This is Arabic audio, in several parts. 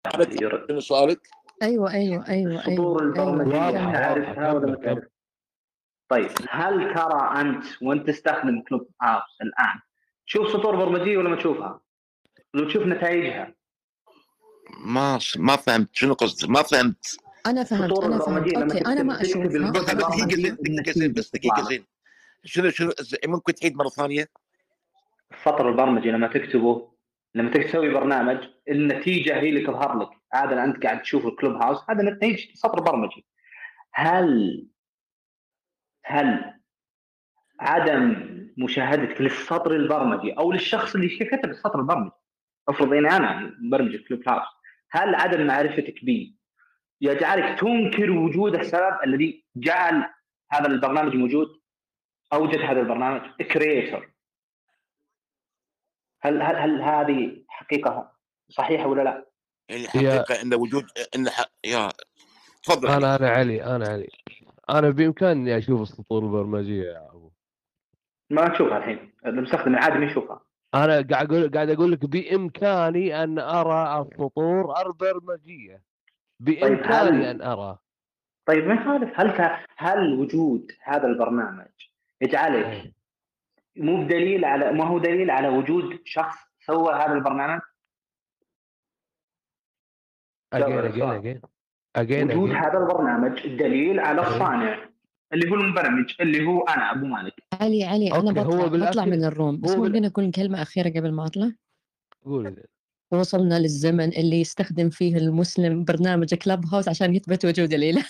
شنو سؤالك؟ ايوه سطور البرمجيه تعرفها ولا ما تعرفها؟ طيب هل ترى انت وانت تستخدم كلوب هاوس الان تشوف سطور برمجيه ولا ما تشوفها؟ لو تشوف نتائجها ما فهمت شنو قصدك. ما فهمت. انا فهمت اوكي انا ما اشوفها. دقيقه زين شنو ممكن تعيد مره ثانيه؟ السطر البرمجي لما تكتبه، لما تسوي برنامج النتيجه هي اللي تظهر لك. هذا انت قاعد تشوف الكلوب هاوس، هذا نتيجه سطر برمجي. هل عدم مشاهدتك للسطر البرمجي او للشخص اللي كتب السطر البرمجي، افرض اني انا مبرمج كلوب هاوس، هل عدم معرفتك به يجعلك تنكر وجود السبب الذي جعل هذا البرنامج موجود، اوجد هذا البرنامج كرييتور؟ هل هذه حقيقه صحيحه ولا لا؟ الحقيقه ان وجود يا تفضل. انا علي انا بامكاني اني اشوف السطور البرمجيه يا ابو. ما تشوفها الحين، المستخدم العادي ما يشوفها. انا قاعد اقول لك بامكاني ان ارى السطور البرمجيه، بامكاني ان ارى. طيب ما يخالف. هل وجود هذا البرنامج يجعلك مو بدليل على، ما هو دليل على وجود شخص سوى هذا البرنامج؟ وجود هذا البرنامج دليل على الصانع اللي هو المبرمج اللي هو انا ابو مالك. علي انا بطلع من الروم، بس ممكن اقول كلمه اخيره قبل ما اطلع؟ قولي. وصلنا للزمن اللي يستخدم فيه المسلم برنامج كلاب هاوس عشان يثبت وجود الإله.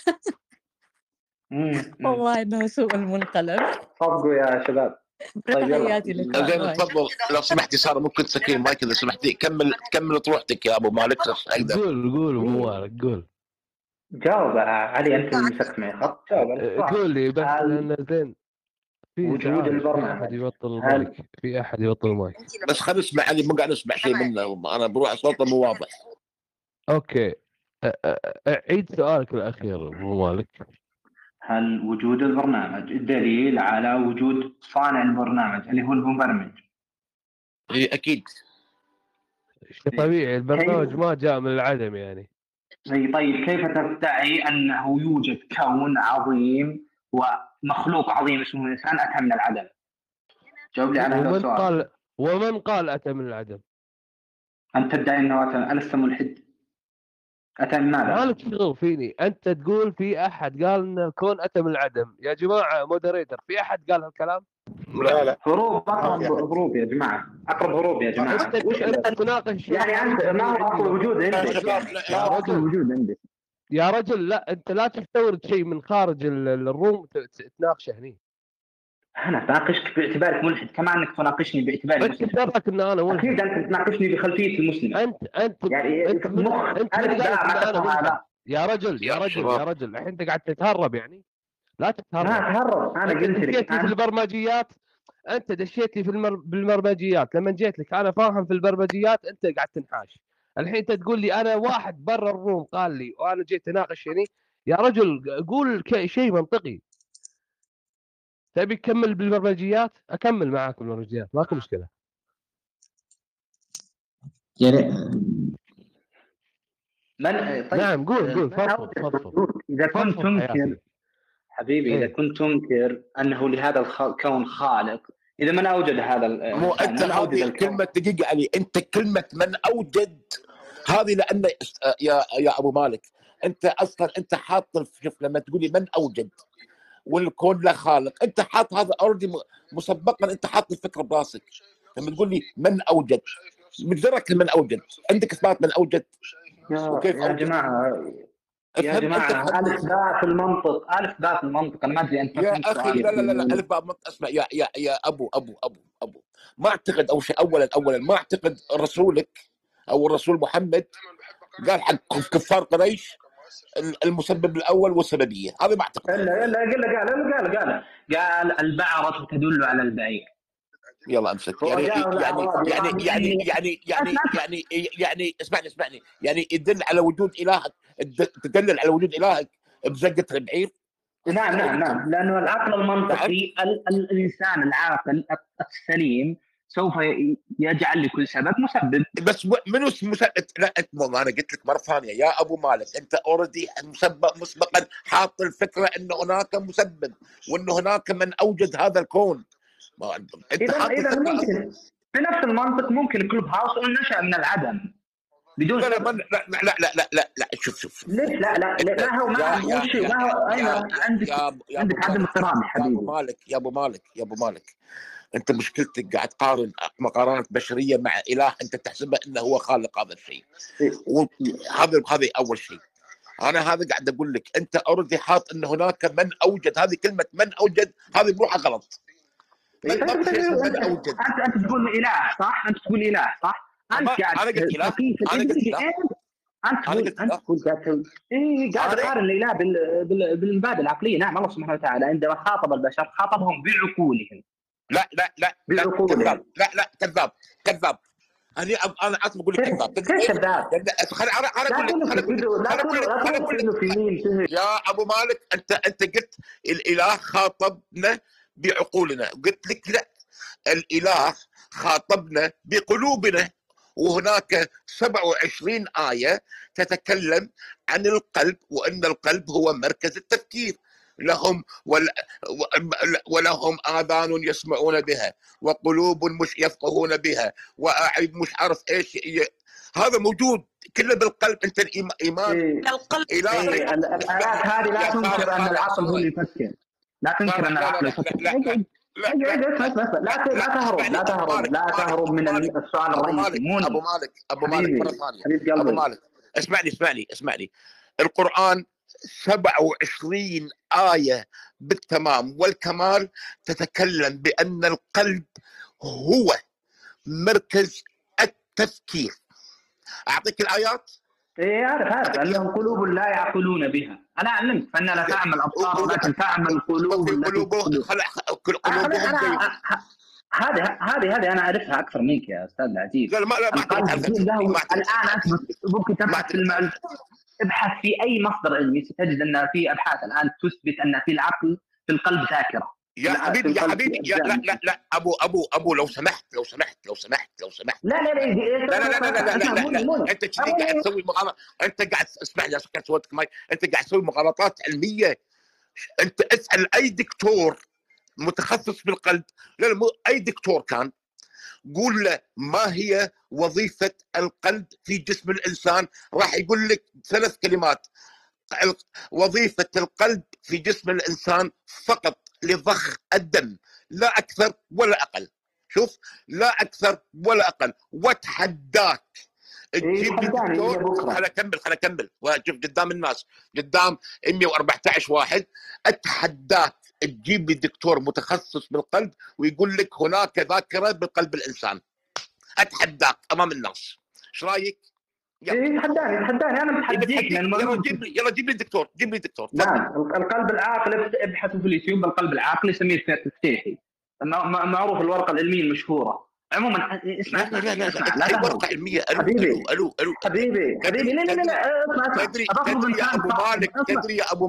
والله انه سوء المنقلب. صدقوا يا شباب. طيب يلا تفضل لو سمحتي ساره، ممكن تسكرين المايك اذا سمحتي. كمل طروحتك يا ابو مالك. قول ابو مالك قول. جاوب علي، انت اللي مسكت معي خط. جاوب قول لي بس لان زين وجود البرنامج. في احد يبطل المايك بس خلينا نسمع علي، مو قاعد نسمع شيء منه. انا بروح صوته مو واضح. اوكي عيد سؤالك الاخير ابو مالك. هل وجود البرنامج دليل على وجود صانع البرنامج اللي هو المبرمج؟ اي اكيد. شيء طبيعي، البرنامج ما جاء من العدم يعني. طيب كيف تدعي انه يوجد كون عظيم ومخلوق عظيم اسمه الانسان اتى من العدم؟ جاوب لي على هذا السؤال. ومن قال اتى من العدم؟ انت تدعي انه اتى. ألست ملحد؟ اتى من ماذا؟ مالك شغل فيني. انت تقول في احد قال ان الكون اتى من العدم. يا جماعه مودريتر، في احد قال هالكلام؟ لا هروب، اقرب هروب يا جماعه، اقرب هروب يا جماعه. انت تناقش يعني انت ما هو اصل وجود عندك يا رجل. وجود عندك يا رجل لا، انت لا تستورد شيء من خارج الروم تناقشه هني. انا تناقشك باعتبارك ملحد، كما انك تناقشني باعتباري مسلم. انت تدرك ان انا ملحد. اكيد انت تناقشني بخلفيه المسلم. انت يعني انت يا رجل الحين انت قاعد تتهرب يعني. لا تتهرب. ما اتهرب، انا قلت لك في البرمجيات. انت دشيت لي بالبرمجيات. لما جيت لك انا فاهم في البرمجيات، انت قاعد تنحاش. الحين انت تقول لي انا واحد برا الروم قال لي وانا جيت اناقش يعني. يا رجل قول شيء منطقي. تبي تكمل بالبرمجيات؟ اكمل معاك بالبرمجيات، ماكو مشكله. يعني طيب. نعم قول فضل. اذا كنت تنكر حبيبي إذا كنت تنكر أنه لهذا الكون خالق، إذا من أوجد هذا مو أنت هذه الكلمة دقيقة علي. أنت كلمة من أوجد هذه لأن يا أبو مالك أنت أصلا أنت حاط. شوف لما تقولي من أوجد والكون لا خالق، أنت حاط هذا أوردي مسبقا. أنت حاط الفكرة براسك. لما تقول لي من أوجد مجرد من أوجد، عندك إثبات من أوجد؟ وكيف يا جماعة يا جماعة ألف باء في المنطق، ألف باء في المنطق. أنا ما أدري أنت يا أخي. لا ألف باء منطق. اسمع يا أبو ما أعتقد أول شيء أولا ما أعتقد رسولك أو الرسول محمد قال حق كفار قريش المسبب الأول والسببية. هذا ما أعتقد. قال البعرة تدل على البعير. يلا امسك. يعني اسمعني يعني يدل على وجود الهك، تدلل على وجود الهك بزقة البعير. نعم لانه العقل المنطقي الانسان العاقل السليم سوف يجعل لكل سبب مسبب. بس منو لا انت انا قلت لك مره ثانيه يا ابو مالك، انت اوريدي مسبقا حاط الفكره ان هناك مسبب وان هناك من اوجد هذا الكون. انت اذا ممكن بنفس المنطق ممكن كلوب هاوس نشأ من العدم بدون لا لا لا لا لا لا لا لا شوف ليش لا هو ما هو عندك عدم احترام يا حبيبي. يا ابو مالك انت مشكلتك قاعد تقارن مقارنات بشريه مع اله انت تحسبه انه هو خالق هذا الشيء. هذا اول شيء. انا هذا قاعد اقول لك انت اوريدي حاط ان هناك من اوجد. هذه كلمه من اوجد هذه بروحها غلط. من اوجد انت تقول اله صح؟ انت تقول اله صح؟ انت قاعد انا قلت اله. انت تقول قاعد تقارن الاله بالمبادئ العقليه. نعم الله سبحانه وتعالى عندما خاطب البشر خاطبهم بعقولهم. لا كذاب. لا كذاب. انا اصلا اقول لك كذاب. انا اقول لك يا ابو مالك انت قلت الاله خاطبنا بعقولنا، قلت لك لا، الاله خاطبنا بقلوبنا. وهناك 27 آية تتكلم عن القلب وأن القلب هو مركز التفكير. ولهم آذان يسمعون بها وقلوب مش يفقهون بها وأعين مش عارف إيش. هذا موجود كله بالقلب. أنت الإيمان القلب الآيات هذه لا تنكر أن العقل هو اللي يفكر. لا تنكر أن العقل يفكر. لا تهرب من السؤال الرئيسي. ابو مالك مره ثانيه. ابو مالك اسمعني. القرآن 27 آية بالتمام والكمال تتكلم بأن القلب هو مركز التفكير. أعطيك الآيات. ايه عارف انهم قلوب لا يعقلون بها. انا علمت فانها لا تعمل ابصار ولكن تعمل قلوب. هذه انا اعرفها اكثر منك يا استاذ العزيز. لا الان انت ممكن تبحث في ابحث في اي مصدر علمي ستجد ان في ابحاث الان تثبت ان في العقل في القلب ذاكره. يا حبيبي لا ابو لو سمحت لا انت كذي قاعد تسوي مغالطات. انت قاعد اسمعني يا سكر صوتك ماي. انت قاعد تسوي مغالطات علميه. انت اسال اي دكتور متخصص بالقلب، لا اي دكتور كان، قول له ما هي وظيفه القلب في جسم الانسان، راح يقول لك 3 كلمات. وظيفه القلب في جسم الانسان فقط لضخ الدم، لا أكثر ولا أقل. شوف، لا أكثر ولا أقل. واتحداك تجيب لي دكتور. خليني أكمل وأشوف قدام الناس، قدام 114 واحد. أتحداك تجيب لي دكتور متخصص بالقلب ويقول لك هناك ذاكرة بالقلب الإنسان. أتحداك أمام الناس. إيش رأيك؟ تحداني انا متحديك. يلا جيب لي دكتور. نعم القلب العاقل ابحثوا في اليوتيوب. القلب العاقلي سمير فتيحي معروف الورقه العلميه المشهوره. عموما اسمع لا ورقه علميه. الو حبيبي لا تدري يا ابو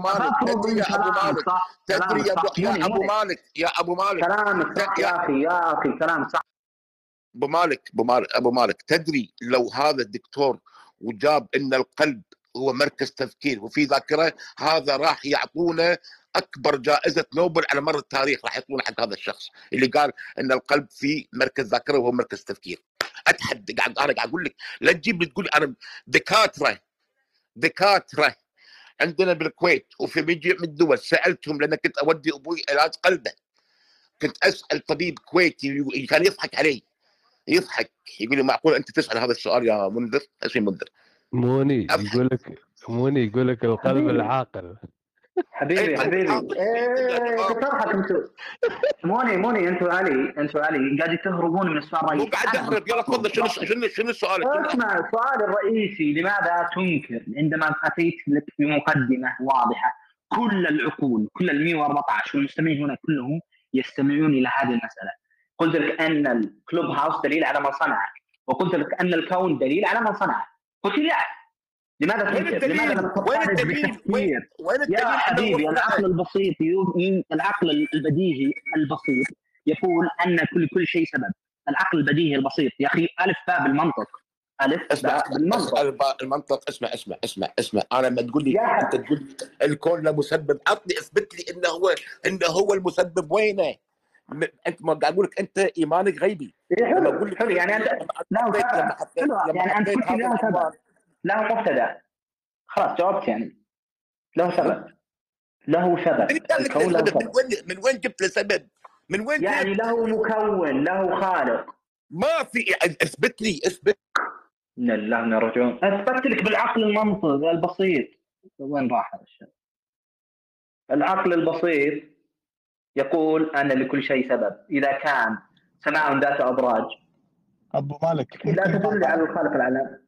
مالك كلامك صح يا اخي كلام صح. ابو مالك تدري لو هذا الدكتور وجاب ان القلب هو مركز تفكير وفي ذاكره، هذا راح يعطونا اكبر جائزه نوبل على مر التاريخ. راح يعطونا حق هذا الشخص اللي قال ان القلب في مركز ذاكره وهو مركز تفكير. اتحدى. انا قاعد اقول لك لا تجيب لي تقول انا دكاتره عندنا بالكويت وفي مجمع الدول سالتهم، لان كنت اودي ابوي علاج قلبه. كنت اسال طبيب كويتي كان يضحك علي، يقول لي معقول انت تسال هذا السؤال يا منذر؟ اسمي منذر. موني يقول لك القلب العاقل. حبيبي كثرها انتوا. موني انتوا علي قاعد تهربون من السؤال الرئيسي. مو قاعد اهرب. يلا تفضل. شنو السؤال؟ اسمع السؤال الرئيسي. لماذا تنكر عندما اتيت لك بمقدمه واضحه كل العقول كل ال 114 والمستمعين هنا كلهم يستمعون الى هذه المساله؟ قلت لك ان الكلوب هاوس دليل على من صنعك، وقلت لك ان الكون دليل على من صنعك. قلت لي لا، لماذا تنكر؟ لماذا لم تقترب بالتفكير؟ يا حبيبي العقل البسيط العقل البديهي البسيط يقول ان كل شيء سبب. العقل البديهي البسيط يا اخي، الف باء بالمنطق، الف باء بالمنطق. المنطق. اسمع انا لما تقول لي انت تقول لي الكون له مسبب، عطني اثبت لي انه هو المسبب. وينه؟ انت ما قاعد اقول لك انت ايمانك غيبي. لما اقول لك يعني انت له سبب، يعني انت كل شيء له سبب، له مبتدا، خلاص جاوبت يعني له سبب. الكون له سبب. من وين جبت له سبب؟ من وين يعني له مكون، له خالق. ما في. اثبت لي. إن الله من يرجعون. اثبت لك بالعقل المنطق البسيط. وين راح هذا الشيء؟ العقل البسيط يقول ان لكل شيء سبب. اذا كان سماء ذات ابراج، ابو مالك لا تدل على الخالق العلام.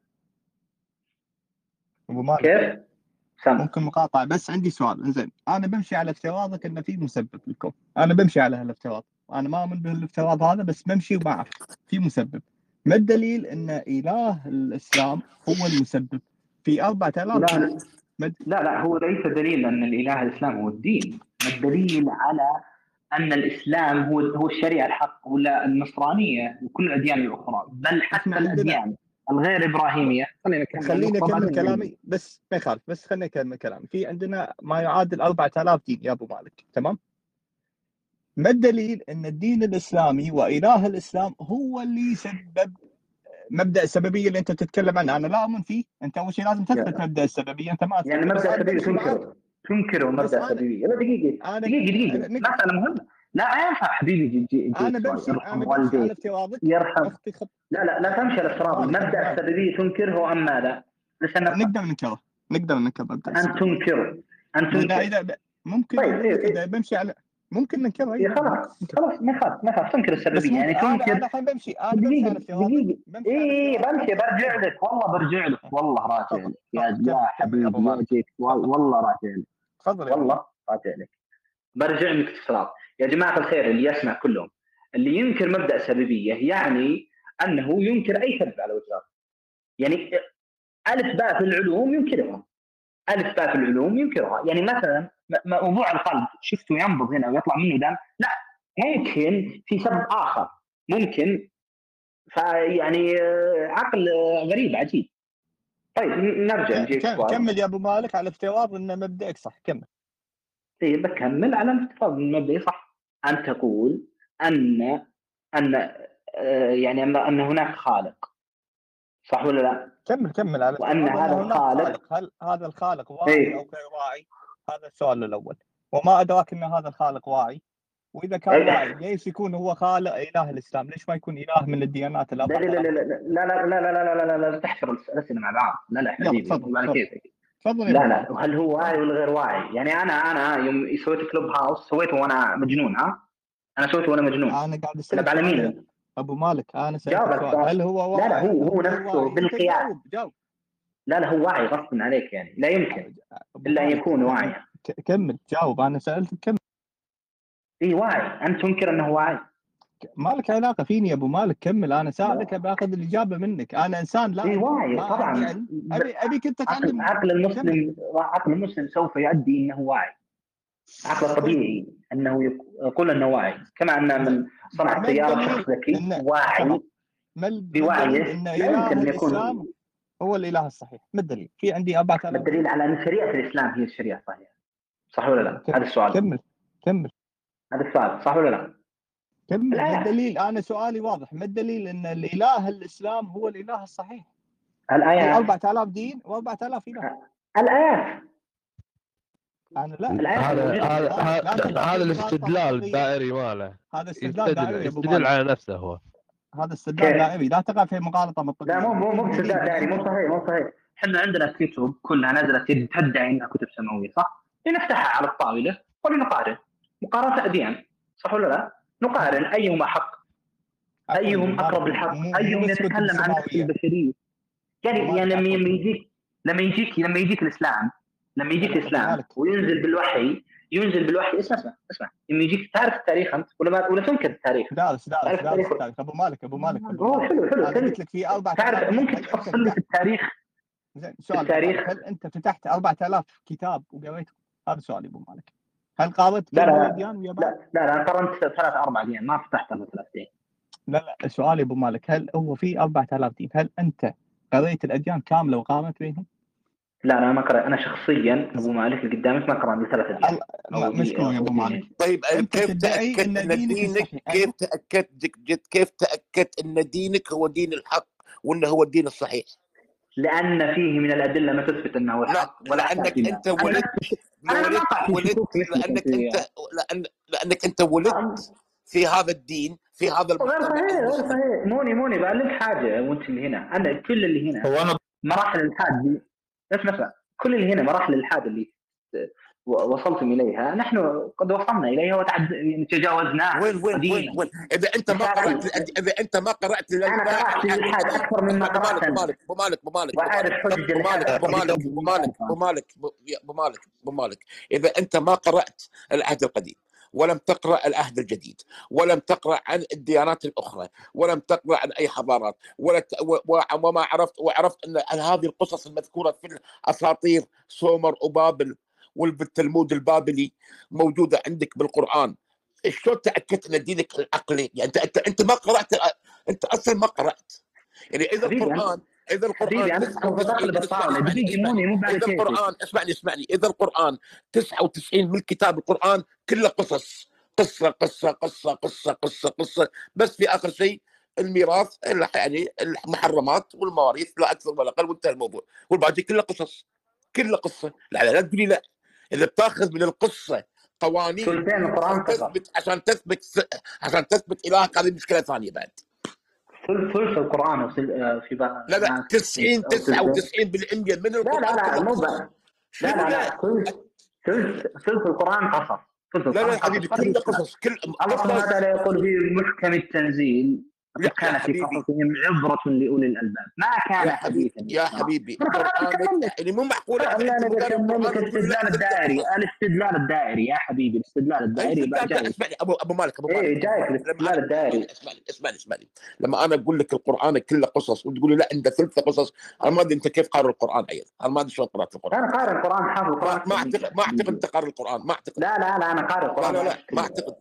ابو مالك كيف؟ ممكن مقاطعه، بس عندي سؤال. زين، انا بمشي على افتراضك ان في مسبب للكون، انا بمشي على هالافتراض، وانا ما اؤمن بالافتراض هذا، بس بمشي وبعرف في مسبب. ما الدليل ان اله الاسلام هو المسبب في 4000 لا هو ليس دليل ان الاله الاسلام هو الدين. الدليل على ان الاسلام هو الشريعه الحق، ولا النصرانيه وكل الاديان الاخرى، بل حتى الاديان الغير ابراهيميه. خليني اكمل كلامي، بس ما يخالف، بس خليني اكمل كلامي. في عندنا ما يعادل 4000 دين يا ابو مالك، تمام؟ ما الدليل ان الدين الاسلامي واله الاسلام هو اللي سبب مبدا السببيه اللي انت تتكلم عنه؟ انا لا اؤمن فيه. انت اول شيء لازم تثبت مبدا السببيه. انت ما يعني مبدا السببيه تنكره مبدا السببيه. لا دقيقه مساله مهمه. لا ينفع حبيبي انا بمشي على افتراضك. يرحم. لا تمشي على افتراض. مبدا السببيه تنكره ام ماذا؟ نقدر ننكره مبدا ان تنكر اذا ممكن. طيب اذا بمشي على ممكن ننكره. خلاص ما يخاف تنكر السببيه. يعني تنكر. انا الحين بمشي على افتراضك. بمشي برجع لك والله راجع لك يا حبيبي. والله راجع لك. تفضل. والله راجع لك. برجع لك افتراض يا جماعه الخير اللي يسمع كلهم. اللي ينكر مبدا السببيه يعني انه ينكر اي سبب على وجه الارض. يعني الف باء في العلوم ينكرها. يعني مثلا موضوع القلب شفته ينبض هنا ويطلع منه دم، لا ممكن في سبب اخر، ممكن. فيعني عقل غريب عجيب. طيب نرجع نجيك كمل يا ابو مالك على افتراض ان مبدئك صح. كمل. طيب بكمل على افتراض ان مبدئي صح. ان تقول ان يعني ان هناك خالق، صح ولا لا؟ كمل على وان هذا الخالق، هل هذا الخالق واعي او غير واعي؟ هذا السؤال الاول. وما ادراك ان هذا الخالق واعي؟ واذا كان واعي ليش يكون هو خالق اله الاسلام؟ ليش ما يكون اله من الديانات الاربعه؟ لا تحشر الاسئله مع بعض. لا حبيبي تفضل. لا وهل هو واعي ولا غير واعي؟ يعني انا يوم سويت كلوب هاوس سويته وانا مجنون. انا سويته وانا مجنون. انا قاعد اسالك على مين ابو مالك. انا سألتك سؤال، هل هو واعي؟ لا هو نفسه بالقياس. لا هو واعي غصبا عليك. يعني لا يمكن الا ان يكون واعي. كمل جاوب. انا سالتك كمل. واعي. انت تنكر انه واعي؟ ما لك علاقه فيني يا ابو مالك. كمل. انا ساعدك باخذ الاجابه منك. انا انسان لا واعي طبعا. ابيك انت تعلم. عقل المسلم سوف يؤدي انه واعي. عقل طبيعي انه يقول انه واعي، كما ان من صنع السياره شخص ذكي واعي بوعيه لا يمكن ان يكون هو الاله الصحيح. ما الدليل؟ في عندي 4000. الدليل على ان شريعه الاسلام هي الشريعه الصحيحه، صح ولا لا؟ هذا السؤال. كمل. هذا السؤال صح ولا لا؟ كمل. ما الدليل؟ انا سؤالي واضح. ما الدليل ان الاله الاسلام هو الاله الصحيح؟ الايات. 4000 دين و4000 اله. الايات. أنا لا. هذا الاستدلال الدائري ماله. هذا استدلال دائري. يستدل على نفسه هو. هذا استدلال دائري. لا تقع في مغالطه منطقيه. لا مو استدلال دائري. مو صحيح. احنا عندنا كتب كلها نزلت تدعي انها كتب سماويه، صح؟ لنفتحها على الطاوله ولنقارن مقارنه اديان، صح ولا لا؟ نقارن ايهما حق، ايهم اقرب للحق، ايهم يتكلم عن نفس البشريه. يعني لما يجيك الاسلام وينزل بالوحي اسمع لما يجيك تعرف التاريخ انت ولا تنكر التاريخ؟ دارس التاريخ. ابو مالك حلو انا قلت لك في 4000. تعرف ممكن تفصل لي في التاريخ. زين سؤال. هل انت فتحت 4000 كتاب وقريتهم؟ هذا سؤالي ابو مالك. هل قارنت كل الاديان ويا بعض؟ لا قارنت 3-4 اديان، ما فتحت 3000 دين. لا سؤالي ابو مالك، هل هو في 4000 دين، هل انت قريت الاديان كامله وقارنت بينهم؟ لا انا ما قرأت، انا شخصيا ابو مالك اللي قدامك ما قرأ لي 3 اديان مشكور يا ابو مالك. طيب انت كيف تدعي تاكدت ان ان دينك دينك صحيح؟ كيف تاكدت ان دينك هو دين الحق وانه هو الدين الصحيح؟ لان فيه من الادله ما تثبت انه الحق ولا لانك أحتاج انت إلى- ولدت انا ما أقع في شكوك لانك مثلكم انت لانك انت ولدت في هذا الدين، في هذا غير المجتمع صحيح، غير المسلم. صحيح. موني بقول لك حاجه، وانت اللي هنا، انا كل اللي هنا هو انا مراحل الالحاد دي، اسمع كل اللي هنا مراحل الالحاد اللي وصلتم اليها، نحن قد وصلنا اليها تجاوزناها. وين اذا انت ما قرات اذا انت ما قرات انا قرات في الالحاد اكثر مما قرات واعرف حجج الالحاد ابو مالك اذا انت ما قرات العهد القديم ولم تقرا العهد الجديد ولم تقرا عن الديانات الاخرى ولم تقرا عن اي حضارات وما عرفت ان هذه القصص المذكوره في الاساطير سومر وبابل والتلمود البابلي موجوده عندك بالقران، شلون تاكدت ان دينك العقلي؟ يعني انت ما قرات، انت اصلا ما قرات. يعني اذا القران اسمعني اذا القران 99 من كتاب القران كله قصص، قصه بس في اخر شيء الميراث، يعني المحرمات والمواريث لا اكثر ولا اقل، وانتهى الموضوع، والباقي كله قصص. لا تقولي لا. اذا بتاخذ من القصه قوانين عشان تثبت الهك، هذه مشكله ثانيه بعد. ثلث القرآن في بعض لا 99% من القرآن لا ثلث القرآن قصص. لا حبيبي كل قصص. الله سبحانه وتعالى يقول في محكم التنزيل كان في قصصهم عبرة لأولي الألباب ما كان حديثا. يا حبيبي يعني مو معقولة الاستدلال الدائري يا حبيبي، الاستدلال الدائري. اسمعني ابو مالك جايك الاستدلال الدائري. اسمعني لما انا اقول لك القرآن كله قصص وتقول لي لا انت ثلث قصص، انا ما ادري انت كيف قارئ القرآن ايضا، انا ما ادري شلون قرأت القرآن. انا قارئ القرآن، حافظ القرآن. ما اعتقد انت قارئ القرآن، ما اعتقد. لا انا قارئ القرآن. لا ما اعتقد.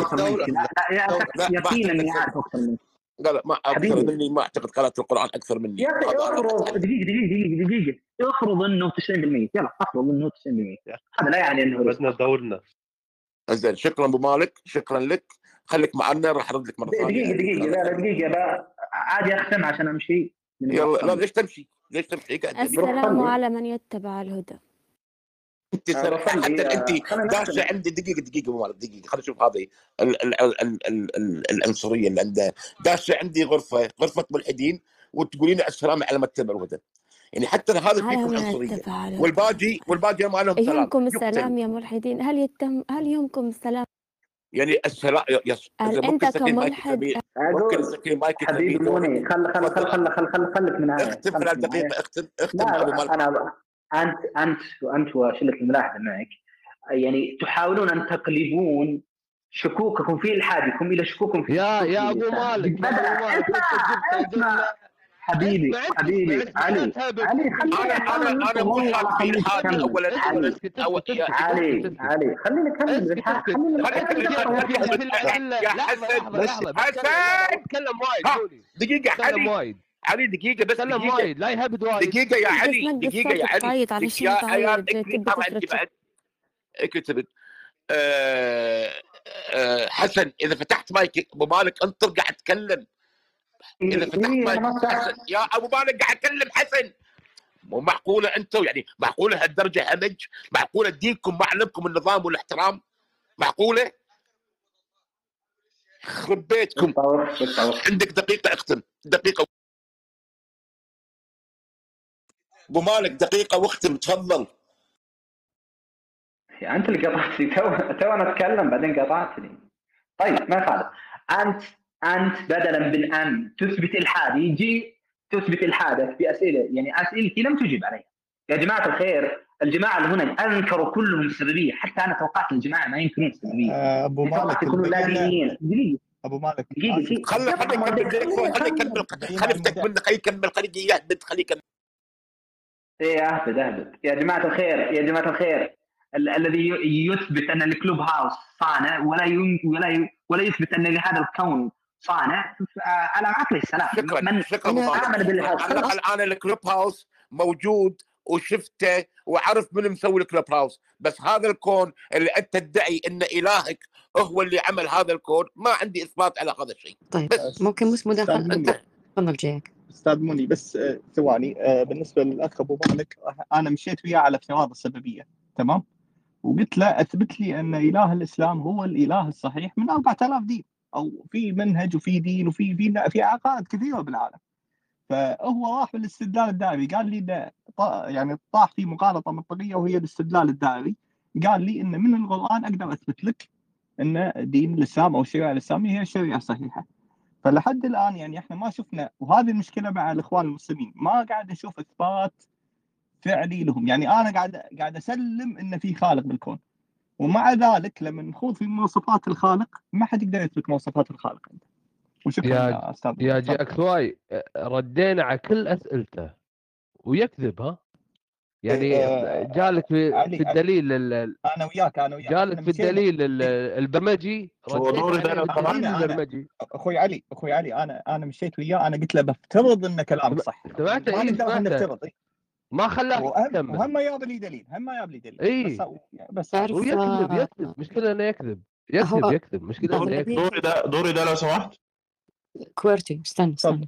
يقينا اني اعرف اكثر منك. لا ما اكثر مني، ما اعتقد قرأت القرآن اكثر مني. يا اخي افرض دقيقه افرض انه 90%، يلا افرض انه 90%، هذا لا يعني انه بس ندورنا. زين شكرا ابو مالك، شكرا لك، خليك معنا راح ارد لك مره ثانيه. دقيقه عادي اختم عشان امشي. يلا لا ليش تمشي؟ السلام على من يتبع الهدى. انت حتى انت داشه عندي. دقيقه ابو مالك، دقيقه خلينا نشوف هذه العنصريه اللي عندها. داشه عندي غرفه ملحدين وتقولين السلام على من يتبع الهدى، يعني حتى هذا فيكم عنصريه. والباقي ما لهم سلام. يهمكم السلام يا ملحدين؟ هل يهمكم السلام؟ يعني السلام انت كملحد ممكن تسكرين مايك حبيبي موني. خلك من هاي. اختم خلال دقيقه. اختم ابو مالك. انت وشله الملاحده معك يعني تحاولون ان تقلبون شكوككم في الحادكم الى شكوككم في يا ابو مالك. حبيبي علي انا مو شاك في الحادي اولا. علي خليني اكمل. يا حسن تكلم وايد. دقيقه علي دقيقه بس. تكلم وايد لا يهبد وايد. دقيقه يا علي اكتب. حسن اذا فتحت مايك ابو مالك انطر قاعد اتكلم. اذا فتحت مايك حسن يا ابو مالك قاعد اتكلم. حسن مو معقوله انتم، يعني معقوله هالدرجه همج؟ معقوله دينكم ما علمكم النظام والاحترام؟ معقوله؟ خرب بيتكم. عندك دقيقه اختم. دقيقه ابو مالك، دقيقه واختم تفضل. انت اللي قطعتني تو انا اتكلم بعدين قطعتني. طيب ما يخالف. انت بدلا من ان تثبت الحاد يجي تثبت الحادك باسئله، يعني اسئلتي لم تجب عليها. يا جماعه الخير، الجماعه اللي هنا انكروا كلهم السببيه، حتى انا توقعت الجماعه ما ينكرون السببيه. ابو مالك يكونوا لا دينيين. ابو مالك خلي يكمل. اهبد. يا جماعه الخير الذي يثبت ان الكلوب هاوس صانع ولا يثبت ان لهذا الكون صانع انا معك للسلام. شكرا من شكرا ابو أنا- امن مالك. بالله انا الان الكلوب هاوس موجود وشفته وعرف من مسوي الكلوب هاوس، بس هذا الكون اللي انت تدعي ان الهك هو اللي عمل هذا الكون ما عندي اثبات على هذا الشيء. طيب بس ممكن مش مداخلة أستاذ مني. تفضل جاك. استاذ مني بس ثواني. بالنسبه للاخ ابو مالك، انا مشيت وياه على افتراض السببيه، تمام، وقلت له اثبت لي ان اله الاسلام هو الاله الصحيح من 4000 دين، او في منهج وفي دين وفي عقائد كثيره بالعالم. فهو راح بالاستدلال الدائري، قال لي ده يعني طاح في مغالطه منطقيه وهي الاستدلال الدائري. قال لي ان من القران اقدر اثبت لك ان دين الاسلام او الشريعه الاسلاميه هي الشريعه الصحيحه. فلحد الان يعني احنا ما شفنا، وهذه المشكله مع الاخوان المسلمين، ما قاعد اشوف اثبات فعلي لهم. يعني انا قاعد اسلم ان في خالق بالكون، ومع ذلك لما نخوض في مواصفات الخالق ما حد يقدر يثبت مواصفات الخالق عنده. وشكرا يا استاذ. يا جاك ثواي، ردينا على كل اسئلته ويكذب. ها يعني جالك في الدليل انا وياك جالك في الدليل البرمجي، هو دوري ده لو الدليل أنا- البرمجي. اخوي علي انا مشيت وياه، انا قلت له بفترض ان كلامك صح. سمعت؟ ما إيه نقدر احنا سمعته. نفترض. ما خلاك تكمل. وهم جاب لي دليل، اي بس تعرف ويكذب مشكلة انه يكذب مشكلة انه يكذب. دوري ده لو سمحت. كويرتي استنى.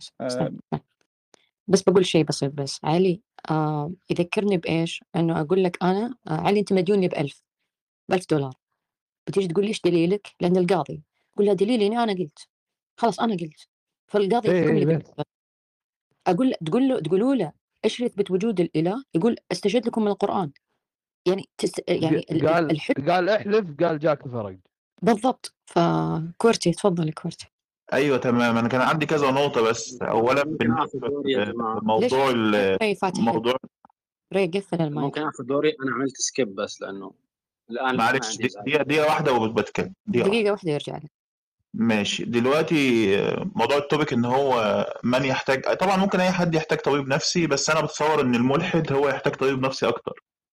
بس بقول شيء بسيط. بس علي يذكرني بإيش؟ إنه أقول لك أنا علي أنت مديوني $1000 بتيجي تقول ليش دليلك؟ لأن القاضي قول له دليلي إني أنا قلت، خلاص أنا قلت، فالقاضي يحكم لي بالقضاء. أقول تقولوا له إيش يثبت وجود الإله؟ يقول استشهد لكم من القرآن. يعني قال احلف، قال جاك فرق بالضبط. فكورتي تفضل كورتي. ايوه تمام. انا كان عندي كذا نقطه، بس اولا بالنسبه لموضوع ري قفل المايك. ممكن اخذ دوري؟ انا عملت سكيب بس لانه الان معلش دقيقه واحده وبتكلم. دقيقه واحده يرجع لك. ماشي. دلوقتي موضوع التوبيك ان هو من يحتاج، طبعا ممكن اي حد يحتاج طبيب نفسي، بس انا بتصور ان الملحد هو يحتاج طبيب نفسي اكتر،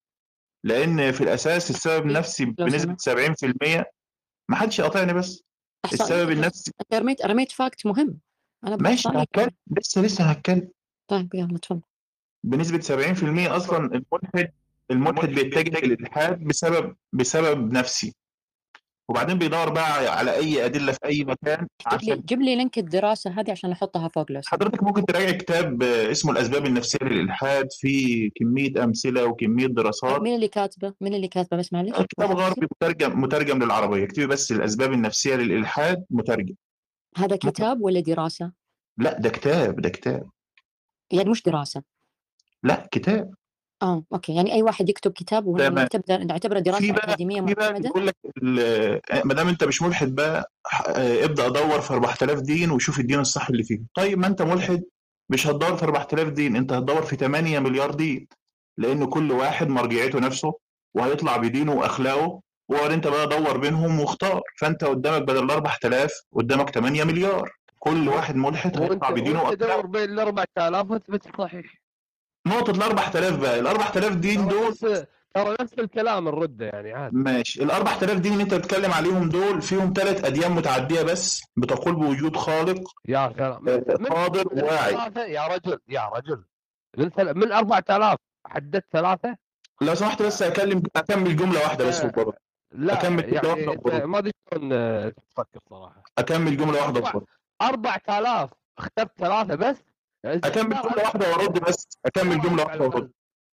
لان في الاساس السبب النفسي بنسبه 70%. ما حدش يقاطعني بس. السبب النفسي انت رميت فاكت مهم. انا ماشي هتكلم، لسه هتكلم. طيب يلا تفضل. بنسبه 70% اصلا الملحد بيتجه للالحاد بسبب نفسي، وبعدين بيدور بقى على اي ادله في اي مكان. جيب لي لينك الدراسه هذه عشان احطها فوق لو حضرتك ممكن تراجع كتاب اسمه الاسباب النفسيه للالحاد، في كميه امثله وكميه دراسات. مين اللي كاتبه بس معلش؟ كتاب غربي مترجم للعربيه. اكتبي بس الاسباب النفسيه للالحاد مترجم. هذا كتاب ولا دراسه؟ لا ده كتاب يعني مش دراسه. لا كتاب. اوكي. يعني اي واحد يكتب كتاب ونعتبره دراسه اكاديميه معتمده. بيقول لك ما دام انت مش ملحد بقى ابدا ادور في 4000 دين وشوف الدين الصح اللي فيه. طيب ما انت ملحد مش هتدور في 4000 دين، انت هتدور في 8 مليار دين، لان كل واحد مرجعيته نفسه وهيطلع بدينه واخلاقه، وانت بقى دور بينهم واختار. فانت قدامك بدل 4000 قدامك 8 مليار، كل واحد ملحد هيطلع بدينه واخلاقه. تدور بين ال 4000 وتثبت صحيح. نقطة ال 4000 بقى، ال 4000 دين دول ترى نفس الكلام الردة يعني عادي. ماشي. ال 4000 دين اللي انت بتتكلم عليهم دول فيهم 3 اديان متعدية بس بتقول بوجود خالق يا كلام قادر واعي. يا رجل من 4000 حددت 3. لو سمحت بس اكمل جملة واحدة بس وخلاص. لا اكمل جملة يعني واحدة ما ادري شلون تفكر صراحة. اكمل جملة واحدة وخلاص. 4000 اخترت 3 بس. اكمل جملة واحدة وارد بس. اكمل جملة واحدة وارد.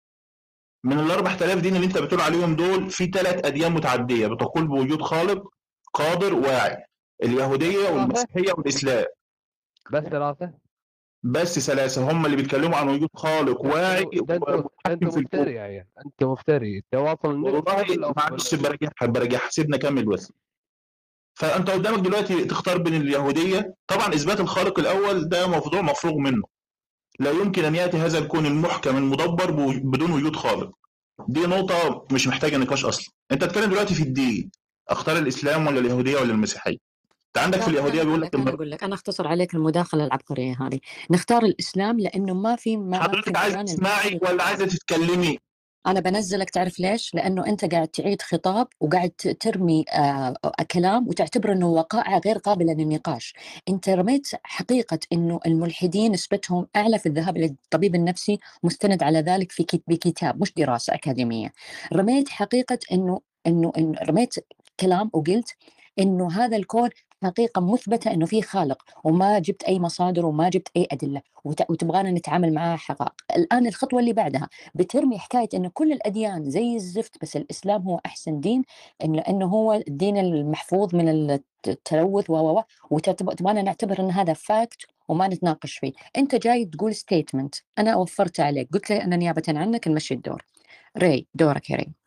من ال 4000 دين اللي انت بتقول عليهم دول في 3 اديان متعدية بتقول بوجود خالق قادر واعي، اليهودية والمسيحية والاسلام. بس 3 هم اللي بيتكلموا عن وجود خالق واعي انت مفتري يعني. انت مفتري. التواصل والله معلش برجعها سيبنا كمل بس. فانت قدامك دلوقتي تختار بين اليهوديه، طبعا اثبات الخالق الاول ده موضوع مفروغ منه، لا يمكن ان ياتي هذا الكون المحكم المدبر بدون وجود خالق. دي نقطه مش محتاجه نقاش اصلا. انت بتتكلم دلوقتي في الدين، اختار الاسلام ولا اليهوديه ولا المسيحيه؟ انت عندك في اليهوديه بيقول لك انا اقول لك، انا اختصر عليك المداخله العبقريه هذه. نختار الاسلام لانه ما في حضرتك عايزه تسمعي ولا عايزه تتكلمي؟ أنا بنزلك، تعرف ليش؟ لأنه أنت قاعد تعيد خطاب وقاعد ترمي كلام وتعتبر أنه وقائع غير قابلة للنقاش. أنت رميت حقيقة أنه الملحدين نسبتهم أعلى في الذهاب للطبيب النفسي، مستند على ذلك في بكتاب مش دراسة أكاديمية. رميت حقيقة إنه رميت كلام وقلت إنه هذا الكون حقيقة مثبتة إنه في خالق، وما جبت أي مصادر وما جبت أي أدلة، وتبغانا نتعامل معها حقائق. الآن الخطوة اللي بعدها بترمي حكاية إنه كل الأديان زي الزفت بس الإسلام هو أحسن دين، إنه هو الدين المحفوظ من التلوث وتبغانا نعتبر إن هذا فاكت وما نتناقش فيه. أنت جاي تقول ستيتمنت، أنا وفرت عليك، قلت لي أنا نيابة عنك نمشي الدور. ري، دورك يا ري.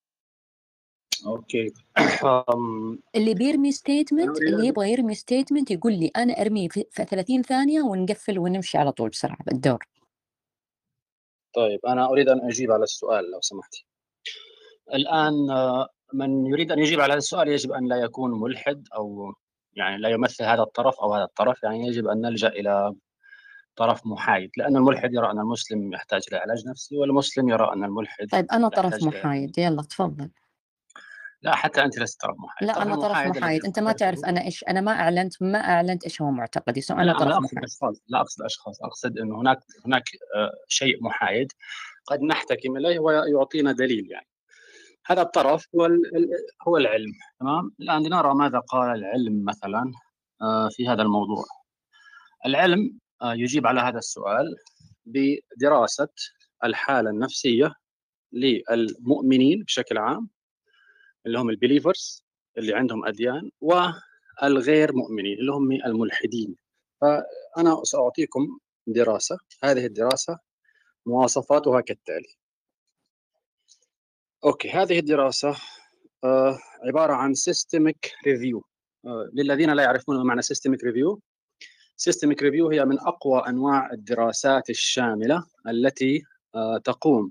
اوكي. اللي بيرمي ستيتمنت، اللي يبغى يرمي ستيتمنت يقول لي أنا أرميه في 30 ثانية ونقفل ونمشي على طول بسرعة بالدور. طيب انا اريد ان اجيب على السؤال لو سمحتي. الان من يريد ان يجيب على هذا السؤال يجب ان لا يكون ملحد او يعني لا يمثل هذا الطرف او هذا الطرف، يعني يجب ان نلجا الى طرف محايد، لان الملحد يرى ان المسلم يحتاج الى علاج نفسي والمسلم يرى ان الملحد طيب أنا طرف يحتاج محايد، يلا تفضل. لا حتى انت لست طرف محايد. لا أنا طرف محايد، أنت ما تعرف أنا إيش، أنا ما أعلنت إيش هو معتقدي، سو أنا طرف محايد. لا أقصد أشخاص، أقصد أنه هناك شيء محايد قد نحتكم إليه ويعطينا دليل. يعني هذا الطرف هو العلم. تمام. الآن لنرى ماذا قال العلم مثلا في هذا الموضوع. العلم يجيب على هذا السؤال بدراسة الحالة النفسية للمؤمنين بشكل عام، اللي هم البيليفرز اللي عندهم أديان، والغير مؤمنين اللي هم الملحدين. فأنا سأعطيكم دراسة. هذه الدراسة مواصفاتها كالتالي. أوكي، هذه الدراسة عبارة عن systemic review. للذين لا يعرفون ما معنى systemic review، systemic review هي من أقوى أنواع الدراسات الشاملة التي تقوم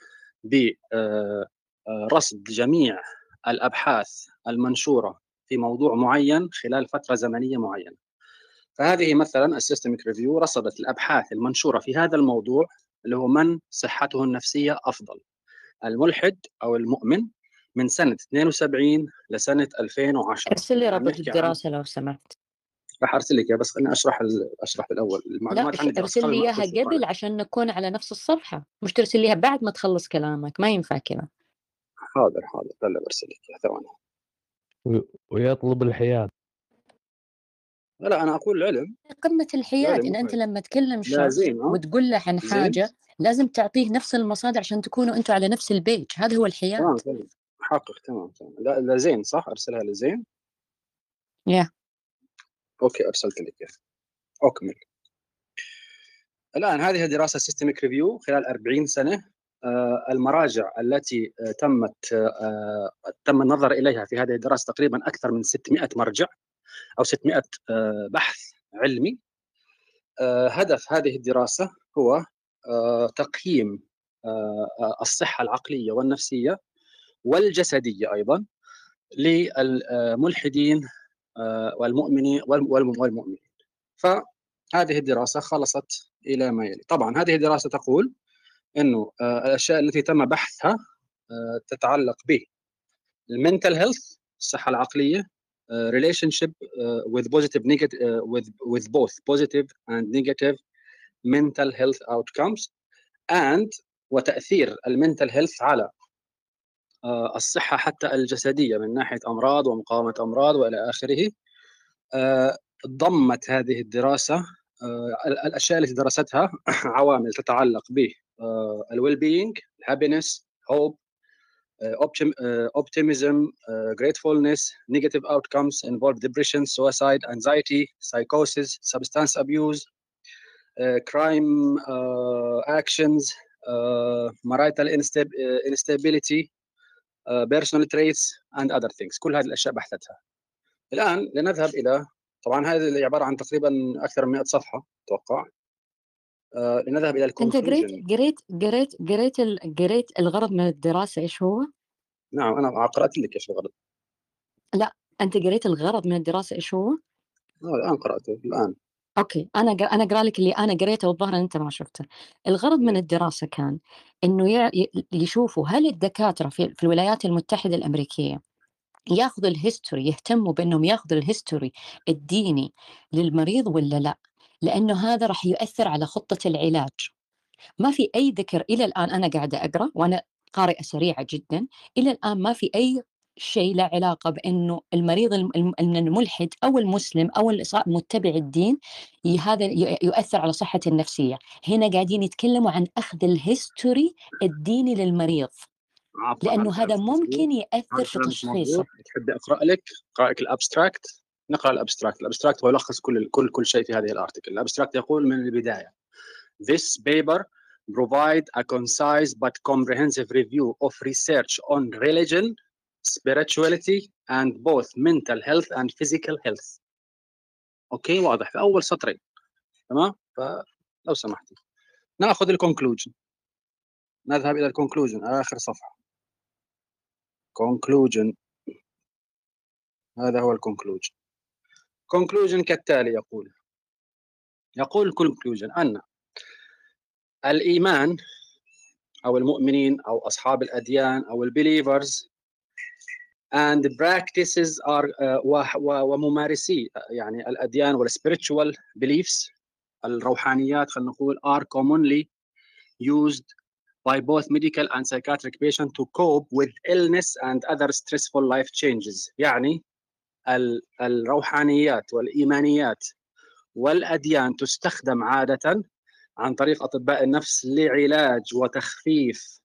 برصد جميع الأبحاث المنشورة في موضوع معين خلال فترة زمنية معينة. فهذه مثلا السيستميك ريفيو رصدت الأبحاث المنشورة في هذا الموضوع، اللي هو من صحته النفسية أفضل، الملحد أو المؤمن، من سنة 72 لسنة 2010. ارسل لي رابط الدراسة لو سمحت. راح أرسل لك، بس خليني أشرح الأول المعلومات. لا ارسل لي إياها قبل عشان نكون على نفس الصفحة، مش ترسل ليها بعد ما تخلص كلامك، ما ينفع كذا. حاضر هلا برسل لك ثواني. ويطلب الحياد. لا أنا أقول العلم قمة الحياد إن أنت لما تكلم شخص وتقول له عن حاجة لازم تعطيه نفس المصادر عشان تكونوا أنتوا على نفس البيج. هذا هو الحياد. تمام حقق. تمام. لا زين صح، أرسلها لزين. أوكي أرسلت لك. أكمل. الآن هذه دراسة سيستميك ريفيو خلال 40 سنة. المراجع التي تم النظر إليها في هذه الدراسة تقريبا أكثر من 600 مرجع أو 600 بحث علمي. هدف هذه الدراسة هو تقييم الصحة العقلية والنفسية والجسدية أيضا للملحدين والمؤمنين والمؤمنين. فهذه الدراسة خلصت إلى ما يلي. طبعا هذه الدراسة تقول إنه الأشياء التي تم بحثها تتعلق بالمنتال هيلث، الصحة العقلية، relationship with with both positive and negative mental health outcomes، وتأثير المنتال هيلث على الصحة حتى الجسدية من ناحية أمراض ومقاومة أمراض وإلى آخره. ضمت هذه الدراسة الأشياء التي درستها عوامل تتعلق بالويل بينج، happiness، hope، optimism، gratefulness، negative outcomes involve depression، suicide، anxiety، psychosis، substance abuse، crime actions، marital instability، personal traits and other things. كل هذه الأشياء بحثتها. الآن لنذهب إلى، طبعا هذه اللي عبارة عن تقريبا أكثر من 100 صفحة أتوقع. لنذهب إلى الكونكلوجن. أنت قريت الغرض من الدراسة إيش هو؟ نعم أنا قرأت لك إيش الغرض. لا أنت قريت الغرض من الدراسة إيش هو؟ الآن قرأته الآن. اوكي، انا اقرا لك اللي انا قريته والظاهر انت ما شفته. الغرض من الدراسه كان انه يشوفوا هل الدكاتره في الولايات المتحده الامريكيه ياخذوا الهيستوري، يهتموا بانهم ياخذوا الهيستوري الديني للمريض ولا لا، لانه هذا راح يؤثر على خطه العلاج. ما في اي ذكر الى الان، انا قاعده اقرا وانا قارئه سريعه جدا، الى الان ما في اي شيء له علاقه بانه المريض الملحد او المسلم او متبع الدين هذا يؤثر على صحته النفسيه. هنا قاعدين يتكلموا عن اخذ الهيستوري الديني للمريض، لانه هذا ممكن ياثر في تشخيصه. تحب اقرا لك الابستراكت؟ نقرا الابستراكت. الابستراكت هو يلخص كل شيء في هذه الارتكل. الابستراكت يقول من البدايه: This paper provide a concise but comprehensive review of research on religion, spirituality, and both mental health and physical health. اوكي، واضح في اول سطرين. تمام؟ فلو سمحتي ناخذ الكونكلوجن، نذهب الى الكونكلوجن اخر صفحه. conclusion، هذا هو الكونكلوجن. conclusion كالتالي: يقول conclusion أن الإيمان أو المؤمنين أو أصحاب الأديان أو البيليفرز and practices are وممارسي يعني الأديان والspiritual beliefs، الروحانيات خلينا نقول، are commonly used by both medical and psychiatric patients to cope with illness and other stressful life changes. يعني الروحانيات والإيمانيات والأديان تستخدم عادة عن طريق أطباء النفس لعلاج وتخفيف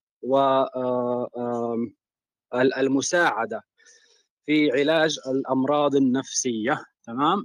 والمساعدة في علاج الأمراض النفسية. تمام؟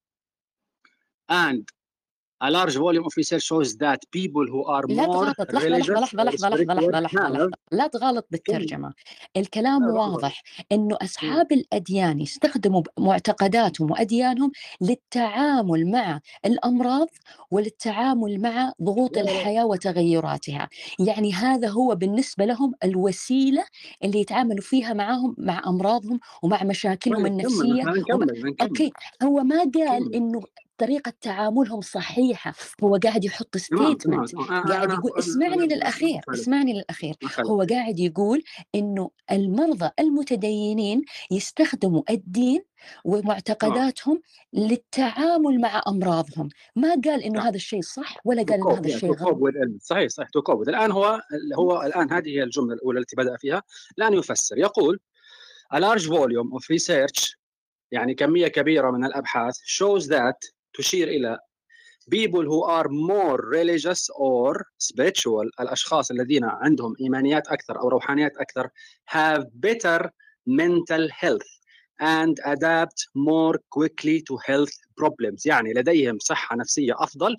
and a large volume of research shows that people who are more religious. لحظة، لا تغلط بالترجمة. الكلام واضح إنه أصحاب الأديان يستخدموا معتقداتهم وأديانهم للتعامل مع الأمراض وللتعامل مع ضغوط الحياة وتغيراتها. يعني هذا هو بالنسبة لهم الوسيلة اللي يتعاملوا فيها معهم، مع أمراضهم ومع مشاكلهم النفسية. أوكي، هو ما قال إنه طريقة تعاملهم صحيحة، هو قاعد يحط ستيتمنت، قاعد يقول اسمعني للأخير. هو قاعد يقول إنه المرضى المتدينين يستخدموا الدين ومعتقداتهم للتعامل مع أمراضهم. ما قال إنه هذا الشيء صح ولا قال إنه هذا الشيء غلط. صحيح تكوب. الآن هو الآن هذه هي الجملة الأولى التي بدأ فيها. الآن يفسر، يقول a large volume of research، يعني كمية كبيرة من الأبحاث، shows that، تشير إلى people who are more religious or spiritual، الأشخاص الذين عندهم إيمانيات أكثر أو روحانيات أكثر، have better mental health and adapt more quickly to health problems، يعني لديهم صحة نفسية أفضل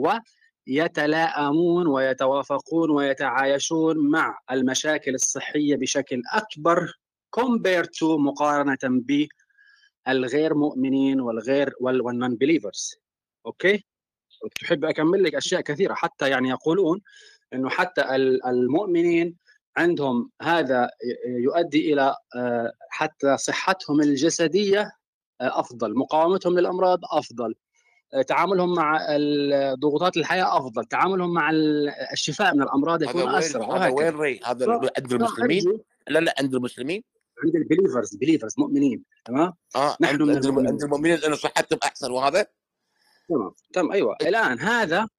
ويتلائمون ويتوافقون ويتعايشون مع المشاكل الصحية بشكل أكبر compared to، مقارنة بالغير مؤمنين والغير والنون بليفرز. اوكي، تحب اكمل لك اشياء كثيره، حتى يعني يقولون انه حتى المؤمنين عندهم هذا يؤدي الى حتى صحتهم الجسديه افضل، مقاومتهم للامراض افضل، تعاملهم مع ضغوطات الحياه افضل، تعاملهم مع الشفاء من الامراض يكون اسرع. هذا وين ري؟ هذا عند المسلمين؟ لا عند المسلمين، عند البليفرز مؤمنين. تمام؟ نحن عند المؤمنين ان صحتهم احسن، وهذا تمام. ايوه. الان هذا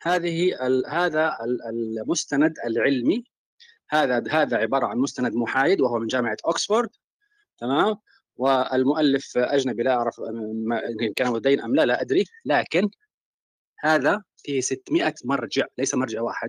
المستند العلمي، هذا عباره عن مستند محايد وهو من جامعه اوكسفورد. تمام؟ والمؤلف اجنبي، لا اعرف ان كان مدين ام لا ادري، لكن هذا فيه 600 مرجع، ليس مرجع واحد،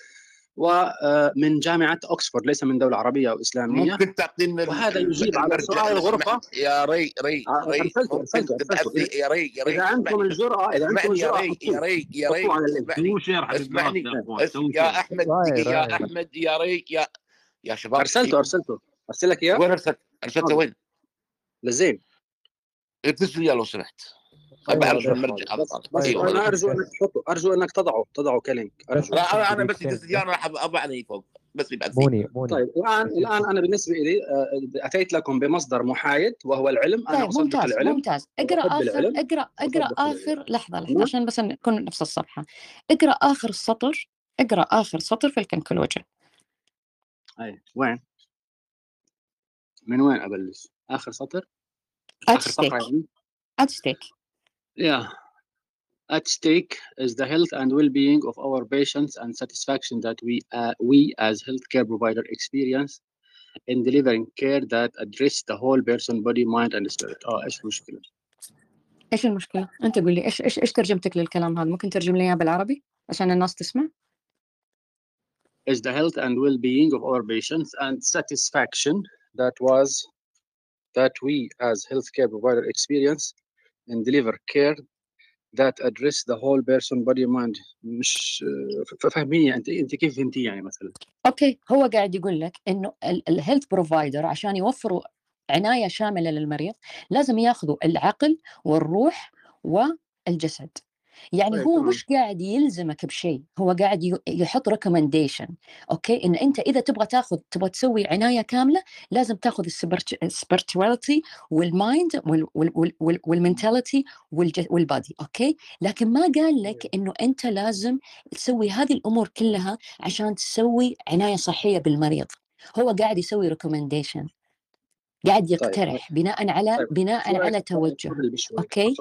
ومن جامعة أكسفورد، ليس من دولة عربية أو إسلامية. ممكن تعطينا وهذا يجيب على سؤال الغرفة يا ري ممكن تبعث يا ري إذا عندكم الجرأة، اسمعني يا ري اسمعني يا أحمد يا ري يا شباب. أرسلك إياه. وين أرسلته وين؟ لزين ارسل لي لو سمحت. بعرف المرجع هذا. بس أنا أرجو أنك تضعه كلينك. انا بس انا راح اضع عليه فوق. بس بيبقى موني طيب الان انا بالنسبه لي اتيت لكم بمصدر محايد وهو العلم. انا طيب اصدق ممتاز العلم، ممتاز. اقرا واحب اخر العلم، اقرا واصدق العلم. اخر لحظه تمام؟ عشان بس نكون نفس الصفحه. اقرا اخر سطر، اقرا اخر سطر في الكونكلوجن. اي وين؟ من وين ابلش؟ اخر سطر؟ at اخر فقره stake يعني؟ at stake Yeah. At stake is the health and well-being of our patients and satisfaction that we as healthcare provider experience in delivering care that address the whole person, body, mind and spirit. ايش المشكلة؟ ايش المشكله؟ انت قول لي ايش ترجمتك للكلام هذا؟ ممكن ترجم لي اياه بالعربي عشان الناس تسمع؟ Is the health and well-being of our patients and satisfaction that we as healthcare provider experience and deliver care that address the whole person, body, mind. مش فاهميني انت كيف فهمتي يعني مثلا؟ اوكي، هو قاعد يقول لك انه الهيلث بروفايدر عشان يوفروا عنايه شامله للمريض لازم ياخذوا العقل والروح والجسد. يعني طيب هو تمام. مش قاعد يلزمك بشيء، هو قاعد يحط ريكومنديشن. اوكي، ان انت اذا تبغى تسوي عنايه كامله لازم تاخذ السبيرتواليتي والمايند والمنتاليتي والبادي. اوكي، لكن ما قال لك انه انت لازم تسوي هذه الامور كلها عشان تسوي عنايه صحيه بالمريض. هو قاعد يسوي ريكومنديشن، قاعد يقترح بناء على توجه. اوكي،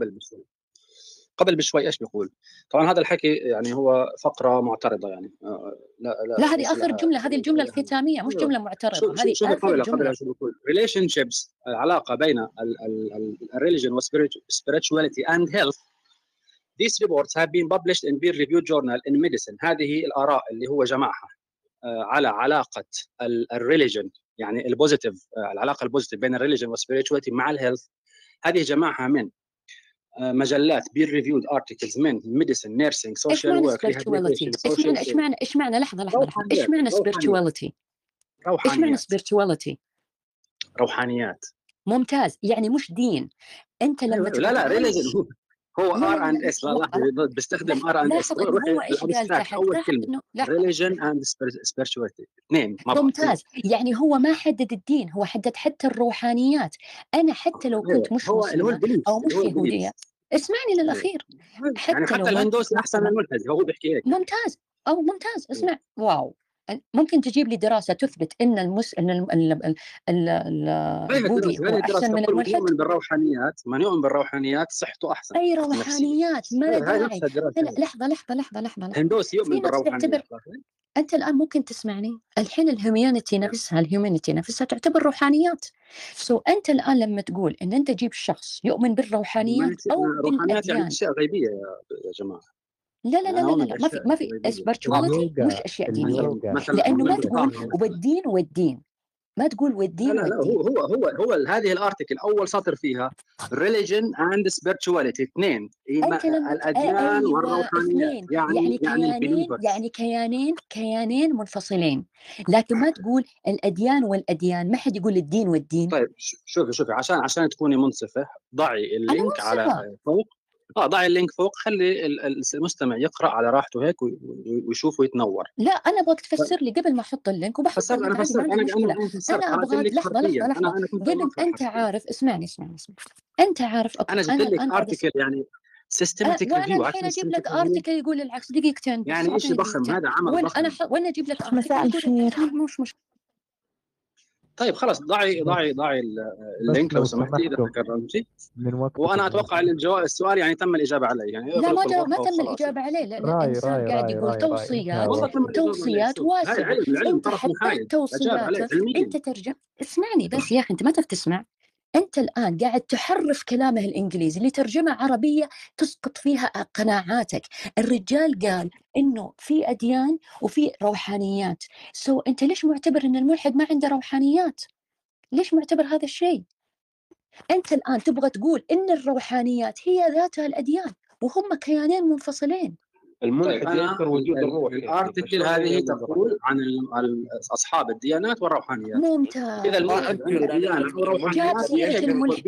قبل بشوي ايش بيقول؟ طبعا هذا الحكي يعني هو فقره معترضه يعني لا هذه اخر جمله، هذه الجمله الختاميه مش جمله معترضه، هذه شوفي اخر جمله. شو بيقول؟ relationships العلاقه بين religion و spirituality and health. These reports have been published in peer-reviewed journal in medicine. هذه الآراء اللي هو جمعها على علاقة الريليجن، يعني البوزيتيف، العلاقة البوزيتيف بين الريليجن والسبيريتواليتي مع الهيلث، هذه جمعها من مجلات peer-reviewed articles من medicine, nursing, social work, rehabilitation, social care. ايش معنى لحظة ايش معنى spirituality؟ ايش معنى spirituality؟ روحانيات. ممتاز، يعني مش دين. انت لما لا ريليجن هو ار اند اس. لا بيستخدم ار اند اس. هو ايش قال تحت؟ اول كلمه ريليجن اند سبيريتواليتي، اثنين. ممتاز، يعني هو ما حدد الدين، هو حدد حتى الروحانيات. انا حتى لو كنت مش مسلمه او مش يهوديه، اسمعني للاخير، يعني حتى الهندوسي احسن من الملحد، هو بيحكي هيك. ممتاز اسمع. واو، ممكن تجيب لي دراسة تثبت إن البوذي هو أحسن من الملحد؟ من يؤمن بالروحانيات صحته أحسن. أي روحانيات؟ ما داعي. لحظة. الهندوسي يؤمن بالروحانيات. أنت الآن ممكن تسمعني. الحين الهيومانيتي نفسها تعتبر روحانيات. أنت الآن لما تقول إن أنت تجيب شخص يؤمن بالروحانيات أو بالأديان، يعني أشياء غيبية يا جماعة. لا ما في spirituality مش اشياء دينيه، لانه ما تقول والدين ما تقول والدين. لا هو هذه الارتكل اول سطر فيها religion and spirituality، اثنين، الاديان والروحانيات، يعني كيانين منفصلين، لكن ما تقول الاديان والاديان. ما حد يقول الدين والدين. طيب شوفي عشان تكوني منصفه ضعي اللينك على فوق. ضعي اللينك فوق، خلي المستمع يقرأ على راحته هيك ويشوف ويتنور. لا أنا أبغاك تفسر لي قبل ما أحط اللينك وبحط اللينك. أنا أبغى لحظة قبل. أنت عارف، اسمعني. أنت عارف أنا جبت لك أرتيكل يعني سيستماتيك ريفيو. وأنا الحين أجيب لك أرتيكل يقول العكس. دقيقتين يعني إيش ضخم هذا؟ عمل ضخم. وأنا أجيب لك مساء الخير. مش طيب خلاص ضعي اللينك لو سمحتي اذا تكرمتي. وانا اتوقع السؤال يعني تم الاجابه عليه. يعني لا ما تم الاجابه عليه، لان الانسان قاعد يقول توصيات واسعه. انت حطيت توصيات، انت ترجم. اسمعني بس يا اخي، انت ما تسمع. انت الان قاعد تحرف كلامه الانجليزي لترجمه عربيه تسقط فيها قناعاتك. الرجال قال انه في اديان وفي روحانيات. انت ليش معتبر ان الملحد ما عنده روحانيات؟ ليش معتبر هذا الشيء؟ انت الان تبغى تقول ان الروحانيات هي ذاتها الاديان وهم كيانين منفصلين. الملحد طيب ينكر وجود الروح. الارتكل هذه تقول عن اصحاب الديانات والروحانيات. ممتاز. اذا الملحد عنده ديانه او روحانيات جاب سيرة الملحد،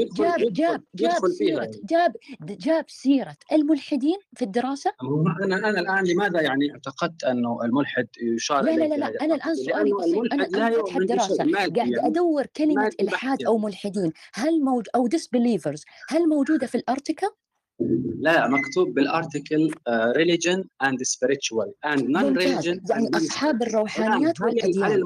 جاب سيرة الملحدين في الدراسة. أنا الآن لماذا يعني اعتقدت أنه الملحد يشار إليه؟ لا أنا الآن سؤالي بسيط، أنا فاتحة الدراسة قاعد أدور كلمة إلحاد أو ملحدين، هل أو disbelievers هل موجودة في الأرتكل؟ لا، مكتوب بالارتكل religion and spiritual and non-religion. يعني أصحاب الروحانيات والأديان.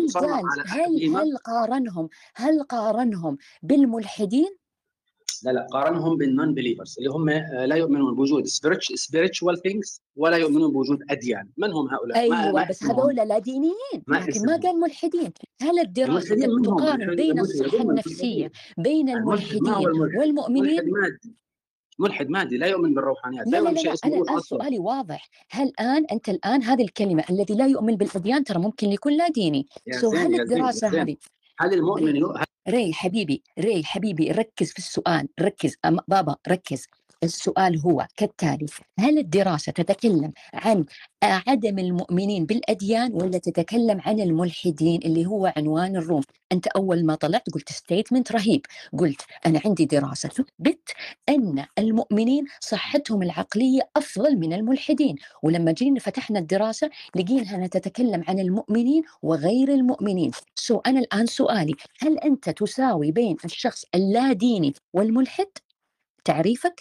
هل قارنهم بالملحدين؟ لا قارنهم بالنون بليفرز اللي هم لا يؤمنون بوجود spiritual things ولا يؤمنون بوجود أديان. من هم هؤلاء؟ أيوة بس هذول لا دينيين، لكن ما قال ملحدين. هل الدراسة تقارن بين الصحة النفسية بين الملحدين والمؤمنين؟ ملحد مادي لا يؤمن بالروحانيات. لا أنا الآن سؤالي واضح. أنت الآن هذه الكلمة الذي لا يؤمن بالأديان ترى ممكن يكون لا ديني. هل الدراسة هذه هل المؤمن ري حبيبي ركز في السؤال، بابا ركز. السؤال هو كالتالي: هل الدراسة تتكلم عن عدم المؤمنين بالأديان ولا تتكلم عن الملحدين اللي هو عنوان الروم؟ أنت أول ما طلعت قلت ستيتمنت رهيب، قلت أنا عندي دراسة تثبت أن المؤمنين صحتهم العقلية أفضل من الملحدين، ولما جينا فتحنا الدراسة لقيناها تتكلم عن المؤمنين وغير المؤمنين. أنا الآن سؤالي: هل أنت تساوي بين الشخص اللاديني والملحد؟ تعريفك؟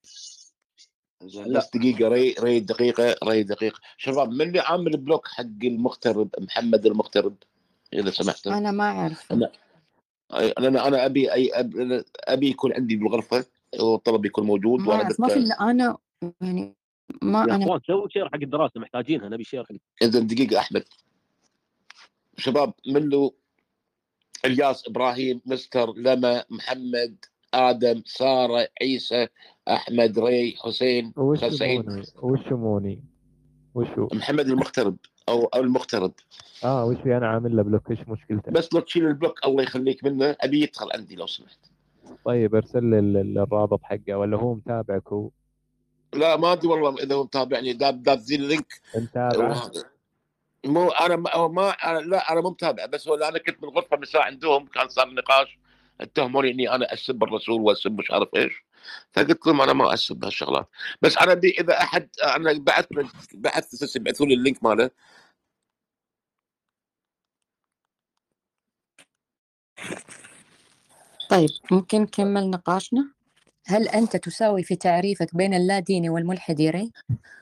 بس دقيقة ري دقيقة شباب، من اللي عامل بلوك حق المغترب؟ محمد المغترب إذا سمحت. أنا ما أعرف. أنا أبي يكون عندي بالغرفة والطلب يكون موجود. ما أعرف، ما في إلا أنا يعني ما يا أنا. أخوان سووا شير حق الدراسة، محتاجينها، نبي شير حق. إذا دقيقة أحمد شباب، منه الياس، إبراهيم، مستر، لما، محمد، آدم، سارة، عيسى، أحمد، ري، حسين، سعيد. وشو محمد المغترب أو المغترب. وشو أنا عامل له بلوك، إيش مشكلته؟ بس لو تشيل البلوك الله يخليك منه، أبي يدخل عندي لو سمحت. طيب ارسل لي الرابط حقه، ولا هو متابعك هو؟ لا ما أدري والله إذا هو متابعني. داب زي اللينك. متابعه؟ مو أنا لا أنا مو متابع، بس هو أنا كنت بالغرفة مساء عندهم، كان صار نقاش اتهموني اني انا اسب الرسول واسب مش عارف ايش، فقلت لهم انا ما اسب هالشغلات. بس انا اذا احد انا بعثت يبعثوا لي اللينك ماله. طيب ممكن نكمل نقاشنا؟ هل انت تساوي في تعريفك بين اللاديني والملحد يا ري؟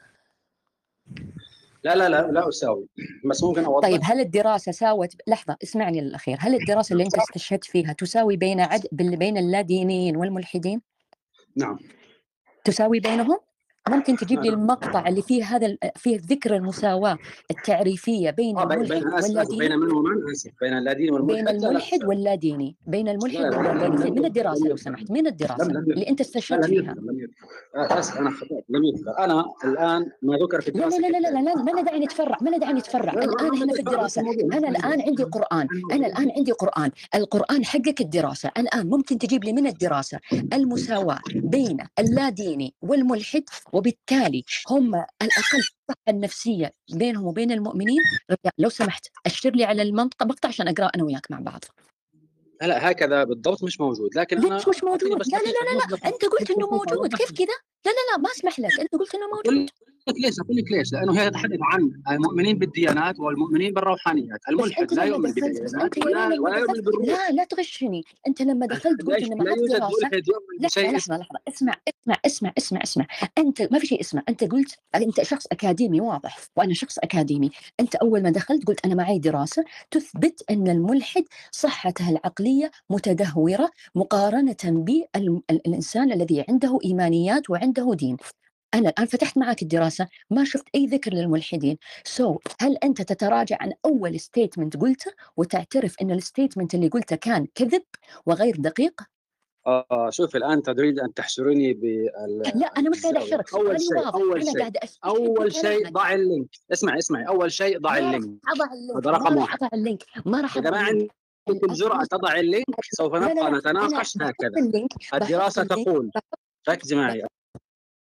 لا أساوي، بس ممكن أوضح. طيب هل الدراسة ساوت، لحظة اسمعني للأخير، هل الدراسة اللي أنت استشهدت فيها تساوي بين اللادينيين والملحدين؟ نعم. تساوي بينهم؟ ممكن تجيب لي المقطع اللي فيه فيه ذكر المساواة التعريفية بين الملحد واللاديني؟ بين من ومن؟ بين اللاديني والملحد. بين الملحد واللاديني، بين الملحد واللاديني. من الدراسة لو سمحت، من الدراسة اللي أنت استشهدت فيها؟ آسف أنا خطأت، لم يذكر. أنا الآن ما ذكر في الدراسة. لا ما ندعني نتفرع. الآن احنا في الدراسة. أنا الآن عندي قرآن. القرآن حقك الدراسة. الآن ممكن تجيب لي من الدراسة المساواة بين اللاديني والملحد، وبالتالي هم الأقل الصحة النفسية بينهم وبين المؤمنين. لو سمحت أشر لي على المقطع عشان أقرأ أنا وياك مع بعض. لا هكذا بالضبط مش موجود، لكن أنا مش موجود. لا أنت قلت إنه موجود. كيف كذا؟ لا ما أسمح لك، أنت قلت إنه موجود. أقول لك ليش؟ لأنه هي تتحدث عن المؤمنين بالديانات والمؤمنين بالروحانيات. الملحد لا يؤمن بالديانات ولا يؤمن بالروح. لا تغشني. أنت لما دخلت قلت إن ما دراسة. لحظة اسمع. أنت ما في شيء اسمه. أنت قلت أنت شخص أكاديمي واضح وأنا شخص أكاديمي. أنت أول ما دخلت قلت أنا معي دراسة تثبت أن الملحد صحته العقلية متدهورة مقارنة بالإنسان الذي عنده إيمانيات وعنده دين. أنا الآن فتحت معك الدراسة ما شفت أي ذكر للملحدين. هل أنت تتراجع عن أول ستيتمنت قلته وتعترف أن الستيتمنت اللي قلته كان كذب وغير دقيق؟ شوف الآن تريد أن تحشرني لا أنا مش قاعد أحشرك. أول شيء ضع اللينك. اسمعي أول شيء ضع اللينك. هذا رقم واحد. ما راح إذا ما عندك الجرأة تضع اللينك سوف نبقى نتناقش هكذا. الدراسة تقول، ركز معي،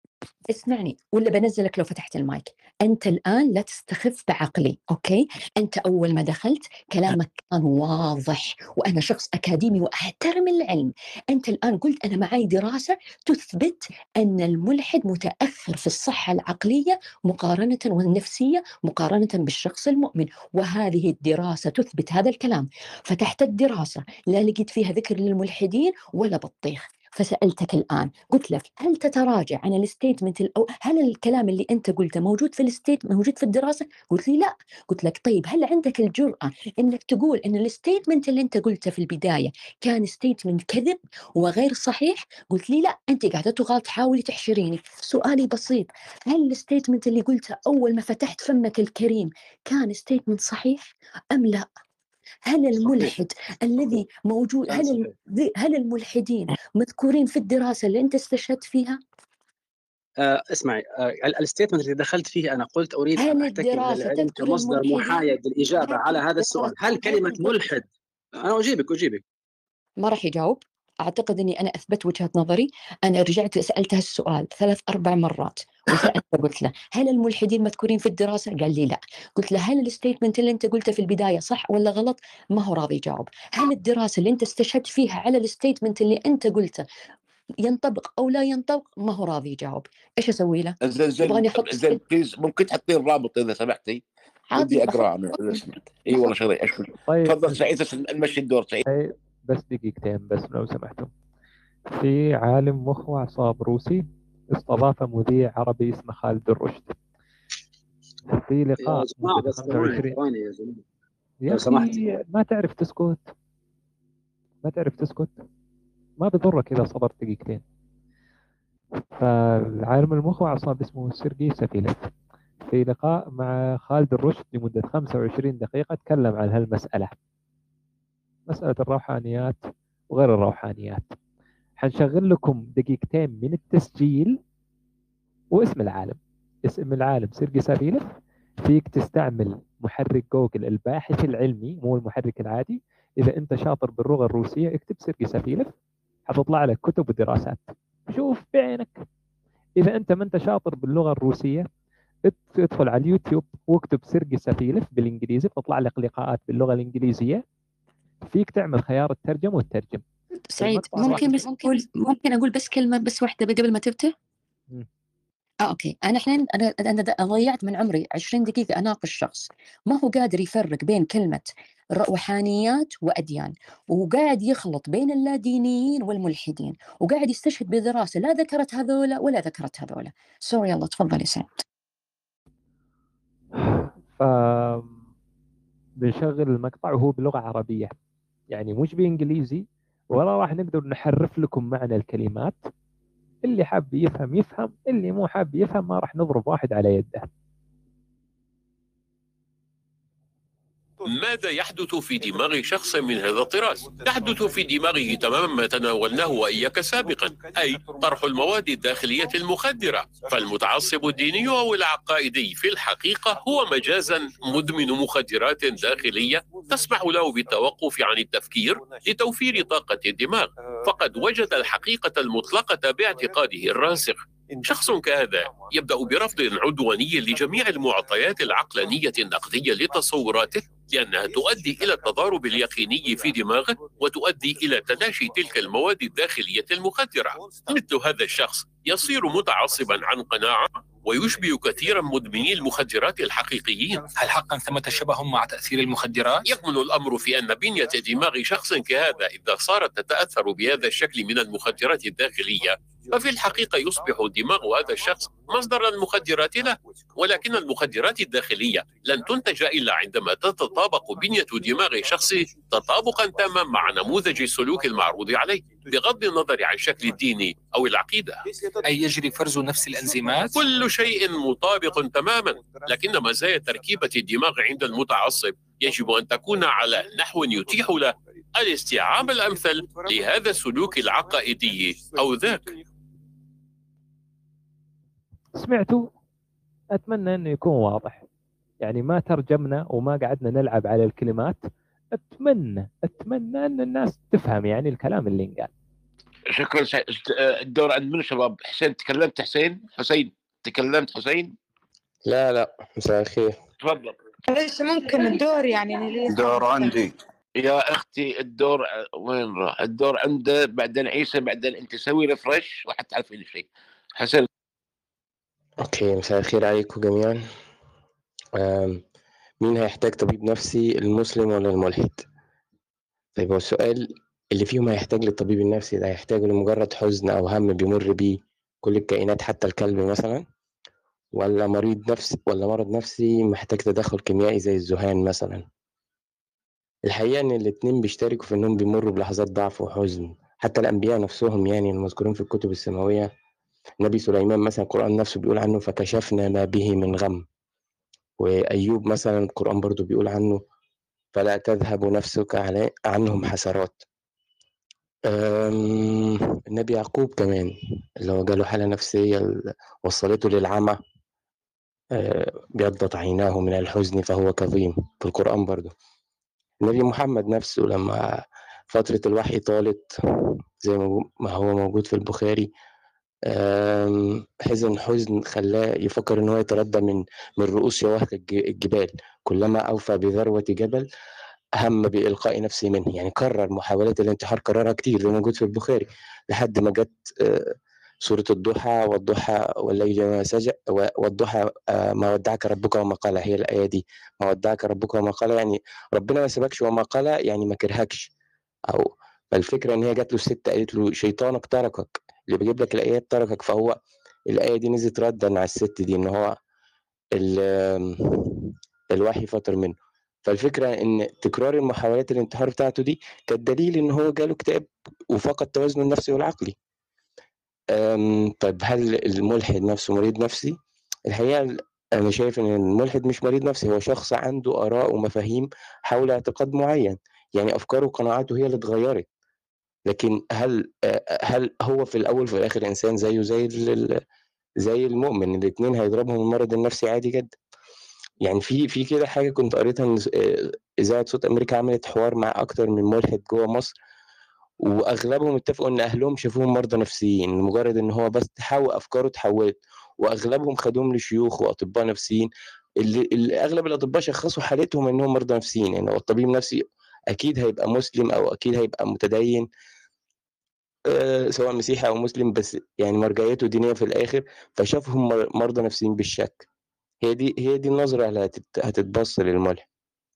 اسمعني ولا بنزلك لو فتحت المايك. أنت الآن لا تستخف بعقلي، أوكي؟ أنت أول ما دخلت كلامك كان واضح، وأنا شخص أكاديمي وأحترم العلم. أنت الآن قلت أنا معي دراسة تثبت أن الملحد متأخر في الصحة العقلية مقارنة والنفسية مقارنة بالشخص المؤمن، وهذه الدراسة تثبت هذا الكلام. فتحت الدراسة لا لقيت فيها ذكر للملحدين ولا بطيخ. فسألتك الآن قلت لك هل تتراجع عن الستيتمنت أو هل الكلام اللي أنت قلته موجود في موجود في الدراسة؟ قلت لي لا. قلت لك طيب هل عندك الجرأة إنك تقول إن الستيتمنت اللي أنت قلته في البداية كان ستيتمنت كذب وغير صحيح؟ قلت لي لا، أنت قاعدة تحاولي تحشريني. سؤالي بسيط، هل الستيتمنت اللي قلته أول ما فتحت فمك الكريم كان ستيتمنت صحيح أم لا؟ هل الملحد الذي موجود هل الملحدين مذكورين في الدراسة اللي أنت استشهدت فيها؟ اسمعي، الستيتمنت اللي دخلت فيه أنا قلت أريد أن أحتكي بالعلم كمصدر محايد للإجابة على هذا السؤال. هل كلمة ملحد، أنا أجيبك ما راح يجاوب. أعتقد أني أنا أثبت وجهة نظري. أنا رجعت سألته السؤال 3-4 مرات وسألته قلت له هل الملحدين مذكورين في الدراسة؟ قال لي لا. قلت له هل الستيتمنت اللي أنت قلته في البداية صح ولا غلط؟ ما هو راضي يجاوب. هل الدراسة اللي أنت استشهدت فيها على الستيتمنت اللي أنت قلته ينطبق أو لا ينطبق؟ ما هو راضي يجاوب. إيش أسوي له؟ يبغاني أحط بليز ممكن تحطين الرابط إذا سمحتي؟ بدي أقرأ إذا سمحت. إي والله شغلي أشكر. تفضل سعيد نمشي الدور سعيد. بس دقيقتين بس لو سمحتم. في عالم مخ وأعصاب روسي استضاف مذيع عربي اسمه خالد الرشد في لقاء مدة 25. يا أخي ما تعرف تسكت، ما بضرك إذا صبرت دقيقتين. فالعالم المخ وأعصاب اسمه سيرجي سافيلف في لقاء مع خالد الرشد لمدة 25 دقيقة تكلم عن هالمسألة، مسألة الروحانيات وغير الروحانيات. حنشغل لكم دقيقتين من التسجيل واسم العالم. اسم العالم سيرجي سافيلف. فيك تستعمل محرك جوجل الباحث العلمي مو المحرك العادي. إذا أنت شاطر باللغة الروسية اكتب سيرجي سافيلف حتطلع لك كتب ودراسات، شوف بعينك. إذا أنت ما أنت شاطر باللغة الروسية ادخل على اليوتيوب واكتب سيرجي سافيلف بالإنجليزي تطلع لك لقاءات باللغة الإنجليزية. فيك تعمل خيار الترجم والترجم. سعيد ممكن أقول بس كلمة بس واحدة قبل ما تبتدي؟ اوكي. انا ضيعت من عمري 20 دقيقه اناقش شخص ما هو قادر يفرق بين كلمه روحانيات واديان، وقاعد يخلط بين اللادينيين والملحدين، وقاعد يستشهد بدراسه لا ذكرت هذولا ولا ذكرت هذولا. سوري يلا تفضل يا سعد. بنشغل المقطع وهو بلغه عربيه يعني مش بانجليزي، ولا راح نقدر نحرف لكم معنى الكلمات. اللي حاب يفهم، اللي مو حاب يفهم ما راح نضرب واحد على يده. ماذا يحدث في دماغ شخص من هذا الطراز؟ يحدث في دماغه تماما ما تناولناه وإياك سابقا، أي طرح المواد الداخلية المخدرة. فالمتعصب الديني أو العقائدي في الحقيقة هو مجازا مدمن مخدرات داخلية تسمح له بالتوقف عن التفكير لتوفير طاقة الدماغ، فقد وجد الحقيقة المطلقة باعتقاده الراسخ. شخص كهذا يبدأ برفض عدواني لجميع المعطيات العقلانية النقدية لتصوراته، لأنها تؤدي إلى التضارب اليقيني في دماغه وتؤدي إلى تلاشي تلك المواد الداخلية المخدرة. مثل هذا الشخص يصير متعصبا عن قناعة ويشبه كثيرا مدمني المخدرات الحقيقيين. هل حقا ثمة شبه مع تأثير المخدرات؟ يكمن الأمر في أن بنية دماغ شخص كهذا إذا صارت تتأثر بهذا الشكل من المخدرات الداخلية، ففي الحقيقة يصبح دماغ هذا الشخص مصدر المخدرات له. ولكن المخدرات الداخلية لن تنتج إلا عندما تتطابق بنية دماغ شخص تطابقا تاما مع نموذج السلوك المعروض عليه، بغض النظر عن شكل الدين أو العقيدة. أي يجري فرز نفس الأنزيمات؟ كل شيء مطابق تماما، لكن مزايا تركيبة الدماغ عند المتعصب يجب أن تكون على نحو يتيح له الاستيعاب الأمثل لهذا السلوك العقائدي أو ذاك. سمعتوا؟ أتمنى أنه يكون واضح، يعني ما ترجمنا وما قعدنا نلعب على الكلمات. أتمنى أن الناس تفهم يعني الكلام اللي انقال. شكرا. الدور عند من شباب؟ حسين تكلمت؟ حسين تكلمت؟ حسين لا مساء الخير. تفضل. ليش ممكن الدور يعني دور عندي يا اختي. الدور وين راح؟ الدور عنده، بعدين عيسى، بعدين انت سوي ريفرش وحتعرفين الشيء. حسين. اوكي، مساء الخير عليكم جميعا. مين هيحتاج طبيب نفسي، المسلم ولا الملحد؟ طيب، هو السؤال اللي فيهم هيحتاج للطبيب النفسي ده هيحتاجه لمجرد حزن او هم بيمر بيه كل الكائنات حتى الكلب مثلا، ولا مرض نفسي محتاج تدخل كيميائي زي الذهان مثلا؟ الحقيقة ان الاتنين بيشتركوا في انهم بيمروا بلحظات ضعف وحزن. حتى الانبياء نفسهم يعني المذكورين في الكتب السماوية، نبي سليمان مثلا القرآن نفسه بيقول عنه فكشفنا ما به من غم. وأيوب مثلا القرآن برضو بيقول عنه فلا تذهب نفسك عنهم حسرات. النبي يعقوب كمان اللي هو جاله حالة نفسية وصلته للعمى، بيضت عيناه من الحزن فهو كظيم في القرآن برضو. النبي محمد نفسه لما فترة الوحي طالت زي ما هو موجود في البخاري، حزن خلاه يفكر ان هو يتردى من رؤوس شواهق الجبال. كلما اوفى بذروة جبل هم بإلقاء نفسه منه، يعني كرر محاولات الانتحار، كررها كتير زي موجود في البخاري، لحد ما جت سورة الضحى والضحى والليل ما سجى والضحى ما ودعك ربك وما قلى. هي الآية دي، ما ودعك ربك وما قلى، يعني ربنا ما سبكش، وما قلى يعني ما كرهكش. أو الفكرة إن هي جات له الست قالت له شيطانك تركك، اللي بيجيب لك الآيات تركك. فهو الآية دي نزلت ردا على الست دي إن هو الوحي فتر منه. فالفكرة إن تكرار المحاولات الانتحار بتاعته دي كانت دليل إن هو جاله اكتئاب وفقد توازنه النفسي والعقلي. طيب، هل الملحد نفسه مريض نفسي؟ الحقيقة أنا شايف إن الملحد مش مريض نفسي، هو شخص عنده آراء ومفاهيم حول اعتقاد معين، يعني أفكاره وقناعاته هي اللي اتغيرت. لكن هل هو في الأول وفي الآخر إنسان زيه زي المؤمن؟ الاتنين هيضربهم المرض النفسي عادي جدا. يعني في كده حاجة كنت قريتها إن إذاعة صوت أمريكا عملت حوار مع أكتر من ملحد جوه مصر، واغلبهم اتفقوا ان اهلهم شافوهم مرضى نفسيين، مجرد ان هو بس افكاره اتحولت، واغلبهم خدوهم لشيوخ واطباء نفسيين. اللي اغلب الاطباء شخصوا حالتهم انهم مرضى نفسيين. يعني هو الطبيب النفسي اكيد هيبقى مسلم او اكيد هيبقى متدين، سواء مسيحي او مسلم، بس يعني مرجعيته دينيه في الاخر، فشافهم مرضى نفسيين بالشك. هي دي النظره اللي هتتبص للملحد.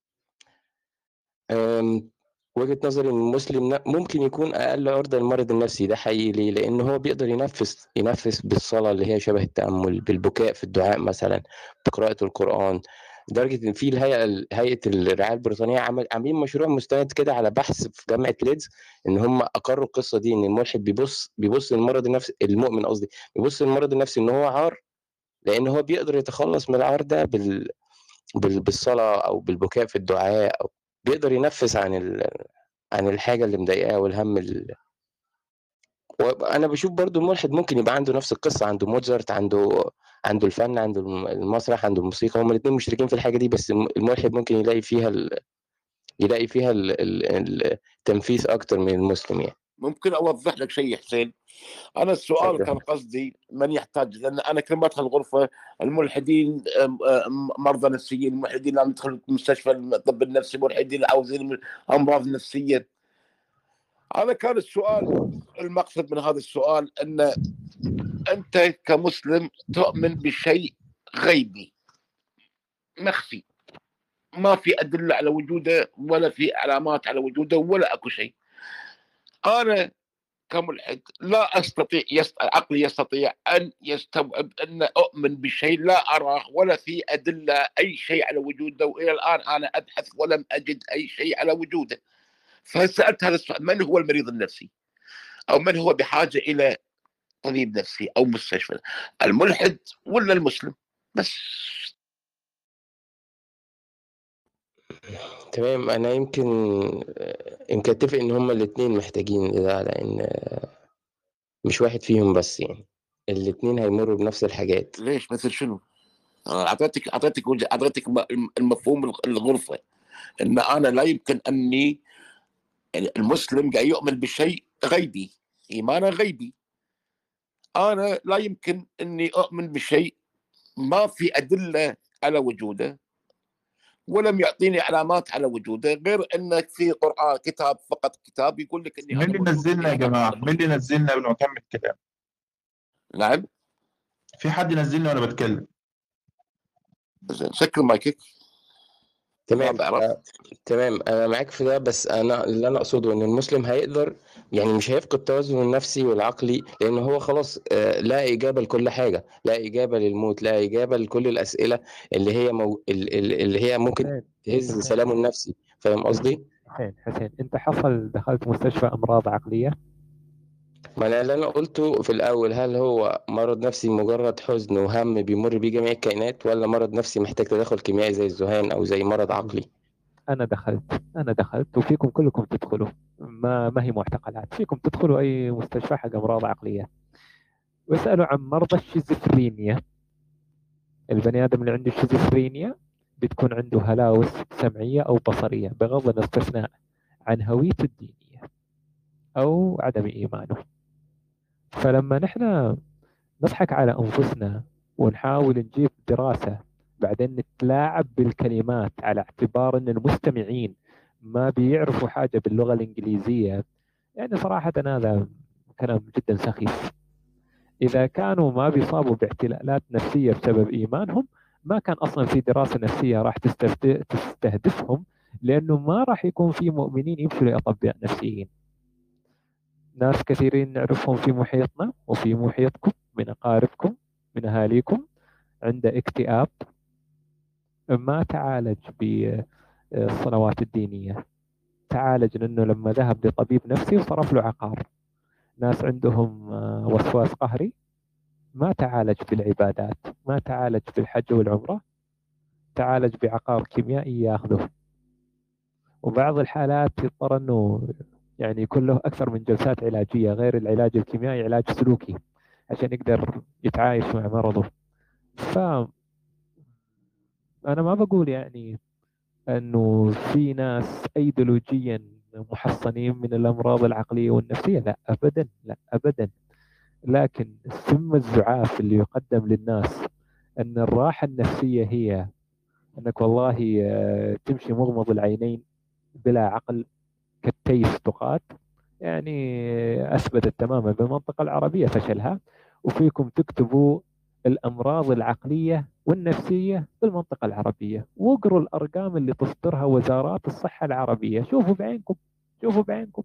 وجهة نظري ان المسلم ممكن يكون اقل عرضة للمرض النفسي ده حقيقي. ليه؟ لان هو بيقدر ينفس بالصلاة اللي هي شبه التأمل، بالبكاء في الدعاء مثلا، بقراءة القرآن. لدرجة ان في هيئة الرعاية البريطانية عاملين مشروع مستند كده على بحث في جامعة ليدز، ان هم اقروا القصة دي، ان الملحد بيبص للمرض النفسي، المؤمن قصدي، بيبص للمرض النفسي ان هو عار، لان هو بيقدر يتخلص من العار ده بالصلاة او بالبكاء في الدعاء، او بيقدر ينفس عن الحاجة اللي مضايقاه والهم وأنا بشوف برضو الملحد ممكن يبقى عنده نفس القصة، عنده موتزارت، عنده الفن، عنده المسرح، عنده الموسيقى، هما الاثنين مشتركين في الحاجة دي، بس الملحد ممكن يلاقي فيها التنفيذ أكتر من المسلم. يعني ممكن أوضح لك شيء حسين؟ أنا السؤال كان قصدي من يحتاج، لأن أنا كل ما أدخل الغرفة الملحدين مرضى نفسيين، الملحدين لما يدخلوا مستشفى الطب النفسي، الملحدين عاوزين أمراض نفسية. أنا كان السؤال، المقصد من هذا السؤال أن أنت كمسلم تؤمن بشيء غيبي مخفي، ما في أدلة على وجوده ولا في علامات على وجوده ولا أكو شيء. أنا كملحد لا أستطيع، عقلي يستطيع أن يستوعب أن أؤمن بشيء لا أراه ولا في أدلة أي شيء على وجوده، وإلى الآن أنا أبحث ولم أجد أي شيء على وجوده. فسألت هذا السؤال: من هو المريض النفسي؟ أو من هو بحاجة إلى طبيب نفسي أو مستشفى؟ الملحد ولا المسلم؟ بس. تمام. أنا يمكن أتفق إن هما الاتنين محتاجين لده، لأن مش واحد فيهم بس، يعني الاتنين هيمروا بنفس الحاجات. ليش؟ مثل شنو؟ أعطيتك المفهوم الغرفة، إن أنا لا يمكن أني المسلم قاعد يؤمن بشيء غيبي، إيمانا غيبي. أنا لا يمكن أني أؤمن بشيء ما في أدلة على وجوده ولم يعطيني علامات على وجوده، غير أنك في قرآن كتاب، فقط كتاب يقول لك أني مين هذا اللي موجود. نزلنا يا جماعة؟ مين اللي نزلنا قبل ما أكمل الكلام؟ نعم. في حد ينزلني وأنا بتكلم؟ سكر مايكك. تمام. تمام، انا معاك في ده، بس انا اللي انا اقصده ان المسلم هيقدر، يعني مش هيفقد توازنه النفسي والعقلي، لان هو خلاص لا اجابه لكل حاجه، لا اجابه للموت، لا اجابه لكل الاسئله اللي هي اللي هي ممكن تهز سلامه النفسي. فاهم قصدي؟ حسين انت حصل دخلت مستشفى امراض عقليه؟ ما انا اللي انا قلته في الاول، هل هو مرض نفسي مجرد حزن وهم بيمر بيه جميع الكائنات، ولا مرض نفسي محتاج تدخل كيميائي زي الذهان او زي مرض عقلي؟ انا دخلت وفيكم كلكم تدخلوا، ما هي معتقلات، فيكم تدخلوا اي مستشفى حق امراض عقليه واسالوا عن مرضى الشيزوفرينيا. البني ادم اللي عنده الشيزوفرينيا بتكون عنده هلاوس سمعيه او بصريه بغض الاستثناء عن هويته الدينيه او عدم ايمانه. فلما نحن نضحك على انفسنا ونحاول نجيب دراسه بعدين نتلاعب بالكلمات على اعتبار ان المستمعين ما بيعرفوا حاجه باللغه الانجليزيه، يعني صراحه هذا كلام جدا سخيف. إذا كانوا ما بيصابوا باختلالات نفسية بسبب إيمانهم ما كان أصلا في دراسة نفسية راح تستهدفهم، لأنه ما راح يكون في مؤمنين يمشوا لأطباء نفسيين. ناس كثيرين نعرفهم في محيطنا وفي محيطكم من أقاربكم من أهاليكم عنده اكتئاب ما تعالج بالصلوات الدينية، تعالج لأنه لما ذهب لطبيب نفسي وصرف له عقار. ناس عندهم وسواس قهري ما تعالج بالعبادات، ما تعالج بالحج والعمرة، تعالج بعقار كيميائي ياخذه. وبعض الحالات يضطر انه يعني يكون له اكثر من جلسات علاجية غير العلاج الكيميائي، علاج سلوكي عشان يقدر يتعايش مع مرضه. انا ما بقول يعني انه في ناس ايديولوجيا محصنين من الامراض العقلية والنفسية، لا ابدا، لا ابدا. لكن سم الزعاف اللي يقدم للناس أن الراحة النفسية هي أنك والله تمشي مغمض العينين بلا عقل كالتيس تقات، يعني أثبتت تماما بالمنطقة العربية فشلها. وفيكم تكتبوا الأمراض العقلية والنفسية بالمنطقة العربية واقروا الأرقام اللي تصدرها وزارات الصحة العربية، شوفوا بعينكم، شوفوا بعينكم.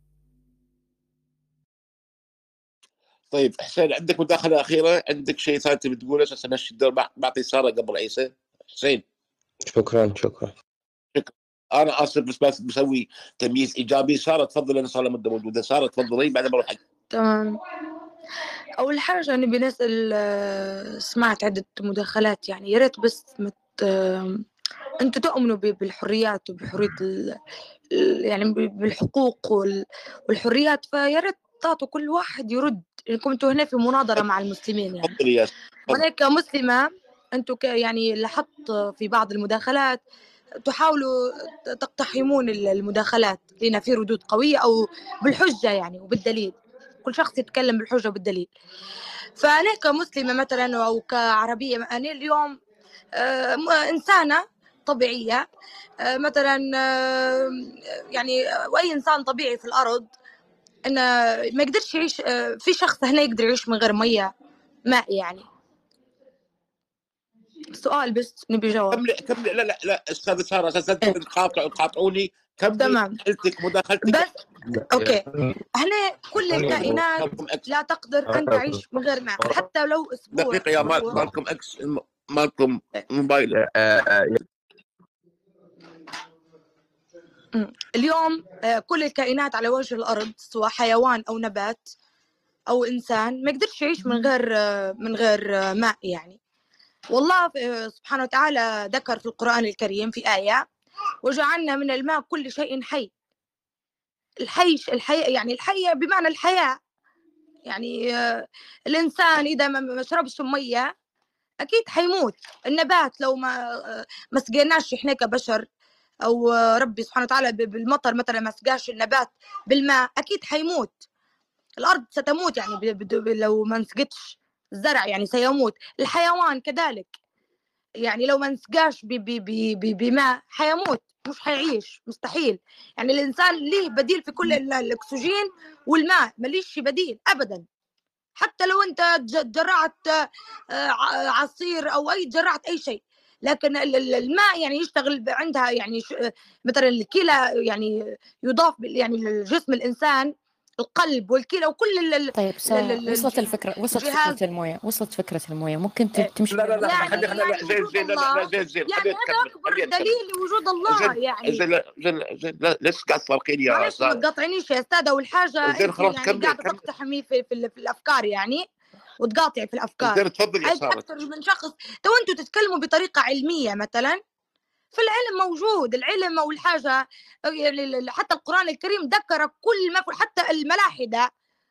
طيب حسين، عندك مداخلة أخيرة؟ عندك شيء ثاني بتقوله أساسا مشي الدور؟ بعطي سارة قبل عيسى. حسين. شكرا. أنا آسف بس بسوي تمييز إيجابي. سارة تفضل، أنا صار مدة موجودة. سارة تفضلي بعدين بروح حق. تمام. أول حاجة نبي نسأل، سمعت عدة مداخلات، يعني يا ريت بس أنتوا تؤمنوا بالحريات وبحرية يعني بالحقوق والحريات، فيا ريت تعطوا كل واحد يرد. انكم انتوا هنا في مناظرة مع المسلمين يعني. وانا كمسلمة انتوا يعني لاحظت في بعض المداخلات تحاولوا تقتحمون المداخلات لأن في ردود قوية أو بالحجة يعني وبالدليل، كل شخص يتكلم بالحجة وبالدليل. فأنا كمسلمة مثلا أو كعربية، أنا اليوم إنسانة طبيعية مثلا، يعني وأي إنسان طبيعي في الأرض إنه ما يقدرش يعيش. في شخص هنا يقدر يعيش من غير ماء يعني. سؤال بس نبي جواب. كملي. لا استاذ ساره، اساسا تقاطعوني. كملي. تمام. قلتك مداخلتك بس اوكي. هنا كل الكائنات لا تقدر ان تعيش من غير ماء حتى لو اسبوع. دقيقه يا مالكم اكس، مالكم موبايل. اليوم كل الكائنات على وجه الارض سواء حيوان او نبات او انسان ما يقدرش يعيش من غير ماء يعني. والله سبحانه وتعالى ذكر في القرآن الكريم في آية: وجعلنا من الماء كل شيء حي. الحياة يعني الحياة بمعنى الحياة يعني. الإنسان إذا ما شربش مية أكيد حيموت. النبات لو ما سقيناش إحنا كبشر أو ربي سبحانه وتعالى بالمطر مثلا ما سقاش النبات بالماء أكيد حيموت. الأرض ستموت يعني لو ما نسقتش الزرع يعني سيموت. الحيوان كذلك يعني لو ما نسقاش بماء حيموت، مش حيعيش، مستحيل. يعني الإنسان ليه بديل في كل الأكسجين والماء، ماليش بديل أبدا. حتى لو أنت جرعت عصير أو جرعت أي شيء، لكن الماء يعني يشتغل عندها يعني مثلا الكلى يعني يضاف يعني لجسم الإنسان، القلب والكلى وكل طيب وصلت الفكرة، وصلت فكرة الموية ممكن تمشي. لا يعني زين يعني هذا أكبر دليل لوجود الله. يعني ليش قاعد تصرخين يا معلش ما تقاطعنيش يا استاذه. والحاجه انت يعني قاعده تقتحمي في الافكار يعني وتقاطعي في الافكار. زين تفضل يا ساره. اكثر من شخص تو انتم تتكلموا بطريقه علميه مثلا، في العلم موجود العلم او الحاجه. حتى القران الكريم ذكر كل ما حتى الملاحده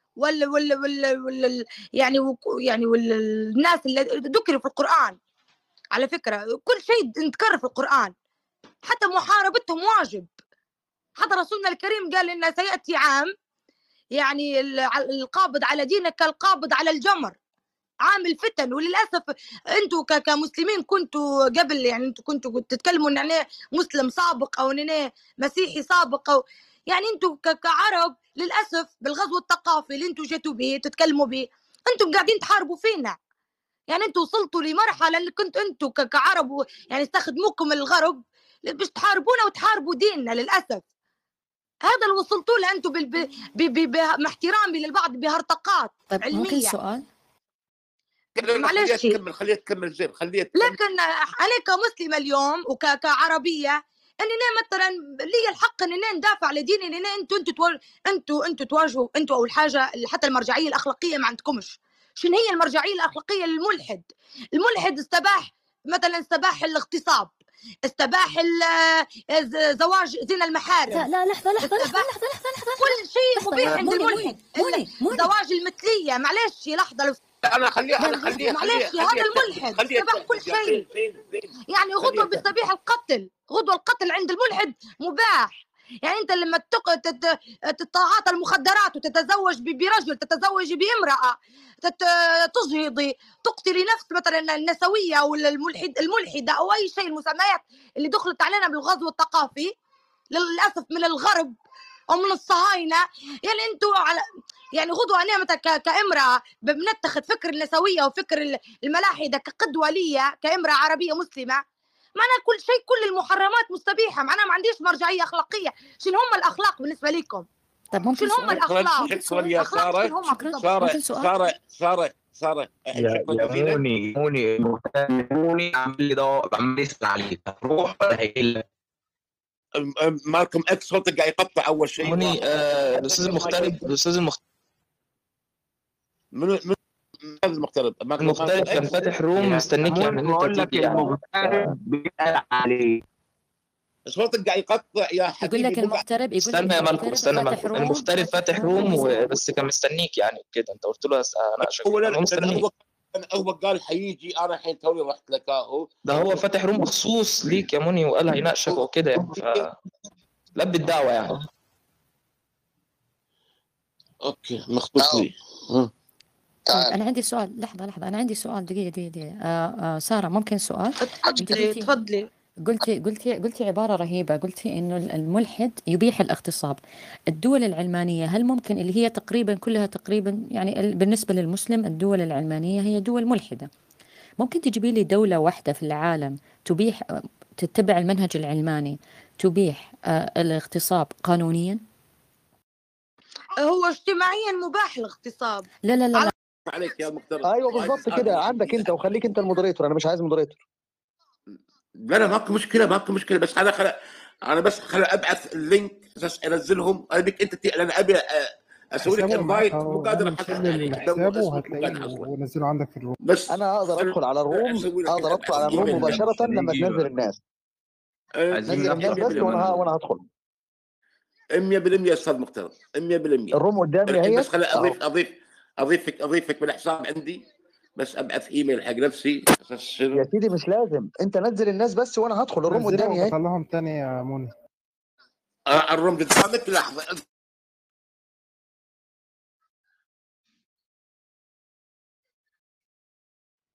يعني والناس اللي ذكروا في القران على فكره، كل شيء نذكر في القران، حتى محاربتهم واجب. حتى رسولنا الكريم قال إن سيأتي عام يعني القابض على دينك كالقابض على الجمر، عام الفتن. وللأسف أنتوا كمسلمين كنتوا قبل يعني أنتوا كنتوا تتكلموا إن أنا مسلم سابق أو إن أنا مسيحي سابق أو يعني أنتوا كعرب للأسف بالغزو الثقافي اللي أنتوا جيتوا به تتكلموا به أنتوا قاعدين تحاربوا فينا. يعني أنتوا وصلتوا لمرحلة اللي كنت أنتوا كعرب يعني استخدموكم الغرب باش تحاربونا وتحاربوا ديننا للأسف. هذا اللي وصلتوا له انتم مع احترامي للبعض بهرطقات علميه. ممكن سؤال؟ معلش خليها تكمل زين لكن انا كمسلمه اليوم وكعربيه اننا مثلا لي الحق اننا ندافع على ديني، لان انتوا تواجهوا انتوا اول حاجه حتى المرجعيه الاخلاقيه ما عندكمش. شنو هي المرجعيه الاخلاقيه للملحد؟ الملحد استباح الاغتصاب، استباح زواج زنا المحارم. لا لحظة كل شيء مبيح عند الملحد. زواج المثلية معلش لحظة انا خليها معلش هذا الملحد استباح كل شيء. يعني غدوة بيستبيح القتل، غدوة القتل عند الملحد مباح. يعني انت لما تتعاطى المخدرات وتتزوج برجل، تتزوج بامرأة، تجهضي، تقتلي نفس مثلا النسوية او الملحدة او اي شيء، المسميات اللي دخلت علينا بالغزو الثقافي للاسف من الغرب او من الصهاينة. يعني انتوا على يعني غدوة انا مثلا كامرأة بنتخذ فكر النسوية وفكر الملاحدة كقدوة لي كامرأة عربية مسلمة. معناها كل شيء كل المحرمات مستبيحة، معناها ما عنديش مرجعية أخلاقية. شنو هم الأخلاق بالنسبة لكم؟ طب ممكن شنو هم الأخلاق؟ شكرا يا سارة يا موني عم يسأل عليك روح ولا هيقول مالكم اكس صوتك قاعد يقطع اول شيء. موني الاستاذ المغترب المغترب كان فاتح روم مستنيك يعني ان انت تيجي يعني بيسأل عليه. صوتك قاعد يقطع يا حبيبي. يقول لك المغترب استنى يا مالكم استنى المغترب فاتح روم بس كان مستنيك يعني كده انت قلت له انا هو قال حيجي، انا الحين توني رحت لك اهو. ده هو فاتح روم مخصوص ليك يا موني وقال هيناقشك وكده يعني لبي الدعوه يعني. اوكي مخصوص لي. أنا عندي سؤال. لحظة أنا عندي سؤال دقيقة. سارة ممكن سؤال؟ تفضلي. قلتي عبارة رهيبة، قلتي إنه الملحد يبيح الاغتصاب. الدول العلمانية هل ممكن اللي هي كلها تقريبا يعني بالنسبة للمسلم الدول العلمانية هي دول ملحدة، ممكن تجيبي لي دولة واحدة في العالم تتبع المنهج العلماني تبيح الاغتصاب قانونيا؟ هو اجتماعيا مباح الاغتصاب. لا عليك يا مغترب. ايوه بالضبط كده عندك انت، وخليك انت المودريتور، انا مش عايز مودريتور. لا ماكو مشكله بس انا بس ابعث اللينك بس انزلهم. انا بك انت انا ابي اسوي لك انفايت مو قادر احط حسابه وهتلاقيه ونزله عندك في الروم. بس انا اقدر ادخل على الروم مباشره لما تنزل الناس. نزل الناس بس وانا هدخل 100% يا استاذ مغترب 100%. الروم قدامي اهي. بس خليني اضيفك بالحساب عندي، بس ابعث ايميل حق نفسي. يا سيدي مش لازم، انت نزل الناس بس وانا هدخل. الروم قدامي اهي. طلعهم تاني يا موني. الروم قدامك. لحظه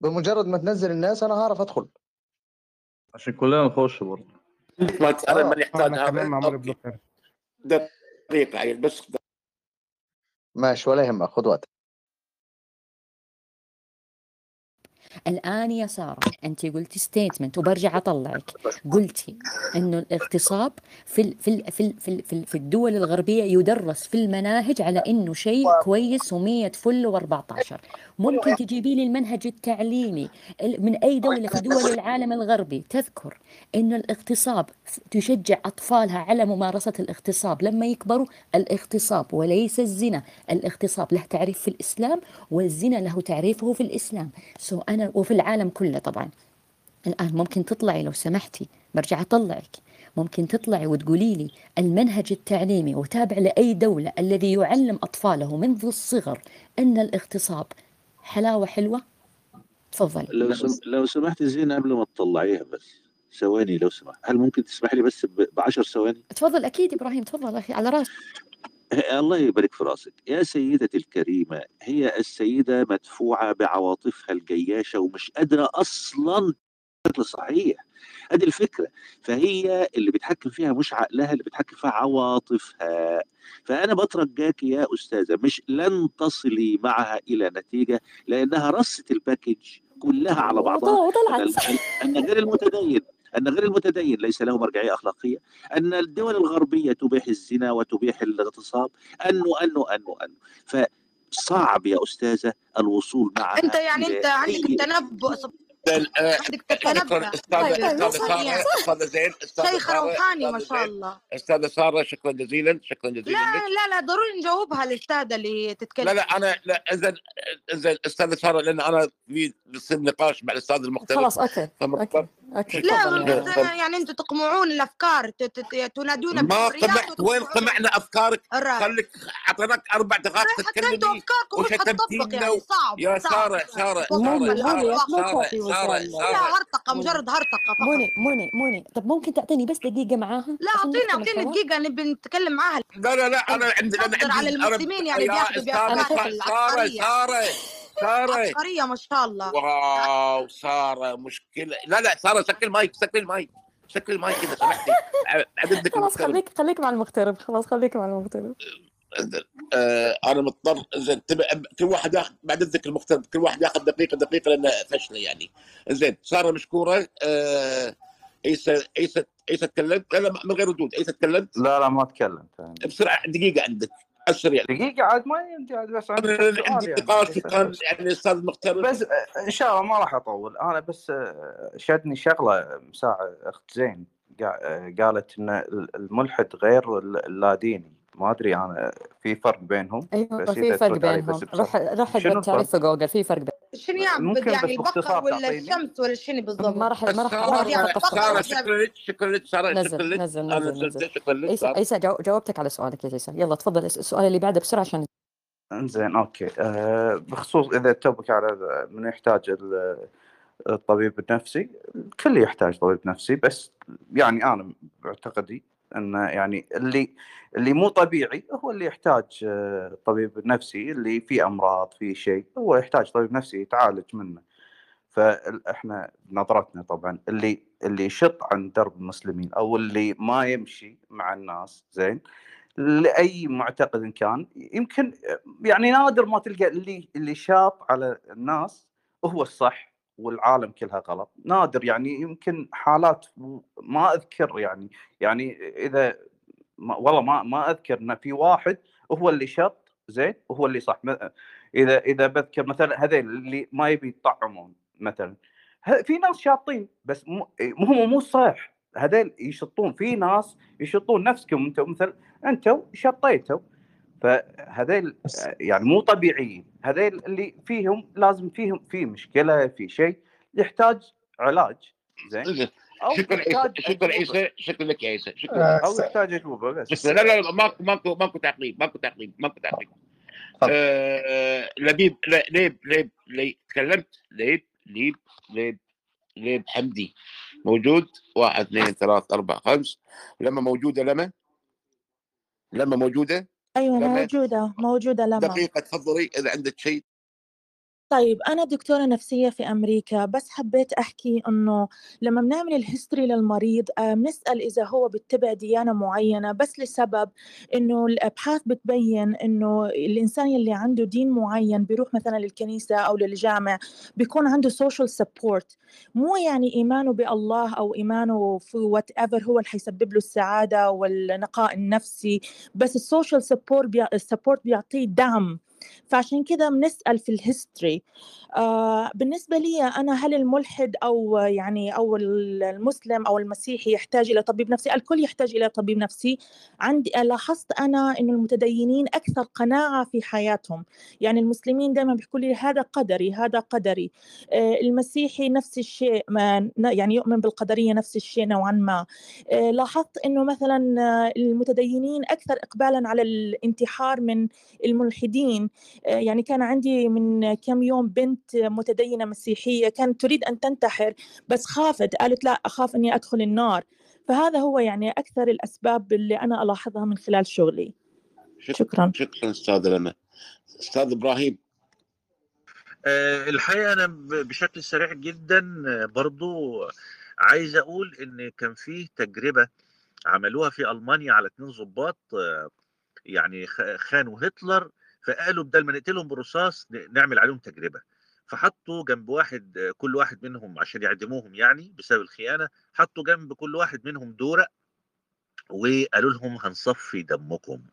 بمجرد ما تنزل الناس انا هعرف ادخل. عشان كلنا نخش برضه. انا ماني احتاج انا كمان هذا. معمول اوكي بلوكر. دقيقة عيل بس. ماشي ولا يهمك، خذ وقت. الآن يا سارة أنت قلتي ستيتمنت وبرجع أطلعك، قلتي إنه الاغتصاب في الدول الغربية يدرس في المناهج على إنه شيء كويس و100 فل و14. ممكن تجيبي لي المنهج التعليمي من أي دولة في دول العالم الغربي تذكر إنه الاغتصاب تشجع أطفالها على ممارسة الاغتصاب لما يكبروا؟ الاغتصاب وليس الزنا، الاغتصاب له تعريف في الإسلام والزنا له تعريفه في الإسلام. أنا وفي العالم كله طبعا. الآن ممكن تطلعي لو سمحتي، برجع أطلعك، ممكن تطلعي وتقولي لي المنهج التعليمي وتابع لأي دولة الذي يعلم أطفاله منذ الصغر أن الاغتصاب حلاوة حلوة؟ تفضلي. لو سمحتي زين قبل ما تطلعيها بس ثواني لو سمحت، هل ممكن تسمح لي بس ب10 ثواني؟ تفضل. أكيد إبراهيم، تفضل أخي على راسي. الله يبارك في راسك يا سيدتي الكريمة. هي السيدة مدفوعة بعواطفها الجياشة ومش قادرة أصلا بشكل صحيح. هذه الفكرة. فهي اللي بيتحكم فيها مش عقلها، اللي بيتحكم فيها عواطفها. فأنا بترجاك يا أستاذة، مش لن تصلي معها إلى نتيجة، لأنها رصت الباكج كلها على بعضها. أن غير المتدين ليس له مرجعية أخلاقية، أن الدول الغربية تبيح الزنا وتبيح الاغتصاب، أنه فصعب يا أستاذة الوصول معها. انت يعني انت عندك التنبؤ، عندك تتنبأ. استاذ زين، شيخ روحاني ما شاء الله. استاذة سارة شكرا جزيلا، شكرا جزيلا لا ضروري نجاوبها الاستاذة اللي تتكلم. لا انا لا اذا استاذة سارة، لان انا بيصير نقاش مع الاستاذ المختلف. خلاص اوكي. لا يعني انتم تقمعون الافكار، تنادون ما قمعت. وين قمعنا افكارك؟ خليك اعطيناك 4 دقائق تتكلمي انتم افكاركم مش حتطبق يعني. صعب يا سارة لا هرطقة، مجرد هرطقة فقط. موني طب ممكن تعطيني بس دقيقة معاها؟ لا اعطيني دقيقة نبي نتكلم معاها. لا انا عندي على المسلمين يعني بياخذوا بأفكار العسكرية. عسكرية ما شاء الله. واو سارة مشكلة. لا سارة سكر المايك إذا سمحتي. خلاص خليك مع المغترب. انا مضطر. زين كل واحد ياخذ بعد الذكر المغترب، كل واحد ياخذ دقيقة لأنه فشلة يعني. زين سارة مشكورة. عيسى تكلمت؟ لا من غير ردود. عيسى تكلمت؟ لا ما تكلمت بسرعة. دقيقة عندك السريع. دقيقة عاد ما يمدي عاد، بس عندي نقاش كان يعني الاستاذ المختلف. بس ان شاء الله ما راح اطول. انا بس شدني شغلة مساعة اخت زين قالت ان الملحد غير اللاديني. ما ادري انا في فرق بينهم. ايوه في فرق بينهم. روح تعرف في جوجل في فرق بين شنو يعبد يعني البقر ولا الشمس ولا شنو بالضبط؟ ما راح شكرا لك سارة. نزل. عيسى جاوبتك على سؤالك يا عيسى. يلا تفضل السؤال اللي بعده بسرعة عشان انزين اوكي. بخصوص اذا توبك على من يحتاج الطبيب النفسي، الكل يحتاج طبيب نفسي، بس يعني انا باعتقادي ان يعني اللي مو طبيعي هو اللي يحتاج طبيب نفسي. اللي فيه امراض فيه شيء هو يحتاج طبيب نفسي يتعالج منه. فاحنا نظرتنا طبعا اللي يشط عن درب المسلمين او اللي ما يمشي مع الناس زين لاي معتقد إن كان، يمكن يعني نادر ما تلقى اللي شاط على الناس هو الصح والعالم كلها غلط. نادر يعني، يمكن حالات ما اذكر يعني اذا والله ما اذكر ان في واحد هو اللي شط زين وهو اللي صح. اذا بذكر مثلا هذول اللي ما يبي يطعمون مثلا، في ناس شاطين بس مو صح. هذول يشطون، في ناس يشطون نفسكم انتم شطيتوا. فهذول يعني مو طبيعيين. هذول اللي فيهم لازم فيهم في مشكلة، في شيء يحتاج علاج زين. شكرا عيسى. شكرا لك يا عيسى. شكرا. او يحتاج اجوبه بس. لا ماكو تعقيب. لبيب ليب تكلمت. ليب حمدي موجود. 1 2 3 4 5. لما موجودة. لما موجودة. ايوه موجودة لما. دقيقة تفضلي اذا عندك شيء. طيب أنا دكتورة نفسية في أمريكا، بس حبيت أحكي إنه لما بنعمل الهيستوري للمريض بنسأل إذا هو بيتبع ديانة معينة، بس لسبب إنه الأبحاث بتبين إنه الإنسان اللي عنده دين معين بيروح مثلا للكنيسة أو للجامع بيكون عنده social support، مو يعني إيمانه بالله أو إيمانه في whatever هو اللي حيسبب له السعادة والنقاء النفسي، بس السوشيال سبورت بيعطيه دعم. فعشان كده بنسأل في الهيستوري. بالنسبة لي أنا، هل الملحد أو يعني أو المسلم أو المسيحي يحتاج إلى طبيب نفسي؟ الكل يحتاج إلى طبيب نفسي. لاحظت أنا إنه المتدينين أكثر قناعة في حياتهم، يعني المسلمين دائما بيحكوا لي هذا قدري هذا قدري. المسيحي نفس الشيء، يعني يؤمن بالقدرية نفس الشيء نوعا ما. لاحظت إنه مثلا المتدينين أكثر إقبالا على الانتحار من الملحدين. يعني كان عندي من كم يوم بنت متدينة مسيحية كانت تريد أن تنتحر، بس خافت، قالت لا أخاف أني أدخل النار. فهذا هو يعني أكثر الأسباب اللي أنا ألاحظها من خلال شغلي. شكرا. شكرا أستاذ لنا. أستاذ إبراهيم. الحقيقة أنا بشكل سريع جدا برضو عايز أقول إن كان فيه تجربة عملوها في ألمانيا على 2 ضباط يعني خانوا هتلر، فقالوا بدل ما نقتلهم بالرصاص نعمل عليهم تجربة، فحطوا جنب واحد، كل واحد منهم عشان يعدموهم يعني بسبب الخيانة، حطوا جنب كل واحد منهم دورق وقالوا لهم هنصفي دمكم.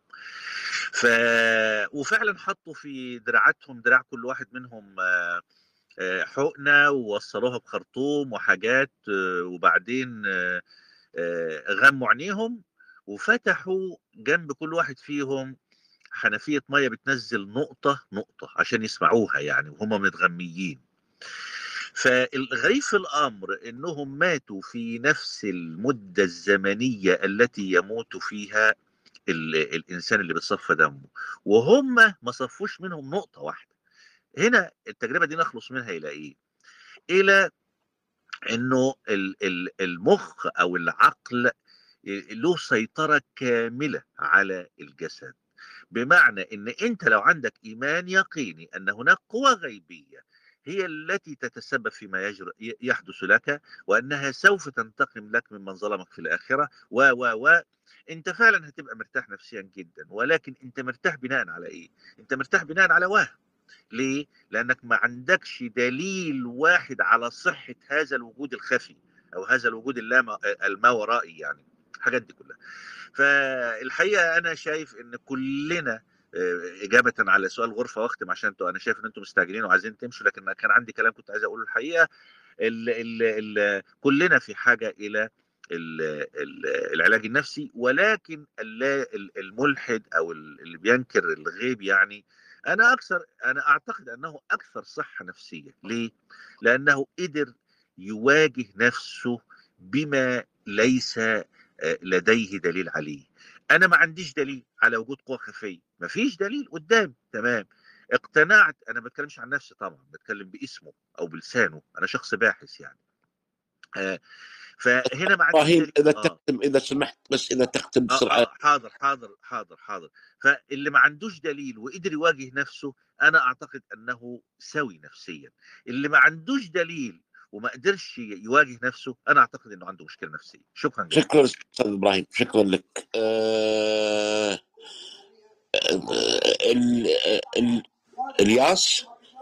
وفعلا حطوا في دراعاتهم، دراع كل واحد منهم حقنة، ووصلوها بخرطوم وحاجات، وبعدين غموا عينيهم وفتحوا جنب كل واحد فيهم حنفية مية بتنزل نقطة نقطة عشان يسمعوها يعني وهم متغميين. فالغريب في الأمر إنهم ماتوا في نفس المدة الزمنية التي يموت فيها الإنسان اللي بتصفى دمه، وهم ما صفوش منهم نقطة واحدة. هنا التجربة دي نخلص منها إلى إيه؟ إلى إنه المخ أو العقل له سيطرة كاملة على الجسد، بمعنى ان انت لو عندك ايمان يقيني ان هناك قوى غيبية هي التي تتسبب فيما يحدث لك، وانها سوف تنتقم لك ممن ظلمك في الاخرة انت فعلا هتبقى مرتاح نفسيا جدا. ولكن انت مرتاح بناء على ايه؟ انت مرتاح بناء على وهم. ليه؟ لانك ما عندكش دليل واحد على صحة هذا الوجود الخفي او هذا الوجود الماورائي، يعني الحاجات دي كلها. فالحقيقه انا شايف ان كلنا، اجابه على سؤال غرفه واختم عشان انا شايف ان انتم مستعجلين وعايزين تمشوا، لكن كان عندي كلام كنت عايز اقوله. الحقيقه كلنا في حاجه الى العلاج النفسي، ولكن الملحد او اللي بينكر الغيب يعني انا اعتقد انه اكثر صحه نفسيه. ليه؟ لانه قدر يواجه نفسه بما ليس لديه دليل عليه. انا ما عنديش دليل على وجود قوى خفيه، ما فيش دليل قدام، تمام، اقتنعت. انا ما بتكلمش عن نفسي طبعا، بتكلم باسمه او بلسانه، انا شخص باحث يعني. فهنا ما عنديش دليل. اذا تختم، اذا سمحت، بس اذا تختم بسرعه. حاضر. فاللي ما عندوش دليل وقدر يواجه نفسه انا اعتقد انه سوي نفسيا. اللي ما عندوش دليل وما قدرش يواجه نفسه انا اعتقد انه عنده مشكله نفسيه. شكرا جدا. شكرا استاذ ابراهيم، شكرا لك. الياس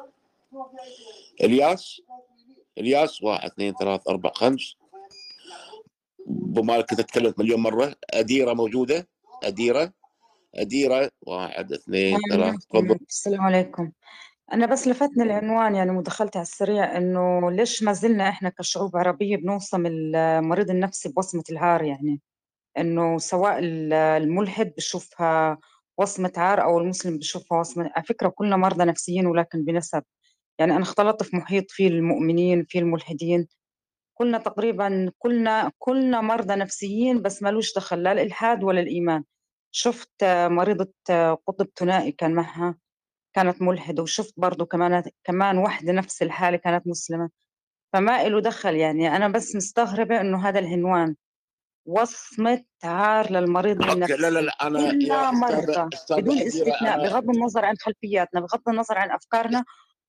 1 2 3 4 5. ابو مالك انت تكلمت مليون مره. اديره موجوده؟ اديره 1 2 3. تفضل. السلام عليكم. أنا بس لفتني العنوان يعني مداخلتي على السريع، إنه ليش ما زلنا إحنا كشعوب عربية بنوصم المريض النفسي بوصمة العار، يعني إنه سواء الملحد بشوفها وصمة عار أو المسلم بشوفها وصمة. على فكرة كلنا مرضى نفسيين ولكن بنسب، يعني أنا اختلطت في محيط فيه المؤمنين فيه الملحدين، كلنا تقريبا كلنا مرضى نفسيين، بس مالوش دخل لا الإلحاد ولا الإيمان. شفت مريضة قطب ثنائي كان معها كانت ملحدة، وشفت برضو كمان واحدة نفس الحالة كانت مسلمة، فما له دخل. يعني أنا بس مستغربة إنه هذا العنوان وصمة عار للمريض النفسي. لا أنا كلنا يا مرضى بدون استثناء، بغض النظر عن خلفياتنا، بغض النظر عن أفكارنا،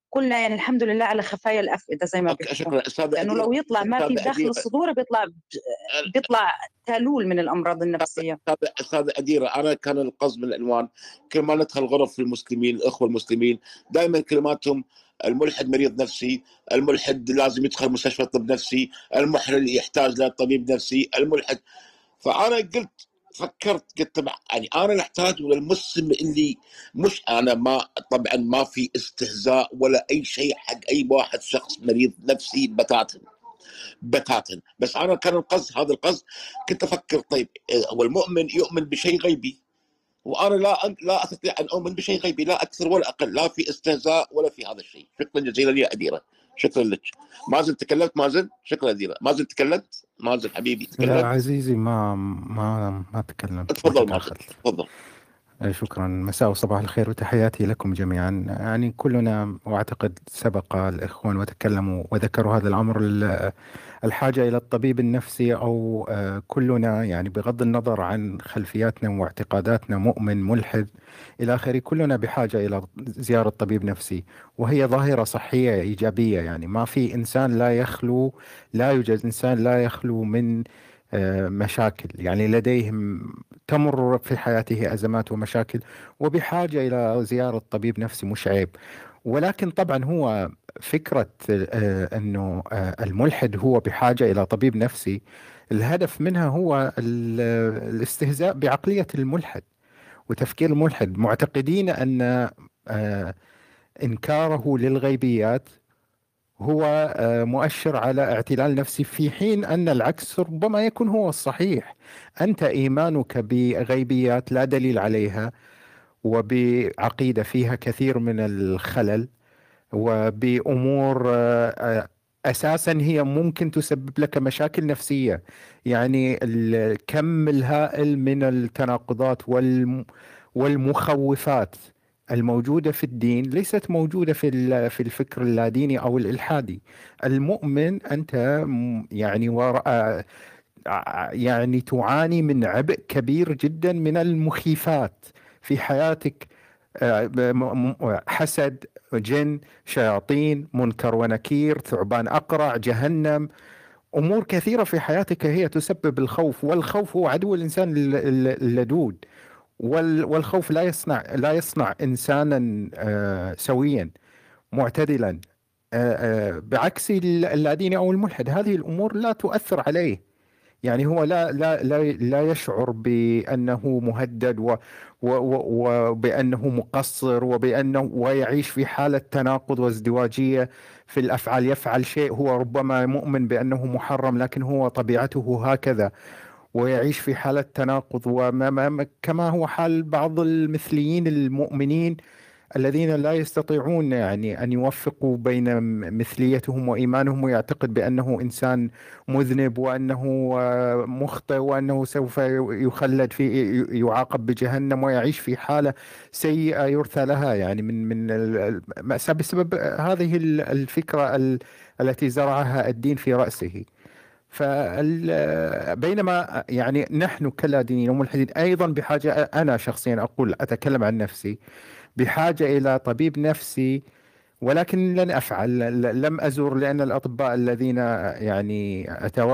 كلنا يعني الحمد لله على خفايا الافئده زي ما بيحكوا. شكرا استاذ لانه لو يطلع ما في داخل الصدور بيطلع تالول من الامراض النفسيه. استاذ أديرة، انا كان القصد من العنوان كل ما ندخل غرف المسلمين، الاخوه المسلمين دائما كلماتهم الملحد مريض نفسي، الملحد لازم يدخل مستشفى طب نفسي، المحرل يحتاج لطبيب نفسي، الملحد. فانا فكرت يعني انا نحتاج للمسلم اللي مش انا ما طبعا ما في استهزاء ولا اي شيء حق اي واحد شخص مريض نفسي بتاتا، بس انا كان القصد هذا القصد. كنت افكر طيب هو المؤمن يؤمن بشيء غيبي، وانا لا استطيع ان اؤمن بشيء غيبي، لا اكثر ولا اقل، لا في استهزاء ولا في هذا الشيء. شكرا جزيلا يا أديرة، شكرا لك. مازن تكلمت؟ مازن شكرا أديرة. مازن تكلمت؟ مازن حبيبي تكلمت؟ لا عزيزي ما تكلمت. تفضل مازن تفضل. شكرا. مساء وصباح الخير وتحياتي لكم جميعا. يعني كلنا واعتقد سبق الإخوان وتكلموا وذكروا هذا الأمر، الحاجة إلى الطبيب النفسي، أو كلنا يعني بغض النظر عن خلفياتنا واعتقاداتنا، مؤمن ملحد إلى آخره، كلنا بحاجة إلى زيارة طبيب نفسي. وهي ظاهرة صحية إيجابية، يعني ما في إنسان لا يوجد إنسان لا يخلو من مشاكل، يعني لديهم تمر في حياته أزمات ومشاكل وبحاجة إلى زيارة طبيب نفسي، مش عيب. ولكن طبعا هو فكرة أنه الملحد هو بحاجة إلى طبيب نفسي، الهدف منها هو الاستهزاء بعقلية الملحد وتفكير الملحد، معتقدين أن إنكاره للغيبيات هو مؤشر على اعتلال نفسي، في حين أن العكس ربما يكون هو الصحيح. أنت إيمانك بغيبيات لا دليل عليها، وبعقيدة فيها كثير من الخلل، وبأمور أساسا هي ممكن تسبب لك مشاكل نفسية. يعني الكم الهائل من التناقضات والمخوفات الموجودة في الدين ليست موجودة في الفكر اللاديني أو الإلحادي. المؤمن أنت يعني تعاني من عبء كبير جدا من المخيفات في حياتك، حسد، جن، شياطين، منكر ونكير، ثعبان أقرع، جهنم، أمور كثيرة في حياتك هي تسبب الخوف. والخوف هو عدو الإنسان اللدود، والخوف لا يصنع إنسانا سويا معتدلا، بعكس اللاديني أو الملحد. هذه الأمور لا تؤثر عليه، يعني هو لا يشعر بأنه مهدد وبأنه مقصر ويعيش في حالة تناقض وازدواجية في الأفعال. يفعل شيء هو ربما مؤمن بأنه محرم لكن هو طبيعته هكذا، ويعيش في حالة تناقض. كما هو حال بعض المثليين المؤمنين الذين لا يستطيعون يعني أن يوفقوا بين مثليتهم وإيمانهم، ويعتقد بأنه إنسان مذنب وأنه مخطئ وأنه سوف يخلد يعاقب بجهنم ويعيش في حالة سيئة يرثى لها، يعني من المأساة بسبب هذه الفكرة التي زرعها الدين في رأسه. بينما يعني نحن كلادينيين وملحدين أيضا بحاجة، أنا شخصيا أتكلم عن نفسي، بحاجة إلى طبيب نفسي، ولكن لن أفعل، لم أزور، لأن الأطباء الذين يعني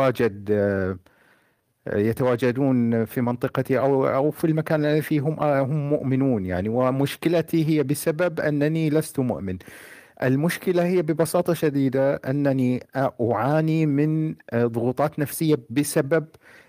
يتواجدون في منطقتي أو في المكان الذي فيه هم مؤمنون يعني. ومشكلتي هي بسبب أنني لست مؤمن. المشكلة هي ببساطة شديدة أنني أعاني من ضغوطات نفسية بسبب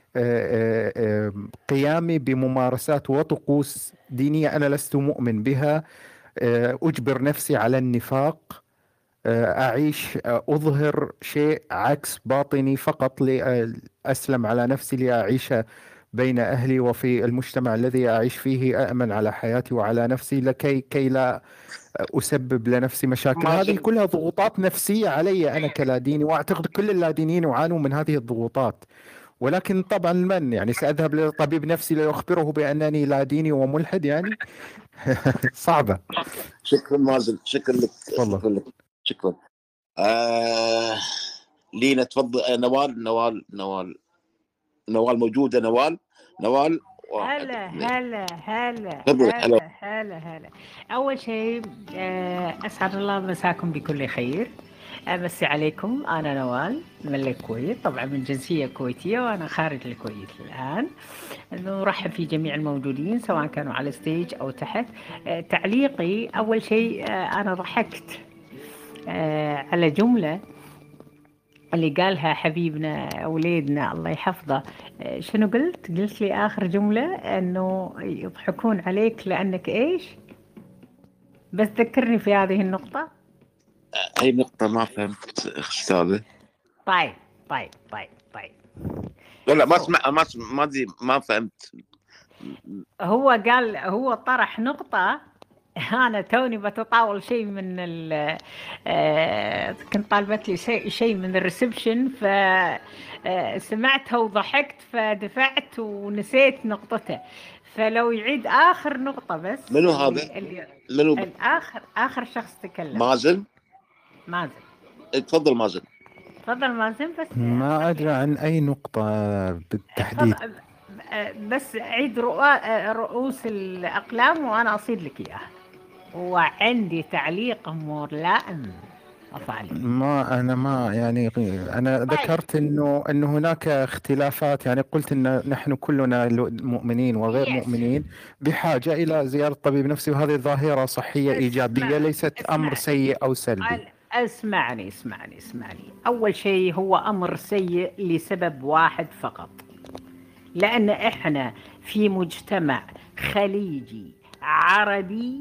قيامي بممارسات وطقوس دينية أنا لست مؤمن بها. أجبر نفسي على النفاق، أعيش أظهر شيء عكس باطني فقط لأسلم على نفسي، لأعيش بين أهلي وفي المجتمع الذي أعيش فيه أأمن على حياتي وعلى نفسي، كي لا أسبب لنفسي مشاكل. هذه كلها ضغوطات نفسية علي أنا كلاديني، وأعتقد كل اللادينيين يعانون من هذه الضغوطات. ولكن طبعا من يعني سأذهب لطبيب نفسي ليخبره بأنني لاديني وملحد؟ يعني صعبة. شكرا مازن، شكرا لك. شكرا. لينا تفضل. نوال موجودة. نوال واحد هلا اثنين. هلا هلا تفضل. هلا. هلا هلا هلا. أول شيء أسعد الله مساكم بكل خير. أمسي عليكم. أنا نوال من الكويت، طبعا من جنسية كويتية وأنا خارج الكويت الآن. نرحب في جميع الموجودين سواء كانوا على ستيج أو تحت. تعليقي أول شيء، أنا ضحكت على جملة اللي قالها حبيبنا وليدنا الله يحفظه. شنو قلت لي آخر جملة؟ أنه يضحكون عليك لأنك إيش؟ بس ذكرني في هذه النقطة. هي نقطة ما فهمت أستاذة. طيب. لا ما فهمت. هو قال، هو طرح نقطة، أنا توني بتطاول شيء من كنت طالبت لي شيء من الريسبشن، فسمعتها وضحكت فدفعت ونسيت نقطته. فلو يعيد آخر نقطة بس. منو هذا؟ منو؟ آخر شخص تكلم. مازن. تفضل مازن. تفضل مازن. بس ما أدري عن أي نقطة بالتحديد. بس عيد رؤوس الأقلام وأنا أصيد لك إياها. وعندي تعليق ملائم أفعله. أنا ذكرت إنه هناك اختلافات، يعني قلت إن نحن كلنا مؤمنين وغير مؤمنين بحاجة إلى زيارة طبيب نفسي، وهذه ظاهرة صحية إيجابية ليست أمر سيء أو سلبي. اسمعني. أول شيء هو أمر سيء لسبب واحد فقط، لأن إحنا في مجتمع خليجي عربي.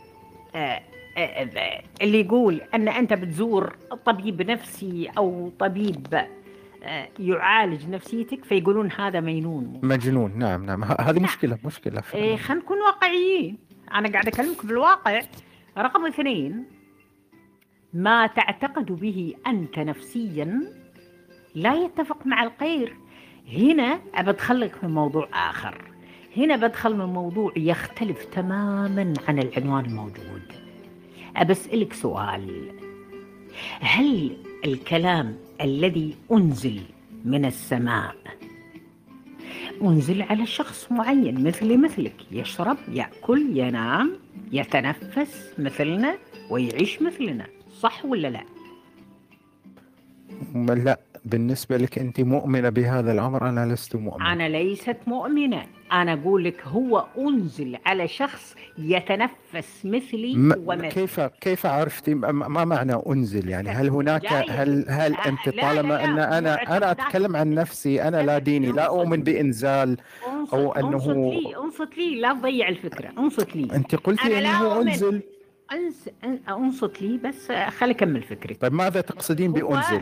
اللي يقول أن أنت بتزور طبيب نفسي أو طبيب يعالج نفسيتك فيقولون هذا مجنون. نعم. هذه مشكلة. خلينا نكون واقعيين. أنا قاعد أكلمك بالواقع. رقم 2، ما تعتقد به أنت نفسيا لا يتفق مع الغير. هنا أبدخلك في موضوع آخر. هنا بدخل من موضوع يختلف تماما عن العنوان الموجود. أبسألك سؤال: هل الكلام الذي أنزل من السماء أنزل على شخص معين مثلك، يشرب، يأكل، ينام، يتنفس مثلنا ويعيش مثلنا، صح ولا لا؟ لا، بالنسبة لك أنت مؤمنة بهذا الأمر، أنا لست مؤمنة. أنا ليست مؤمنة. أنا أقول لك هو أنزل على شخص يتنفس مثلي ومثلي. كيف عرفتي؟ ما معنى أنزل؟ يعني هل هناك هل أنت طالما أن أنا أتكلم عن نفسي، أنا لا ديني، لا أؤمن بإنزال أو أنه. أنصت لي، لا تضيع الفكرة. أنصت لي. أنت قلتي أنه أنزل. أنصت لي بس خلي أكمل فكرتي. طيب ماذا تقصدين بأنزل؟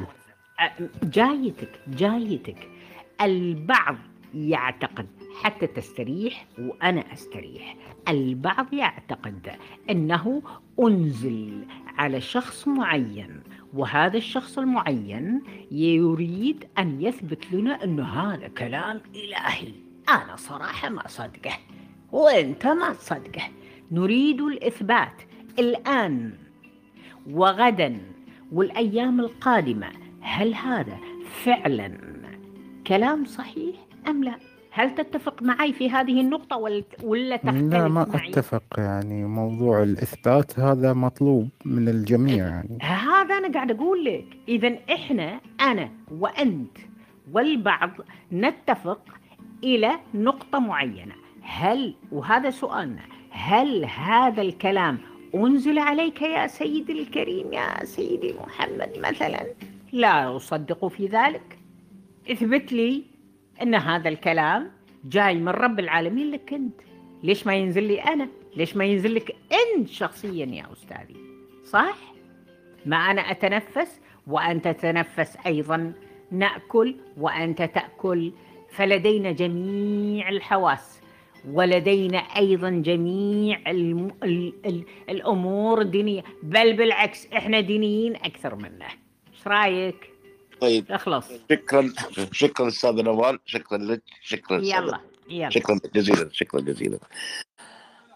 جايتك. البعض يعتقد، حتى تستريح وأنا أستريح، البعض يعتقد أنه أنزل على شخص معين، وهذا الشخص المعين يريد أن يثبت لنا أنه هذا كلام إلهي. أنا صراحة ما صدقه وأنت ما تصدقه. نريد الإثبات الآن وغدا والأيام القادمة. هل هذا فعلا كلام صحيح أم لا؟ هل تتفق معي في هذه النقطة ولا تختلف معي؟ لا، ما أتفق. يعني موضوع الإثبات هذا مطلوب من الجميع. يعني هذا أنا قاعد أقول لك. إذن إحنا، أنا وأنت والبعض، نتفق إلى نقطة معينة. وهذا سؤالنا، هل هذا الكلام أنزل عليك يا سيدي الكريم، يا سيدي محمد مثلا؟ لا أصدق في ذلك. اثبت لي أن هذا الكلام جاي من رب العالمين لك أنت. ليش ما ينزل لي أنا؟ ليش ما ينزل لك أنت شخصيا يا أستاذي؟ صح؟ ما أنا أتنفس وأنت تتنفس أيضا، نأكل وأنت تأكل، فلدينا جميع الحواس ولدينا أيضا جميع الأمور الدينية، بل بالعكس إحنا دينيين أكثر منه. إيش رأيك؟ طيب اخلص. شكرا أستاذ نوال. شكرا لك. يلا. شكرا جزيلا.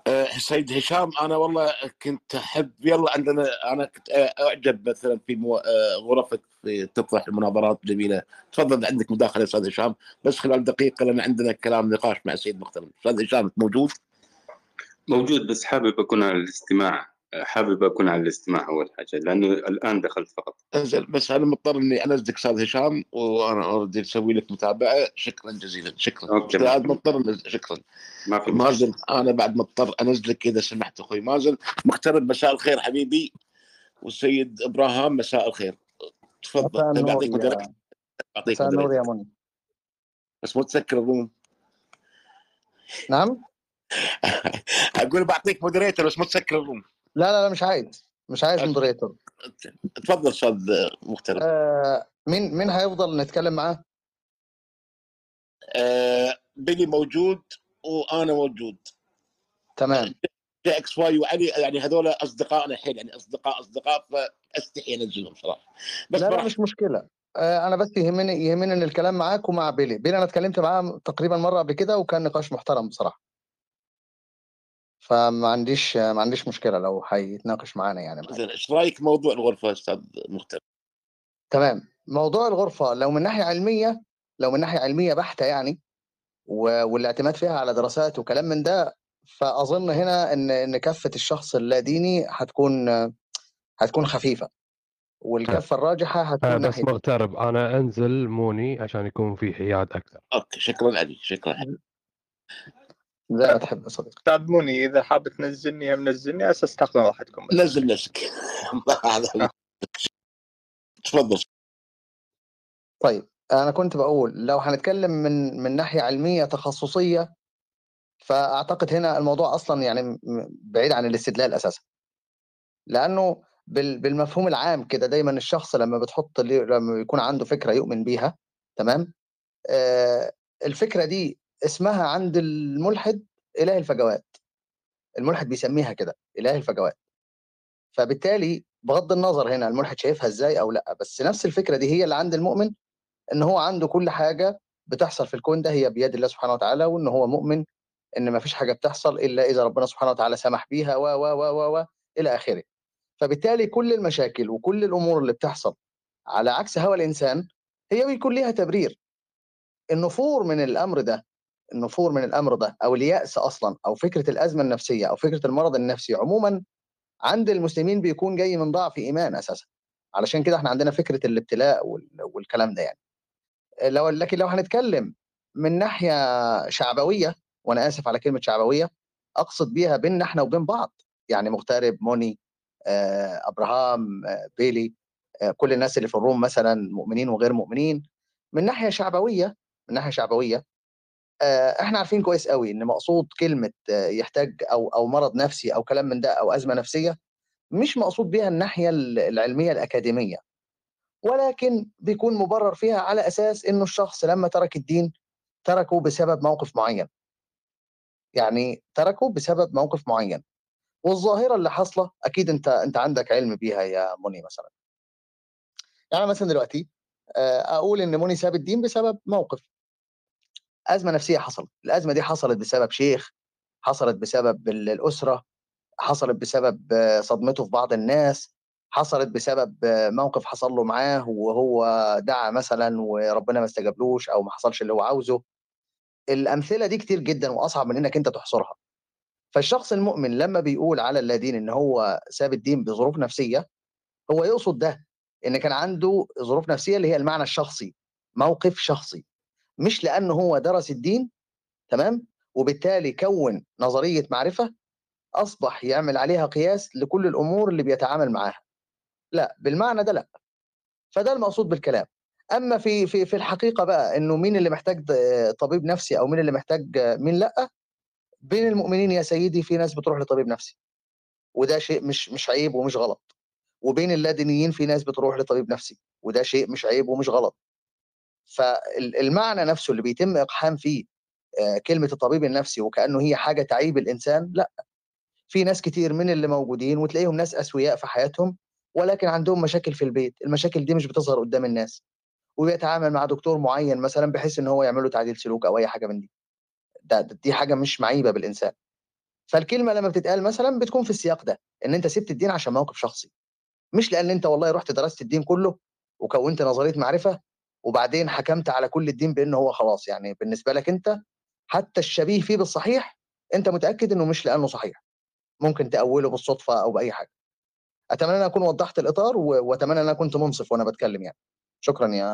سيد هشام، انا والله كنت احب يلا عندنا، انا كنت اعجب مثلا في غرفك في تطرح المناظرات جميله. تفضل عندك مداخله استاذ هشام، بس خلال دقيقه لان عندنا كلام نقاش مع السيد محترم. استاذ هشام موجود؟ موجود، بس حابب اكون على الاستماع اول حاجه، لانه الان دخلت فقط. انزل، بس انا مضطر اني انزلك استاذ هشام، وانا اريد اسوي لك متابعه. شكرا جزيلا. شكرا استاذ، مضطر انزل. شكرا. ما في مازن، انا بعد مضطر انزلك اذا سمحت اخوي مازن. مغترب، مساء الخير حبيبي. والسيد ابراهام مساء الخير. تفضل. بعطيك مودريتر. مساء النور يا منى. بس مو تسكر الروم. نعم. اقول بعطيك مودريتر بس مو تسكر الروم. لا مش عايز مودريتور. تفضل استاذ مغترب. مين هيفضل نتكلم معاه؟ بيلي موجود وانا موجود. تمام. جي اكس واي وعلي، يعني هذول اصدقائنا الحين، يعني اصدقاء فاستحي انزلهم صراحه. بس لا مش مشكله. انا بس يهمني ان الكلام معاك ومع بيلي. انا اتكلمت معاه تقريبا مره قبل كده وكان نقاش محترم بصراحه، فما عنديش مشكله لو هيتناقش معانا يعني. زين، ايش رايك موضوع الغرفه استاذ مغترب؟ تمام. موضوع الغرفه لو من ناحيه علميه بحته يعني، والاعتماد فيها على دراسات وكلام من ده، فاظن هنا ان كفه الشخص اللاديني هتكون خفيفه، والكفه الراجحه هتكون بس مغترب. انا انزل موني عشان يكون في حياد اكثر. اوكي، شكرا علي. شكرا. زي ما تحب يا صديقي. استاذ موني، اذا حاب تنزلني منزلني، اساس تاخذون راحتكم. نزل نفسك. تفضل. طيب، انا كنت بقول لو هنتكلم من ناحيه علميه تخصصيه، فاعتقد هنا الموضوع اصلا يعني بعيد عن الاستدلال اساسا، لانه بالمفهوم العام كده دايما الشخص لما يكون عنده فكره يؤمن بيها، تمام، الفكره دي اسمها عند الملحد اله الفجوات. الملحد بيسميها كده اله الفجوات. فبالتالي بغض النظر هنا الملحد شايفها ازاي او لا، بس نفس الفكره دي هي اللي عند المؤمن، ان هو عنده كل حاجه بتحصل في الكون ده هي بيد الله سبحانه وتعالى، وان هو مؤمن ان ما فيش حاجه بتحصل الا اذا ربنا سبحانه وتعالى سمح بيها و و و و الى اخره. فبالتالي كل المشاكل وكل الامور اللي بتحصل على عكس هوى الانسان هي بيكون ليها تبرير. النفور من الامر ده او اليأس اصلا، او فكره الازمه النفسيه او فكره المرض النفسي عموما عند المسلمين بيكون جاي من ضعف ايمان اساسا. علشان كده احنا عندنا فكره الابتلاء والكلام ده يعني. لكن لو هنتكلم من ناحيه شعبويه، وانا اسف على كلمه شعبويه، اقصد بيها بيننا احنا وبين بعض، يعني مغترب، موني، ابراهام، بيلي، كل الناس اللي في الروم مثلا مؤمنين وغير مؤمنين، من ناحيه شعبويه احنا عارفين كويس قوي ان مقصود كلمه يحتاج او مرض نفسي او كلام من ده او ازمه نفسيه، مش مقصود بيها الناحيه العلميه الاكاديميه، ولكن بيكون مبرر فيها على اساس انه الشخص لما ترك الدين تركه بسبب موقف معين. يعني تركه بسبب موقف معين، والظاهره اللي حاصله اكيد انت عندك علم بيها يا موني. مثلا يعني مثلا دلوقتي اقول ان موني ساب الدين بسبب موقف، ازمه نفسيه حصلت. الازمه دي حصلت بسبب شيخ، حصلت بسبب الاسره، حصلت بسبب صدمته في بعض الناس، حصلت بسبب موقف حصل له معاه وهو دعا مثلا وربنا ما استجابلوش او ما حصلش اللي هو عاوزه. الامثله دي كتير جدا واصعب من انك انت تحصرها. فالشخص المؤمن لما بيقول على الذين ان هو ساب الدين بظروف نفسيه، هو يقصد ده ان كان عنده ظروف نفسيه اللي هي المعنى الشخصي، موقف شخصي، مش لانه هو درس الدين، تمام، وبالتالي كون نظريه معرفه اصبح يعمل عليها قياس لكل الامور اللي بيتعامل معاها. لا، بالمعنى ده لا. فده المقصود بالكلام. اما في الحقيقه بقى انه مين اللي محتاج طبيب نفسي او مين اللي محتاج مين لا، بين المؤمنين يا سيدي في ناس بتروح لطبيب نفسي، وده شيء مش عيب ومش غلط. وبين اللادينيين في ناس بتروح لطبيب نفسي، وده شيء مش عيب ومش غلط. فالمعنى نفسه اللي بيتم اقحام فيه كلمه الطبيب النفسي وكانه هي حاجه تعيب الانسان، لا. في ناس كتير من اللي موجودين وتلاقيهم ناس اسوياء في حياتهم، ولكن عندهم مشاكل في البيت، المشاكل دي مش بتظهر قدام الناس، وبيتعامل مع دكتور معين مثلا بحيث ان هو يعمل له تعديل سلوك او اي حاجه من دي. دي حاجه مش معيبه بالانسان. فالكلمه لما بتتقال مثلا بتكون في السياق ده، ان انت سبت الدين عشان موقف شخصي، مش لان انت والله رحت درست الدين كله وكونت نظريه معرفه وبعدين حكمت على كل الدين بانه هو خلاص يعني بالنسبه لك انت حتى الشبيه فيه بالصحيح انت متاكد انه مش لانه صحيح، ممكن تاوله بالصدفه او باي حاجه. اتمنى ان اكون وضحت الاطار واتمنى ان انا كنت منصف وانا بتكلم يعني. شكرا يا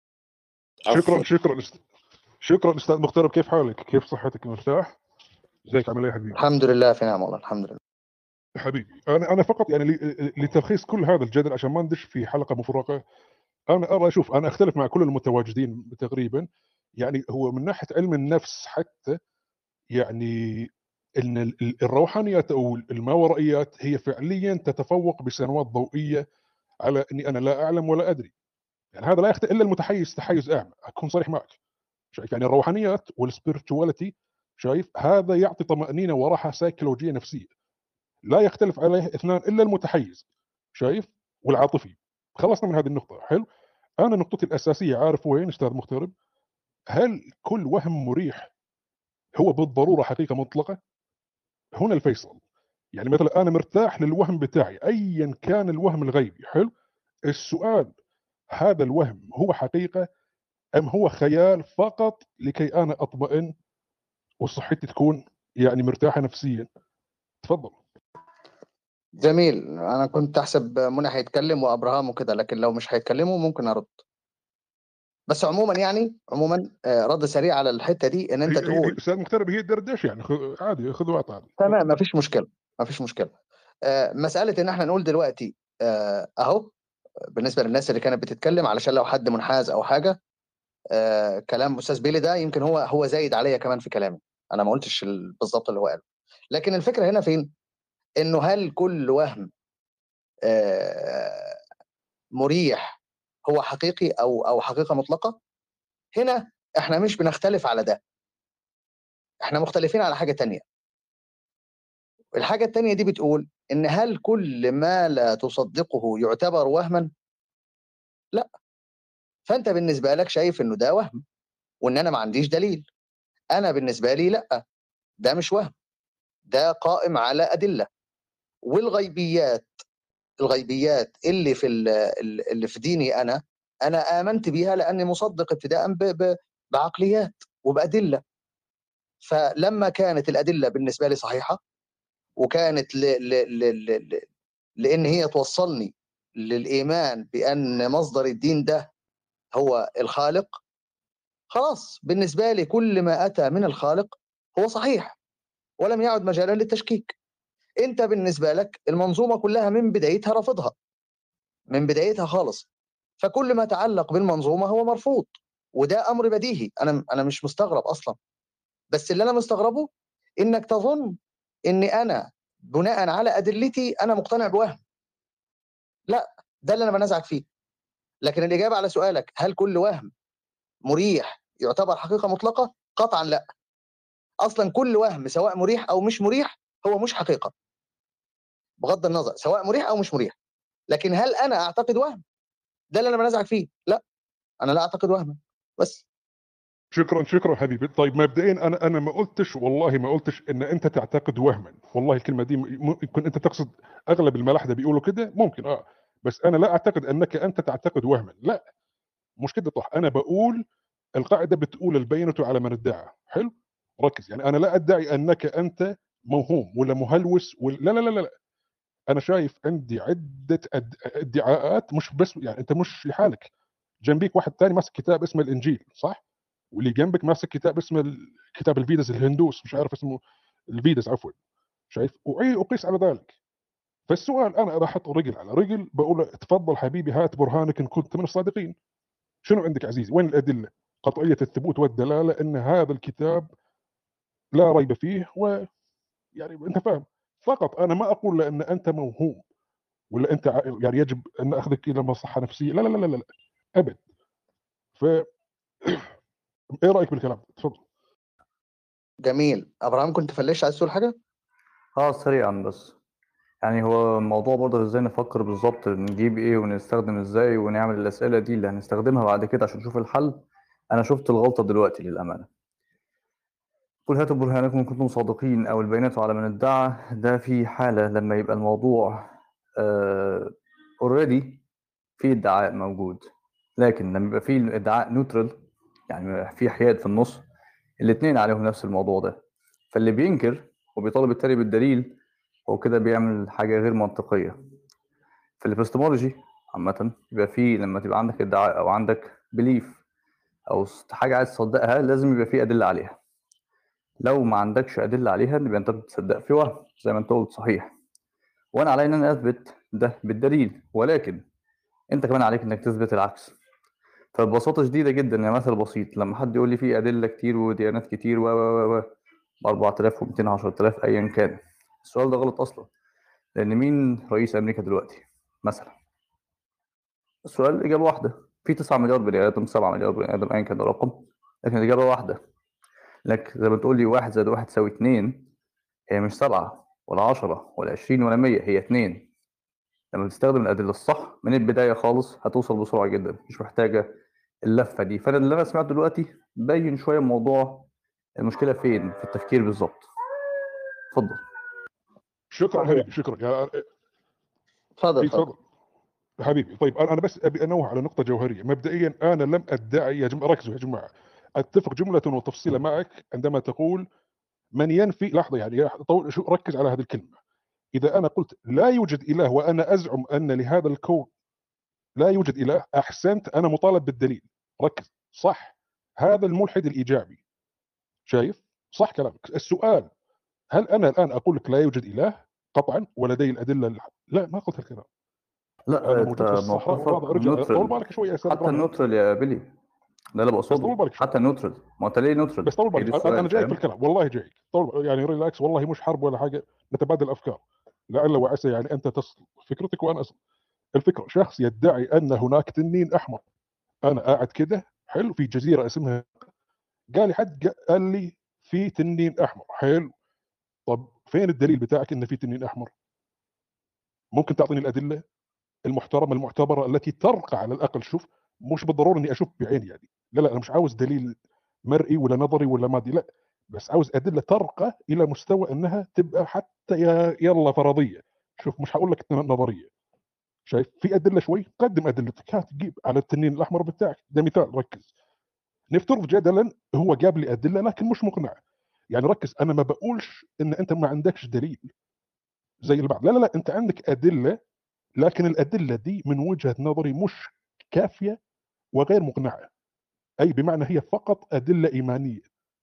شكرا استاذ مغترب، كيف حالك؟ كيف صحتك؟ مرتاح؟ ازيك؟ عامل ايه يا حبيبي؟ الحمد لله في نعم والله الحمد لله. حبيبي انا فقط يعني لتلخيص كل هذا الجدل عشان ما ندش في حلقه مفرغه، انا ارى شوف انا اختلف مع كل المتواجدين تقريبا، يعني هو من ناحيه علم النفس حتى يعني ان الروحانيات او الماورائيات هي فعليا تتفوق بسنوات ضوئيه على اني انا لا اعلم ولا ادري. يعني هذا لا يختلف الا المتحيز تحيز اعمى، اكون صريح معك. شايف يعني الروحانيات والسبيرتواليتي، شايف هذا يعطي طمأنينة وراحة سيكولوجية نفسية لا يختلف عليه اثنان الا المتحيز، شايف، والعاطفي. خلصنا من هذه النقطة. حلو. انا نقطتي الاساسية عارف وين استاذ مغترب؟ هل كل وهم مريح هو بالضرورة حقيقة مطلقة؟ هنا الفيصل. يعني مثلا انا مرتاح للوهم بتاعي ايا كان الوهم الغيبي. حلو. السؤال هذا الوهم هو حقيقة ام هو خيال فقط لكي انا اطمئن وصحتي تكون يعني مرتاحة نفسيا؟ تفضل. جميل. انا كنت احسب منى هيتكلم وابراهام وكده، لكن لو مش هيتكلموا ممكن ارد. بس عموما رد سريع على الحته دي ان انت تقول استاذ مغترب هي دردش يعني عادي، خذ وعط عادي. تمام مفيش مشكله. مساله ان احنا نقول دلوقتي اهو بالنسبه للناس اللي كانت بتتكلم علشان لو حد منحاز او حاجه، كلام استاذ بيلي ده يمكن هو زايد عليا كمان في كلامي، انا ما قلتش بالظبط اللي هو قاله. لكن الفكره هنا فين؟ انه هل كل وهم مريح هو حقيقي او حقيقه مطلقه؟ هنا احنا مش بنختلف على ده، احنا مختلفين على حاجه تانية. الحاجه التانية دي بتقول ان هل كل ما لا تصدقه يعتبر وهما؟ لا. فانت بالنسبه لك شايف انه ده وهم وان انا ما عنديش دليل. انا بالنسبه لي لا، ده مش وهم، ده قائم على ادله. والغيبيات اللي في ديني انا امنت بيها لاني مصدق ابتداء بعقليات وبادله. فلما كانت الادله بالنسبه لي صحيحه وكانت لان هي توصلني للايمان بان مصدر الدين ده هو الخالق، خلاص بالنسبه لي كل ما اتى من الخالق هو صحيح ولم يعد مجالا للتشكيك. انت بالنسبه لك المنظومه كلها من بدايتها رافضها، من بدايتها خالص، فكل ما تعلق بالمنظومه هو مرفوض، وده امر بديهي. انا مش مستغرب اصلا، بس اللي انا مستغربه انك تظن اني انا بناء على ادلتي انا مقتنع بوهم. لا، ده اللي انا بنازعك فيه. لكن الاجابه على سؤالك هل كل وهم مريح يعتبر حقيقه مطلقه؟ قطعا لا. اصلا كل وهم سواء مريح او مش مريح هو مش حقيقه، بغض النظر سواء مريح او مش مريح. لكن هل انا اعتقد وهم؟ ده اللي انا بنازعك فيه. لا، انا لا اعتقد وهما. بس شكرا حبيبي. طيب مبدئيا انا ما قلتش، والله ما قلتش ان انت تعتقد وهما، والله الكلمه دي ممكن انت تقصد، اغلب الملاحده بيقولوا كده ممكن بس انا لا اعتقد انك انت تعتقد وهما، لا مش كده. صح، انا بقول القاعده بتقول البينه على من ادعى. حلو، ركز. يعني انا لا ادعي انك انت موهوم ولا مهلوس لا لا لا لا. انا شايف عندي عده ادعاءات، مش بس يعني انت مش لحالك، جنبيك واحد ثاني ماسك كتاب اسمه الانجيل، صح؟ واللي جنبك ماسك كتاب اسمه كتاب الفيداس الهندوس، مش عارف اسمه الفيداس عفوا، شايف؟ اقيس على ذلك. فالسؤال انا بحط رجل على رجل، بقول تفضل حبيبي هات برهانك ان كنت من الصادقين. شنو عندك عزيزي؟ وين الادله؟ قطعيه الثبوت والدلاله ان هذا الكتاب لا ريب فيه، ويعني انت فاهم. فقط انا ما اقول لان انت موهوم ولا انت يعني يجب ان اخذك الى مصلحه نفسيه، لا لا لا لا, لا. ابد. ف ايه رايك بالكلام؟ تفضل. جميل. ابراهيم كنت فلش عايز تقول حاجه؟ سريعا بس. يعني هو الموضوع برضه ازاي نفكر بالظبط نجيب ايه ونستخدم ازاي ونعمل الاسئله دي اللي هنستخدمها بعد كده عشان نشوف الحل. انا شفت الغلطه دلوقتي للامانه. قل هاتوا برهانكم إن كنتم صادقين، أو البينات على من ادعى. ده في حالة لما يبقى الموضوع اوريدي في ادعاء موجود، لكن لما يبقى في الادعاء نيوترال، يعني في حياد في النص، الاثنين عليهم نفس الموضوع ده، فاللي بينكر وبيطالب التاني بالدليل هو كده بيعمل حاجة غير منطقية. في الابستمولوجي عامة يبقى في، لما تبقى عندك ادعاء أو عندك بليف أو حاجة عايز تصدقها، لازم يبقى في أدلة عليها. لو ما عندكش أدلة عليها يبقى أنت بتصدق في وهم زي ما أنت قلت، صحيح، وأنا علي إن أنا أثبت ده بالدليل، ولكن أنت كمان عليك إنك تثبت العكس. فببساطة شديدة جدا، يعني مثل بسيط، لما حد يقول لي في أدلة كتير وديانات كتير و 4200 10000 أيا كان، السؤال ده غلط أصلا، لأن مين رئيس أمريكا دلوقتي مثلا؟ السؤال إجابة واحدة، في 9 مليار بني آدم، 7 مليار بني آدم، أيا كان الرقم، لكن الإجابة واحدة. لكن زي ما تقول لي 1 زائد 1 يساوي 2، هي مش 7 ولا 10 ولا 20 ولا 100، هي 2. لما تستخدم الأدلة الصح من البداية خالص هتوصل بسرعة جدا، مش محتاجة اللفة دي. فأنا اللي أنا سمعته دلوقتي بين شوية موضوع المشكلة فين في التفكير بالظبط. اتفضل. شكرا حبيبي، شكرا. اتفضل حبيبي. طيب انا بس ابي انوه على نقطه جوهريه. مبدئيا انا لم ادعي، يا جماعه ركزوا يا جماعه، اتفق جمله وتفصيلا معك عندما تقول من ينفي، لحظه يعني ركز على هذه الكلمه. اذا انا قلت لا يوجد اله وانا ازعم ان لهذا الكون لا يوجد اله، احسنت، انا مطالب بالدليل. ركز، صح، هذا الملحد الايجابي، شايف؟ صح كلامك. السؤال، هل انا الان اقول لك لا يوجد اله قطعا ولدي الادله؟ لا، ما قلت الكلام. لا، انا موجود في الصحراء وواضع ارجع. طول بالك شويه يا استاذ حتى النوترال يا بيلي، ده اللي بقصده، حتى النوترال. ما انت ليه نوترال؟ بس طول بالك، انا جايك في الكلام، والله جايك، طول يعني ريلاكس، والله مش حرب ولا حاجه، نتبادل افكار لعل وعسى يعني انت تصل فكرتك وانا اصل. الفكره، شخص يدعي ان هناك تنين احمر، انا قاعد كده حلو في جزيره اسمها، قال لي حد قال لي في تنين احمر، حلو، طب فين الدليل بتاعك ان في تنين احمر؟ ممكن تعطيني الادله المحترمه المعتبره التي ترقى على الاقل. شوف، مش بالضروره اني اشوف بعيني يعني، لا انا مش عاوز دليل مرئي ولا نظري ولا مادي، لا، بس عاوز ادله ترقى الى مستوى انها تبقى حتى يلا فرضيه. شوف، مش هقول لك نظريه، شايف؟ في ادله شوي، قدم ادلتك، هات جيب على التنين الاحمر بتاعك، ده مثال. ركز، نفترض جدلا هو جاب لي ادله لكن مش مقنعه، يعني ركز، انا ما بقولش ان انت ما عندكش دليل زي البعض، لا انت عندك ادله، لكن الادله دي من وجهه نظري مش كافيه وغير مقنعه، اي بمعنى هي فقط ادله ايمانيه.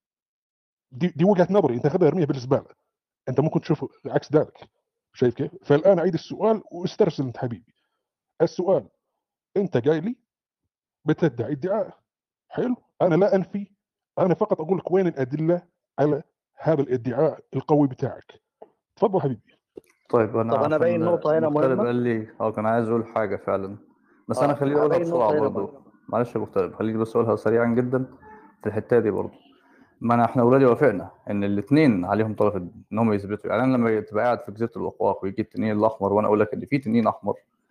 دي وجهه نظري، انت خذها ارميها بالزباله، انت ممكن تشوف عكس ذلك، شايف كيف؟ فالان اعيد السؤال واسترسل انت حبيبي. السؤال، انت جاي لي بتدعي ادعاء، حلو، انا لا انفي، انا فقط اقول لك وين الادله على هذا الادعاء القوي بتاعك. تفضل حبيبي. طيب انا ابين نقطه هنا مغترب مهمه. قال لي كان عايز اقول حاجه فعلا، بس انا خليني اقولها بسرعه برضه. معلش يا مغترب، خليني بس اقولها سريعا جدا في الحته دي برضه. ما احنا اوريدي وافقنا ان الاثنين عليهم طرف ان هم يثبتوا. يعني انا لما تبقى قاعد في جزيره الوقواق ويجي التنين الاحمر وانا اقول لك ان في تنين احمر،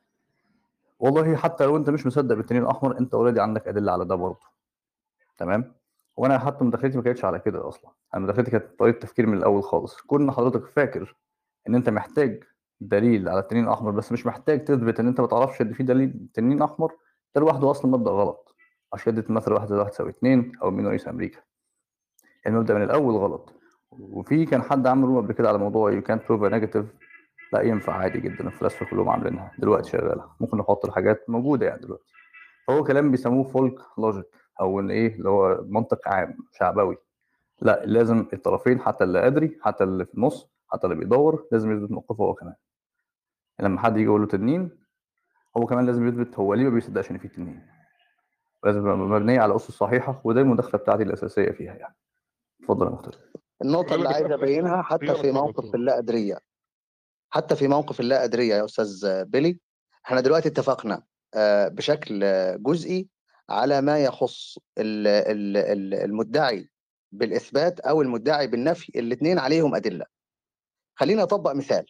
والله حتى لو انت مش مصدق بالتنين الاحمر، انت اوريدي عندك ادله على ده برضه، تمام؟ وانا حتى مداخلتي ما كانتش على كده اصلا، انا مداخلتي كانت طريقه تفكير من الاول خالص. كون حضرتك فاكر ان انت محتاج دليل على التنين الاحمر بس مش محتاج تثبت ان انت ما تعرفش ان في دليل تنين احمر، ده لوحده اصلا مبدا غلط. عشان اديت مثل 1 زائد 1 يساوي 2 او مين رئيس امريكا، المبدا من الاول غلط. وفي كان حد عمل روم قبل كده على موضوع يو كانت بروف نيجاتيف، لا ينفع عادي جدا، الفلاسفه كلهم عاملينها دلوقتي شغاله، ممكن نحط الحاجات موجوده يعني دلوقتي. هو كلام بيسموه فولك لوجيك، او ان ايه اللي هو منطق عام شعبوي. لا، لازم الطرفين، حتى اللي ادري حتى اللي في النص حتى اللي بيدور لازم يثبت موقفه هو كمان. لما حد يجي يقول له تنين، هو كمان لازم يثبت هو ليه ما بيصدقش ان في تنين، لازم تبقى مبنيه على اسس صحيحه، وده المداخله بتاعتي الاساسيه فيها يعني. اتفضل يا مختار. النقطه اللي عايز ابينها حتى في موقف اللا ادريه، حتى في موقف اللا ادريه يا استاذ بيلي، احنا دلوقتي اتفقنا بشكل جزئي على ما يخص المدعي بالاثبات او المدعي بالنفي، الاثنين عليهم ادله. خلينا اطبق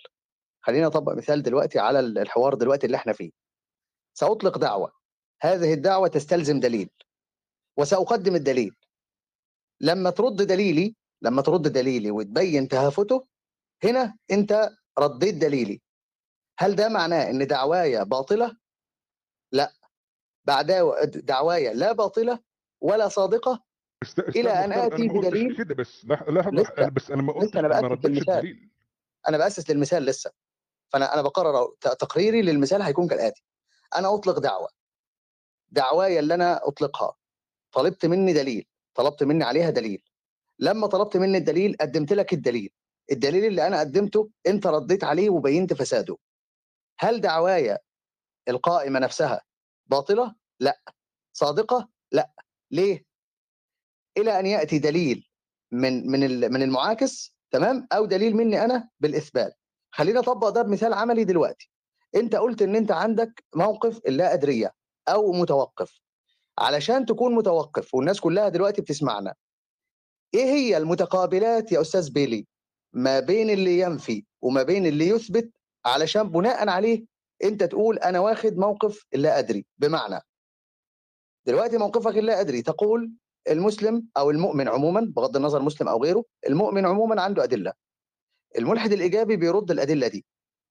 مثال دلوقتي على الحوار دلوقتي اللي احنا فيه. ساطلق دعوه، هذه الدعوه تستلزم دليل، وساقدم الدليل. لما ترد لما ترد دليلي وتبين تهافته، هنا انت رديت دليلي. هل ده معناه ان دعوايا باطله؟ لا، دعوايا لا باطله ولا صادقه الى ان اتي بدليل. كده بس لحظه، بس انا ما قلتش انا ما ردتش الدليل. انا باسس للمثال لسه. فانا بقرر تقريري للمثال هيكون كالاتي: انا اطلق دعوايا اللي انا اطلقها، طلبت مني دليل، طلبت مني عليها دليل. لما طلبت مني الدليل قدمت لك الدليل اللي انا قدمته انت رديت عليه وبينت فساده. هل دعوايا القائمه نفسها باطله؟ لا. صادقه؟ لا. ليه؟ الى ان ياتي دليل من المعاكس، تمام، او دليل مني انا بالاثبات. خلينا نطبق ده بمثال عملي دلوقتي. انت قلت ان انت عندك موقف اللا ادريه او متوقف. علشان تكون متوقف والناس كلها دلوقتي بتسمعنا، ايه هي المتقابلات يا استاذ بيلي ما بين اللي ينفي وما بين اللي يثبت، علشان بناء عليه انت تقول انا واخد موقف اللا ادري؟ بمعنى دلوقتي موقفك اللا ادري تقول المسلم او المؤمن عموما، بغض النظر مسلم او غيره، المؤمن عموما عنده ادله. الملحد الايجابي بيرد الادله دي.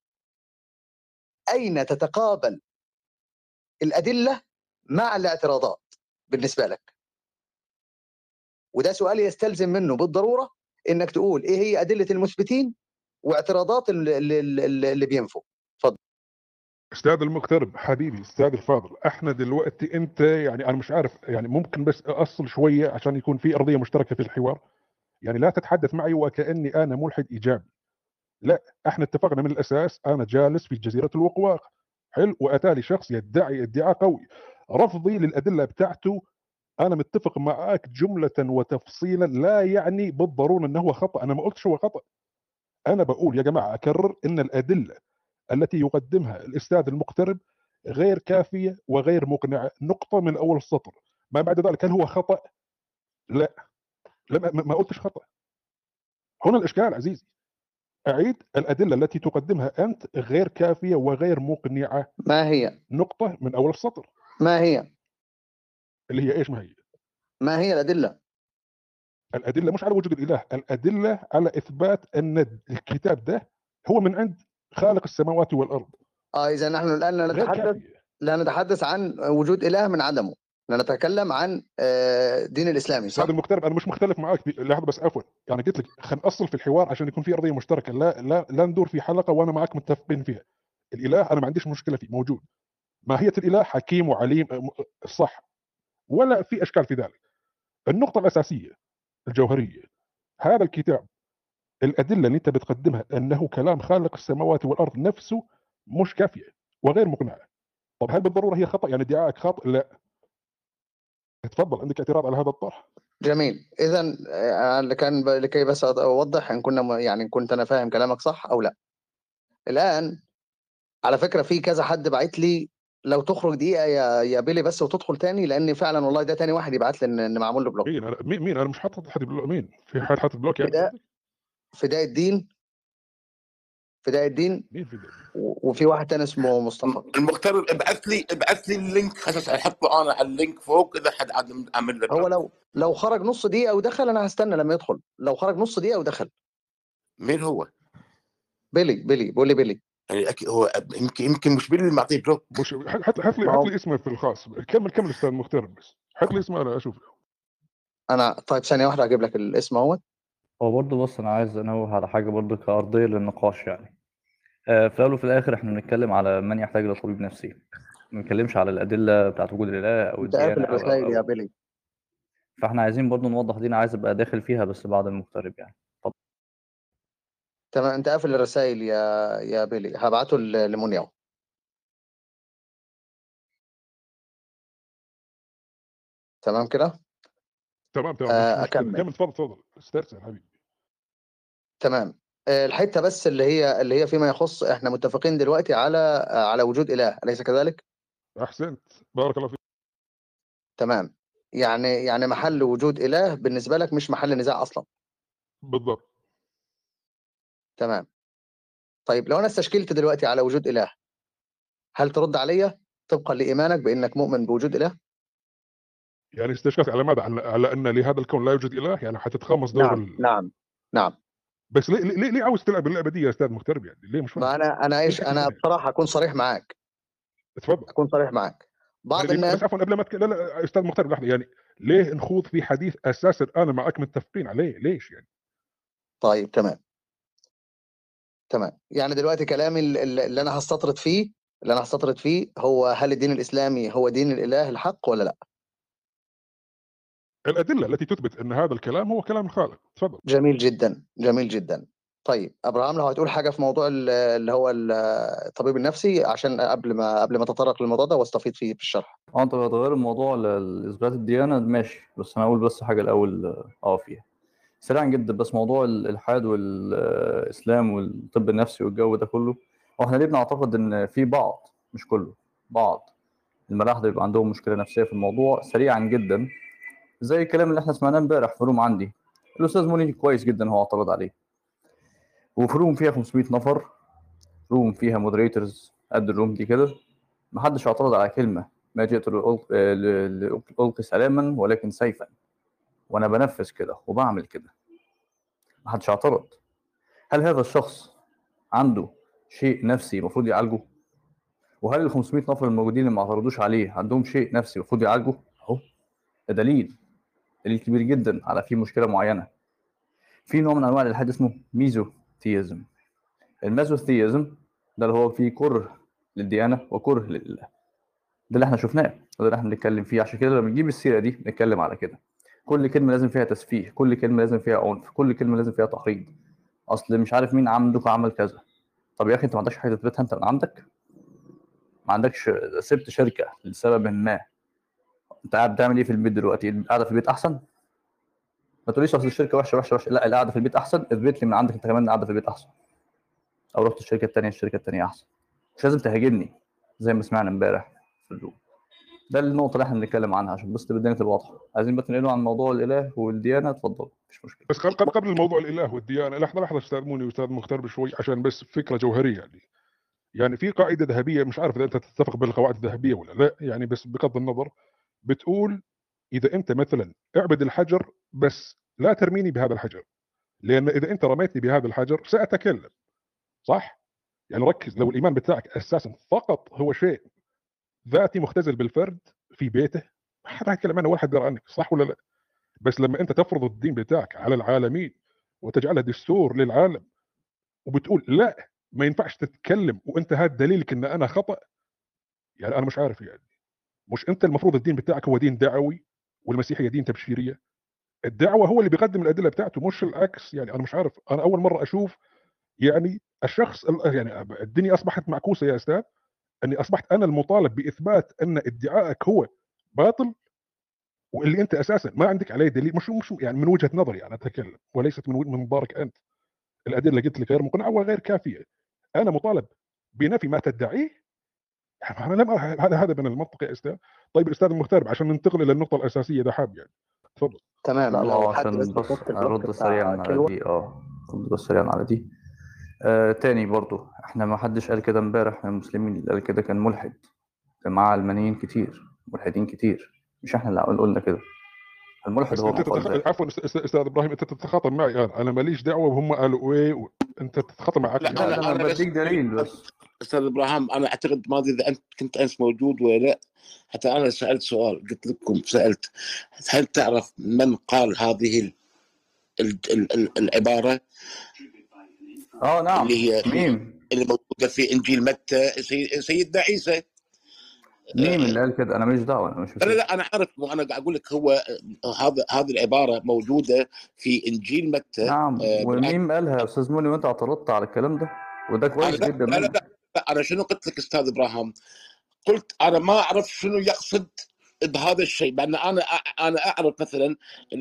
اين تتقابل الادله مع الاعتراضات بالنسبه لك؟ وده سؤال يستلزم منه بالضروره انك تقول ايه هي ادله المثبتين واعتراضات اللي بينفوا. اتفضل. استاذ المغترب حبيبي، استاذ الفاضل، احنا دلوقتي انت يعني انا مش عارف، يعني ممكن بس اصل شويه عشان يكون في ارضيه مشتركه في الحوار. يعني لا تتحدث معي وكاني انا ملحد ايجابي، لا، احنا اتفقنا من الاساس انا جالس في جزيره الوقواق، حلو، واتالي شخص يدعي ادعاء قوي، رفضي للادله بتاعته انا متفق معاك جمله وتفصيلا، لا يعني بالضروره انه هو خطا. انا ما قلتش هو خطا، انا بقول يا جماعه اكرر ان الادله التي يقدمها الاستاذ المغترب غير كافيه وغير مقنعه، نقطه من اول السطر. ما بعد ذلك هل هو خطا؟ لا، ما قلتش خطا. هنا الاشكال عزيزي، اعيد الادله التي تقدمها انت غير كافيه وغير مقنعه. ما هي؟ نقطه من اول السطر. ما هي؟ اللي هي ايش؟ ما هي الادله؟ الادله مش على وجود الاله، الادله على اثبات ان الكتاب ده هو من عند خالق السماوات والارض. اذا نحن الان لا نتحدث عن وجود اله من عدمه، لا نتكلم عن دين الاسلامي، صح؟ هذا المغترب انا مش مختلف معاك لحظه بس، عفوا، يعني قلت لك خلينا نأصل في الحوار عشان يكون في ارضيه مشتركه، لا ندور في حلقه وانا معك متفقين فيها. الاله انا ما عنديش مشكله فيه، موجود، ماهيه الاله حكيم وعليم، صح، ولا في اشكال في ذلك. النقطه الاساسيه الجوهريه، هذا الكتاب الادله اللي انت بتقدمها انه كلام خالق السماوات والارض نفسه مش كافيه وغير مقنعه. طب هل بالضروره هي خطا؟ يعني ادعائك خطا؟ لا. اتفضل، عندك اعتراض على هذا الطرح؟ جميل. اذا لكي بس اوضح ان كنا يعني كنت انا فاهم كلامك صح او لا. الان على فكره في كذا حد باعت لي لو تخرج دقيقه يا بيلي بس وتدخل تاني، لان فعلا والله ده تاني واحد يبعت لي ان معمول له بلوك. مين؟ انا مش حاطط حد بلوك. مين؟ في حد حاطط بلوك يعني؟ فداء الدين. مين فداء؟ وفي واحد تاني اسمه مصطفى. المغترب ابعث لي اللينك، احطه انا على اللينك فوق اذا حد عامل له. هو لو خرج نص دقيقه ودخل انا هستنى لما يدخل. لو خرج نص دقيقه ودخل. مين هو؟ بيلي بيقول لي بيلي. يعني هو يمكن مش بيلي اللي معطيه بلوك. مش حط لي اسمه في الخاص. كمل استاذ مغترب، بس حط لي اسمه انا اشوف. انا طيب ثانيه واحده اجيب لك الاسم اهوت. هو برضه بص، انا عايز انوه على حاجه برضه كارضيه للنقاش يعني. في الاول وفي الاخر احنا بنتكلم على من يحتاج الى طبيب نفسي، ما بنتكلمش على الادله بتاعت وجود الاله او انت قافل الديانه الرسائل يا بيلي. فاحنا عايزين برضه نوضح دي، انا عايز ابقى داخل فيها بس بعد المغترب يعني. طب تمام، انت قافل الرسائل يا بيلي، هبعته لمنيا. تمام كده؟ تمام. اكمل. كمل، اتفضل استرسل حبيبي. تمام. الحته بس اللي هي فيما يخص، احنا متفقين دلوقتي على وجود اله، اليس كذلك؟ احسنت، بارك الله فيك. تمام. يعني محل وجود اله بالنسبه لك مش محل نزاع اصلا. بالضبط. تمام. طيب لو انا استشكلت دلوقتي على وجود اله، هل ترد عليا طبقا لايمانك بانك مؤمن بوجود اله؟ يعني استشكلت على ماذا؟ على ان لهذا الكون لا يوجد اله، يعني حتتخمص دور نعم. بس ليه عاوز تلعب اللعبه دي يا استاذ مغترب؟ يعني ليه؟ مش فاهم. ما انا بصراحه اكون صريح معاك. اتفضل. اكون صريح معاك. بعض يعني الناس بس عفوا قبل ما لا استاذ مغترب لحظه، يعني ليه نخوض في حديث اساسا انا معك متفقين عليه؟ ليش يعني؟ طيب تمام. يعني دلوقتي كلامي اللي انا هستطرد فيه هو هل الدين الاسلامي هو دين الاله الحق ولا لا؟ الادله التي تثبت ان هذا الكلام هو كلام الخالق. تفضل. جميل جدا. طيب ابراهام، لو هتقول حاجه في موضوع اللي هو الطبيب النفسي، عشان قبل ما تتطرق للموضوع ده واستفيد فيه في الشرح. انت لو هتغير الموضوع لاثبات الديانه ماشي، بس انا اقول بس حاجه الاول فيها سريعا جدا. بس موضوع الالحاد والاسلام والطب النفسي والجو ده كله، واحنا ليه بنعتقد ان في بعض، مش كله، بعض الملاحده بيبقى عندهم مشكله نفسيه في الموضوع سريعا جدا، زي الكلام اللي احنا سمعناه امبارح في روم عندي. الاستاذ موني كويس جدا هو اعترض عليه، وفي روم فيها 500 نفر، روم فيها مودريتورز قد الروم دي كده، محدش اعترض على كلمه ما جئت لألقي سلاما ولكن سيفا، وانا بنفذ كده وبعمل كده، محدش اعترض. هل هذا الشخص عنده شيء نفسي المفروض يعالجه؟ وهل ال 500 نفر الموجودين اللي ما اعترضوش عليه عندهم شيء نفسي المفروض يعالجه؟ اهو ده دليل كبير جدا على في مشكله معينه. في نوع من انواع الالحاد اسمه ميزوثيزم. الميزوثيزم ده اللي هو فيه كره للديانه وكره لله. ده اللي احنا شفناه وده اللي احنا بنتكلم فيه. عشان كده لما بنجيب السيره دي بنتكلم على كده. كل كلمه لازم فيها تسفيه، كل كلمه لازم فيها عنف، كل كلمه لازم فيها تحريض. اصل مش عارف مين عندك عمل كذا. طب يا اخي انت ما عندكش حاجه تثبتها انت من عندك؟ ما عندكش، سبت شركه لسبب ما، انت قاعد بتعمل ايه في البيت دلوقتي؟ قاعده في البيت احسن؟ ما تقوليش اصل الشركه وحشه، لا، القعده في البيت احسن. اثبت لي من عندك انت كمان قاعده في البيت احسن، او رحت الشركه الثانيه احسن. مش لازم تهاجمني زي ما سمعنا امبارح في الروم. ده النقطه اللي احنا بنتكلم عنها عشان بس الدنيا تبقى واضحه. عايزين بس ننقل عن موضوع الاله والديانه، اتفضل مفيش مشكله. بس قبل الموضوع الاله والديانه، لحظه استاذ موني واستاذ مغترب شوي، عشان بس فكره جوهريه. يعني في قاعده ذهبيه، مش عارف اذا انت تتفق بالقواعد الذهبيه ولا لا، يعني بس بغض النظر، بتقول اذا انت مثلا اعبد الحجر بس لا ترميني بهذا الحجر، لان اذا انت رميتني بهذا الحجر ساتكلم. صح؟ يعني ركز، لو الايمان بتاعك اساسا فقط هو شيء ذاتي مختزل بالفرد في بيته، ما حد هيتكلم عنه ولا حد يدري عنك، صح ولا لا؟ بس لما انت تفرض الدين بتاعك على العالمين وتجعله دستور للعالم، وبتقول لا ما ينفعش تتكلم وانت هذا دليلك ان انا خطأ، يعني انا مش عارف. يعني مش انت المفروض الدين بتاعك هو دين دعوي والمسيحيه دين تبشيريه؟ الدعوه هو اللي بيقدم الادله بتاعته مش العكس. يعني انا مش عارف، انا اول مره اشوف يعني الشخص، يعني الدنيا اصبحت معكوسه يا استاذ، اني اصبحت انا المطالب باثبات ان ادعائك هو باطل، واللي انت اساسا ما عندك عليه دليل. مش يعني من وجهه نظري انا اتكلم، وليست من منظارك انت. الادله قلت لك غير مقنعه وغير كافيه، انا مطالب بنفي ما تدعيه. يعني انا لم هذا من المنطق يا استاذ. طيب الاستاذ المغترب، عشان ننتقل الى النقطه الاساسيه ده، حاب يعني تفضل. تمام. لا لو عشان بس ارد سريعا على دي ارد بس سريعا على دي. تاني برضو احنا ما حدش قال كده امبارح من المسلمين. اللي قال كده كان ملحد، كان معاه علمانيين كتير، ملحدين كتير، مش احنا اللي قلنا كده. الملحد هو عفوا استاذ ابراهيم، انت تتخاطب معي، انا ماليش دعوه وهم قالوا ايه انت تتخاطب معك. لا انا بديك دليل بس. استاذ ابراهيم، انا اعتقد ما ادري اذا انت كنت امس موجود ولا لا، حتى انا سالت سؤال، قلت لكم سالت هل تعرف من قال هذه العباره؟ نعم، اللي هي مين اللي موجوده في انجيل متى، سيدنا عيسى. مين اللي قال كده؟ انا ماليش دعوه، انا مش لا انا عارف، انا قاعد اقول لك هو هذه العباره موجوده في انجيل متى. نعم. ومين قالها يا استاذ موني وانت اعترضت على الكلام ده؟ وده كويس جدا منك. لا انا شنو قلت لك استاذ ابراهيم؟ قلت انا ما اعرف شنو يقصد بهذا الشيء، لان انا اعرف مثلا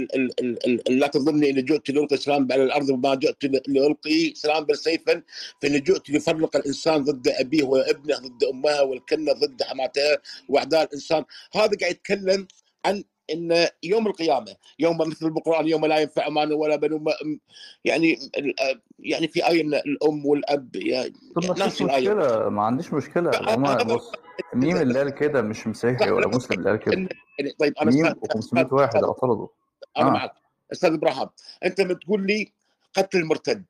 لا تظني اني جئت لألقي سلام على الارض وما جئت لألقي سلام بل سيفا، فاني جئت لفرق الانسان ضد ابيه وابنه، ضد امها، والكنه ضد حماتها، واعداء الانسان. هذا قاعد يتكلم عن ان يوم القيامه يوم مثل القران يوم لا ينفع مال ولا بنون، يعني في ايه الام والاب طب ما فيش مشكله، ما عنديش مشكله. هما بص، مين اللي قال كده؟ مش مسيحي ولا مسلم اللي قال كده. طيب انا مين و500 واحد اعترضوا. انا معك استاذ ابراهيم، انت بتقول لي قتل المرتد.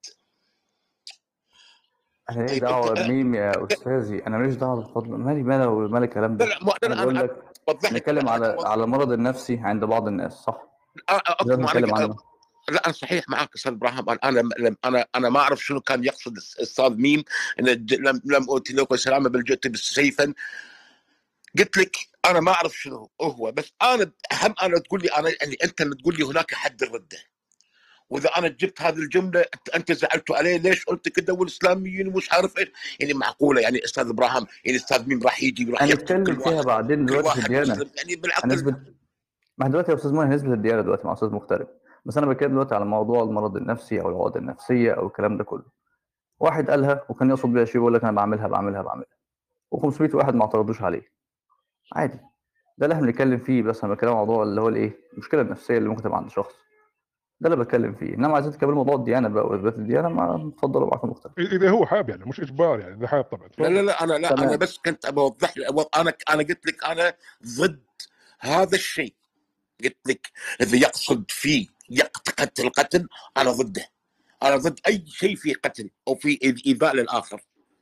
انا ايه دعوه بميم يا استاذي؟ انا ماليش دعوه بالفضل، مالي ومال الكلام ده. انا بقول لك نتكلم على المرض النفسي عند بعض الناس، صح؟ لازم نتكلم عنه. لا انا صحيح معك استاذ ابراهيم، انا ما اعرف شنو كان يقصد الاستاذ ميم ان لم اوتي لكم سلامه بل جئت بالسيفا. قلت لك انا ما اعرف شنو هو، بس انا اهم انا تقول لي انا يعني انت بتقول لي هناك حد الرده، واذا انا جبت هذه الجمله انت زعلتوا عليه ليش قلت كده والاسلاميين ومش عارف ايش، يعني معقوله يعني استاذ ابراهيم يعني استاذ ميم راح يجي وراح يقتل كل فيها واحد بعدين دلوقتي في الديانه يعني بالعقل. ما دلوقتي يا استاذ موني نسبه الديانه دلوقتي مع استاذ مغترب، بس انا بتكلم دلوقتي على موضوع المرض النفسي او العقد النفسيه او الكلام ده كله. واحد قالها وكان يقصد بيها شيء، بيقول لك انا بعملها و500 واحد ما اعترضوش عليه، عادي. ده اللي احنا بنتكلم فيه، بس انا بتكلم عن موضوع اللي هو الايه، المشكله النفسيه اللي ممكن تبقى عند شخص، ده اللي بتكلم فيه. انما عايزين تكملوا موضوع الديانه بقى واثبات الديانه، ما اتفضلوا معاكم مختلف. اذا هو حاب يعني مش اجبار، يعني اذا حاب طبعا. لا انا بس كنت بوضح انا قلت لك انا ضد هذا الشيء. قلت لك اذا يقصد فيه قتل انا ضده. انا ضد اي شيء فيه قتل او فيه ايذاء للاخر،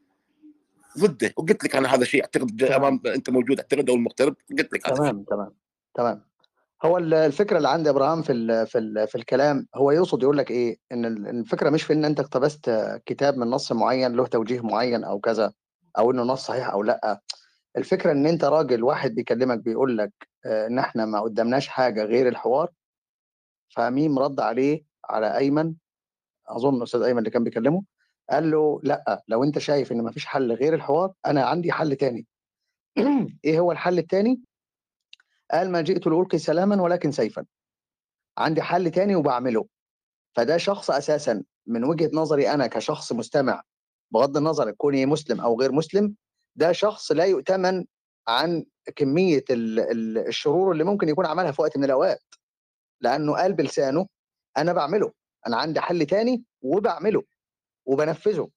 ضده. وقلت لك انا هذا الشيء اعتقد امام انت موجود اعتقد او المغترب، قلت لك هذا تمام. هو الفكره اللي عندي يا ابراهيم في الكلام، هو يقصد يقول لك ايه، ان الفكره مش في ان انت اقتبست كتاب من نص معين له توجيه معين او كذا، او انه نص صحيح او لا. الفكره ان انت راجل واحد بيكلمك بيقول لك ان احنا ما قدامناش حاجه غير الحوار، فميم رد عليه على ايمن، اظن استاذ ايمن اللي كان بيكلمه، قال له لا، لو انت شايف ان ما فيش حل غير الحوار انا عندي حل تاني. ايه هو الحل التاني؟ قال ما جئت لألقي سلاما ولكن سيفا. عندي حل تاني وبعمله. فده شخص اساسا من وجهة نظري انا كشخص مستمع، بغض النظر كوني مسلم او غير مسلم، ده شخص لا يؤتمن عن كمية الشرور اللي ممكن يكون عملها في وقت من الاوقات، لانه قال بلسانه انا بعمله، انا عندي حل تاني وبعمله وبنفذه.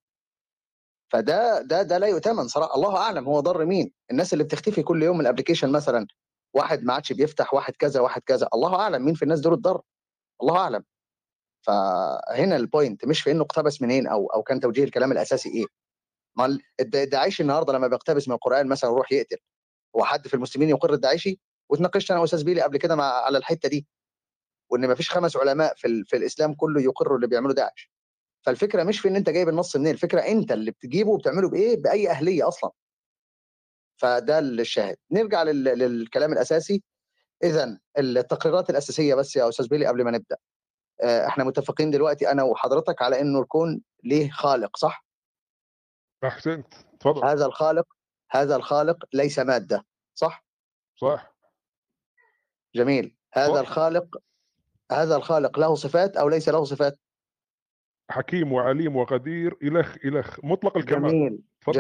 فده لا يؤتمن صراحه. الله اعلم هو ضر مين. الناس اللي بتختفي كل يوم من الابلكيشن مثلا، واحد ما عادش بيفتح، واحد كذا واحد كذا، الله اعلم مين في الناس دول الضر، الله اعلم. فهنا البوينت مش في انه اقتبس منين او كان توجيه الكلام الاساسي ايه. ما الداعشي النهارده لما بيقتبس من القران مثلا ويروح يقتل، هو حد في المسلمين يقر الداعشي؟ واتناقشت انا واستاذ بيلي قبل كده على الحته دي، وان ما فيش 5 علماء في الاسلام كله يقروا اللي بيعملوا داعش. فالفكره مش في ان انت جايب النص منين، الفكره انت اللي بتجيبه وبتعمله بايه، باي اهليه اصلا. فده الشاهد. نرجع للكلام الاساسي. اذا التقريرات الاساسيه بس يا استاذ بيلي قبل ما نبدا، احنا متفقين دلوقتي انا وحضرتك على انه الكون ليه خالق، صح؟ احسنت، اتفضل. هذا الخالق ليس ماده، صح؟ صح. جميل. هذا الخالق له صفات او ليس له صفات؟ حكيم وعليم وقدير الخ مطلق الكمال.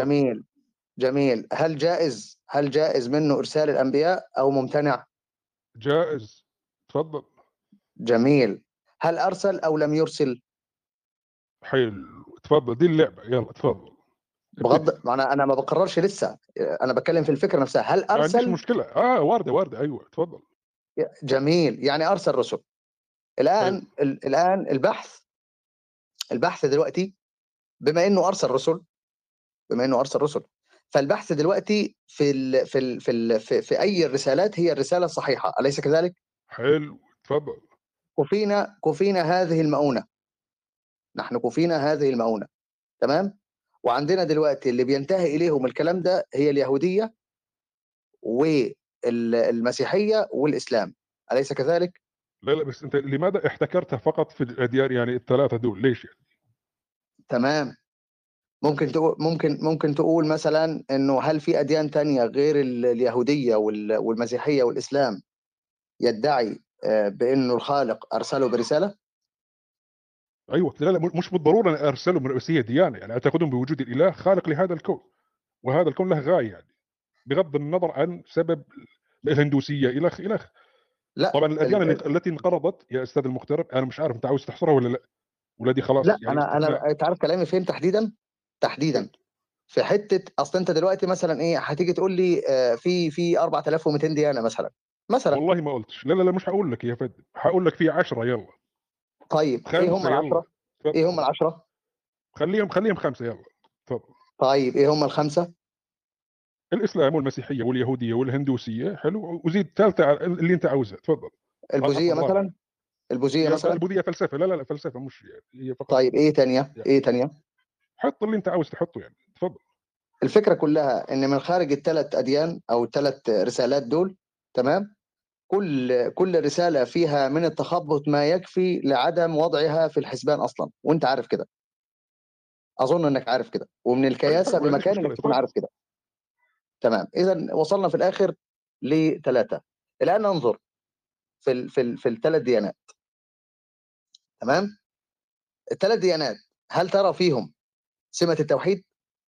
جميل. هل جائز منه ارسال الانبياء او ممتنع؟ جائز، اتفضل. جميل. هل ارسل او لم يرسل؟ حلو، اتفضل، دي اللعبه، يلا اتفضل. بغض انا ما بقررش لسه، انا بتكلم في الفكره نفسها. هل ارسل؟ ما عنديش مشكله، وارده، ايوه اتفضل. جميل، يعني ارسل رسل. الان البحث دلوقتي بما انه ارسل رسل، فالبحث دلوقتي في اي الرسالات هي الرساله الصحيحه، اليس كذلك؟ حلو، اتفضل. كفينا هذه المؤونه، نحن كفينا هذه المؤونه، تمام. وعندنا دلوقتي اللي بينتهي اليهم الكلام ده هي اليهوديه والمسيحيه والاسلام، اليس كذلك؟ لا بس انت لماذا احتكرتها فقط في الاديان يعني الثلاثه دول؟ ليش يعني؟ تمام. ممكن تقول مثلا انه هل في اديان تانية غير اليهوديه والمسيحيه والاسلام يدعي بانه الخالق ارسله برساله؟ ايوه، لا مش بالضروره ان ارسله، بس هي ديانه، يعني اعتقدهم بوجود الاله خالق لهذا الكون، وهذا الكون له غايه، يعني بغض النظر عن سبب الهندوسيه الخ. لا طبعا الاديان التي انقرضت يا استاذ المغترب، انا مش عارف انت عاوز تحصرها ولا لا، ولا دي خلاص لا يعني انا انت عارف كلامي فين تحديدا في حته. اصل انت دلوقتي مثلا ايه هتيجي تقول لي في 4200 ديانه مثلا والله ما قلتش، لا مش هقول لك يا فندم، هقول لك في 10 يلا. طيب ايه هم ال10؟ ايه هم ال10؟ خليهم 5 يلا اتفضل. طيب ايه هم ال5؟ الاسلام والمسيحيه واليهوديه والهندوسيه، حلو، وزيد ثالثه اللي انت عاوزها، اتفضل. البوذيه مثلا؟ البوذيه مثلا؟ البوذيه فلسفه، لا فلسفه مش هي فقط. طيب ايه ثانيه؟ يعني. ايه ثانيه؟ حط اللي انت عاوز تحطه يعني، اتفضل. الفكره كلها ان من خارج ال3 اديان او ال3 رسالات دول، تمام، كل رساله فيها من التخبط ما يكفي لعدم وضعها في الحسبان اصلا، وانت عارف كده. اظن انك عارف كده، ومن الكياسه بمكان انك تكون عارف كده. تمام، اذا وصلنا في الاخر ل3. الان ننظر في ال3 ديانات. تمام، ال3 ديانات هل ترى فيهم سمه التوحيد؟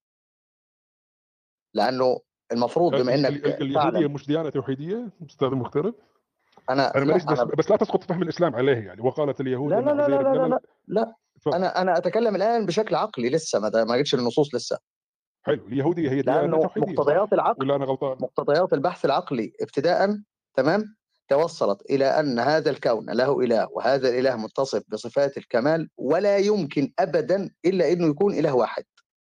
لانه المفروض بما انك اليهوديه مش ديانه توحيديه استاذ المغترب. انا ماليش بس لا تسقط فهم الاسلام عليه يعني. وقالت اليهود لا لا لا لا لا, لا, لا. انا اتكلم الان بشكل عقلي، لسه ما جيتش للنصوص لسه. حلو، اليهوديه هي ديانه توحيديه، مقتضيات العقل ولا انا غلطان؟ مقتضيات البحث العقلي ابتداء، تمام، توصلت الى ان هذا الكون له اله، وهذا الاله متصف بصفات الكمال، ولا يمكن ابدا الا انه يكون اله واحد.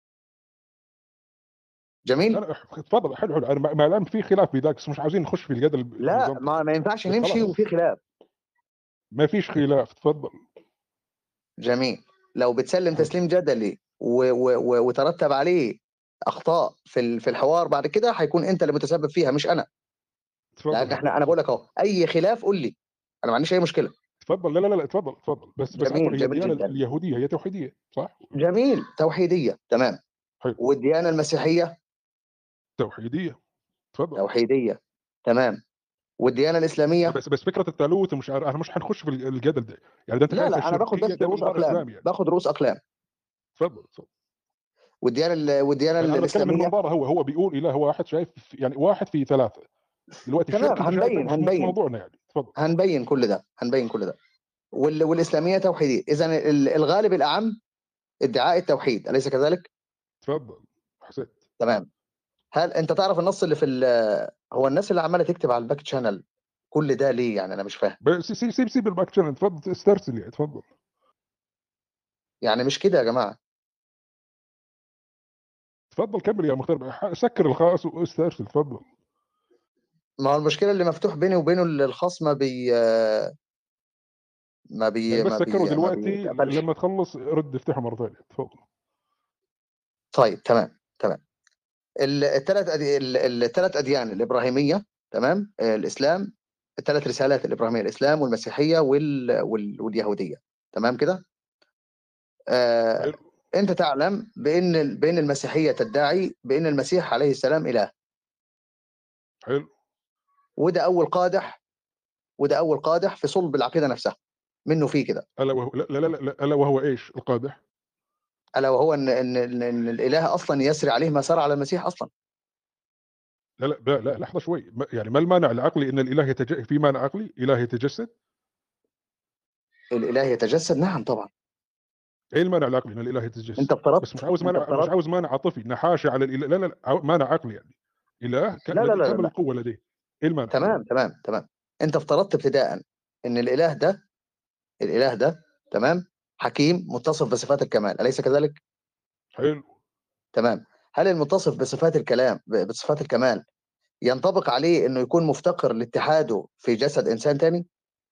جميل. لا اتفضل، حلو انا ما دام في خلاف بذاك، بس مش عاوزين نخش في الجدل. لا ما ينفعش نمشي وفي خلاف. ما فيش خلاف، اتفضل. جميل. لو بتسلم تسليم جدلي وترتب عليه اخطاء في الحوار بعد كده، هيكون انت اللي متسبب فيها مش انا. لان انا بقول لك اهو، اي خلاف قول لي، انا ما عنديش اي مشكله. اتفضل. لا اتفضل. بس جميل. هي الديانه اليهوديه هي توحيديه صح؟ جميل، توحيديه، تمام. حلو. والديانه المسيحيه توحيديه، اتفضل. توحيديه، تمام. والديانه الاسلاميه بس فكره الثالوث مش انا مش هنخش في الجدل ده يعني. ده انت لا انا باخد بس رؤوس اقلام يعني. باخد رؤوس اقلام. اتفضل. والديانه يعني الاسلاميه من منظار هو بيقول اله واحد، شايف يعني واحد في 3 دلوقتي. تمام، هنبين موضوعنا يعني. اتفضل. هنبين كل ده والاسلاميه توحيديه. اذا الغالب الاعم ادعاء التوحيد، اليس كذلك؟ اتفضل، حسيت. تمام. هل انت تعرف النص اللي في هو الناس اللي عماله تكتب على الباك شانل كل ده ليه يعني؟ انا مش فاهم. سيب الباك شانل، اتفضل استرسل يعني، اتفضل. يعني مش كده يا جماعه. اتفضل كمل يا مغترب، سكر الخاص واسترسل، اتفضل. ما هو المشكله اللي مفتوح بيني وبينه الخاص ما يعني بس سكره دلوقتي، لما تخلص رد افتحه مره ثانيه، اتفضل. طيب تمام. الثلاث اديان الابراهيميه، تمام، الاسلام، ال3 رسالات الابراهيميه، الاسلام والمسيحيه واليهوديه، تمام كده. انت تعلم بان المسيحيه تدعي بان المسيح عليه السلام اله. حلو. وده اول قادح في صلب العقيده نفسها منه فيه كده. الا وهو الا وهو ايش القادح؟ الا وهو ان الاله اصلا يسري عليه ما سرى على المسيح اصلا. لا لحظه شوي، يعني ما المانع العقلي ان الاله في مانع عقلي اله يتجسد؟ الاله يتجسد، نعم طبعا. ايه المانع العقلي ان الاله يتجسد؟ انت افترضت، بس مش عاوز مانع عاطفي نحاشي على الاله. لا مانع عقلي يعني. اله كامل القوه لديه. ايه المانع؟ تمام. انت افترضت ابتداء ان الاله ده تمام حكيم متصف بصفات الكمال، اليس كذلك؟ حلو. تمام. هل المتصف بصفات الكمال ينطبق عليه انه يكون مفتقر لاتحاده في جسد انسان تاني؟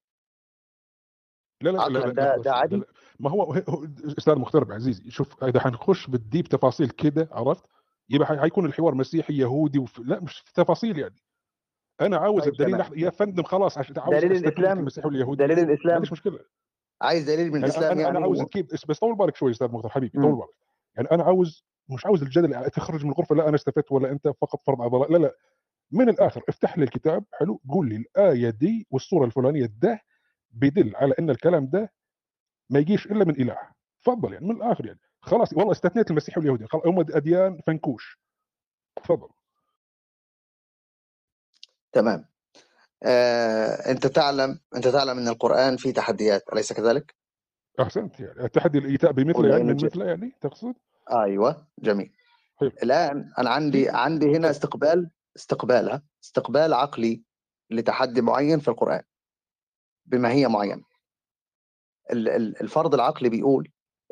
لا ده عادي. ما هو استاذ مغترب عزيزي، شوف اذا حنخش بالديب تفاصيل كده، عرفت، يبقى حيكون الحوار مسيحي يهودي لا مش في تفاصيل يعني. انا عاوز الدليل يا فندم، خلاص عشان عاوز دليل الاسلام، المسيحي واليهودي، دليل الاسلام مفيش مشكله. عايز دليل من الاسلام أنا عاوز كيف، بس طول بالك شوي استاذ مغترب حبيبي، طول بالك. يعني انا مش عاوز الجدل تخرج من الغرفه، لا انا استفدت ولا انت فقط فرض عضلات، لا من الاخر افتح لي الكتاب، حلو، قول لي الايه دي والصوره الفلانيه ده بيدل على ان الكلام ده ما يجيش الا من اله. تفضل يعني من الاخر يعني، خلاص والله استثنيت المسيح واليهودي، خلاص هم اديان فنكوش. تفضل. تمام. انت تعلم ان القرآن فيه تحديات، أليس كذلك؟ احسنت، يعني التحدي الايتاء بمثل علم من مثله يعني تقصد؟ ايوه جميل. حلو. الآن أنا عندي هنا استقبال عقلي لتحدي معين في القرآن بماهية معينة. الفرض العقلي بيقول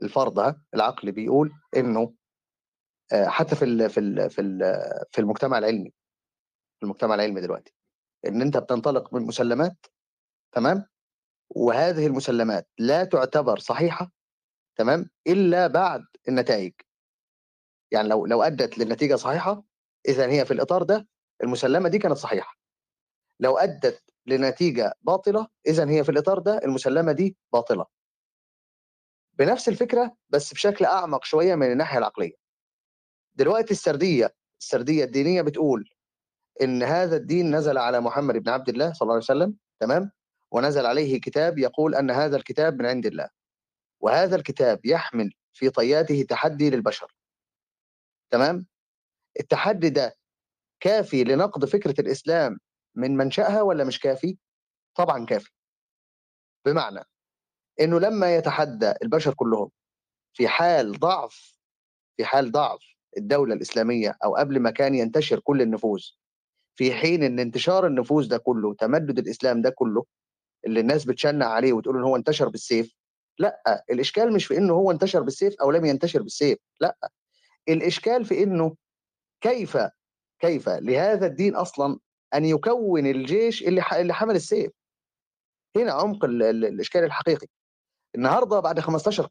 إنه حتى في المجتمع العلمي دلوقتي، إن أنت بتنطلق من مسلمات، تمام، وهذه المسلمات لا تعتبر صحيحة، تمام، إلا بعد النتائج. يعني لو أدت للنتيجة صحيحة، إذا هي في الإطار ده المسلمة دي كانت صحيحة. لو أدت لنتيجة باطلة، إذا هي في الإطار ده المسلمة دي باطلة. بنفس الفكرة بس بشكل أعمق شوية من الناحية العقلية. دلوقتي السردية الدينية بتقول إن هذا الدين نزل على محمد بن عبد الله صلى الله عليه وسلم، تمام، ونزل عليه كتاب يقول أن هذا الكتاب من عند الله، وهذا الكتاب يحمل في طياته تحدي للبشر، تمام. التحدي ده كافي لنقض فكرة الإسلام من منشأها ولا مش كافي؟ طبعا كافي. بمعنى إنه لما يتحدى البشر كلهم في حال ضعف الدولة الإسلامية، أو قبل ما كان ينتشر كل النفوذ، في حين إن انتشار النفوذ ده كله، تمدد الإسلام ده كله اللي الناس بتشنع عليه وتقول إن هو انتشر بالسيف، لا، الإشكال مش في إنه هو انتشر بالسيف أو لم ينتشر بالسيف، لا، الإشكال في إنه كيف لهذا الدين أصلا أن يكون الجيش اللي حمل السيف. هنا عمق الإشكال الحقيقي. النهارده بعد 15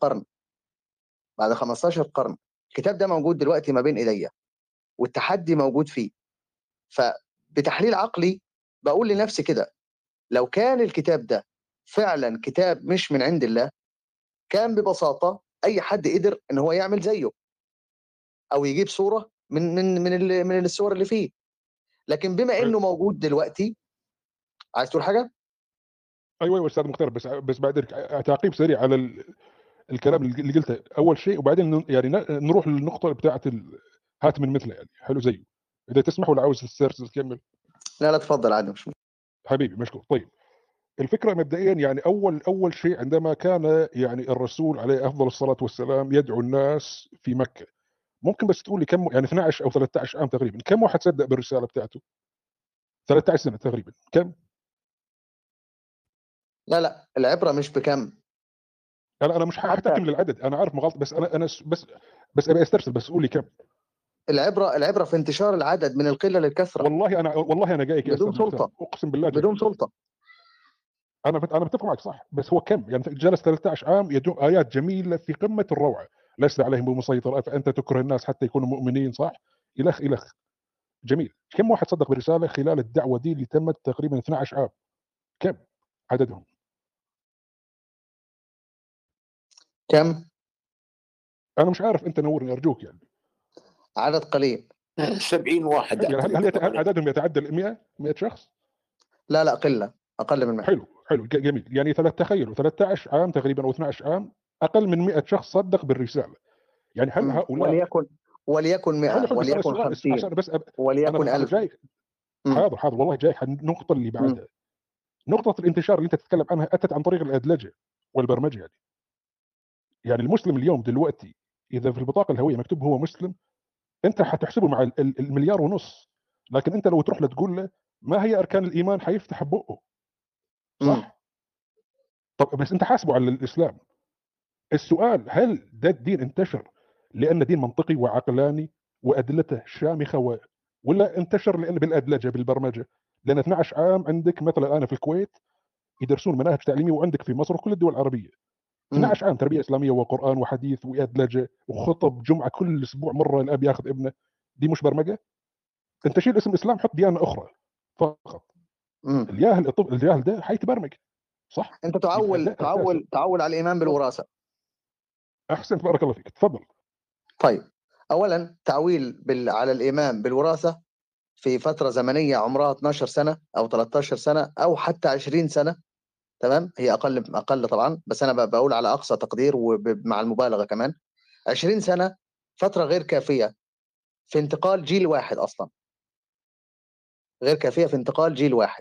قرن الكتاب ده موجود دلوقتي ما بين ايديا، والتحدي موجود فيه. فبتحليل عقلي بقول لنفسي كده، لو كان الكتاب ده فعلا كتاب مش من عند الله، كان ببساطة اي حد قدر ان هو يعمل زيه او يجيب صورة من الصور اللي فيه. لكن بما انه موجود دلوقتي، عايز تقول حاجة؟ ايوه استاذ مختار، بس بعد تعقيب سريع على الكلام اللي قلته اول شيء، وبعدين يعني نروح للنقطه بتاعه هات من مثله، يعني حلو زيه، اذا تسمح، ولا عاوز تسترسل تكمل؟ لا تفضل عادي، مش حبيبي مشكور. طيب الفكره مبدئيا يعني اول شيء عندما كان يعني الرسول عليه افضل الصلاه والسلام يدعو الناس في مكه، ممكن بس تقول لي كم، يعني 12 او 13 عام تقريبا، كم واحد صدق بالرساله بتاعته؟ 13 سنه تقريبا، كم؟ لا العبره مش بكم. انا مش هحتكم للعدد، انا عارف مغلط، بس انا بس ابي استرسل، بس قول لي كم. العبره في انتشار العدد من القله للكثره. والله انا جايك يا بدون سلطه، اقسم بالله جايك. بدون سلطه. انا بتفق معك صح، بس هو كم؟ يعني جلس 13 عام يدعو ايات جميله في قمه الروعه، لست عليهم بمسيطر، فانت تكره الناس حتى يكونوا مؤمنين، صح؟ الخ جميل. كم واحد صدق بالرساله خلال الدعوه دي اللي تمت تقريبا 12 عام؟ كم عددهم؟ كم؟ انا مش عارف، انت نورني ارجوك. يعني عدد قليل، 70 واحد. يعني هل عددهم يتعدى ال 100 شخص؟ لا قله، اقل من 100. حلو جميل. يعني تخيلوا 13 عام تقريبا او 12 عام اقل من 100 شخص صدق بالرساله. يعني هل هؤلاء وليكن 100 وليكن 50 عشان بس وليكن 1000؟ حاضر والله جايك. النقطه اللي بعدها نقطه الانتشار اللي انت تتكلم عنها اتت عن طريق الادلجه والبرمجه. يعني المسلم اليوم دلوقتي اذا في البطاقه الهويه مكتوب هو مسلم، انت هتحسبه مع المليار ونص، لكن انت لو تروح له تقول له ما هي اركان الايمان حيفتح بقه، صح؟ طب بس انت حاسبه على الاسلام. السؤال، هل ده الدين انتشر لان دين منطقي وعقلاني وادلته شامخه، ولا انتشر لان بالادلجه بالبرمجه؟ لان 12 عام عندك مثلا انا في الكويت يدرسون مناهج تعليميه، وعندك في مصر وكل الدول العربيه 12 عام تربيه اسلاميه وقران وحديث وادلجه وخطب جمعه كل اسبوع مره الاب ياخذ ابنه. دي مش برمجه؟ انت شيل اسم الاسلام حط ديانه اخرى فقط. الجاهل ده حيتبرمج، صح؟ انت تعول على الايمان بالوراثه. احسنت، بارك الله فيك، تفضل. طيب اولا تعويل على الايمان بالوراثه في فتره زمنيه عمرها 12 سنه او 13 سنه او حتى 20 سنه، تمام، هي اقل طبعا، بس انا بقول على اقصى تقدير ومع المبالغه كمان. 20 سنه فتره غير كافيه في انتقال جيل واحد، اصلا غير كافيه في انتقال جيل واحد.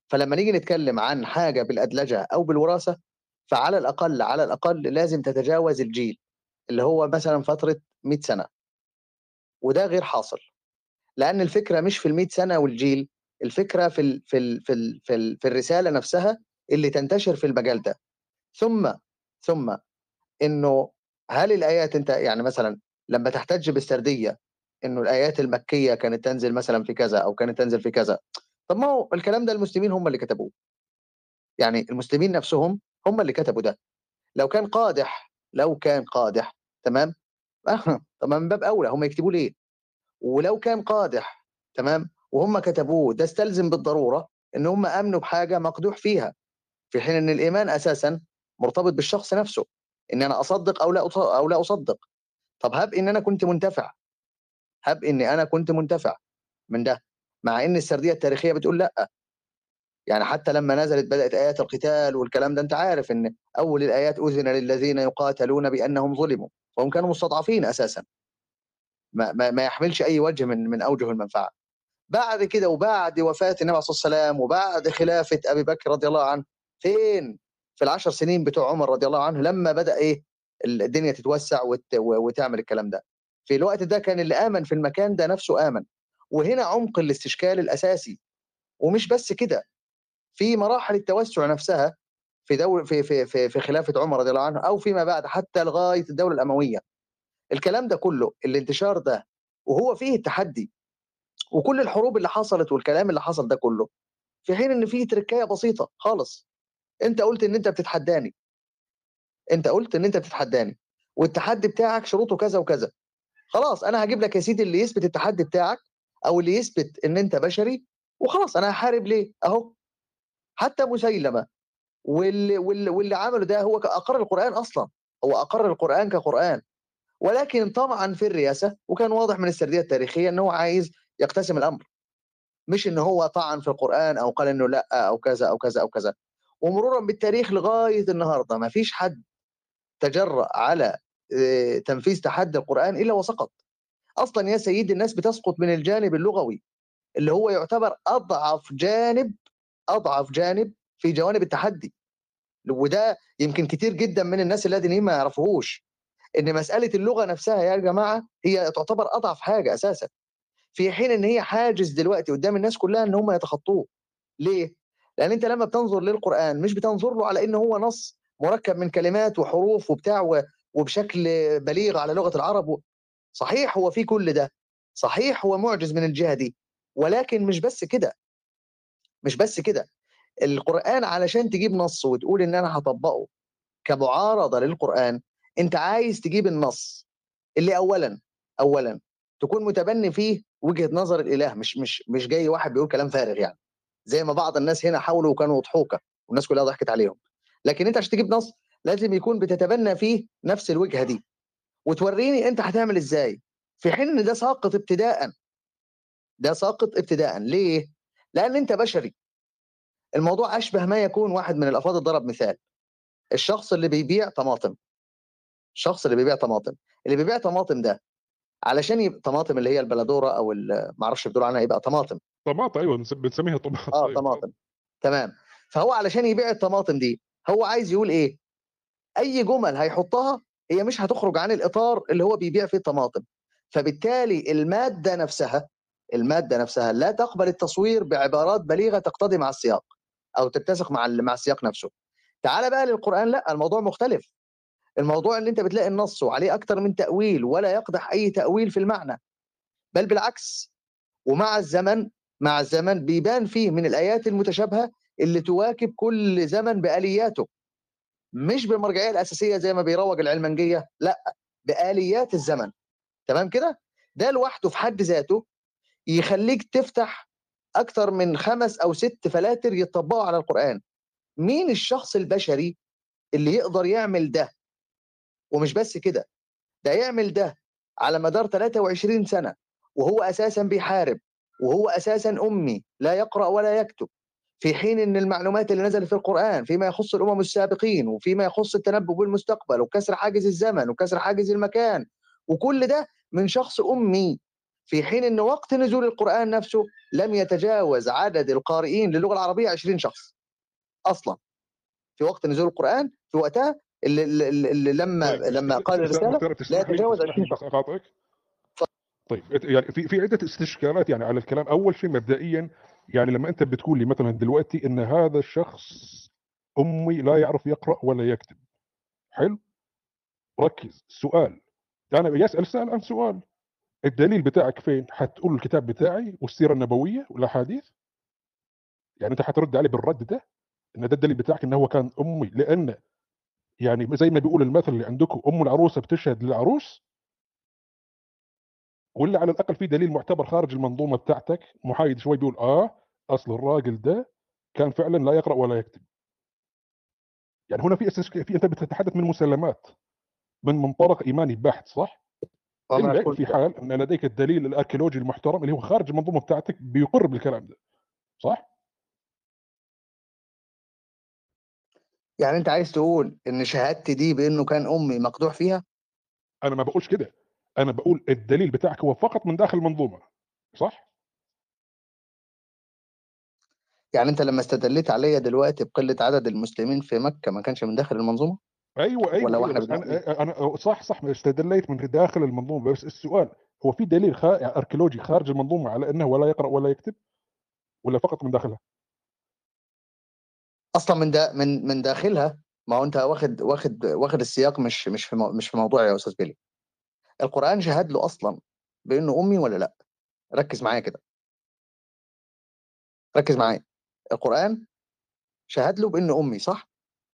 فلما نيجي نتكلم عن حاجه بالادلجه او بالوراثه، فعلى الاقل على الاقل لازم تتجاوز الجيل اللي هو مثلا فتره 100 سنه، وده غير حاصل. لان الفكره مش في ال100 سنه والجيل، الفكره في الرساله نفسها اللي تنتشر في المجال ده. ثم انه هل الايات، انت يعني مثلا لما تحتج بالسرديه انه الايات المكيه كانت تنزل مثلا في كذا او كانت تنزل في كذا، طب ما هو الكلام ده المسلمين هم اللي كتبوه، يعني المسلمين نفسهم هم اللي كتبوا ده. لو كان قادح تمام طب من باب اولى هم يكتبوا ليه؟ ولو كان قادح تمام وهم كتبوه، ده استلزم بالضروره ان هم امنوا بحاجه مقدوح فيها، في حين ان الايمان اساسا مرتبط بالشخص نفسه، ان انا اصدق او لا اصدق. طب هب ان انا كنت منتفع من ده، مع ان السرديه التاريخيه بتقول لا. يعني حتى لما نزلت بدات ايات القتال والكلام ده، انت عارف ان اول الايات اذن للذين يقاتلون بانهم ظلموا، وهم كانوا مستضعفين اساسا، ما يحملش اي وجه من اوجه المنفعه. بعد كده وبعد وفاه النبي صلى الله عليه وسلم وبعد خلافه ابي بكر رضي الله عنه، فين في ال10 سنين بتوع عمر رضي الله عنه لما بدا الدنيا تتوسع وتعمل الكلام ده؟ في الوقت ده كان اللي امن في المكان ده نفسه امن. وهنا عمق الاستشكال الاساسي. ومش بس كده، في مراحل التوسع نفسها في خلافه عمر رضي الله عنه او فيما بعد حتى لغايه الدوله الامويه، الكلام ده كله الانتشار ده وهو فيه التحدي وكل الحروب اللي حصلت والكلام اللي حصل ده كله، في حين ان فيه تركايه بسيطه خالص. انت قلت ان انت بتتحداني والتحدي بتاعك شروطه كذا وكذا. خلاص انا هجيب لك يا سيدي اللي يثبت التحدي بتاعك او اللي يثبت ان انت بشري، وخلاص انا هحارب ليه اهو. حتى مسيلمه واللي عمله ده هو اقر القران اصلا، هو اقر القران كقران، ولكن طمعا في الرئاسه، وكان واضح من السرديه التاريخيه ان هو عايز يقتسم الامر، مش ان هو طعن في القران او قال انه لا او كذا او كذا او كذا. ومرورا بالتاريخ لغايه النهارده ما فيش حد تجرأ على تنفيذ تحدي القران الا وسقط. اصلا يا سيدي الناس بتسقط من الجانب اللغوي اللي هو يعتبر اضعف جانب في جوانب التحدي. وده يمكن كتير جدا من الناس الذين ما يعرفوهوش ان مساله اللغه نفسها يا جماعه هي تعتبر اضعف حاجه اساسا، في حين ان هي حاجز دلوقتي قدام الناس كلها ان هم يتخطوه. ليه؟ لان انت لما بتنظر للقران مش بتنظر له على انه هو نص مركب من كلمات وحروف وبتاع وبشكل بليغ على لغه العرب. صحيح هو في كل ده، صحيح هو معجز من الجهه دي، ولكن مش بس كده. القرآن علشان تجيب نص وتقول ان انا هطبقه كمعارضة للقرآن، انت عايز تجيب النص اللي اولا تكون متبني فيه وجهة نظر الاله، مش جاي واحد بيقول كلام فارغ يعني زي ما بعض الناس هنا حاولوا وكانوا ضحوكة والناس كلها ضحكت عليهم. لكن انت عشان تجيب نص لازم يكون بتتبنى فيه نفس الوجهة دي، وتوريني انت هتعمل ازاي، في حين ان ده ساقط ابتداء. ليه؟ لان انت بشري. الموضوع اشبه ما يكون واحد من الافاضل ضرب مثال، الشخص اللي بيبيع طماطم، اللي بيبيع طماطم ده علشان طماطم اللي هي البلادوره او ما اعرفش بتقول عنها يبقى طماطم. ايوه بنسميها طماطم. طماطم تمام. فهو علشان يبيع الطماطم دي هو عايز يقول ايه؟ اي جمل هيحطها هي مش هتخرج عن الاطار اللي هو بيبيع فيه الطماطم، فبالتالي الماده نفسها لا تقبل التصوير بعبارات بليغه تقتضي مع السياق او تتسق مع السياق نفسه. تعال بقى للقرآن، لا الموضوع مختلف. الموضوع اللي انت بتلاقي النص وعليه اكتر من تأويل ولا يقدح اي تأويل في المعنى، بل بالعكس. ومع الزمن بيبان فيه من الآيات المتشابهة اللي تواكب كل زمن بآلياته، مش بالمرجعية الأساسية زي ما بيروج العلمانجية، لا بآليات الزمن. تمام كده؟ ده لوحده في حد ذاته يخليك تفتح اكتر من 5 أو 6 فلاتر يتطبقوا على القرآن. مين الشخص البشري اللي يقدر يعمل ده؟ ومش بس كده، ده يعمل ده على مدار 23 سنة وهو أساسا بيحارب، وهو أساسا أمي لا يقرأ ولا يكتب، في حين أن المعلومات اللي نزلت في القرآن فيما يخص الأمم السابقين وفيما يخص التنبؤ بالمستقبل وكسر حاجز الزمن وكسر حاجز المكان وكل ده من شخص أمي في حين أن وقت نزول القرآن نفسه لم يتجاوز عدد القارئين للغة العربية 20 شخص أصلا في وقت نزول القرآن في وقتها اللي لما قال الرسالة لا يتجاوز 20 شخص. أقاطعك. طيب يعني في عدة استشكالات يعني على الكلام. أول شيء مبدئيا يعني لما أنت بتقول لي مثلا دلوقتي إن هذا الشخص أمي لا يعرف يقرأ ولا يكتب، حلو، ركز. سؤال، أنا أسأل عن سؤال، الدليل بتاعك فين؟ حتقول الكتاب بتاعي والسيرة النبوية والأحاديث؟ يعني أنت حترد علي بالرد ده إن ده الدليل بتاعك إن هو كان أمي، لأن يعني زي ما بيقول المثل اللي عندكم أم العروسة بتشهد للعروس، ولا على الأقل في دليل معتبر خارج المنظومة بتاعتك محايد شوي بيقول أصل الراجل ده كان فعلا لا يقرأ ولا يكتب. يعني هنا في أنت بتتحدث من مسلمات من منطلق إيماني بحت، صح؟ إلا في حال أن لديك الدليل الأركيولوجي المحترم اللي هو خارج المنظومة بتاعتك بيقر بالكلام ده، صح؟ يعني أنت عايز تقول إن شهادتي دي بإنه كان أمي مقدوح فيها؟ أنا ما بقولش كده، أنا بقول الدليل بتاعك هو فقط من داخل المنظومة، صح؟ يعني أنت لما استدليت عليا دلوقتي بقلة عدد المسلمين في مكة ما كانش من داخل المنظومة؟ أيوة بس أنا صح استدليت من داخل المنظومة، بس السؤال هو في دليل أركيولوجي خارج المنظومة على أنه ولا يقرأ ولا يكتب ولا فقط من داخلها؟ أصلا من داخلها. ما هو أنت واخد السياق مش في موضوع يا أستاذ بيلي. القرآن شهد له أصلا بإنه أمي ولا لأ؟ ركز معايا كده، ركز معايا. القرآن شهد له بإنه أمي، صح؟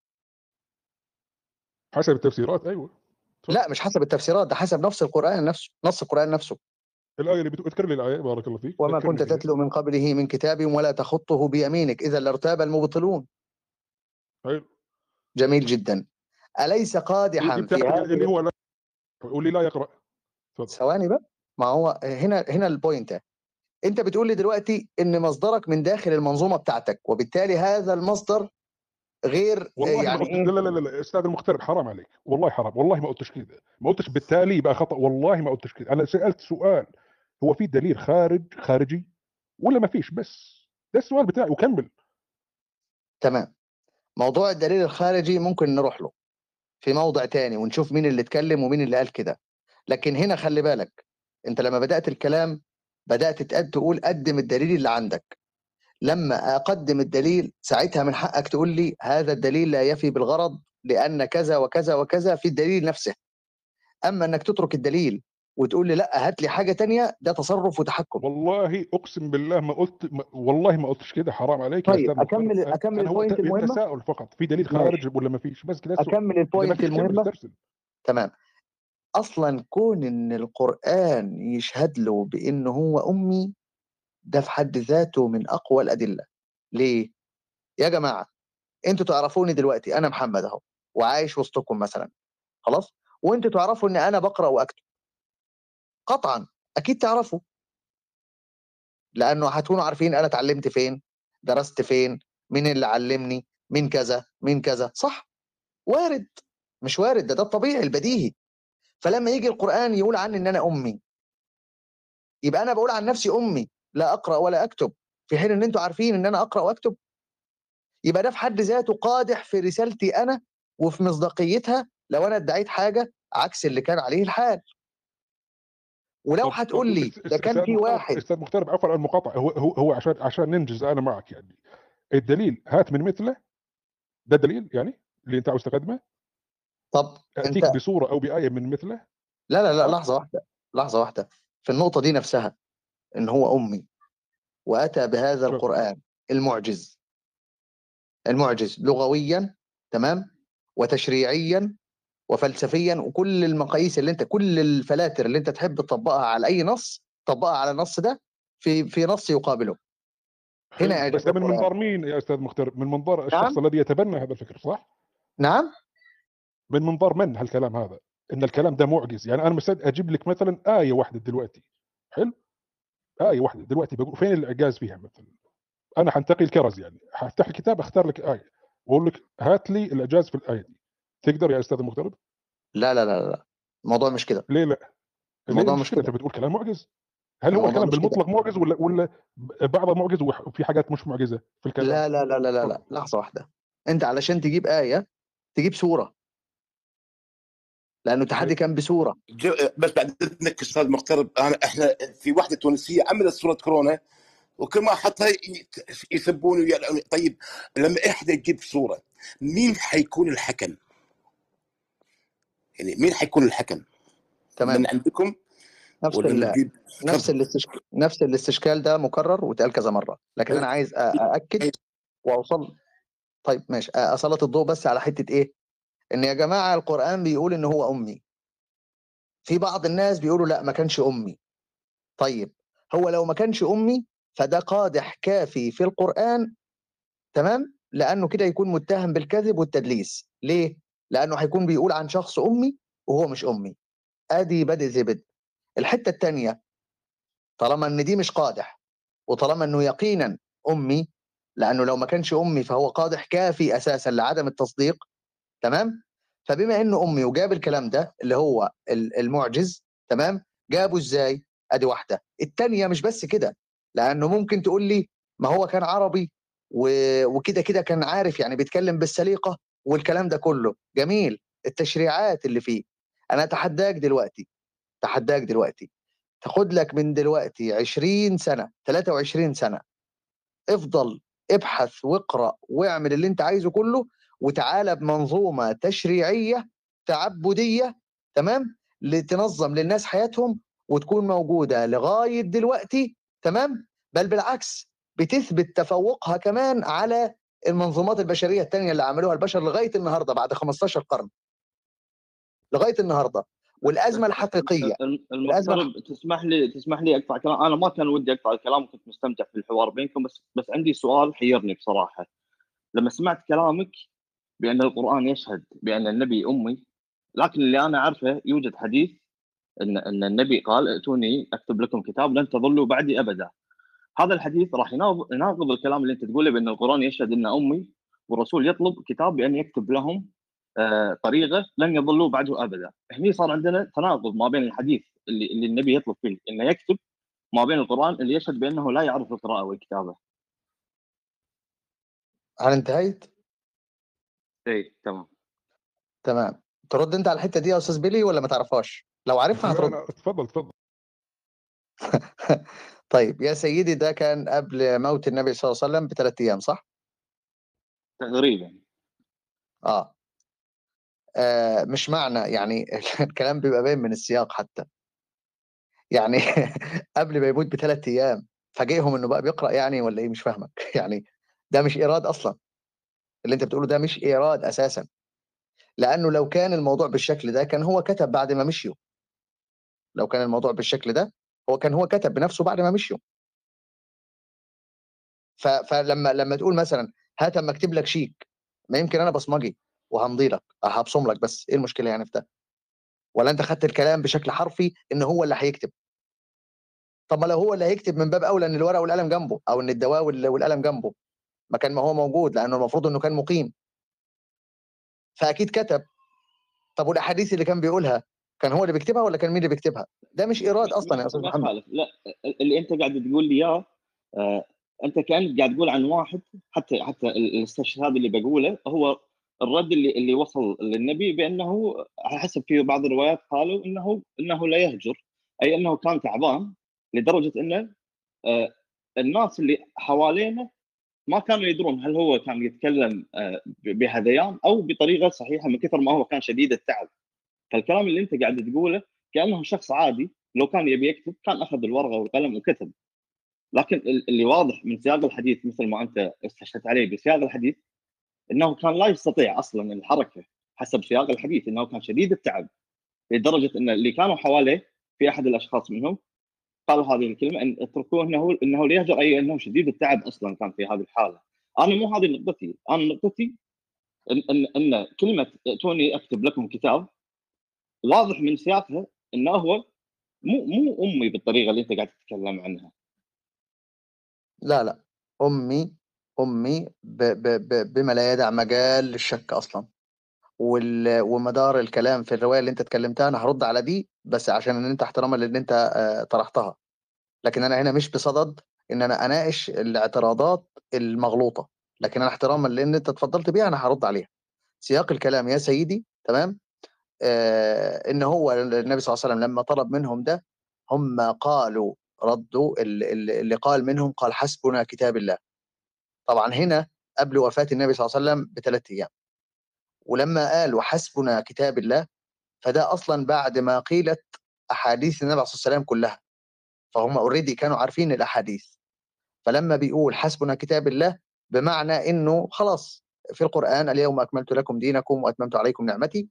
حسب التفسيرات. أيوة. لا مش حسب التفسيرات، ده حسب نفس القرآن نفسه، نص القرآن نفسه. الآية اللي اذكر لي الآية، بارك الله فيك. وما كنت تتلو من قبله من كتاب ولا تخطه بيمينك إذا لارتاب المبطلون. حلو. جميل جدا. أليس قادحا في هذا اللي هو لا واللي لا يقرأ؟ ثواني بقى، ما هو هنا البوينت. انت بتقول لي دلوقتي ان مصدرك من داخل المنظومه بتاعتك، وبالتالي هذا المصدر غير والله يعني ما قلت. لا استاذ المغترب، حرام عليك، والله حرام، والله ما قلتش كده، ما قلتش بالتالي يبقى خطأ، والله ما قلتش كده. انا سألت سؤال، هو في دليل خارجي ولا ما فيش؟ بس ده السؤال بتاعي وكمل. تمام. موضوع الدليل الخارجي ممكن نروح له في موضع تاني ونشوف مين اللي اتكلم ومين اللي قال كده، لكن هنا خلي بالك، انت لما بدأت الكلام بدأت تقول قدم الدليل اللي عندك. لما اقدم الدليل ساعتها من حقك تقول لي هذا الدليل لا يفي بالغرض لان كذا وكذا وكذا في الدليل نفسه. اما انك تترك الدليل وتقول لي لا هات لي حاجه تانية، ده تصرف وتحكم. والله اقسم بالله ما قلت، والله ما قلتش كده، حرام عليك يا طيب استاذ. اكمل البوينت المهمه. تساؤل فقط، في دليل خارج ولا ما فيش؟ بس كده اكمل البوينت المهمه. تمام. اصلا كون ان القران يشهد له بانه هو امي، ده في حد ذاته من اقوى الادله. ليه يا جماعه؟ انتوا تعرفوني دلوقتي انا محمد اهو وعايش وسطكم مثلا، خلاص، وانتوا تعرفوا ان انا بقرا واكتب، قطعا اكيد تعرفوا، لانه هتكونوا عارفين انا اتعلمت فين، درست فين، مين اللي علمني، مين كذا مين كذا، صح؟ وارد، مش وارد، ده الطبيعي البديهي. فلما يجي القرآن يقول عني ان انا امي، يبقى انا بقول عن نفسي امي لا اقرا ولا اكتب، في حين ان انتوا عارفين ان انا اقرا واكتب. يبقى ده في حد ذاته قادح في رسالتي انا وفي مصداقيتها لو انا ادعيت حاجه عكس اللي كان عليه الحال. ولو هتقول لي ده كان في واحد. استاذ مغترب، عفوا على المقاطعه، هو عشان ننجز انا معك، يعني الدليل هات من مثله، ده الدليل يعني اللي انت عاوز تقدمه. طب اتيك انت بصوره او بايه من مثله. لا لحظه واحده في النقطه دي نفسها، ان هو امي واتى بهذا القران المعجز لغويا، تمام، وتشريعيا وفلسفيا، وكل المقاييس اللي انت، كل الفلاتر اللي انت تحب تطبقها على اي نص طبقها على النص ده في نص يقابله. هنا بس من منظار مين يا استاذ مغترب؟ من منظار الشخص الذي يتبنى هذا الفكر، صح؟ نعم. من منظار من هالكلام هذا؟ ان الكلام ده معجز. يعني انا مستعد اجيب لك مثلا ايه واحده دلوقتي، حلو، ايه واحده دلوقتي بقول فين الاعجاز فيها. مثلا انا حنتقي الكرز، يعني هفتح الكتاب اختار لك ايه واقول لك هات لي الاعجاز في الايه دي، تقدر يا استاذ مغترب؟ لا الموضوع مش كده. ليه لا؟ الموضوع ليه مش كده؟ كده. انت بتقول كلام معجز. هل هو الموضوع الكلام مش كده. بالمطلق معجز ولا بعضه معجز وفي حاجات مش معجزه في الكلام؟ لا لا لا لا لا, لا. لحظه واحده. انت علشان تجيب ايه تجيب سوره، لانه التحدي كان بسوره. بس بعد اذنك استاذ مقترب، احنا في وحده تونسيه عملت صوره كورونا وكما حتى يسبون ويلعنون. طيب لما احنا نجيب صوره مين حيكون الحكم؟ يعني مين حيكون الحكم؟ تمام. من عندكم ولا نجيب؟ نفس الاستشكال ده مكرر واتقال كذا مره، لكن انا عايز ااكد واوصل. طيب ماشي، اسلط الضوء بس على حته ايه، ان يا جماعه القران بيقول ان هو امي. في بعض الناس بيقولوا لا ما كانش امي. طيب هو لو ما كانش امي فده قادح كافي في القران، تمام، لانه كده يكون متهم بالكذب والتدليس. ليه؟ لانه هيكون بيقول عن شخص امي وهو مش امي. ادي بدء زبد. الحته الثانيه، طالما ان دي مش قادح وطالما انه يقينا امي، لانه لو ما كانش امي فهو قادح كافي اساسا لعدم التصديق، تمام. فبما انه امي وجاب الكلام ده اللي هو المعجز، تمام، جابه ازاي؟ ادي واحده. الثانيه مش بس كده، لانه ممكن تقول لي ما هو كان عربي وكده كده كان عارف، يعني بيتكلم بالسليقه والكلام ده كله جميل. التشريعات اللي فيه، انا اتحداك دلوقتي تاخد لك من دلوقتي 20 سنه 23 سنه، افضل ابحث واقرا واعمل اللي انت عايزه كله، وتعالى بمنظومه تشريعيه تعبديه، تمام، لتنظم للناس حياتهم وتكون موجوده لغايه دلوقتي، تمام. بل بالعكس بتثبت تفوقها كمان على المنظومات البشريه الثانيه اللي عملوها البشر لغايه النهارده بعد 15 قرن لغايه النهارده. والازمه الحقيقيه المفترض تسمح لي اقطع كلام. انا ما كان ودي اقطع الكلام، كنت مستمتع في الحوار بينكم، بس عندي سؤال حيرني بصراحه. لما سمعت كلامك بان القران يشهد بان النبي امي، لكن اللي انا اعرفه يوجد حديث ان النبي قال ائتوني اكتب لكم كتاب لن تضلوا بعدي ابدا. هذا الحديث راح يناقض الكلام اللي انت تقوله بان القران يشهد ان امي، والرسول يطلب كتاب بان يكتب لهم طريقه لن يضلوا بعده ابدا. هني صار عندنا تناقض ما بين الحديث اللي النبي يطلب فيه انه يكتب، ما بين القران اللي يشهد بانه لا يعرف القراءه والكتابه. هل انتهيت؟ اي تمام. ترد انت على الحته دي يا استاذ بيلي ولا ما تعرفهاش؟ لو عارفها هترد. اتفضل. طيب يا سيدي، ده كان قبل موت النبي صلى الله عليه وسلم ب3 ايام، صح؟ تقريبا. مش معنى يعني الكلام بيبقى باين من السياق حتى، يعني قبل ما يموت ب3 ايام فاجئهم انه بقى بيقرا يعني ولا ايه؟ مش فاهمك. يعني ده مش ايراد اصلا، اللي انت بتقوله ده مش ايراد اساسا، لانه لو كان الموضوع بالشكل ده كان هو كتب بعد ما مشيوا. لو كان الموضوع بالشكل ده هو كتب بنفسه بعد ما مشيوا. فلما تقول مثلا هات اما اكتب لك شيك، ما يمكن انا بصمجي وهمضي لك هبصم لك، بس ايه المشكله يعني في ده؟ ولا انت خدت الكلام بشكل حرفي ان هو اللي هيكتب؟ طب ما لو هو اللي هيكتب من باب اولى ان الورقه والقلم جنبه، او ان الدواء والقلم جنبه مكان ما هو موجود، لانه المفروض انه كان مقيم فاكيد كتب. طب والاحاديث اللي كان بيقولها كان هو اللي بيكتبها ولا كان مين اللي بيكتبها؟ ده مش ايراد اصلا يا استاذ محمد. خالف. لا، اللي انت قاعد تقول لي اياه انت كانك قاعد تقول عن واحد، حتى الاستشهاد اللي بقوله هو الرد اللي وصل للنبي بانه حسب في بعض الروايات قالوا انه لا يهجر، اي انه كان تعبان لدرجه انه الناس اللي حوالينه ما كانوا يدرون هل هو كان يتكلم بهذيان او بطريقه صحيحه من كثر ما هو كان شديد التعب. فالكلام اللي انت قاعد تقوله كانه شخص عادي لو كان يبي يكتب كان اخذ الورقه والقلم وكتب. لكن اللي واضح من سياق الحديث مثل ما انت استشهدت عليه بسياق الحديث انه كان لا يستطيع اصلا الحركه، حسب سياق الحديث انه كان شديد التعب لدرجه ان اللي كانوا حواليه في احد الاشخاص منهم قالوا هذه الكلمه ان اتركوه انه ليهجر، اي انه شديد التعب اصلا كان في هذه الحاله. انا مو هذه نقطتي، انا نقطتي ان كلمه ائتوني اكتب لكم كتاب واضح من سياقها انه هو مو امي بالطريقه اللي انت قاعد تتكلم عنها. لا امي بما لا يدع مجال للشك اصلا. ومدار الكلام في الروايه اللي انت اتكلمتها انا هرد على دي بس عشان ان انت احتراما لان انت طرحتها. لكن انا هنا مش بصدد ان انا اناقش الاعتراضات المغلوطه، لكن انا احتراما لان انت اتفضلت بيها انا هرد عليها. سياق الكلام يا سيدي تمام، ان هو النبي صلى الله عليه وسلم لما طلب منهم ده، هم قالوا ردوا اللي قال منهم قال حسبنا كتاب الله. طبعا هنا قبل وفاة النبي صلى الله عليه وسلم ب3 أيام، ولما قالوا حسبنا كتاب الله فده اصلا بعد ما قيلت احاديث النبي عليه الصلاه والسلام كلها، فهم اوريدي كانوا عارفين الاحاديث. فلما بيقول حسبنا كتاب الله بمعنى انه خلاص في القران اليوم اكملت لكم دينكم واتممت عليكم نعمتي،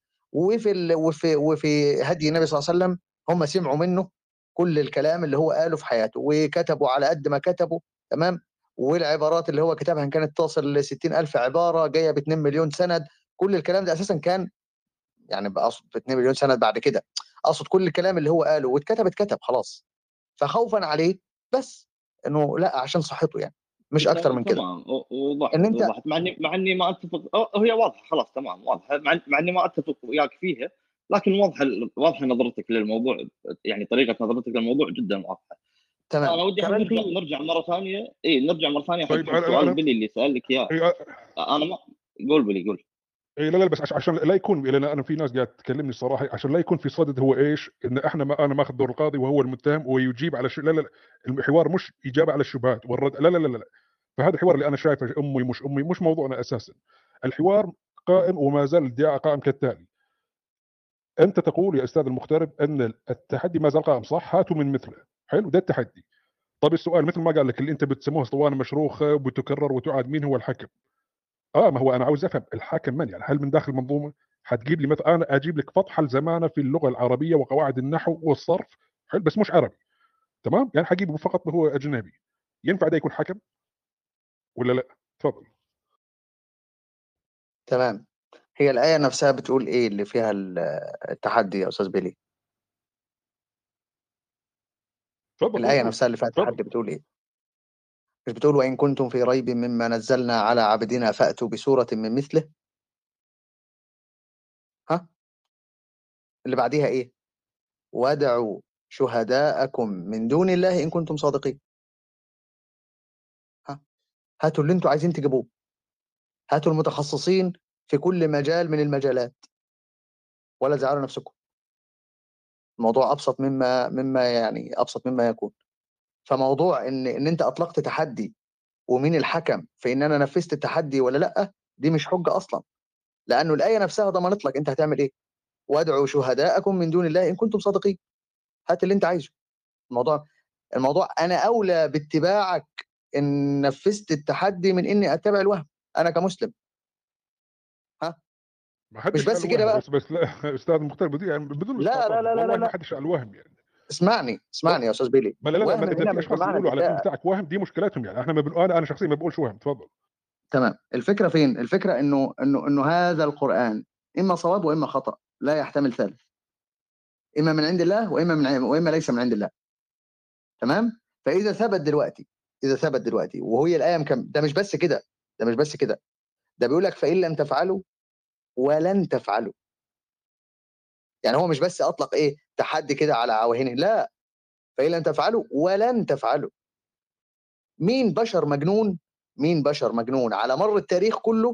وفي هدي النبي صلى الله عليه وسلم هم سمعوا منه كل الكلام اللي هو قاله في حياته وكتبوا على قد ما كتبوا تمام، والعبارات اللي هو كتبها ان كانت تصل ل 60,000 عباره جايه ب 2 مليون سند. كل الكلام ده اساسا كان يعني بقصد 2 مليون سند بعد كده، اقصد كل الكلام اللي هو قاله واتكتب اتكتب خلاص، فخوفا عليه بس انه لا عشان صحته يعني مش اكتر من كده. تمام وضحت ان انت وضحت مع اني ما اتفق، هي واضحه خلاص تمام واضحه، مع اني ما اتفق وياك فيها، لكن واضحه نظرتك للموضوع، يعني طريقه نظرتك للموضوع جدا واضحه. تمام. انا ودي كمان نرجع مره ثانيه، نرجع مره ثانيه حق طيب سؤال بيلي اللي سالك اياه. انا ما قول بيلي قول. اي لا بس عشان لا يكون، لان انا في ناس قاعد تكلمني الصراحه، عشان لا يكون في صدد هو ايش ان انا ماخذ دور القاضي وهو المتهم ويجيب على لا الحوار مش اجابه على الشبهات والرد، لا فهذا الحوار اللي انا شايفه امي مش موضوعنا اساسا. الحوار قائم وما زال الادعاء قائم كالتالي: انت تقول يا استاذ المغترب ان التحدي ما زال قائم، صح؟ هاتوا من مثله. حلو، ده التحدي. طب السؤال مثل ما قال لك اللي انت بتسموه اسطوانه مشروخه وبتكرر وتعاد، مين هو الحكم؟ ما هو انا عاوز افهم الحاكم من، يعني هل من داخل المنظومه؟ هتجيب لي مثلا انا اجيب لك فتحه الزمانه في اللغه العربيه وقواعد النحو والصرف، حلو، بس مش عربي، تمام؟ يعني هجيبه فقط هو اجنبي، ينفع ده يكون حكم ولا لا؟ تفضل. تمام. هي الايه نفسها بتقول ايه اللي فيها التحدي يا استاذ بيلي؟ تفضل. الايه نفسها اللي فيها التحدي بتقول ايه؟ مش بتقول وان كنتم في ريب مما نزلنا على عبدنا فاتوا بسوره من مثله؟ ها اللي بعديها ايه؟ وادعوا شهداءكم من دون الله ان كنتم صادقين. هاتوا اللي انتوا عايزين تجيبوه، هاتوا المتخصصين في كل مجال من المجالات، ولا تزعلوا نفسكم. الموضوع ابسط مما يعني ابسط مما يكون. فموضوع ان انت اطلقت تحدي ومين الحكم في ان انا نفذت التحدي ولا لا، دي مش حجه اصلا، لانه الايه نفسها ضمنت لك انت هتعمل ايه. وادعوا شهداءكم من دون الله ان كنتم صادقين. هات اللي انت عايزه. الموضوع انا اولى باتباعك ان نفذت التحدي من اني اتبع الوهم انا كمسلم. مش بس كده بقى. بس لا استاذ المغترب يعني بدون لا ما حدش على الوهم يعني. اسمعني يا استاذ بيلي. لا اذا في اشخاص بيقولوا على الدين بتاعك وهم، دي مشكلتهم يعني. احنا انا شخصيا ما بقولش وهم. تفضل. تمام. الفكره فين؟ الفكره انه هذا القران اما صواب واما خطا، لا يحتمل ثالث. اما من عند الله واما ليس من عند الله. تمام. فاذا ثبت دلوقتي وهي الايه ده مش بس كده، ده بيقول لك فان لم تفعلوا ولن تفعلوا. يعني هو مش بس اطلق ايه تحدي كده على عواهنه، لا، فان لم تفعلوا ولن تفعلوا. مين بشر مجنون على مر التاريخ كله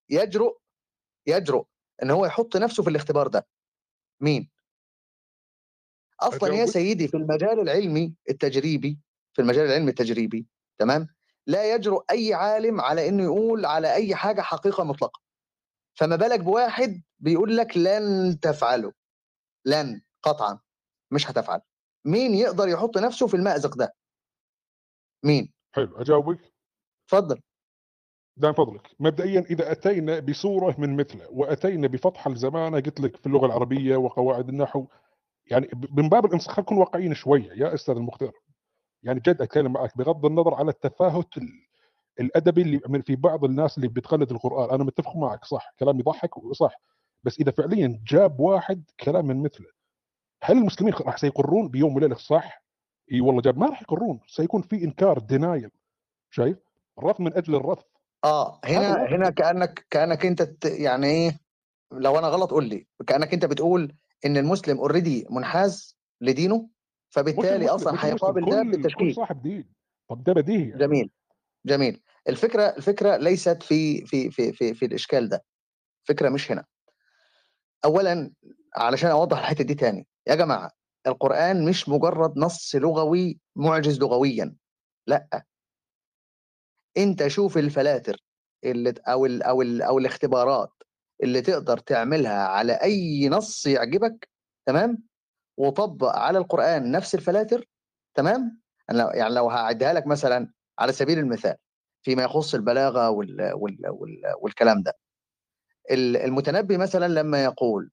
يجرؤ ان هو يحط نفسه في الاختبار ده؟ مين اصلا يا سيدي؟ في المجال العلمي التجريبي تمام، لا يجرؤ اي عالم على انه يقول على اي حاجه حقيقه مطلقه، فما بالك بواحد بيقول لك لن تفعلوا، لن قطعا مش هتفعل. مين يقدر يحط نفسه في المأزق ده؟ مين؟ حلو، اجاوبك. اتفضل. دام فضلك. مبدئيا اذا اتينا بصوره من مثله واتينا بفتح الزمانه، قلت لك في اللغه العربيه وقواعد النحو، يعني من باب الانصاف نكون واقعيين شويه يا استاذ المغترب. يعني جد اتكلم معك بغض النظر على التفاهت الادبي اللي في بعض الناس اللي بتقلد القران. انا متفق معك، صح، كلام يضحك وصح، بس اذا فعليا جاب واحد كلام من مثله، هل المسلمين راح سيقرون بيوم وليله؟ صح، اي والله جاب، ما راح يقرون، سيكون في انكار، دينايل، شايف؟ رفض من اجل الرفض. هنا كانك انت يعني ايه، لو انا غلط قول لي، كانك انت بتقول ان المسلم اوريدي منحاز لدينه فبالتالي اصلا هيقابل ده كل بالتشكيك. صاحب دين. طب ده بديهي يعني. جميل. الفكره ليست في الاشكال ده، الفكره مش هنا. اولا علشان اوضح الحته دي تاني يا جماعه، القران مش مجرد نص لغوي معجز لغويا، لا. انت شوف الفلاتر اللي او الاختبارات اللي تقدر تعملها على اي نص يعجبك، تمام، وطبق على القران نفس الفلاتر، تمام. يعني لو هعدها لك مثلا على سبيل المثال فيما يخص البلاغه والكلام ده، المتنبي مثلا لما يقول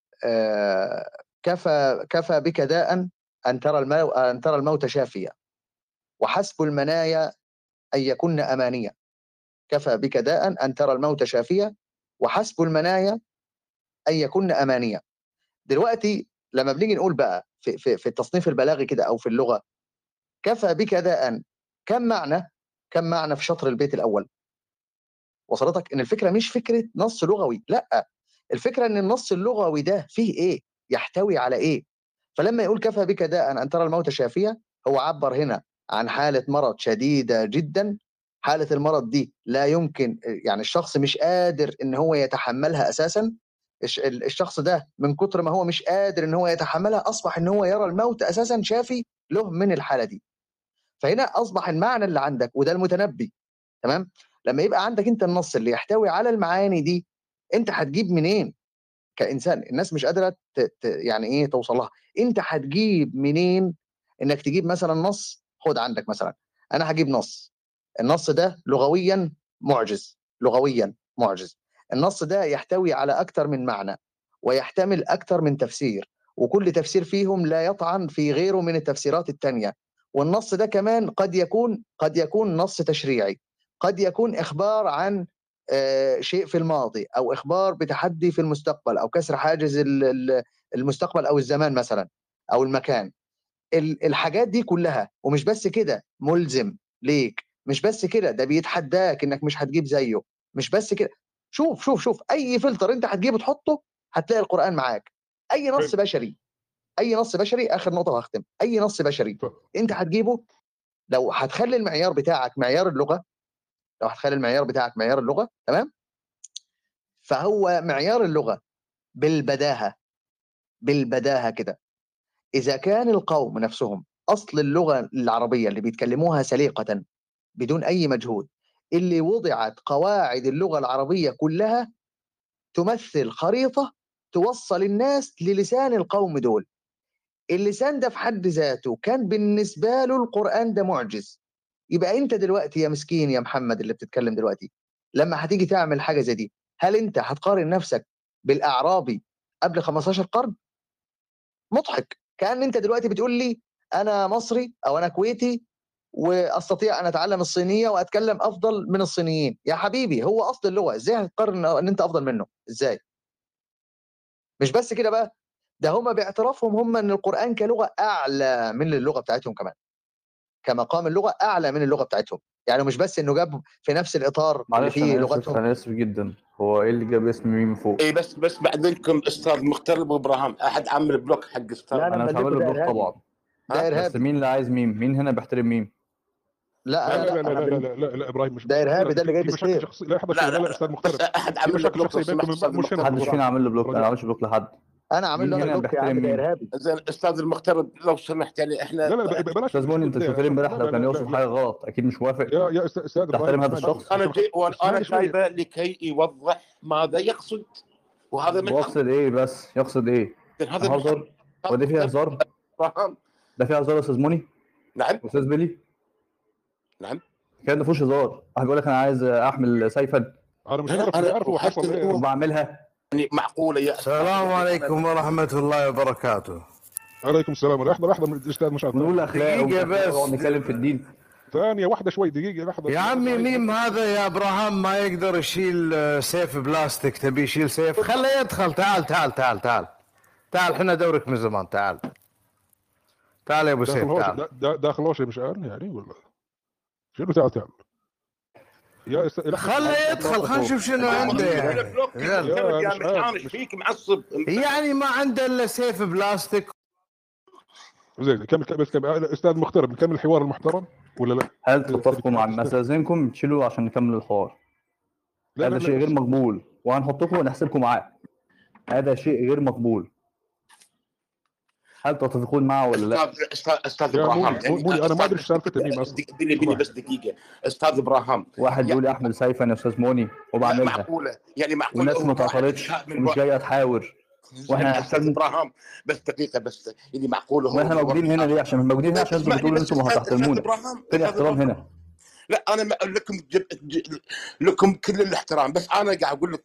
كفى بك داء ان ترى الموت شافيا وحسب المنايا ان يكن امانيا. كفى بك داء ان ترى الموت شافيا وحسب المنايا ان يكن امانيا. دلوقتي لما بنيجي نقول بقى في التصنيف البلاغي كده او في اللغه، كفى بك داء كم معنى في شطر البيت الاول؟ وصلتك ان الفكره مش فكره نص لغوي، لا، الفكره ان النص اللغوي ده فيه ايه، يحتوي على ايه. فلما يقول كفى بك داء ان ترى الموت شافيا، هو عبر هنا عن حاله مرض شديده جدا. حاله المرض دي لا يمكن، يعني الشخص مش قادر ان هو يتحملها اساسا. الشخص ده من كتر ما هو مش قادر ان هو يتحملها اصبح ان هو يرى الموت اساسا شافي له من الحاله دي. فهنا اصبح المعنى اللي عندك، وده المتنبي، تمام. لما يبقى عندك انت النص اللي يحتوي على المعاني دي، انت هتجيب منين كانسان؟ الناس مش قادره يعني ايه توصل لها. انت هتجيب منين انك تجيب مثلا نص؟ خد عندك مثلا، انا هجيب النص ده لغويا معجز، لغويا معجز. النص ده يحتوي على اكثر من معنى ويحتمل اكثر من تفسير، وكل تفسير فيهم لا يطعن في غيره من التفسيرات الثانيه. والنص ده كمان قد يكون نص تشريعي، قد يكون اخبار عن شيء في الماضي، او اخبار بتحدي في المستقبل، او كسر حاجز المستقبل او الزمان مثلا او المكان. الحاجات دي كلها، ومش بس كده، ملزم ليك، مش بس كده، ده بيتحداك انك مش هتجيب زيه، مش بس كده. شوف اي فلتر انت هتجيبه تحطه هتلاقي القرآن معاك. اي نص بشري، اخر نقطة وهختم، اي نص بشري انت هتجيبه، لو هتخلي المعيار بتاعك معيار اللغة، تمام، فهو معيار اللغة بالبداهة كده. إذا كان القوم نفسهم أصل اللغة العربية اللي بيتكلموها سليقة بدون أي مجهود، اللي وضعت قواعد اللغة العربية كلها تمثل خريطة توصل الناس للسان القوم دول. اللسان ده في حد ذاته كان بالنسبة له القرآن ده معجز. يبقى أنت دلوقتي يا مسكين يا محمد اللي بتتكلم دلوقتي، لما هتيجي تعمل حاجة زي دي، هل أنت هتقارن نفسك بالأعرابي قبل 15 قرن؟ مضحك. كأن أنت دلوقتي بتقول لي أنا مصري أو أنا كويتي واستطيع ان اتعلم الصينيه واتكلم افضل من الصينيين. يا حبيبي، هو اصل اللغه، ازاي هتقارن ان انت افضل منه؟ ازاي؟ مش بس كده بقى، ده هم باعترافهم هم ان القران كلغه اعلى من اللغه بتاعتهم كمان، كمقام اللغه اعلى من اللغه بتاعتهم. يعني مش بس انه جاب في نفس الاطار اللي فيه لغتهم. انا اسف جدا، هو ايه اللي جاب اسم ميم فوق؟ اي بس بعدلكم استاذ مختار ابو ابراهيم، احد عامل بلوك حق استاذ. انا مش عامل له بلوك طبعا، بس مين اللي عايز ميم؟ مين هنا بيحترم ميم؟ لا ابراهيم مش ده ارهابي، ده اللي جاي مشاكل شخصيه. لا لا استاذ مختار، احد عامل له بلوك، مش هنا. محدش فينا عامل له بلوك، انا ما عملتش بلوك لحد. انا عامل له بلوك يا عم، ده ارهابي. زين استاذ المختار لو سمحت، يعني احنا لا بلاش استاذ موني، انت شفت لي امبارح لو كان يوصف حاجه غلط اكيد مش موافق. يا استاذ تحترم هذا الشخص. انا جايبه لكي يوضح ماذا يقصد، وهذا من يقصد ايه؟ بس يقصد ايه؟ هزار؟ ودي فيها هزار؟ ده فيها هزار يا استاذ موني؟ نعم. استاذ بيلي؟ نعم. كان فيهوش هزار. واحد بيقول لك انا عايز احمل سيفا، انا مش عارف هو حصل ايه وبعملها. يعني معقوله يا السلام عليكم ورحمه الله وبركاته. عليكم السلام. لحظه من الاستاذ مش عارف نقول اخلاق دقيقه بس نتكلم في الدين. ثانيه واحده شوي، دقيقه لحظه يا عمي. ميم هذا يا ابراهام ما يقدر يشيل سيف بلاستيك، تبي يشيل سيف خليه يدخل. تعال تعال تعال تعال تعال، احنا دورك من زمان. تعال تعال يا ابو سيف، تعال. داخل وشي مش عارف يعني ولا شنو؟ تعال يا خليه يدخل، خلينا نشوف شنو عنده. يعني فيك معصب، يعني ما عنده الا سيف بلاستيك. زين كمل بس استاذ مختار نكمل الحوار المحترم ولا لا؟ هل تتفقوا مع نستاذنكم تشيلوا عشان نكمل الحوار؟ هذا شيء غير مقبول وهنحطكم ونحسبكم معاه. هذا شيء غير مقبول. هل تتفقون معه ولا لا؟ استاذ ابراهام مولي انا ما ادري ايش سالفته مين اصلا. اديني بس دقيقه استاذ ابراهام. واحد بيقول لي احمل سيفا يا استاذ موني وبعملها معقوله يعني معقوله والناس ما تعترضش ومش جايه تحاور واحنا استاذ ابراهام بس دقيقه بس يعني معقوله واحنا موجودين هنا ليه؟ عشان موجودين هنا عشان انتم بتقولوا انتم هتحترمونا. فين الاحترام هنا؟ لا انا لكم كل الاحترام بس انا قاعد اقول لك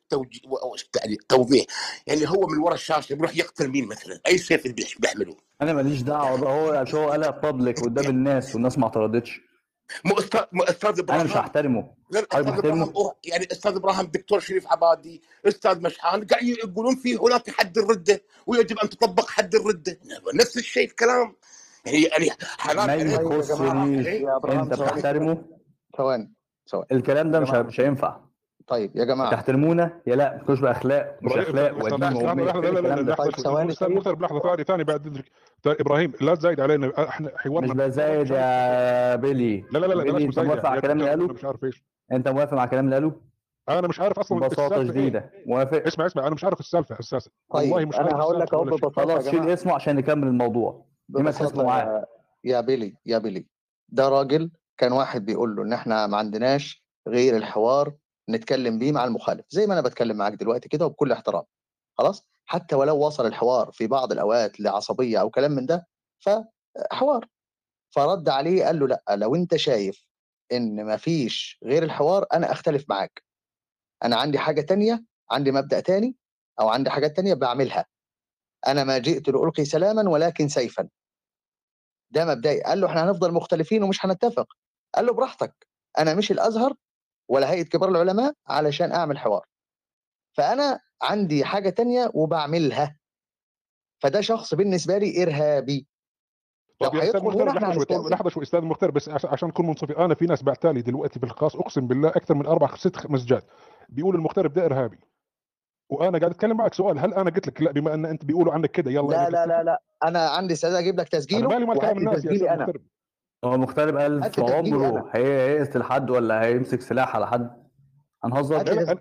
توضيح يعني هو من ورا الشاشه بيروح يقتل مين مثلا اي سيف اللي بيحمله. انا ماليش دعوه بقى هو شو قالها بابليك قدام الناس والناس ما اعترضتش. مو استاذ ابراهيم انا مش هحترمه. لا استاذ ابراهيم يعني استاذ ابراهيم دكتور شريف عبادي استاذ مشحان قاعد يقولون في هناك حد الرده ويجب ان تطبق حد الرده نفس الشيء الكلام يعني حلال ما يخصنيش. انت بتحترمه. ثواني الكلام ده مش هينفع. طيب يا جماعه تحترمونا يا لا مش باخلاق مش اخلاق ودين لا ثواني بلحظه ثاني بعد اذنك ابراهيم لا تزايد علينا احنا حوارنا مش بزايد يا بيلي. لا انت موافق على الكلام اللي قاله؟ مش عارف ايش انت موافق على الكلام اللي قاله؟ انا مش عارف اصلا ببساطه شديده موافق. اسمع انا مش عارف السالفه اساسا. طيب والله مش عارف. انا هقول لك اهو ببساطه خلاص شيل اسمه عشان نكمل الموضوع. ليه ما تحسبوا معاه يا بيلي ده راجل كان واحد بيقول له ان احنا ما عندناش غير الحوار نتكلم بيه مع المخالف زي ما انا بتكلم معاك دلوقتي كده وبكل احترام. خلاص حتى ولو وصل الحوار في بعض الاوقات لعصبيه او كلام من ده فحوار. فرد عليه قال له لا لو انت شايف ان ما فيش غير الحوار انا اختلف معاك. انا عندي حاجه تانية عندي مبدأ تاني او عندي حاجات تانية بعملها. انا ما جئت لألقي سلاما ولكن سيفا. ده مبدئي. قال له احنا هنفضل مختلفين ومش هنتفق. قال له براحتك انا مش الازهر ولا هيئه كبار العلماء علشان اعمل حوار. فانا عندي حاجه تانية وبعملها. فده شخص بالنسبه لي ارهابي. طب يا استاذ مختار لحظه شوي استاذ مختار بس عشان نكون منصفين. انا في ناس بعتالي دلوقتي في الخاص اقسم بالله اكثر من 4-6 مسجات بيقول المغترب ده ارهابي. وانا قاعد اتكلم معك سؤال هل انا قلت لك لا بما ان انت بيقولوا عنك كده يلا لا انا عندي استعداد اجيب لك تسجيله. انا مالي مال كلام الناس يا استاذ مغترب. هو مغترب قال في عمره هيقتل حد ولا هيمسك سلاح على حد؟ هنهزر؟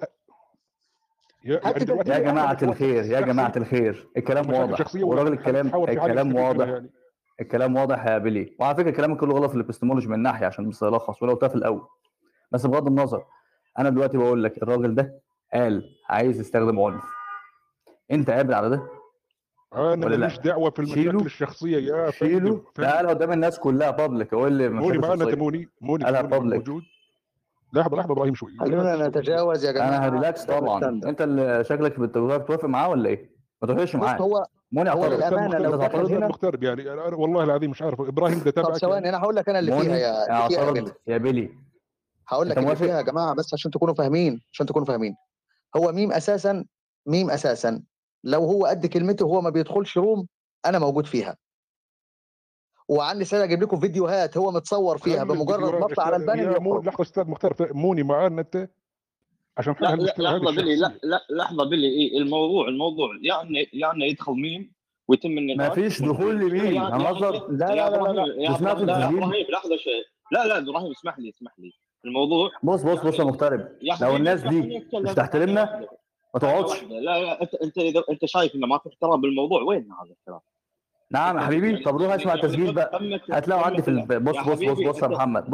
يا جماعه الخير يا جماعه الخير الكلام واضح وراجل الكلام واضح. الكلام واضح يا بيلي. وعلى فكره كلامك كله غلط في الابستمولوجي من ناحيه عشان بس الخص ولو في الاول. بس بغض النظر انا دلوقتي بقول لك الراجل ده قال عايز يستخدم عنف. انت قابل على ده؟ انا ماليش دعوه في المشاكل الشخصيه يا شيله. تعال قدام الناس كلها بابليك قول لي موني معانا موني موجود. لحظه ابراهيم شوي خلينا نتجاوز يا جماعه. انا هريلاكس طبعا. انت اللي شكلك بتوافق معاه ولا ايه؟ ما توافقش معاه. هو موني الامانه لو دخل هنا مغترب يعني والله العظيم مش عارف ابراهيم ده تبعك. طب ثواني انا هقول لك انا اللي فيها يا بيلي هقول لك اللي فيها يا جماعه بس عشان تكونوا فاهمين. هو ميم اساسا لو هو قد كلمته هو ما بيدخلش روم انا موجود فيها. وعندي سنه اجيب لكم فيديوهات هو متصور فيها بمجرد مقطع على البانل. لحظه استاذ مختار موني معانا انت عشان حل المشكله هذه. لحظه بلي ايه الموضوع يعني يدخل ميم ويتم النقاش. ما فيش دخول لمين هنهزر. لا ابراهيم لحظه شيء. لا ابراهيم اسمح لي الموضوع بص يا مغترب لو الناس دي مش تحترمنا ما تقعدش. لا انت شايف انه ما في احترام بالموضوع. وين هذا الاحترام؟ نعم يا حبيبي. طب روح اسمع التسجيل بقى هتلاقوا عندي في بص يا محمد.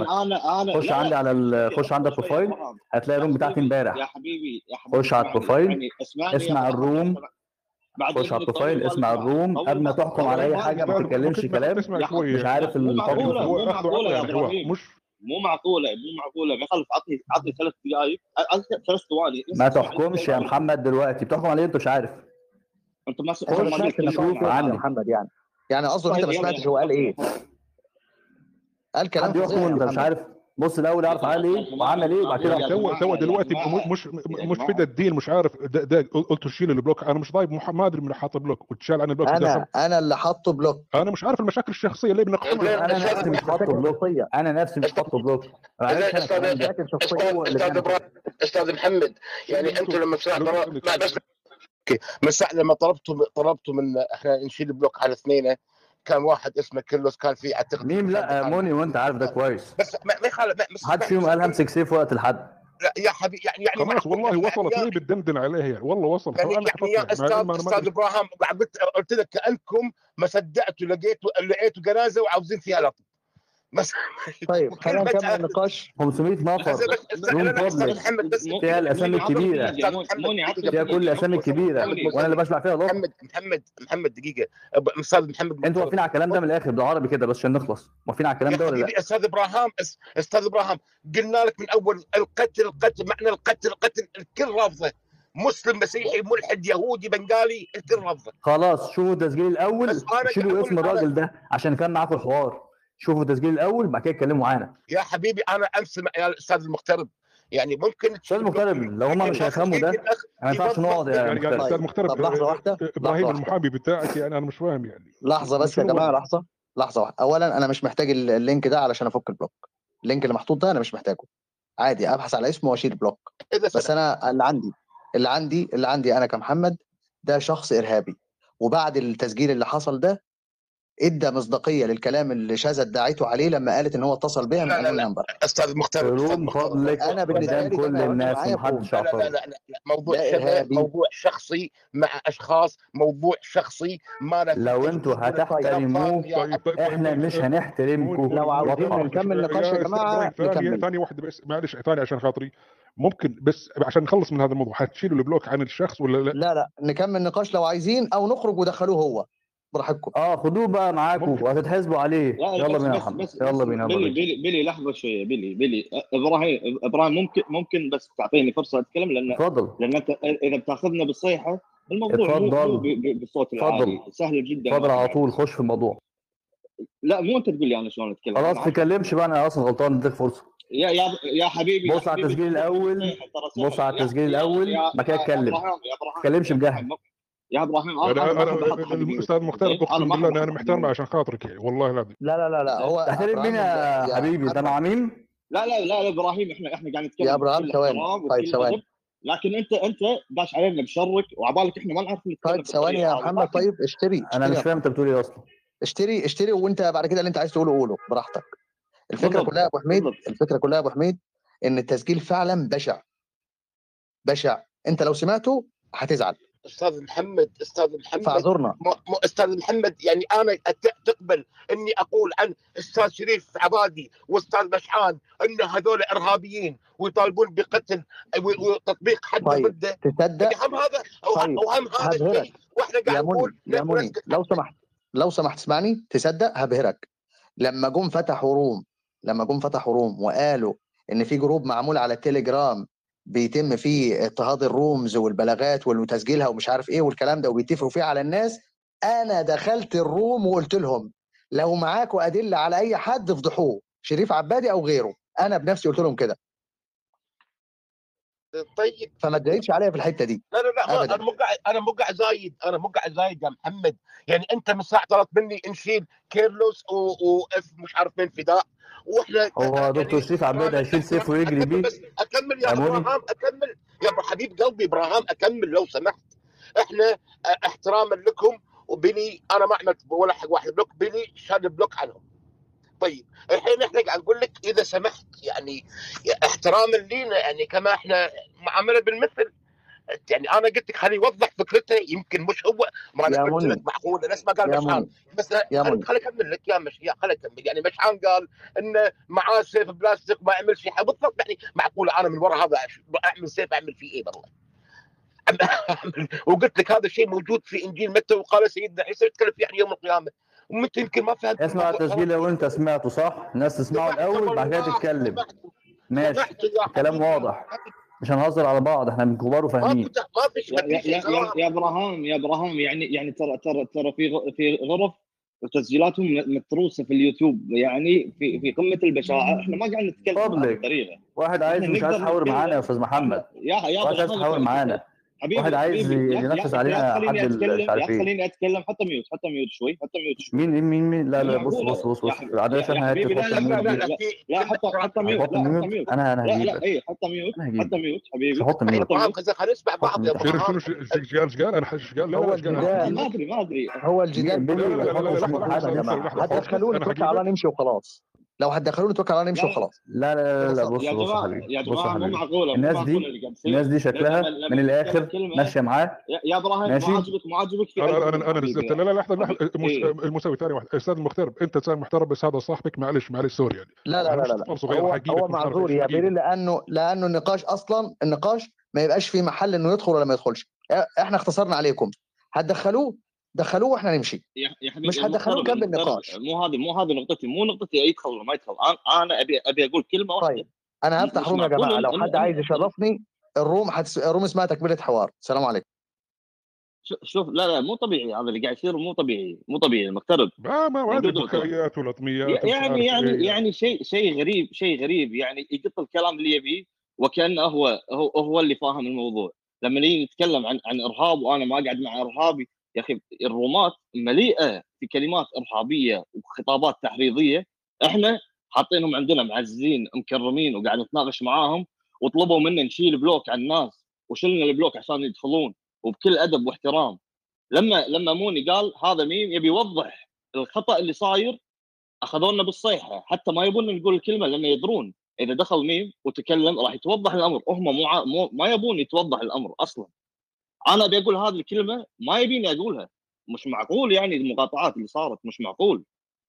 خش عندي البروفايل هتلاقي الروم بتاعتي امبارح. يا حبيبي خش على البروفايل اسمع الروم. خش على البروفايل اسمع الروم قبل ما تحكم على اي حاجه ما تتكلمش كلام مش عارف مو معقوله بخلف عطني 3 دقائق 3 ثواني. ما تحكمش يا محمد دلوقتي. بتحكم عليه انت مش عارف. انت ما يا محمد يعني قصده انت ما سمعتش هو قال ايه. قال كلام فظيع انت مش عارف. بص الاول اعرف قال ايه وعمل ايه وبعد كده تو دلوقتي مش في الدين مش عارف ده قلت شيل البلوك. انا مش ضايب ما ادري من حاطط بلوك وتشال عن البلوك. انا اللي حاطه بلوك. انا مش عارف المشاكل الشخصيه اللي بنقسمها. انا نفسي مش حاطه بلوك. استاذ محمد يعني انتم لما بس لما طلبتوا من احنا نشيل البلوك على 2 كان واحد اسمه كيرلس، كان في اعتقد ميم. لا موني وانت عارف ده كويس، بس ما يخالف. حد فيهم قال همسك سيف وقت الحد. لا يا حبيبي يعني خلاص والله وصلت ليه بتدندن عليها يعني، والله وصلت. يعني يا استاذ ابراهام قلت لك كانكم ما صدقتوا لقيتوا جنازه وعاوزين فيها لطم. بس طيب خلينا نكمل النقاش. 500 نفر روم بابليك فيها الاسامي الكبيره، فيها كل الاسامي الكبيره، وانا اللي بسمع فيها لطم. محمد دقيقه، استاذ محمد انتوا واقفين على الكلام ده من الاخر بالعربي كده بس عشان نخلص، واقفين على الكلام ده ولا لا؟ استاذ ابراهام قلنا لك من اول القتل معنى القتل الكل رافضه، مسلم مسيحي ملحد يهودي بنغالي الكل رافضه. خلاص شوفوا التسجيل الاول، شيلوا اسم الراجل ده عشان كان معاكم الحوار. شوفوا التسجيل الاول بعد كده اتكلموا معانا. يا حبيبي انا امس يا الاستاذ المغترب، يعني ممكن استاذ المغترب لو هم مش هيفهموا ده ما ينفعش نقعد يعني استاذ المغترب. طب لحظه واحده، ابراهيم المحامي بتاعك يعني انا مش فاهم يعني. لحظه بس يا جماعه، لحظه واحده. اولا انا مش محتاج اللينك ده علشان افك البلوك. اللينك اللي محطوط ده انا مش محتاجه، عادي ابحث على اسمه واشيل بلوك. بس انا اللي عندي انا كمحمد ده شخص ارهابي، وبعد التسجيل اللي حصل ده ادى مصداقيه للكلام اللي شاذة دعيته عليه لما قالت ان هو اتصل بيها من انون نمبر. استاذ المغترب انا بالنسبه لي كل الناس محدش لا موضوع شخصي مع اشخاص، موضوع شخصي ما لو انتوا هتحترموه احنا مش هنحترمكم. لو عاوزين نكمل نقاش يا جماعه نكمل. ثانيه واحده بس معلش، ثاني عشان خاطري ممكن بس عشان نخلص من هذا الموضوع. هتشيلوا البلوك عن الشخص ولا لا؟ لا نكمل نقاش لو عايزين، او نخرج ودخلوه هو براحتكم. خدوه بقى معاكم وهتتحاسبوا عليه. يلا بينا يا محمد، يلا بينا. بيلي لحظه شويه. بيلي ابراهيم ممكن بس تعطيني فرصه اتكلم، لان انت اذا بتاخذنا بالصيحه الموضوع مو بالصوت العالي سهل جدا. اتفضل على طول خش في الموضوع. لا مو انت تقول لي انا شلون اتكلم. خلاص ما تتكلمش بقى، انا اصلا غلطان اديك فرصه. يا حبيبي بص على التسجيل الاول، بعد كده اتكلم. ما تتكلمش بجهل يا ابراهيم. انا الاستاذ مختلف اقسم بالله ان انا محترمه عشان خاطرك يعني، والله العظيم. لا هو تحترم مين يا حبيبي؟ انت مع مين؟ لا ابراهيم احنا قاعد نتكلم يا ابراهيم ثواني. طيب ثواني، لكن انت داش علينا بشرك وعبالك احنا ما نعرف نتكلم. طيب ثواني يا محمد. طيب اشتري. انا مش فاهم انت بتقول ايه اصلا. اشتري وانت بعد كده اللي انت عايز تقوله قوله براحتك. الفكره كلها يا ابو حميد ان التسجيل فعلا بشع. انت لو سمعته هتزعل. استاذ محمد فاعذرنا. استاذ محمد، يعني انا تقبل اني اقول عن استاذ شريف عبادي واستاذ مشحان ان هذول ارهابيين ويطالبون بقتل وتطبيق حد ضده؟ تصدق هم هذا وهم هذا الشيء واحنا قاعد نقول يا مني لو سمحت اسمعني. تصدق هبهرك، لما جم فتحوا روم وقالوا ان في جروب معمول على التليجرام بيتم فيه اضطهاد الرومز والبلاغات وتسجيلها ومش عارف ايه والكلام ده وبيتفقوا فيه على الناس، انا دخلت الروم وقلت لهم لو معاكم ادله على اي حد افضحوه، شريف عبادي او غيره. انا بنفسي قلت لهم كده. طيب فما تزايدش عليا في الحته دي. لا انا مو قاعد زايد يا محمد. يعني انت من ساعه طلبت مني نشيل كيرلس واف مش عارف مين فداء، واحنا هو دكتور شريف عبادي هيشيل سيف ويجري بيه. اكمل يا ابراهام، اكمل يا حبيب قلبي ابراهام، اكمل لو سمحت. احنا احتراما لكم وبني انا ما عملت ولا حق واحد بلوك، بني شال بلوك عنهم. طيب الحين احنا قاعد نقول لك اذا سمحت، يعني احتراما لينا، يعني كما احنا معامله بالمثل. يعني انا قلت لك خليه يوضح فكرته، يمكن مش هو ما انا قلت لك معقوله نفس ما قال مشعان. بس خلي اكمل لك خلي اكمل. يعني مشعان قال انه معاه سيف بلاستيك ما يعمل شيء بالضبط. يعني معقوله انا من وراء هذا اعمل سيف اعمل فيه ايه والله؟ وقلت لك هذا الشيء موجود في انجيل متى، وقال سيدنا عيسى يتكلم فيه عن يوم القيامه، وانت يمكن ما فهمت. اسمع التسجيل لو انت سمعته صح، الناس تسمعه الاول بعد كده تتكلم. ماشي كلام واضح، مش هنهزر على بعض، احنا من كبار وفاهمين. ما فيش يا ابراهام يعني ترى في غرف وتسجيلاتهم متروسه في اليوتيوب، يعني في قمه البشاعه. احنا ما قاعد نتكلم بهذه الطريقه. واحد عايز مش عايز يحاور معانا يا استاذ محمد. يا واحد عايز يحاور معانا. واحد عايز ينفذ علينا حد الشعرفيه. خليني اتكلم. حط ميوت شوي. مين لا بص عادة احنا لا حط ميوت. انا هجيبك. حط ميوت حبيبي. حط ميوت. خلينا نسمع بعض يا ابو شنو شقال انا شقال لا ما ادري هو الجدال هتدخلوني توكل على نمشي وخلاص. لو هتدخلوني توكل على نمشي وخلاص. لا بص يا جماعه مو معقوله. الناس دي شكلها من الاخر ماشيه معاه. يا ابراهيم ما عجبك في انا نزلت. لا لحظه المساوي ثاني واحد. استاذ المغترب انت انسان محترم بس هذا صاحبك معلش سوري يعني. لا هو معذور يا بيري لانه النقاش ما يبقاش في محل انه يدخل ولا ما يدخلش. احنا اختصرنا عليكم. دخلوه واحنا نمشي. مش هتدخلوه جنب النقاش. مو هذه نقطتي. مو نقطتي يدخل ولا ما يدخل. انا ابي اقول كلمه واحده. طيب انا هفتح روم يا جماعه. لو حد عايز يشرفني الروم اسمها تكمله حوار. السلام عليكم. شوف لا مو طبيعي هذا اللي قاعد يصير. مو طبيعي المغترب. ما هذه بكائيات ولطميات يعني شيء غريب يعني يقط الكلام اللي يبيه وكانه هو اللي فاهم الموضوع. لما نيجي نتكلم عن ارهاب وانا ما قاعد مع ارهابي يا اخي. الرومات مليئه في كلمات ارهابيه وخطابات تحريضيه. احنا حاطينهم عندنا معززين مكرمين وقاعد نتناقش معاهم وطلبوا منا نشيل بلوك عن الناس وشلنا البلوك عشان يدخلون وبكل ادب واحترام. لما موني قال هذا ميم يبي يوضح الخطا اللي صاير اخذونا بالصيحه حتى ما يبون نقول الكلمه لان يدرون اذا دخل ميم وتكلم راح يتوضح الامر. هم ما يبون يتوضح الامر اصلا. انا ابي اقول هذه الكلمه ما يبيني اقولها. مش معقول يعني المقاطعات اللي صارت مش معقول.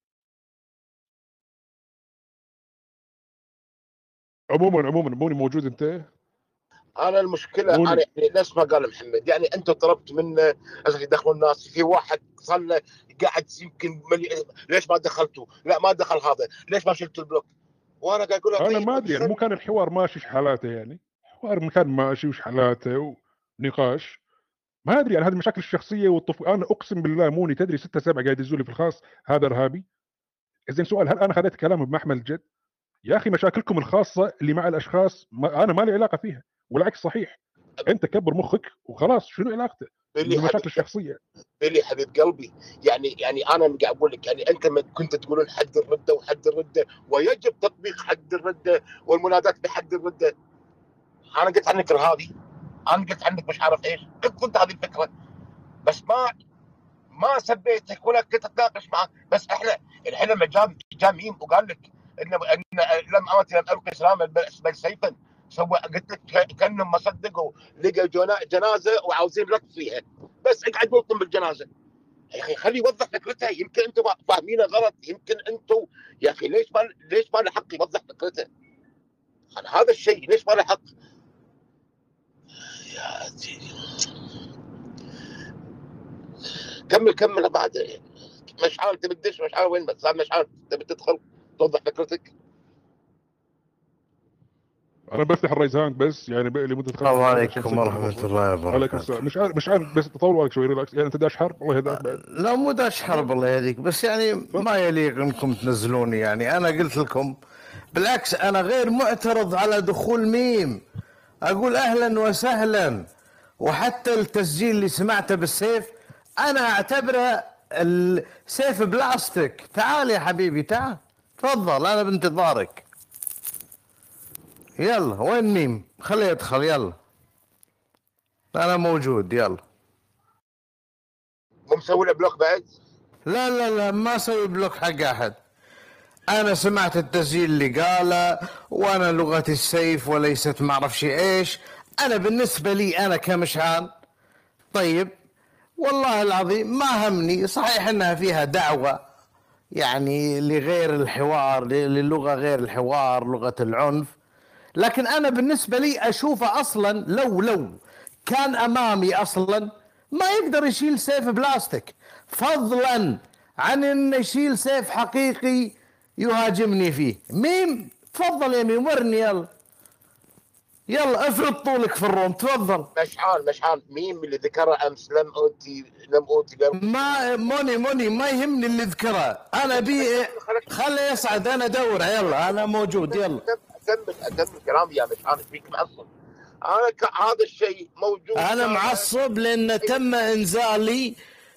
عموما موني موجود انت. انا المشكله انا يعني نفس ما قال محمد يعني انت طلبت منه يدخلوا الناس. في واحد صار له قاعد يمكن ليش ما دخلته؟ لا ما دخل هذا. ليش ما شلت البلوك؟ وانا قاعد اقول انا ما ادري يعني مو كان الحوار ماشي حالاته يعني. الحوار كان ماشي وش حالاته ونقاش. ما ادري يعني هذه المشاكل الشخصيه انا اقسم بالله موني تدري 6-7 قاعد يدزوا لي في الخاص هذا ارهابي. زين سؤال هل انا خذيت كلامه بمحمل الجد؟ يا اخي مشاكلكم الخاصه اللي مع الاشخاص انا ما لي علاقه فيها والعكس صحيح. انت كبر مخك وخلاص. شنو علاقته بالمشاكل الشخصيه؟ بيلي حبيب قلبي يعني انا قاعد اقول لك يعني انت ما كنت تقولون حد الرده وحد الرده ويجب تطبيق حد الرده والمنادات بحد الرده. انا قلت عنك ارهابي. انا قلت عنك مش عارف ايش. قلت هذه الفكره بس ما سبيتك ولا كنت اتناقش معك. بس احنا لما جاء ميم وقال لك ان لم القي سلاما بل سيفا سوى. قلت لك كانهم ما صدقوا لقوا جنازه وعاوزين رد فيها بس اقعد ملطم بالجنازه. يا اخي خليه يوضح فكرته. يمكن انتم فاهمينه غلط. يمكن انتم يا اخي ليش ما له حق يوضح فكرته؟ هذا الشيء ليش ما له حق؟ يا سيدي كمل بعد. مشعل تبي تدش مشعل وين بس؟ مشعل تبي تدخل توضح فكرتك؟ انا بفتح الريز هاند بس يعني بقى لي مده السلام عليكم ورحمه الله وبركاته. عليكم السلام. مش عارف بس تطول عليك شوي ريلاكس. يعني انت داش حرب الله يهداك بعد. لا مو داش حرب الله يهديك بس يعني ما يليق انكم تنزلوني. يعني انا قلت لكم بالعكس انا غير معترض على دخول ميم. اقول اهلا وسهلا. وحتى التسجيل اللي سمعته بالسيف انا اعتبره السيف بلاستيك. تعال يا حبيبي تعال تفضل انا بانتظارك. يلا وين ميم؟ خليه يدخل يلا. انا موجود يلا. مو مسوي له بلوك بعد؟ لا ما اسوي بلوك حق احد. انا سمعت التسجيل اللي قاله وانا لغتي السيف وليست ما اعرف شيء ايش. انا بالنسبه لي انا كمشعل طيب والله العظيم ما همني. صحيح انها فيها دعوه يعني لغير الحوار للغه غير الحوار لغه العنف. لكن أنا بالنسبة لي أشوفه أصلا لو كان أمامي أصلا ما يقدر يشيل سيف بلاستيك فضلا عن أن يشيل سيف حقيقي يهاجمني فيه. ميم تفضل يا ميم ورني يلا افرض طولك في الروم تفضل. مشعال ميم اللي ذكره أمس لم أوتي ما موني ما يهمني اللي ذكره. أنا خليه يصعد أنا دوره. يلا أنا موجود يلا. أكمل كلامي يا مشعل فيك معصب. هذا الشيء موجود. انا معصب لان تم انزالي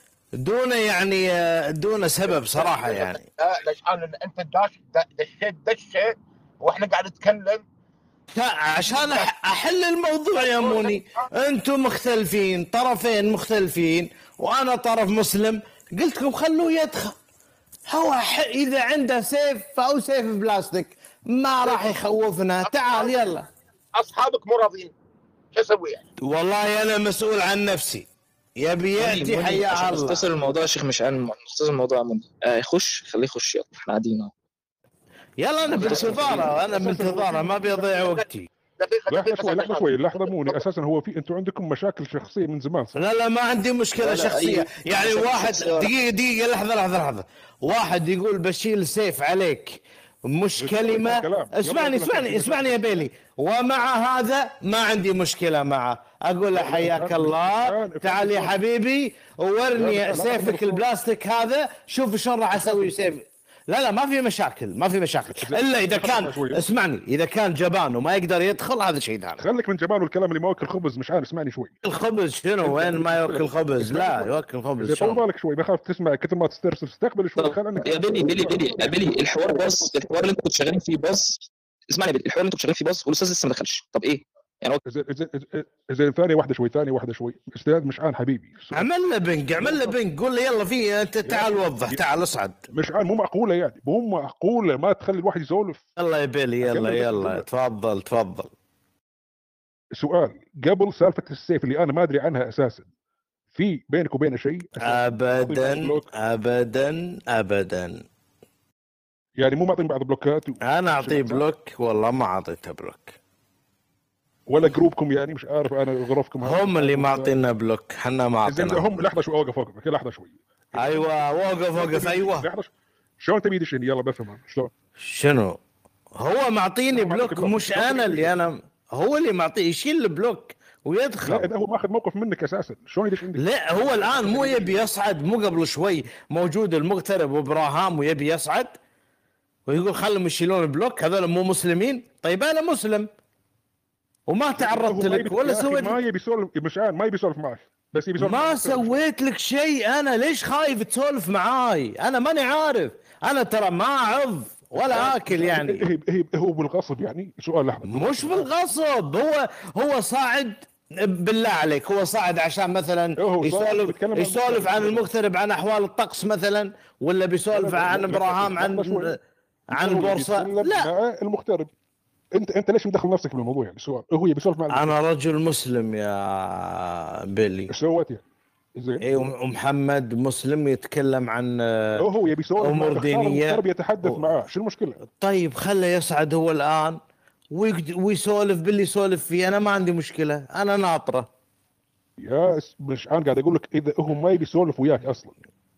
دون سبب صراحه يعني. ليش انت دشيت واحنا قاعد نتكلم عشان احل الموضوع يا موني. انتم مختلفين، طرفين مختلفين وانا طرف مسلم، قلت لكم خلوه يدخل. هو اذا عنده سيف او سيف بلاستيك ما راح يخوفنا. تعال يلا. اصحابك مو راضيين، شو اسوي يعني؟ والله انا مسؤول عن نفسي. يبي ياتي حيا الله. نختصر الموضوع يا شيخ، مش نختصر الموضوع. موني يخش، خليه يخش. يلا احنا قاعدين اهو. يلا انا بانتظاره ما بيضيع وقتي. لحظة شوي لحظة موني. اساسا هو في انتم عندكم مشاكل شخصيه من زمان صح؟ لا ما عندي مشكله شخصيه. يعني واحد دقيقه لحظه واحد يقول بشيل سيف عليك مش كلمه. اسمعني يا بيلي. ومع هذا ما عندي مشكله معه. اقول له حياك الله، تعال يا حبيبي وورني سيفك البلاستيك هذا، شوف شلون راح اسوي سيف. لا ما في مشاكل الا اذا كان اسمعني، اذا كان جبان وما يقدر يدخل هذا شيء ثاني. خليك من جبان والكلام اللي ما ياكل خبز. مش عارف اسمعني شوي. الخبز شنو؟ وين ما ياكل خبز؟ لا ياكل خبز. طول بالك شوي، بخاف تسمع كثر ما تسترسل. استقبل شوي. يا بيلي الحوار اللي انتوا كنتوا شغالين فيه باص. اسمعني بيلي، الحوار اللي انتوا شغالين فيه باص والاستاذ لسه ما دخلش. طب ايه يعني؟ اذا ثانيه واحده شوي استاذ مشعان حبيبي، عمل له بنك قول له يلا في انت تعال وضح، تعال اصعد. مشعان مو معقوله يعني، مو معقوله ما تخلي الواحد يسولف. الله يبيلي يلا تفضل. سؤال قبل سالفه السيف اللي انا ما ادري عنها اساسا، في بينك وبينه شيء؟ ابدا. يعني مو معطين بعض بلوكات انا اعطيه بلوك؟ والله ما اعطيته بلوك. ولا جروبكم يعني مش عارف انا غرفكم هم اللي معطينا بلوك، حنا ما عطينا. هم لحظه شوي اوقف لحظه شوي. ايوه وقف ايوه. شلون تبي تدش؟ يلا بفهم شلون. شنو هو معطيني بلوك؟ مش انا اللي هو اللي معطيه يشيل البلوك ويدخل. لا هو ماخذ موقف منك اساسا، شلون يدش عندك؟ لا هو الان مو يبي يصعد. مو قبل شوي موجود المغترب وابراهام ويبي يصعد ويقول خلهم يشيلون البلوك، هذول مو مسلمين. طيب انا مسلم وما تعرضت لك ولا سويت. ما يبي يسولف مشان ما يبي يسولف معك، بس يبي يسولف. ما سويت لك شيء. انا ليش خايف تسولف معاي؟ انا ماني عارف. انا ترى ما اعض ولا اكل يعني. هو بالغصب يعني؟ سؤال لحظه. مش بالغصب. هو صاعد بالله عليك. هو صاعد عشان مثلا يسولف عن المغترب، عن احوال الطقس مثلا، ولا بيسولف عن ابراهام عن البورصه؟ لا المغترب. انت ليش مدخل نفسك بالموضوع يعني؟ سؤال. هو بيسولف مع انا رجل مسلم يا بيلي. ايش سويت يعني؟ اي ومحمد مسلم يتكلم عن هو يبي يسولف امور دينيه، يتحدث معاه. شو المشكله؟ طيب خله يصعد هو الان ويسولف باللي يسولف فيه. انا ما عندي مشكله، انا ناطره. يا مش انا قاعد اقول لك اذا هو ما يبي يسولف وياك اصلا.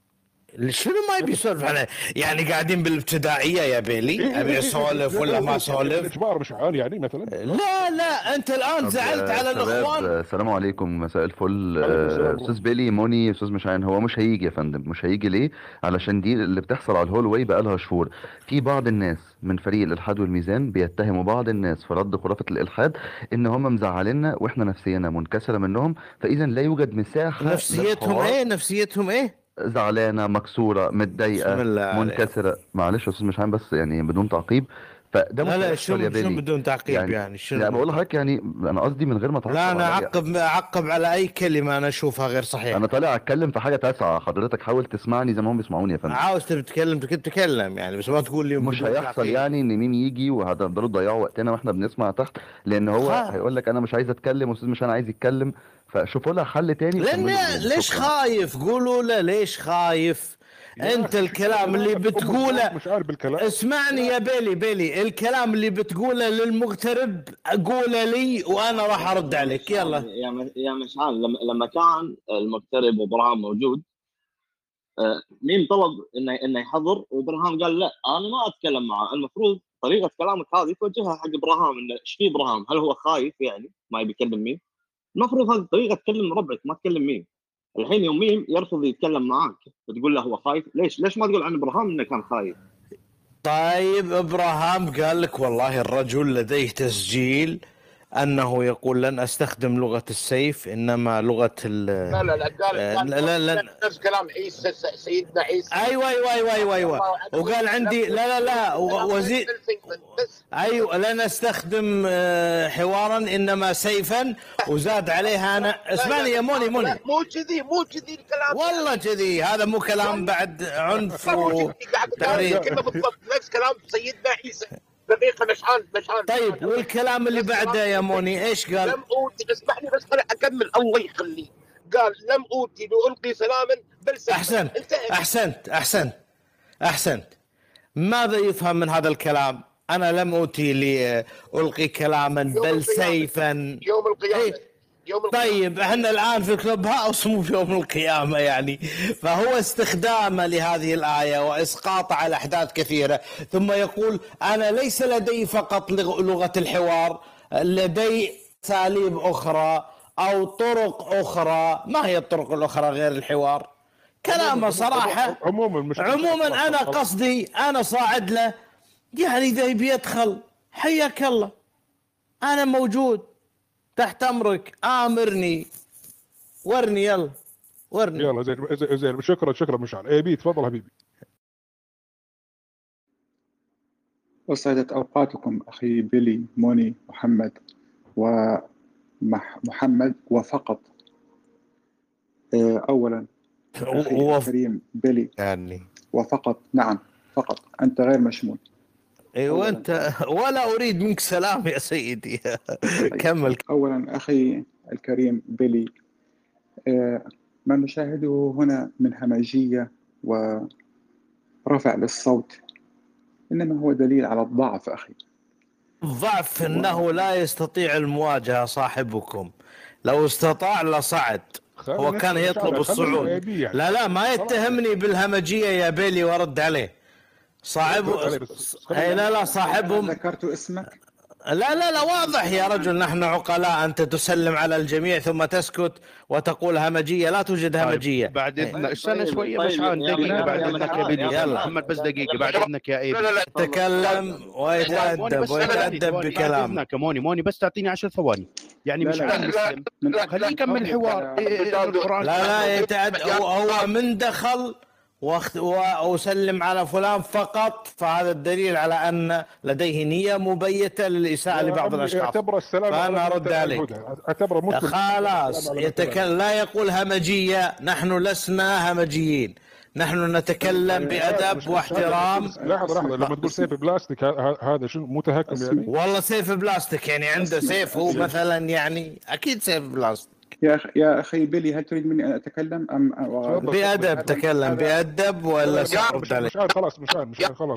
شنو ما يبي يسولف؟ احنا يعني قاعدين بالابتدائيه يا بيلي. ابي اسولف ولا ما اسولف؟ اجبار مشعار يعني مثلا. لا انت الان زعلت على الاخوان. السلام عليكم، مساء الفل. استاذ بيلي، موني، استاذ مشعان، هو مش هيجي يا فندم. مش هيجي ليه؟ علشان دي اللي بتحصل على الهول واي بقى لها شهور. في بعض الناس من فريق الالحاد والميزان بيتهموا بعض الناس في رد خرافه الالحاد ان هم مزعليننا واحنا نفسينا منكسره منهم، فاذا لا يوجد مساحه. نفسيتهم ايه؟ زعلانه، مكسوره، متضايقه، منكسره. معلش يا استاذ مشعان بس يعني بدون تعقيب. فده لا شو بدون تعقيب يعني شنو؟ لا بقول لحضرتك يعني انا قصدي من غير ما تعقب. لا انا اعقب على اي كلمه انا اشوفها غير صحيحه. انا طالع اتكلم في حاجه تاسعه، حضرتك حاول تسمعني زي ما هم بيسمعوني يا فندم. عاوز تتكلم يعني، بس ما تقول لي مش هيحصل يعني ان ميم يجي وهتقدروا تضيعوا وقتنا واحنا بنسمع تحت، لان هو هيقول لك انا مش عايز اتكلم واستاذ مش انا عايز يتكلم. فشوفوا لها حل تاني. ليش خايف؟ قولوا له ليش خايف؟ انت الكلام اللي بتقوله مش عارف بالكلام. اسمعني يا بيلي الكلام اللي بتقوله للمغترب قوله لي وانا راح ارد عليك. يلا يا مشعل. لما كان المغترب وابراهام موجود، مين طلب انه يحضر وابراهام قال لا انا ما اتكلم معه. المفروض طريقه كلامك هذه توجهها حق ابراهام، انه ايش في ابراهام؟ هل هو خايف يعني ما يبي يكلم مين؟ المفروض هذه الطريقه تكلم ربعك ما تكلم مين. الحين يوم مين يرفض يتكلم معاك بتقول له هو خايف؟ ليش ما تقول عن ابراهام انه كان خايف؟ طيب ابراهام قال لك والله الرجل لديه تسجيل أنه يقول لن أستخدم لغة السيف إنما لغة لا لا لا قال نفس كلام عيسى سيدنا عيسى. أيوة وقال عندي لا وزيد أيوة لن أستخدم حوارا إنما سيفا، وزاد عليها أنا اسمعني يا موني مو كذي الكلام والله كذي، هذا مو كلام بعد عنف وتعريض. كلمة بالضبط نفس كلام سيدنا عيسى. دقيقة مشعل. طيب والكلام اللي بعده يا موني ايش قال؟ لم أوتي، اسمعني بس خليني أكمل الله يخليك. قال لم أوتي لألقي سلاما بل سيفا. أحسنت. ماذا يفهم من هذا الكلام؟ أنا لم أوتي لألقي كلاما بل سيفا يوم القيامة. طيب احنا الآن في كلوب هاوس مو في يوم القيامة يعني. فهو استخدامه لهذه الآية وإسقاطه على أحداث كثيرة، ثم يقول أنا ليس لدي فقط لغة الحوار، لدي أساليب أخرى أو طرق أخرى. ما هي الطرق الأخرى غير الحوار؟ كلامه صراحة. عموما أنا قصدي أنا صاعد له يعني إذا بيدخل حياك الله أنا موجود تحت أمرك، آمرني ورني يلا زين. شكرا مشعل. اي بي تفضل حبيبي. أسعدت أوقاتكم أخي بيلي، موني، محمد ومحمد وفقط. أولا أخي الكريم بيلي يعني وفقط، نعم فقط، أنت غير مشمول. ايوه انت ولا اريد منك سلام يا سيدي. كمل. اولا اخي الكريم بيلي، ما نشاهده هنا من همجية ورفع للصوت انما هو دليل على الضعف اخي. الضعف انه لا يستطيع المواجهة صاحبكم، لو استطاع لصعد. هو كان يطلب الصعود. لا ما يتهمني بالهمجية يا بيلي وارد عليه. صاحبه لا صاحبهم. ذكرت اسمك. لا واضح يا رجل، نحن عقلاء. أنت تسلم على الجميع ثم تسكت وتقول همجية. لا توجد همجية. بعد إذنك استنى شوية مشعل، دقيقة بعد إذنك يا بيلي. يلا محمد بس دقيقة بعد إذنك يا إيبي. لا تكلم ويتأدب بكلام. إذنك يا موني بس تعطيني 10 ثواني يعني. مشعل مسلم خليه يكمل الحوار. لا يتأدب. هو من دخل وأسلم على فلان فقط، فهذا الدليل على أن لديه نية مبيتة للإساءة لبعض الأشخاص. فأنا أرد عليك خلاص. لا يقول همجية، نحن لسنا همجيين، نحن نتكلم بأدب واحترام. لحظة لما تقول سيف بلاستيك هذا شنو متهكم يعني؟ والله سيف بلاستيك يعني عنده سيف هو مثلا يعني أكيد سيف بلاستيك. يا أخي بيلي، هل تريد مني أن أتكلم أم بأدب؟ تكلم بأدب ولا سأرد عليك؟ خلاص مشان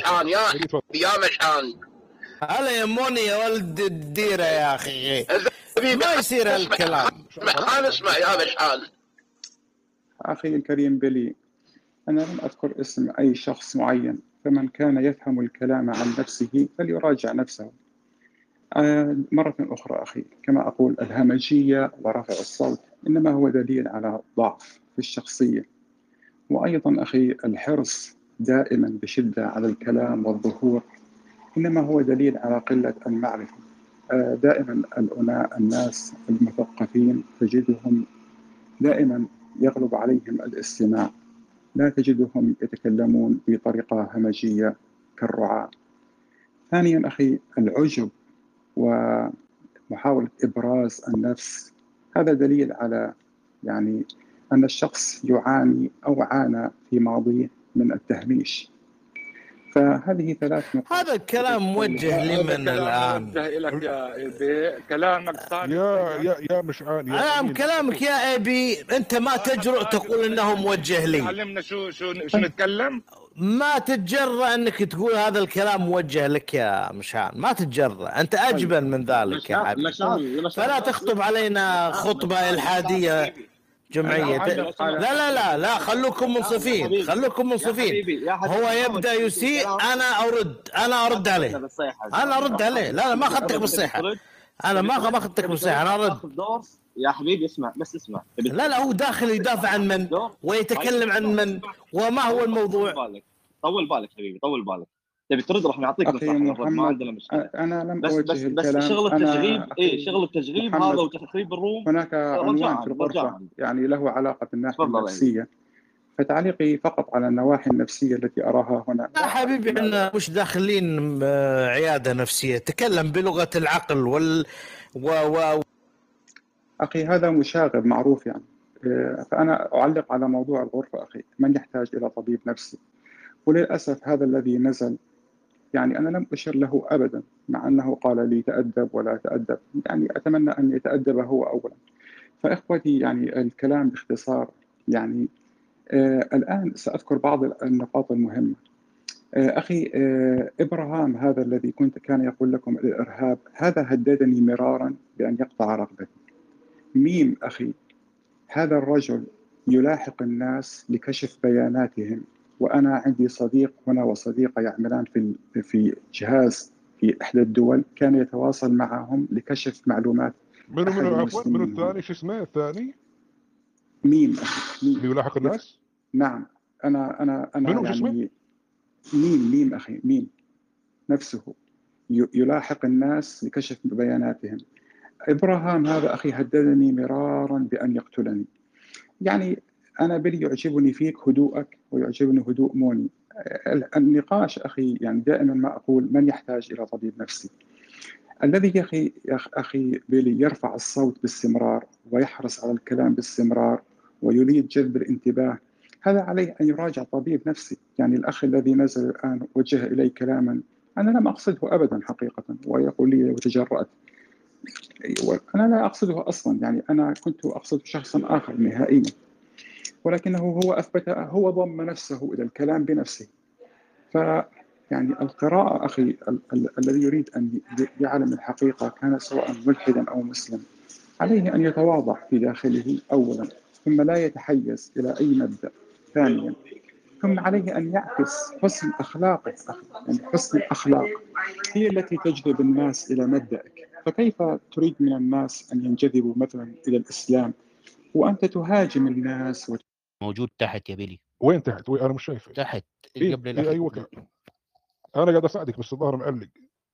يا مشان هلا يا موني يا ولد الديرة يا أخي، ما يصير هالكلام. اسمع يا مشان. أخي الكريم بيلي، أنا لم أذكر اسم أي شخص معين، فمن كان يفهم الكلام عن نفسه فليراجع نفسه. مرة أخرى أخي، كما أقول الهمجية ورفع الصوت إنما هو دليل على ضعف في الشخصية. وأيضا أخي الحرص دائما بشدة على الكلام والظهور إنما هو دليل على قلة المعرفة. دائما الناس المثقفين تجدهم دائما يغلب عليهم الاستماع، لا تجدهم يتكلمون بطريقة همجية كالرعاة. ثانيا أخي العجب ومحاولة إبراز النفس، هذا دليل على يعني أن الشخص يعاني أو عانى في ماضيه من التهميش. فهذه ثلاث نقاط. هذا الكلام موجه لمن الآن؟ موجه لك يا إيبي. كلامك صار يا مشعل. كلامك يا إيبي أنت ما تجرؤ تقول إنه موجه لي. علمنا شو نتكلم. ما تتجرأ أنك تقول هذا الكلام موجه لك يا مشان، ما تتجرأ. أنت أجبن من ذلك يا حبيبي. فلا تخطب علينا خطبة إلحادية جمعية. لا خلوكم منصفين، هو يبدأ يسيء أنا أرد عليه. لا ما أخذتك بالصيحة. أنا ما أخذتك بالصيحة. أنا أرد يا حبيبي. اسمع. لا هو داخل يدافع عن من ويتكلم عن من وما هو الموضوع. طول بالك حبيبي، طول بالك. تبي ترد راح نعطيك أخي مساحه للرد، ما محمد، عندنا مشكله. أنا لم بس أوجه الكلام. شغل أنا التشغيب، أخي شغل التشغيب محمد، هذا وتخريب الروم هناك عنوان في رجاء الغرفة رجاء. يعني له علاقة بالناحية تفضل يا النفسية، فتعليقي فقط على النواحي النفسية التي أراها هنا. لا حبيبي احنا مش داخلين عيادة نفسية، تكلم بلغة العقل أخي هذا مشاغب معروف يعني. فأنا أعلق على موضوع الغرفة أخي، من يحتاج إلى طبيب نفسي؟ وللأسف هذا الذي نزل يعني أنا لم أشر له أبدا، مع أنه قال لي تأدب ولا تأدب، يعني أتمنى أن يتأدب هو أولا. فإخوتي يعني الكلام باختصار يعني الآن سأذكر بعض النقاط المهمة. أخي إبراهام هذا الذي كان يقول لكم الإرهاب، هذا هددني مرارا بأن يقطع رقبتي. ميم أخي، هذا الرجل يلاحق الناس لكشف بياناتهم، وأنا عندي صديق هنا وصديقة يعملان في جهاز في إحدى الدول، كان يتواصل معهم لكشف معلومات منو أحد عفوا منو المسلمين. الثاني؟ شو اسمه الثاني؟ ميم أخي، ميم. اللي يلاحق الناس؟ نعم أنا منو شو اسمه؟ يعني ميم أخي، ميم نفسه يلاحق الناس لكشف بياناتهم. إبراهام هذا أخي هددني مرارا بأن يقتلني. يعني أنا بلي يعجبني فيك هدوءك ويعجبني هدوء موني. النقاش أخي يعني دائما ما أقول من يحتاج إلى طبيب نفسي؟ الذي يا أخي بيلي يرفع الصوت باستمرار ويحرص على الكلام باستمرار ويريد جلب الانتباه، هذا عليه أن يراجع طبيب نفسي. يعني الأخ الذي نزل الآن وجه إلي كلاما أنا لم أقصده أبدا حقيقة، ويقول لي وتجرأت. أنا لا أقصده أصلا، يعني أنا كنت أقصد شخصا آخر نهائيا، ولكنه هو أثبت، هو ضم نفسه إلى الكلام بنفسه. يعني القراءة أخي الذي يريد أن يعلم الحقيقة كان سواء ملحدا أو مسلم، عليه أن يتواضع في داخله أولا، ثم لا يتحيز إلى أي مبدأ ثانيا، ثم عليه أن يعكس حسن أخلاقه أخي. يعني حسن الأخلاق هي التي تجذب الناس إلى مبدأك. فكيف تريد من الناس أن ينجذبوا مثلا إلى الإسلام وأنت تهاجم الناس موجود تحت يا بيلي. وين تحت؟ وين؟ انا مش شايفه. تحت إيه؟ قبل الاخير. ايوه انا قاعد اساعدك بس الظاهر معلق.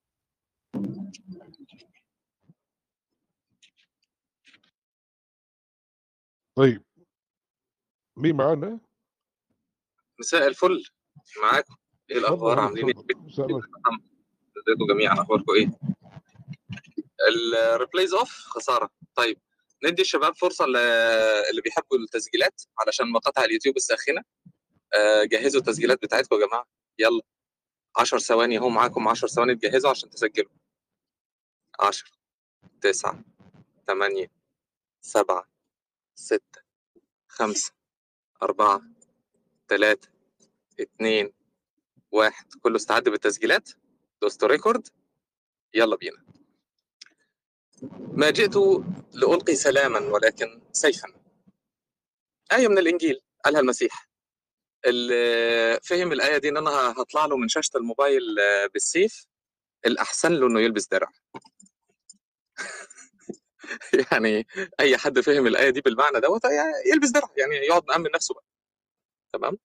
طيب مين معانا؟ مساء الفل، معاكم. ايه الاخبار؟ عاملين ايه؟ ازيكم جميعا؟ اخباركم ايه؟ الريبلايز اوف خساره. طيب ندي الشباب فرصه اللي بيحبوا التسجيلات علشان مقاطع اليوتيوب الساخنه. جهزوا التسجيلات بتاعتكم يا جماعه، يلا 10 ثواني اهو معاكم، 10 ثواني تجهزوا عشان تسجلوا. 10 9 8 7 6 5 4 3 2 1. كله استعد بالتسجيلات؟ دوستو ريكورد؟ يلا بينا. ما جئت لألقي سلاما ولكن سيفا. آية من الإنجيل قالها المسيح. اللي فهم الآية دي إن أنا هطلع له من شاشة الموبايل بالسيف، الأحسن له إنه يلبس درع. يعني أي حد فهم الآية دي بالمعنى دوت يلبس درع، يعني يقعد مأمن نفسه بقى. تمام.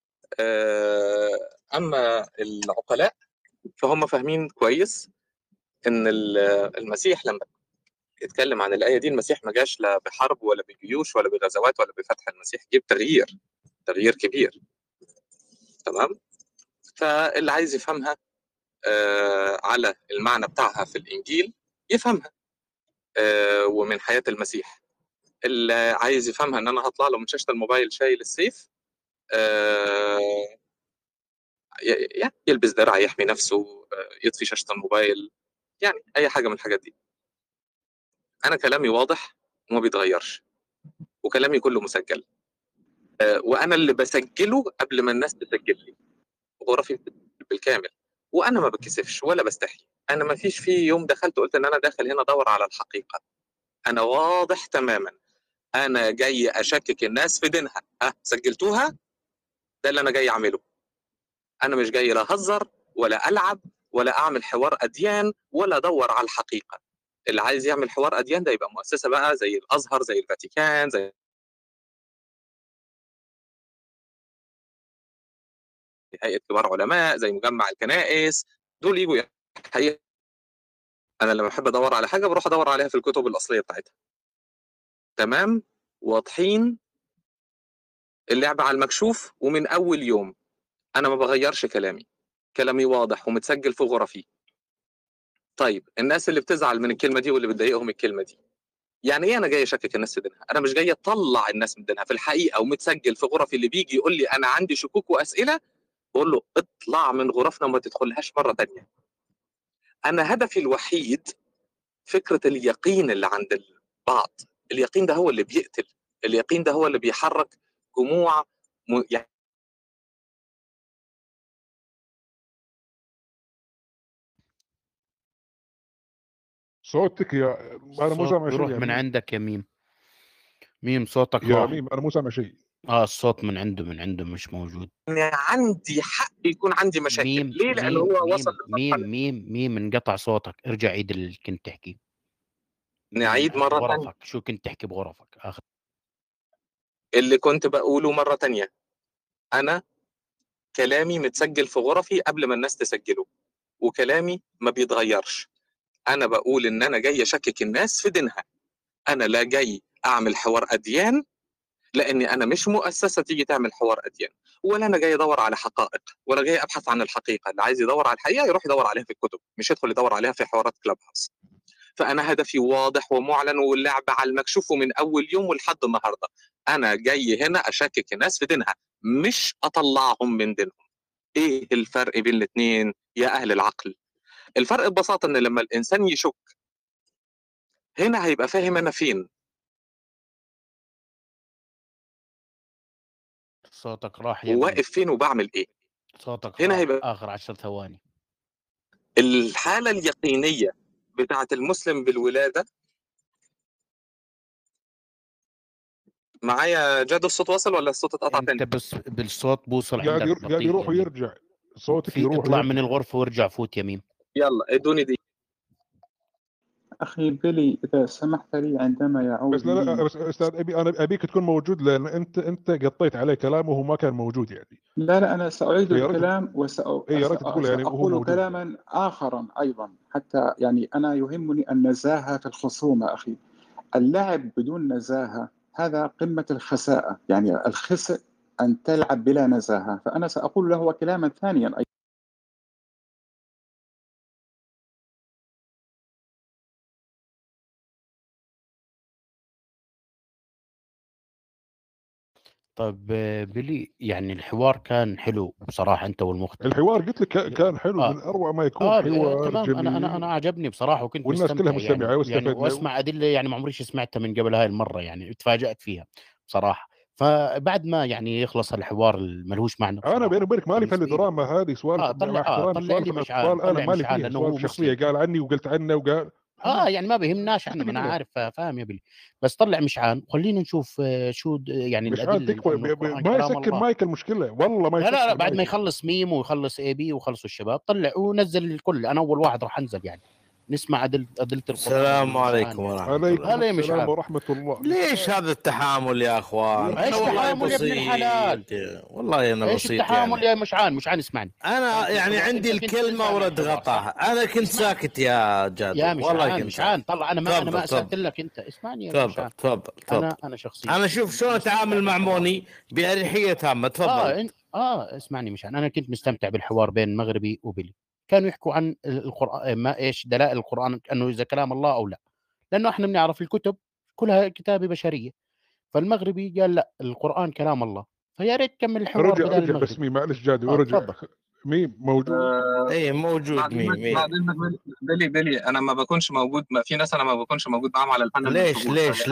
أما العقلاء فهم فاهمين كويس إن المسيح لما يتكلم عن الآية دي، المسيح ما جاش لا بحرب ولا بجيوش ولا بغزوات ولا بفتح. المسيح جيب تغيير كبير. تمام. فاللي عايز يفهمها على المعنى بتاعها في الإنجيل يفهمها ومن حياة المسيح. اللي عايز يفهمها إن أنا هطلع له من شاشة الموبايل شايل السيف، يلبس درع يحمي نفسه، يطفي شاشة الموبايل، يعني أي حاجة من الحاجات دي. أنا كلامي واضح وما بيتغيرش، وكلامي كله مسجل، وأنا اللي بسجله قبل ما الناس تسجل لي غرفي بالكامل. وأنا ما بتكسفش ولا بستحي. أنا ما فيش فيه يوم دخلت قلت إن أنا داخل هنا أدور على الحقيقة. أنا واضح تماما، أنا جاي أشكك الناس في دينها. سجلتوها؟ ده اللي أنا جاي أعمله. أنا مش جاي لا أهزر ولا ألعب ولا أعمل حوار أديان ولا أدور على الحقيقة. اللي عايز يعمل حوار أديان ده يبقى مؤسسة بقى زي الأزهر، زي الفاتيكان، زي هيئه كبار علماء زي مجمع الكنائس، دول يجوا الحقيقه انا لما بحب ادور على حاجه بروح ادور عليها في الكتب الاصليه بتاعتها. تمام، واضحين، اللعبه على المكشوف، ومن اول يوم انا ما بغيرش كلامي واضح ومتسجل في غرفي. طيب الناس اللي بتزعل من الكلمه دي واللي بتضايقهم الكلمه دي، يعني ايه انا جاي اشكك الناس في دينها؟ انا مش جاي اطلع الناس من دينها، في الحقيقه ومتسجل في غرفي. اللي بيجي يقول لي انا عندي شكوك واسئله بقول له اطلع من غرفنا وما تدخلهاش مره ثانيه. انا هدفي الوحيد فكره اليقين اللي عند البعض. اليقين ده هو اللي بيقتل، اليقين ده هو اللي بيحرك جموع يعني صوتك يا انا مو الصوت سامع شيء بيروح يا من ميم. عندك يا ميم. ميم صوتك يا راح. ميم انا مو سامع شيء. الصوت من عنده مش موجود. عندي حق يكون عندي مشاكل. ميم ليه؟ لانه هو وصل ميم انقطع صوتك، ارجع عيد اللي كنت تحكي. نعيد مره ثانيه بغرفك، شو كنت تحكي بغرفك اخر اللي كنت بقوله مره ثانيه. انا كلامي متسجل في غرفي قبل ما الناس تسجله، وكلامي ما بيتغيرش. انا بقول ان انا جاي اشكك الناس في دينها، انا لا جاي اعمل حوار اديان، لاني انا مش مؤسسه تيجي تعمل حوار اديان، ولا انا جاي ادور على حقائق، ولا جاي ابحث عن الحقيقه. اللي عايز يدور على الحقيقه يروح يدور عليها في الكتب، مش يدخل يدور عليها في حوارات كلاب هاوس. فانا هدفي واضح ومعلن، واللعب على المكشوف من اول يوم ولحد النهارده. انا جاي هنا اشكك الناس في دينها، مش اطلعهم من دينهم. ايه الفرق بين الاثنين يا اهل العقل؟ الفرق ببساطه ان لما الانسان يشك هنا هيبقى فاهم انا فين. صوتك راح يا وواقف فين وبعمل ايه. صوتك هنا راح هيبقى اخر 10 ثواني. الحاله اليقينيه بتاعه المسلم بالولاده. معايا جاد؟ الصوت وصل ولا الصوت اتقطع تاني؟ انت بس بالصوت بوصل قاعد عندك قاعد بطيء يروح يا ميم. ويرجع، صوتك يروح اطلع ويرجع. من الغرفه وارجع فوت يا ميم. يلا ادوني دي. أخي بيلي إذا سمحت لي عندما يعود بس لا بس استاذ ابي انا ابيك تكون موجود، لان انت قطيت عليه كلامه وهو ما كان موجود يعني. لا أنا سأعيد يا ريت الكلام يا ريت تقول يعني وهو وسأقول موجود. كلاما آخرا أيضا، حتى يعني أنا يهمني النزاهة في الخصومة. أخي اللعب بدون نزاهة هذا قمة الخساءة، يعني الخسء أن تلعب بلا نزاهة. فأنا سأقول له كلاما ثانيا. طيب بيلي، يعني الحوار كان حلو بصراحه انت والمختلف. الحوار قلت لك كان حلو، من اروع ما يكون حوار تمام. جميل، انا عجبني بصراحه، وكنت والناس كلها مستمتع مستمعه يعني واستفدنا. واسمع ادله يعني ما عمري سمعتها من قبل هاي المره، يعني تفاجات فيها بصراحه. فبعد ما يعني يخلص الحوار الملهوش معنى انا بصراحه بيني وبينك مالي في بالنسبه لي. الدراما هذه، سوالف مع طلع احترامي، طلع لي سوالف مشعان، الاطفال انا طلع مالي مشعان فيها، لانه سوالف هو شخصيه مسلم. قال عني وقلت عنه وقال يعني ما بيهمناش عنه، ما انا عارف فاهم يا بيلي. بس طلع مشعان، خلينا نشوف شو يعني مشعان الادله تكفى انه القران ما كلام يسكر الله. مايك المشكله، والله ما يسكر. لا بعد ما يخلص ميم ويخلص اي بي ويخلصوا الشباب طلع ونزل الكل. انا اول واحد راح انزل يعني نسمع ادله القران. السلام عليكم ورحمه الله. عليكم هلا يا السلام مشعان. ورحمه الله. ليش هذا التحامل يا اخوان؟ ايش تحامل يا ابن الحلال؟ والله انا ايش بسيط التحامل يعني. يا مشعان اسمعني. انا يعني عندي الكلمه ورد غطاها، انا كنت ساكت يا جاد. يا والله مشعان طلع انا ما اسالت لك انت. اسمعني يا مشعان. تفضل. انا شخصيا انا شوف شلون اتعامل مع موني باريحيه تامه. تفضل. اسمعني مشعان، انا كنت مستمتع بالحوار بين مغربي وبيلي. كانوا يحكوا عن القران، ما ايش دلائل القران انه اذا كلام الله او لا، لانه احنا بنعرف الكتب كلها كتابه بشريه. فالمغربي قال لا القران كلام الله، فيا ريت تكمل الحوار بدل رجع المغربي. بس ميم معلش جاد ورجع. ميم موجود. اي موجود ميم. بيلي انا ما بكونش موجود، ما في ناس انا ما بكونش موجود معاهم على البانل. ليش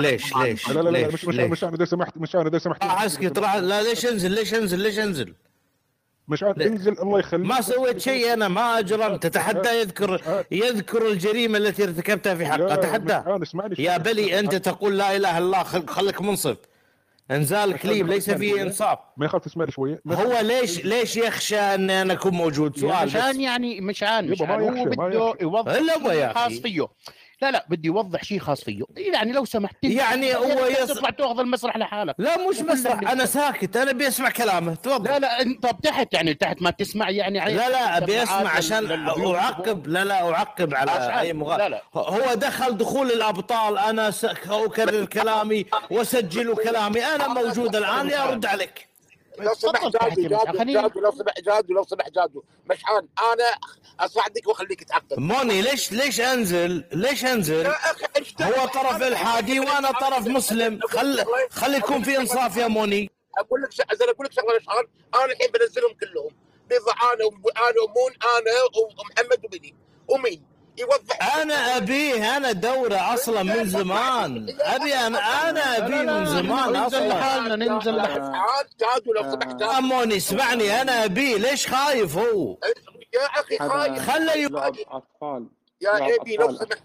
لا مش انا اذا سمحت اسكت. لا ليش انزل مش انزل الله يخليك. ما سويت شيء، انا ما اجرمت. تتحدى يذكر الجريمه التي ارتكبتها في حقه. تحدى يا بلي. انت تقول لا اله الا الله، خليك منصف. انزال كليب ليس فيه انصاف. ما يخاف تسمعني شويه. هو ليش يخشى ان انا اكون موجود؟ سؤال مشان هو بده يوضح خاص فيه. لا بدي اوضح شيء خاص فيه، يعني لو سمحت يعني هو تطلع تاخذ المسرح لحالك. لا مش مسرح، انا ساكت، انا بيسمع كلامه. تفضل. لا انت تحت، يعني تحت ما تسمع يعني لا ابي اسمع عشان اعقب. لا اعقب على اي مغالطه. هو دخل دخول الابطال، انا اكرر كلامي واسجل كلامي، انا موجود الان لارد عليك. لو سمحت جادو لو سمحت جادو مشحان، انا اصعدك واخليك تعقب. موني ليش انزل؟ هو طرف الحادي وانا طرف مسلم، خلي يكون في انصاف يا موني. اقول لك شغله مشحان، انا الحين بنزلهم كلهم بيضع انا ومون، انا ومحمد وبني ومين يوضح. انا ابيه، انا دوره اصلا من زمان، انا ابيه من زمان اصلا. ننزل جادو لو سمحت. موني اسمعني، انا ابيه. ليش خايف هو؟ يا اخي خايف. خليه اطفال يا ابي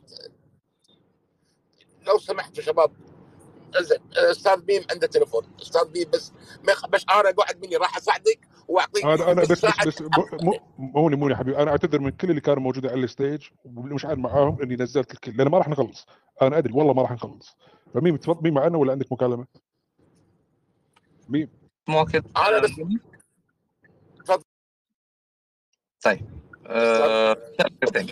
لو سمحت يا شباب. زين استاذ بيم عنده تليفون، استاذ بيم بس انا قاعد مني راح اساعدك واعطيك. انا بس موني حبيبي، انا اعتذر من كل اللي كانوا موجودين على الستيج ومش عارف معاهم اني نزلت الكل، لان ما راح نخلص. انا ادري والله ما راح نخلص. فميم تفضل، ميم معنا ولا عندك مكالمه؟ ميم ممكن انا بس تفضل. طيب تاني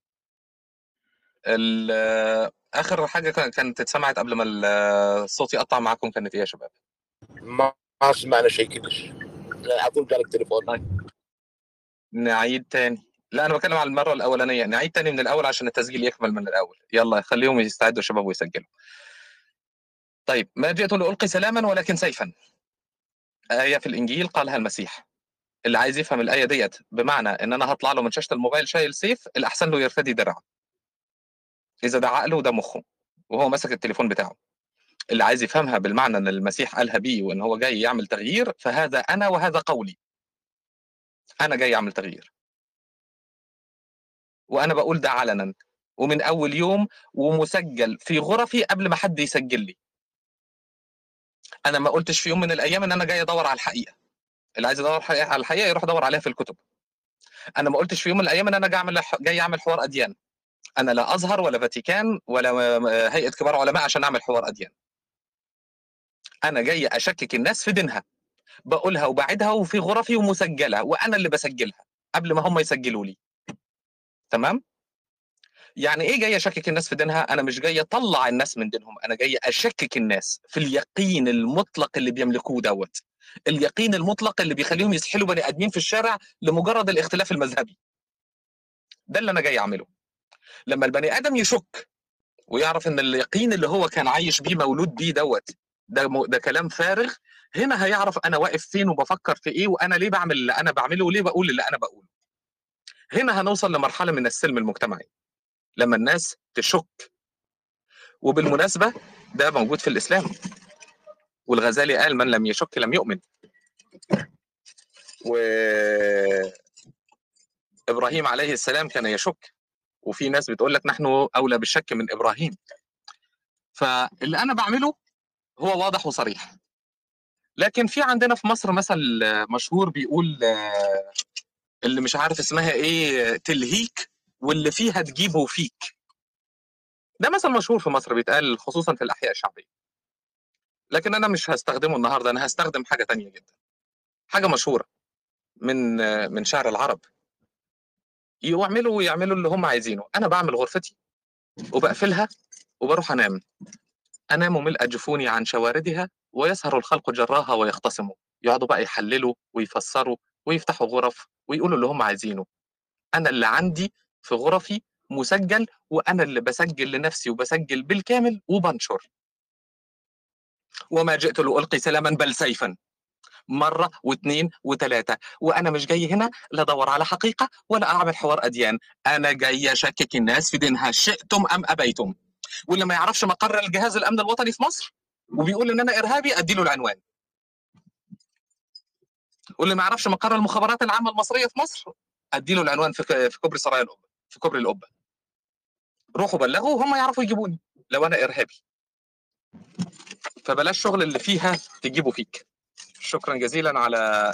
اخر حاجه كانت اتسمعت قبل ما الصوت يقطع معاكم كانت ايه يا شباب؟ ما سمعنا شيء كلش، على طول جالك تليفون. نعيد تاني. لا انا بتكلم على المره الاولانيه، نعيد تاني من الاول عشان التسجيل يكمل من الاول. يلا خليهم يستعدوا يا شباب ويسجلوا. طيب، ما جئت لألقي سلاما ولكن سيفا، آية في الإنجيل قالها المسيح. اللي عايز يفهم الآية ديت بمعنى إن أنا هطلع له من شاشة الموبايل شايل سيف، الأحسن له يرتدي درع. إذا ده عقله وده مخه وهو ماسك التليفون بتاعه. اللي عايز يفهمها بالمعنى إن المسيح قالها بيه وإن هو جاي يعمل تغيير، فهذا أنا وهذا قولي. أنا جاي أعمل تغيير، وأنا بقول ده علنا ومن أول يوم ومسجل في غرفي قبل ما حد يسجل لي. أنا ما قلتش في يوم من الأيام إن أنا جاي أدور على الحقيقة. اللي عايز يدور على الحقيقة يروح يدور عليها في الكتب. أنا ما قلتش في يوم من الأيام إن أنا جاي أعمل حوار أديان. أنا لا أزهر ولا فاتيكان ولا هيئة كبار علماء عشان أعمل حوار أديان. أنا جاي أشكك الناس في دينها، بقولها وبعدها وفي غرفي ومسجلة، وأنا اللي بسجلها قبل ما هم يسجلوا لي. تمام؟ يعني إيه جاي أشكك الناس في دينها؟ أنا مش جاي أطلع الناس من دينهم، أنا جاي أشكك الناس في اليقين المطلق اللي بيملكوه دوت. اليقين المطلق اللي بيخليهم يسحلوا بني آدمين في الشارع لمجرد الاختلاف المذهبي. ده اللي أنا جاي أعمله. لما البني آدم يشك ويعرف إن اليقين اللي هو كان عايش بيه مولود بيه دوت ده كلام فارغ، هنا هيعرف أنا واقف فين وبفكر في إيه، وأنا ليه بعمل اللي أنا بعمله وليه بقول اللي أنا بقوله. هنا هنوصل لمرحلة من السلم المجتمعي لما الناس تشك. وبالمناسبة ده موجود في الإسلام، والغزالي قال من لم يشك لم يؤمن. وإبراهيم عليه السلام كان يشك، وفي ناس بتقول لك نحن أولى بالشك من إبراهيم. فاللي أنا بعمله هو واضح وصريح. لكن في عندنا في مصر مثل مشهور بيقول اللي مش عارف اسمها ايه تلهيك واللي فيها تجيبه فيك. ده مثل مشهور في مصر بيتقال خصوصا في الأحياء الشعبية، لكن أنا مش هستخدمه النهاردة. أنا هستخدم حاجة تانية جدا، حاجة مشهورة من شعر العرب. يعملوا اللي هم عايزينه. أنا بعمل غرفتي وبقفلها وبروح أنام ملء جفوني عن شواردها، ويسهر الخلق جراها ويختصموا. يقعدوا بقى يحللوا ويفسروا ويفتحوا غرف ويقولوا اللي هم عايزينه. أنا اللي عندي في غرفي مسجل، وأنا اللي بسجل لنفسي وبسجل بالكامل وبنشر. وما جئت لألقي سلاما بل سيفا، مرة واثنين وثلاثة. وأنا مش جاي هنا لا أدور على حقيقة ولا أعمل حوار أديان. أنا جاي أشكك الناس في دينها شئتم أم أبيتم. واللي ما يعرفش مقر الجهاز الأمن الوطني في مصر وبيقول إن أنا إرهابي أديله العنوان. واللي ما يعرفش مقر المخابرات العامة المصرية في مصر أديله العنوان في كوبري سرايا القبة، في كوبري القبة. روحوا بلغوا وهم يعرفوا يجيبوني لو أنا إرهابي. فبلاش شغل اللي فيها تجيبوا فيك. شكرا جزيلا على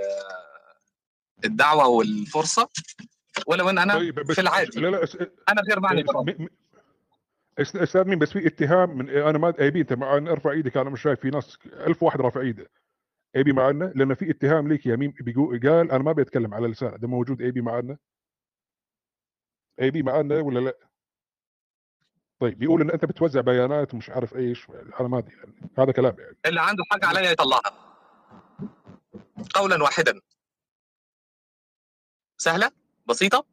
الدعوة والفرصة، ولو ان انا طيب في العادي لا انا غير معني استاذ مين، بس في اتهام من انا ما اي بي، انت معنا ارفع ايدك، انا مش شايف في ناس 1000 واحد رافع ايده. اي بي معنا، لان في اتهام ليك يا ميم، قال انا ما بيتكلم على لسانه، ده موجود. اي بي معنا، اي بي معنا ولا لا؟ طيب بيقول ان انت بتوزع بيانات ومش عارف ايش، انا ما ادري يعني، هذا كلام يعني. اللي عنده حاجه عليا يطلعها قولا واحدا. سهله بسيطه.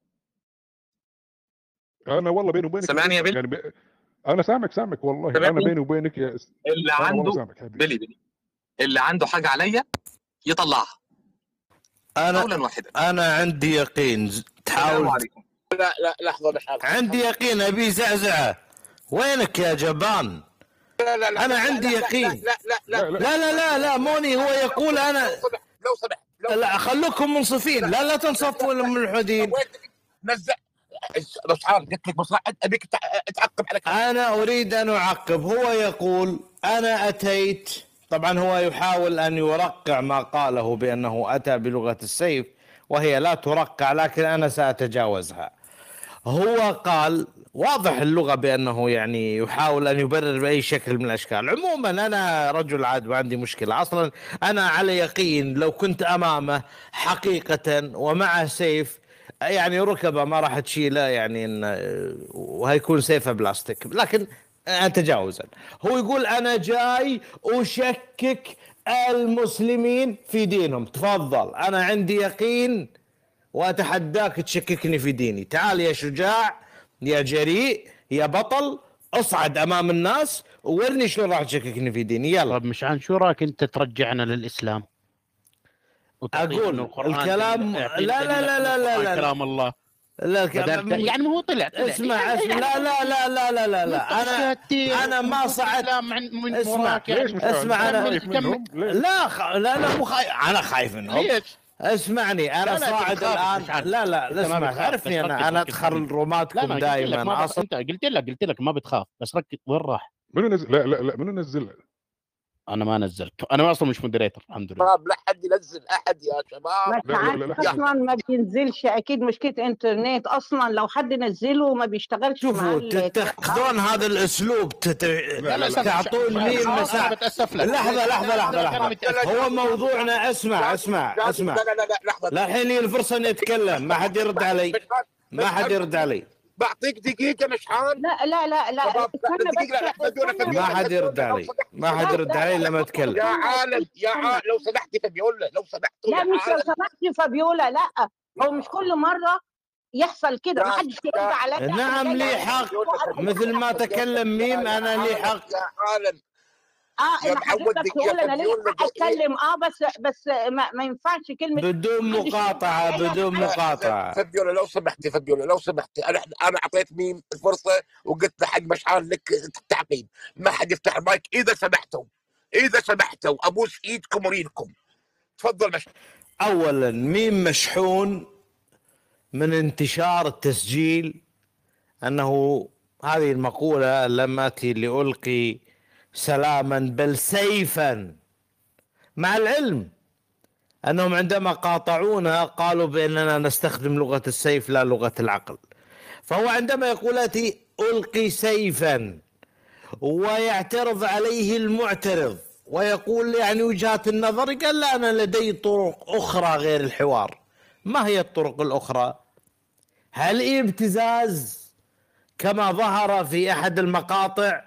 انا والله بيني وبينك سامعني يا بيلي؟ يعني انا سامعك والله. سامعني؟ انا بيني وبينك يا اللي انا والله عنده سامعك حبيبي. بيلي اللي عنده حاجه عليا يطلعها قولا واحدا. انا عندي يقين. السلام تحاول. عليكم. لا لحظه لحظه. عندي يقين ابي زعزعه. وينك يا جبان؟ لا انا عندي يقين. لا موني هو يقول انا. لو سمحت لا خلوكم منصفين. لا تنصفوا الملحدين. نزل مشعار، قلت لك مصلحة ابيك تعقب على كلامك. انا اريد ان اعقب. هو يقول انا اتيت. طبعا هو يحاول ان يرقع ما قاله بانه اتى بلغة السيف، وهي لا ترقع، لكن انا ساتجاوزها. هو قال واضح اللغة بأنه يعني يحاول أن يبرر بأي شكل من الأشكال. عموما أنا رجل عاد وعندي مشكلة أصلا. أنا على يقين لو كنت أمامه حقيقة ومعه سيف، يعني ركبه ما راح تشيله، يعني وهيكون سيفه بلاستيك، لكن تجاوزا. هو يقول أنا جاي أشكك المسلمين في دينهم. تفضل، أنا عندي يقين وأتحداك تشككني في ديني. تعال يا شجاع، يا جريء، يا بطل، اصعد أمام الناس وورني شلون راح تشككني في ديني. يلا. طب مش عن شو رايك أنت ترجعنا للإسلام؟ أقول الكلام لا كلام الله. لا يعني ما هو طلع اسمع لا انا ما صعدت. اسمع انا مو خايف. انا خايف منهم. اسمعني انا صاعد الان. لا اسمع، عرفني انا ادخل روماتكم دائما. اصلا انت قلت لك ما بتخاف، بس ركز وين راح. منو نزل؟ لا منو نزل؟ انا ما نزلت، انا اصلا مش مودريتور الحمد لله. لا حد ينزل احد يا شباب. بس اصلا ما بينزلش، اكيد مشكله انترنت اصلا. لو حد نزله ما بيشتغلش. شوفوا تتخذون هذا الاسلوب تعطون مين مساحه. لحظه هو موضوعنا. اسمع لا الحين الفرصه ان يتكلم. ما حد يرد علي. بعطيك دقيقة مشحان. لا ما حد يرد علي لما اتكلم. يا عالم لو سمحتي فابيولا، لو سمحت. لا مش لو سمحتي فابيولا، لا هو مش كل مرة يحصل كده. ما حدش يرد عليا. نعم لي حق، مثل ما تكلم ميم انا لي حق. يا عالم اللي حضرتك تقول انا ليه حق اتكلم. بس ما ينفعش كلمه بدون مقاطعه. فابيولا لو سمحتي انا اعطيت ميم الفرصه وقلت له حق مشعل لك التعقيب. ما حد يفتح المايك. اذا سمحتوا ابوس ايدكم وريدكم. تفضل مشعل. اولا ميم مشحون من انتشار التسجيل انه هذه المقوله لم اتي لألقي سلاما بل سيفا، مع العلم أنهم عندما قاطعونا قالوا بأننا نستخدم لغة السيف لا لغة العقل. فهو عندما يقول أتي ألقي سيفا ويعترض عليه المعترض ويقول يعني وجهات النظر، قال لا أنا لدي طرق أخرى غير الحوار. ما هي الطرق الأخرى؟ هل ابتزاز كما ظهر في أحد المقاطع،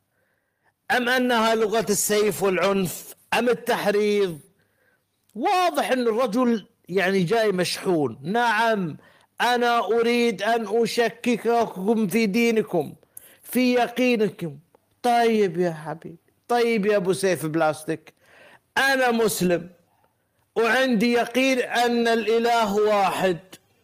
أم أنها لغة السيف والعنف، أم التحريض؟ واضح أن الرجل يعني جاي مشحون. نعم أنا أريد أن أشكككم في دينكم، في يقينكم. طيب يا حبيبي، طيب يا أبو سيف بلاستيك، أنا مسلم وعندي يقين أن الإله واحد.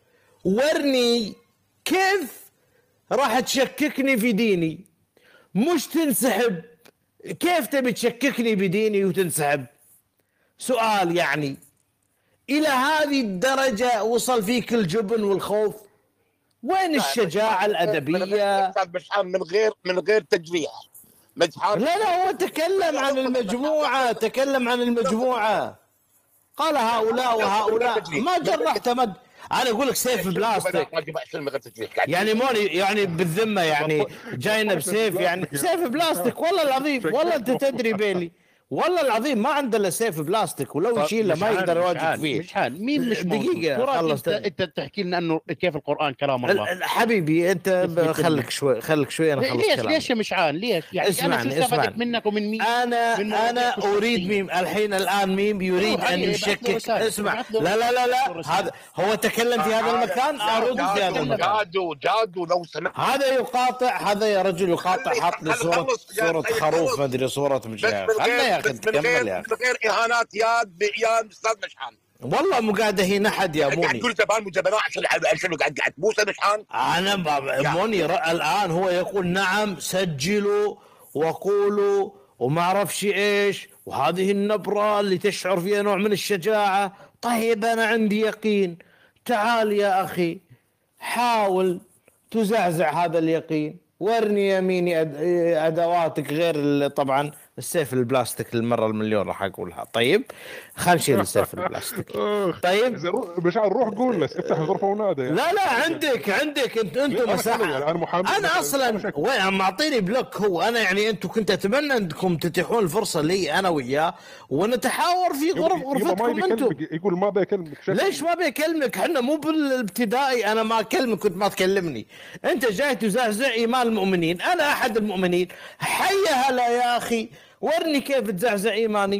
ورني كيف راح تشككني في ديني، مش تنسحب. كيف تبي تشككني بديني وتنسحب؟ سؤال يعني إلى هذه الدرجة وصل فيك الجبن والخوف؟ وين الشجاعة الأدبية؟ من غير تجريح. لا هو تكلم عن المجموعة، قال هؤلاء وهؤلاء، ما جرحت مد. انا اقول لك سيف بلاستيك يعني موني، يعني بالذمه يعني جاينا بسيف، يعني سيف بلاستيك والله العظيم، والله انت تدري بيلي والله العظيم ما عنده الا سيف بلاستيك، ولو يشيله ما يقدر يواجه فيه. مش حال مين مش دقيقه خلص. انت تحكي لنا انه كيف القرآن كلام الله. حبيبي انت خليك شوي انا خلص كلامي. ليش يا مشعان ليش يعني اسمعني انا شو استفدت منك ومن مين؟ انا اريد ميم الان ميم يريد ان يشكك. اسمع لا هذا هو تكلم في هذا المكان، ارد في هذا المكان. جادو لو سمحت. هذا يقاطع، هذا يا رجل يقاطع، حاط لي صورة خروف ما ادري صورة مشاعر. خلنا يا اخي تكمل يا اخي. بغير اهانات يا استاذ مشحان. والله مو قاعد اهين احد يا موني. قاعد تقول جبان مجبناء عشان قاعد تبوسه مشحان. انا موني الان هو يقول نعم سجلوا وقولوا وما اعرفش ايش، وهذه النبرة اللي تشعر فيها نوع من الشجاعة. طيب انا عندي يقين، تعال يا اخي حاول تزعزع هذا اليقين، ورني يميني ادواتك غير طبعا السيف البلاستيك المرة المليون راح اقولها. طيب خلينا نشيل السيف البلاستيك. طيب مشعل روح قول له افتح الغرفة ونادى يعني. لا عندك انتم مساحة. انا اصلا وين معطيني بلوك هو. انا يعني انتم كنت اتمنى انكم تتيحون الفرصة لي انا وياه ونتحاور في غرفتكم انتم. يقول ما بيكلمك. ليش ما بيكلمك؟ احنا مو بالابتدائي انا ما اكلمك كنت ما تكلمني. انت جاي تزعزع ايمان المؤمنين، انا احد المؤمنين. حيا هلا يا اخي، ورني كيف تزعزع ايماني.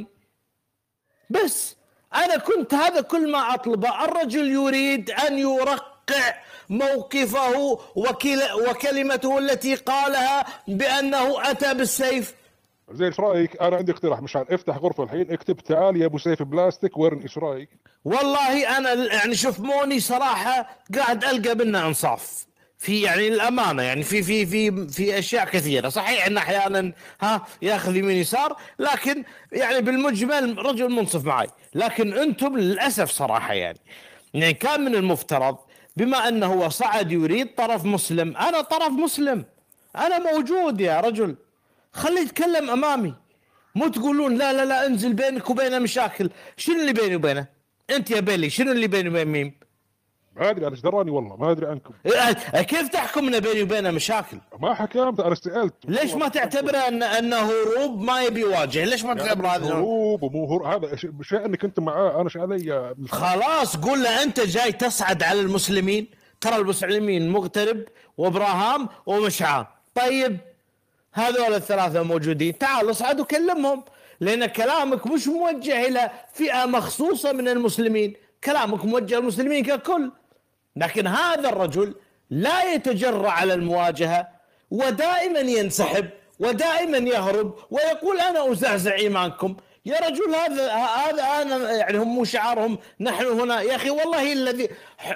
بس انا كنت هذا كل ما اطلبه. الرجل يريد ان يرقع موقفه وكلمته التي قالها بانه اتى بالسيف. زين ايش رايك؟ انا عندي اقتراح مشان افتح غرفه الحين اكتب تعال يا ابو سيف بلاستيك ورني. ايش رايك؟ والله انا يعني شوف موني صراحه قاعد القى بينا انصاف في يعني الامانه، يعني في اشياء كثيره. صحيح ان احيانا ياخذ يمين يسار، لكن يعني بالمجمل رجل منصف معي. لكن انتم للاسف صراحه يعني كان من المفترض بما انه هو صعد يريد طرف مسلم، انا طرف مسلم، انا موجود يا رجل، خليه يتكلم امامي. مو تقولون لا انزل بينك وبينه مشاكل. شنو اللي بيني وبينه؟ انت يا بيلي شنو اللي بيني وبين ميم؟ ما ادري، انا ايش دراني والله، ما ادري عنكم. كيف تحكمنا بيني وبينه مشاكل؟ ما حكمت، انا سالت. ليش ما تعتبره انه هروب ما يبي يواجه؟ ليش ما تعتبره هذا هروب؟ ومو هذا شيء انك انت معاه، انا ايش علي؟ خلاص قول له انت جاي تصعد على المسلمين، ترى المسلمين مغترب وابراهام ومشعان. طيب هذول الثلاثه موجودين، تعال اصعد وكلمهم، لان كلامك مش موجه الى فئه مخصوصه من المسلمين، كلامك موجه للمسلمين ككل. لكن هذا الرجل لا يتجرأ على المواجهة، ودائما ينسحب ودائما يهرب ويقول أنا أزعزع إيمانكم. يا رجل هذا أنا يعني هم مو شعارهم نحن هنا يا أخي. والله الذي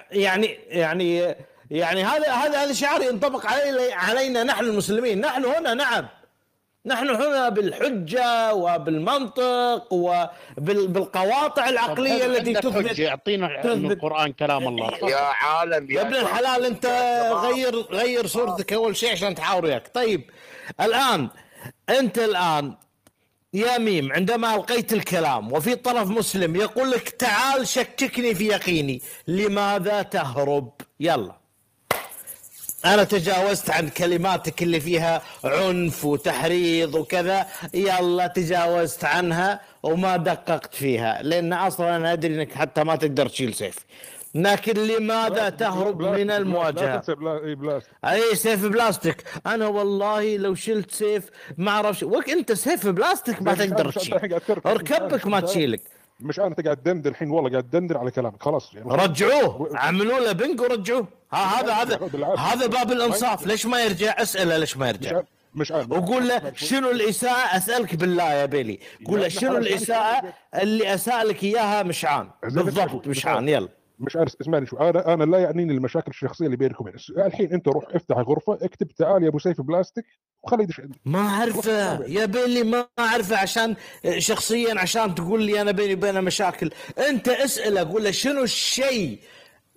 يعني هذا شعار ينطبق علينا نحن المسلمين. نحن هنا، نعم نحن هنا بالحجة وبالمنطق وبالقواطع العقلية التي تثبت. يعطينا القرآن كلام الله. يا عالم يا ابن الحلال انت غير صورتك اول شيء عشان تحاور وياك. طيب انت الان يا ميم عندما القيت الكلام وفي طرف مسلم يقول لك تعال شككني في يقيني، لماذا تهرب؟ يلا أنا تجاوزت عن كلماتك اللي فيها عنف وتحريض وكذا، يلا تجاوزت عنها وما دققت فيها، لأن أصلا أنا أدري أنك حتى ما تقدر تشيل سيف. لكن لماذا تهرب من المواجهة؟ أي سيف بلاستيك. أنا والله لو شلت سيف ما أعرفش أنت سيف بلاستيك ما تقدر تشيل، اركبك ما تشيلك. مش أنا قاعد دندن الحين، والله قاعد دندن على كلامك. خلاص يعني رجعوه، عملوا له بنك ورجعوه. هذا باب الانصاف. ليش ما يرجع؟ اساله ليش ما يرجع. مش عارف. وقول له شنو الاساءه، اسالك بالله يا بيلي، قول له شنو الاساءه اللي اساء لك اياها مشعان بالضبط. مشعان يلا. مش عارف، اسمعني شو، انا لا يعنيني المشاكل الشخصيه اللي بينكم. الحين انت روح افتح غرفه اكتب تعال يا ابو سيف بلاستيك وخليه يدش عندي. ما اعرفه يا بيلي، ما اعرفه عشان شخصيا عشان تقول لي انا بيني وبينه مشاكل. انت اساله قول له شنو الشيء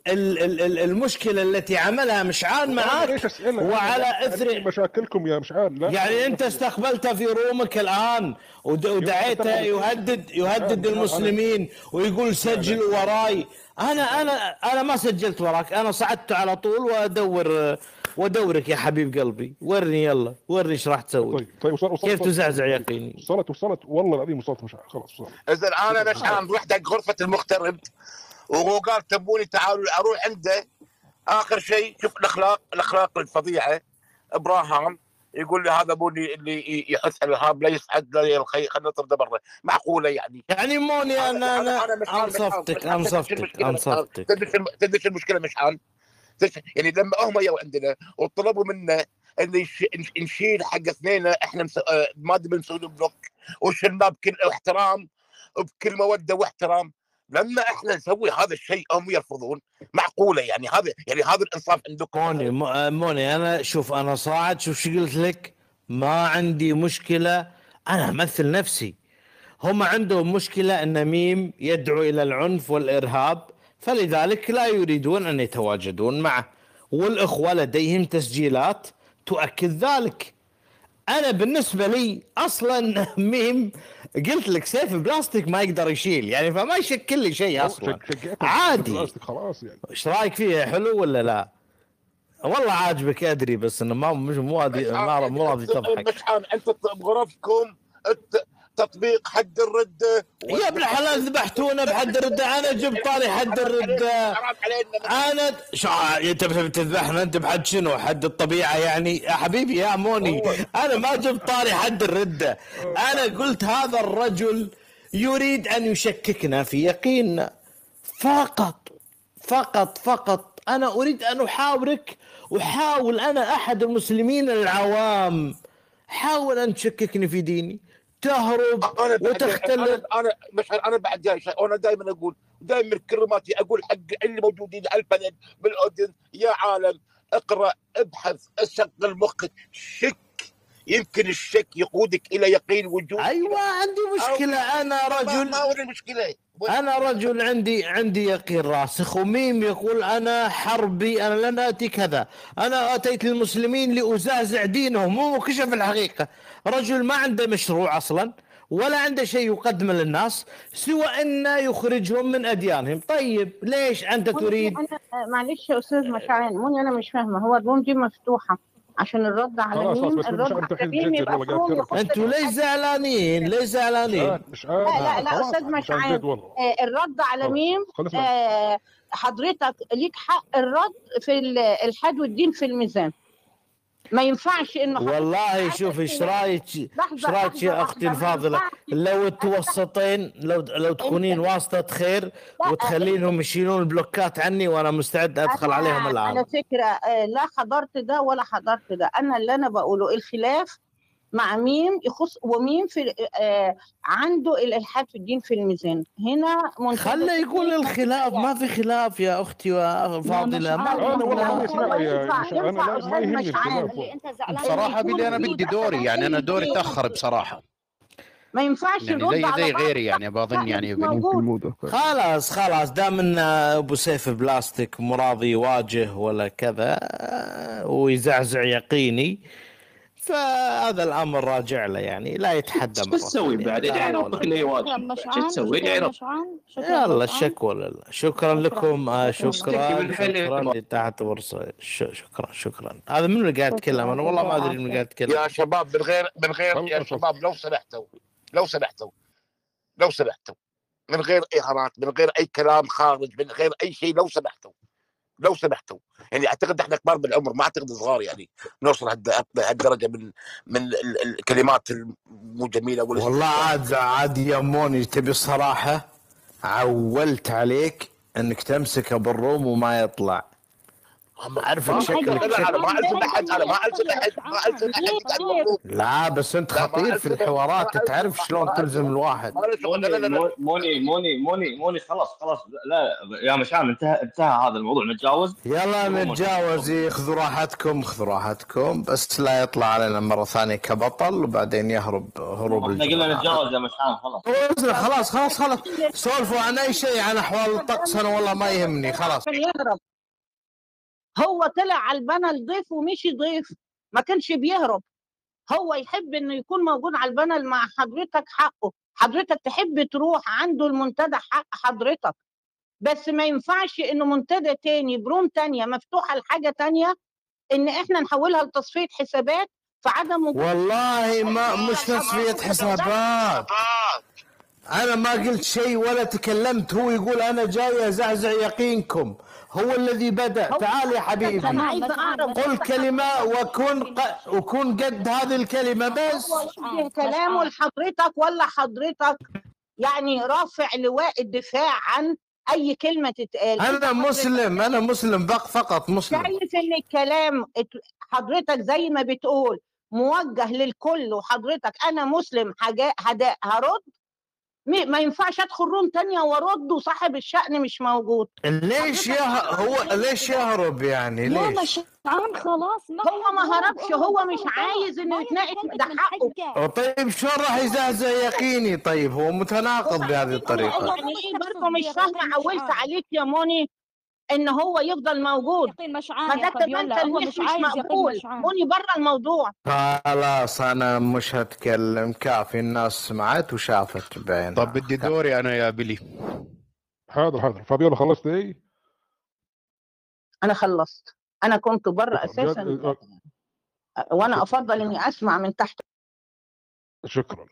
المشكله التي عملها مشعان معك وعلى اثر مشاكلكم يا مشعان. لا يعني انت استقبلته في رومك الان ودعيته يهدد المسلمين ويقول سجلوا وراي. انا ما سجلت وراك، انا صعدت على طول وادورك يا حبيب قلبي. ورني يلا ورني ايش راح تسوي. طيب كيف تزعزع يقيني. وصلت والله العظيم وصلت مشعان. خلاص وصلت. اذا انا مشعان رحت حق غرفه المغترب وهو قال تبوني تعالوا اروح عنده. اخر شيء شوف الاخلاق الفظيعه. ابراهام يقول لي هذا ابوني اللي يحث على الارهاب لا يسعد لا يلخي خلينا نطرده برا. معقوله يعني موني انا انصفتك. تدري المشكله مشعان؟ يعني لما هم يجوا عندنا وطلبوا منا ان نشيل حق اثنين احنا ما نبي نسوي بلوك وشلناه بكل احترام وبكل موده واحترام. لما احنا نسوي هذا الشيء هم يرفضون. معقوله يعني هذا الانصاف عندكم؟ موني انا شوف انا صاعد شوف شو قلت لك. ما عندي مشكله انا امثل نفسي. هم عندهم مشكله ان ميم يدعو الى العنف والارهاب فلذلك لا يريدون ان يتواجدون معه والاخوه لديهم تسجيلات تؤكد ذلك. انا بالنسبه لي اصلا ميم قلت لك سيف بلاستيك ما يقدر يشيل يعني فما يشكل لي شيء اصلا عادي. خلاص يعني ايش رايك فيها حلو ولا لا؟ والله عاجبك ادري بس انه مو راضي تضحك. مشعان انت بغرفكم تطبيق حد الردة يا ابن الحلال ذبحتونا بحد الردة. انا جبت طاري حد الردة. انا انت بتذبحنا انت بحد شنو؟ حد الطبيعة يعني يا حبيبي يا موني. انا ما جبت طاري حد الردة. انا قلت هذا الرجل يريد ان يشككنا في يقيننا فقط. انا اريد ان احاورك وحاول انا احد المسلمين العوام حاول ان تشككني في ديني تهرب وتختلف. انا بعد جاي شيء. انا دائما اقول دائما كرماتي اقول حق اللي موجودين البلد بالاردن يا عالم اقرا ابحث اشغل مخك شك يمكن الشك يقودك الى يقين وجود. ايوه عندي مشكله. انا رجل ما هو المشكله. انا رجل عندي يقين راسخ. وميم يقول انا حربي انا لن اتي كذا. انا اتيت للمسلمين لازعزع دينهم. مو كشف الحقيقه. رجل ما عنده مشروع اصلا ولا عنده شيء يقدمه للناس سوى انه يخرجهم من اديانهم. طيب ليش انت تريد؟ انا معلش يا استاذ مشعان موني انا مش فاهمه. هو الروم دي مفتوحه عشان الرد على مين؟ الرد على مين يبقى انتوا ليش زعلانين؟ لا استاذ مشعان الرد على مين؟ حضرتك ليك حق الرد في الحد والدين في الميزان. ما ينفعش انه والله شوف ايش رايك يا اختي الفاضله لو توسطين لو تكونين واسطه خير وتخلينهم يشيلون البلوكات عني وانا مستعد ادخل عليهم الان. على فكره لا حضرت ده ولا حضرت ده. انا اللي انا بقوله الخلاف مع مين يخص ومين في عنده الالحاد في الدين في الميزان. هنا خلي يقول الخلاف. ما في خلاف يا اختي فاضله. بصراحه انا بدي دوري يعني انا دوري تاخر بصراحه. ما ينفعش يعني زي غيري يعني بظن يعني خلاص دام ان ابو سيف بلاستيك مو راضي يواجه ولا كذا ويزعزع يقيني فهذا الامر راجع له يعني لا يتحدى. شو تسوي بعد؟ يعني ربك اللي يواجه. شو تسوي؟ يلا الشكوى لله. شكرا لكم. شكرا اللي تحت فرصه. شكرا. هذا من اللي قاعد يتكلم؟ انا والله ما ادري من اللي قاعد يتكلم. يا شباب من غير يا شباب لو سمحتوا من غير اهانات من غير اي كلام خارج من غير اي شيء لو سمحتوا يعني اعتقد احنا كبار بالعمر ما اعتقد صغار يعني نوصل هالدرجه من الكلمات المو جميله. والله عاد يا موني تبي الصراحه عولت عليك انك تمسكه بالروم وما يطلع. اعرفك شكلك ما لا بس انت خطير في الحوارات تعرف شلون تلزم الواحد. موني خلاص لا يا مشعل انتهى هذا الموضوع نتجاوز. يلا نتجاوز. خذوا راحتكم بس لا يطلع علينا مرة ثانية كبطل وبعدين يهرب هروب احنا قلنا نتجاوز يا مشعل خلاص. خلاص سولفوا عن اي شيء، عن احوال الطقس انا والله ما يهمني خلاص. عشان يهرب. هو طلع على البانل ضيف ومشي ضيف، ما كانش بيهرب. هو يحب انه يكون موجود على البانل مع حضرتك، حقه. حضرتك تحب تروح عنده المنتدى، حق حضرتك. بس ما ينفعش انه منتدى تاني بروم تانية مفتوحة لحاجة تانية ان احنا نحولها لتصفية حسابات في عدم وجود. والله ما مش تصفية حسابات، انا ما قلت شيء ولا تكلمت. هو يقول انا جاي ازعزع يقينكم، هو الذي بدأ. تعال يا حبيبي قل كلمة وكن قد هذه الكلمة بس. كلامه لحضرتك ولا حضرتك يعني رافع لواء الدفاع عن اي كلمة تتقال؟ انا مسلم فقط مسلم. شايف ان الكلام حضرتك زي ما بتقول موجه للكل، وحضرتك انا مسلم هرد. ما ينفعش ادخل روم تانية وارد وصاحب الشأن مش موجود. ليش ليش يهرب يعني؟ ليش؟ مشعل خلاص هو ما هربش، هو مش عايز انه يتناقش، ده حقه. طيب شلون راح يزعزع يقيني؟ طيب هو متناقض بهذه الطريقة. يعني ايه برضه مش فاهمة. عولت عليك يا موني ان هو يفضل موجود. ما ده كمان تلميح مش مقبول. موني بره الموضوع. خلاص انا مش هتكلم، كافي الناس سمعت وشافت بعينها. طب بدي دوري انا يا بيلي. حاضر فابيولا خلصت ايه؟ انا خلصت. انا كنت بره اساسا وانا افضل اني اسمع من تحت. شكرا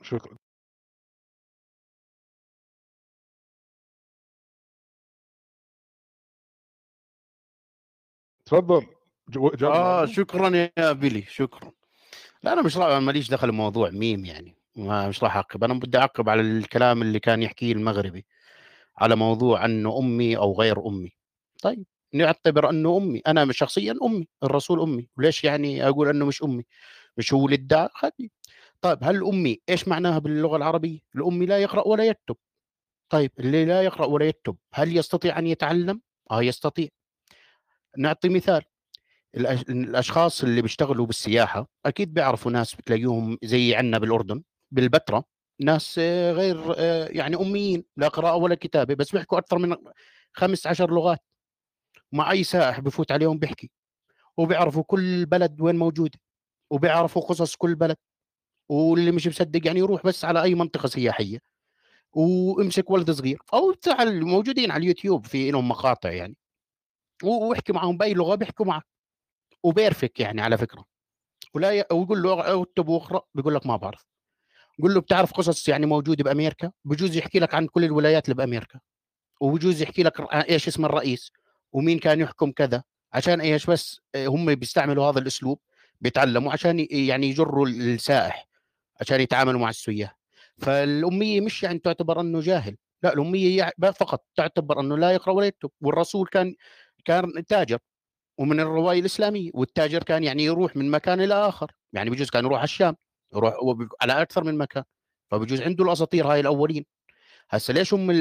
تفضل. شكرا يا بيلي، شكرا. لا انا مش ماليش دخل الموضوع ميم، يعني مش راح اعقب. انا بدي اعقب على الكلام اللي كان يحكيه المغربي على موضوع انه امي او غير امي. طيب نعتبر انه امي، انا شخصيا امي، الرسول امي، وليش يعني اقول انه مش امي؟ مش هو اللي ادعى؟ خلي. طيب هل امي ايش معناها باللغه العربيه؟ الامي لا يقرا ولا يكتب. طيب اللي لا يقرا ولا يكتب هل يستطيع ان يتعلم؟ يستطيع. نعطي مثال. الاشخاص اللي بيشتغلوا بالسياحه اكيد بيعرفوا ناس بتلاقيهم زي عندنا بالاردن بالبتراء، ناس غير يعني اميين، لا قراءه ولا كتابه، بس بيحكوا اكثر من 15 لغات. مع اي سائح بفوت عليهم بيحكي، وبيعرفوا كل بلد وين موجوده، وبيعرفوا قصص كل بلد. واللي مش مصدق يعني يروح بس على اي منطقه سياحيه وامسك ولد صغير او تعال موجودين على اليوتيوب في لهم مقاطع يعني، واحكي معهم باي لغه بيحكوا معك وبيرفك يعني على فكره. ويقول له اكتب واقرا بيقول لك ما بعرف. قول له بتعرف قصص يعني موجوده بامريكا؟ بجوز يحكي لك عن كل الولايات اللي بامريكا، وبجوز يحكي لك ايش اسم الرئيس ومين كان يحكم كذا. عشان ايش؟ بس هم بيستعملوا هذا الاسلوب، بيتعلموا عشان يعني يجروا السائح عشان يتعاملوا مع السياح. فالاميه مش يعني تعتبر انه جاهل، لا الاميه فقط تعتبر انه لا يقرا ولا يكتب. والرسول كان تاجر ومن الروايه الاسلاميه، والتاجر كان يعني يروح من مكان الى اخر، يعني بجوز كان يروح على الشام، يروح على اكثر من مكان، فبجوز عنده الاساطير هاي الاولين. هسه ليش هم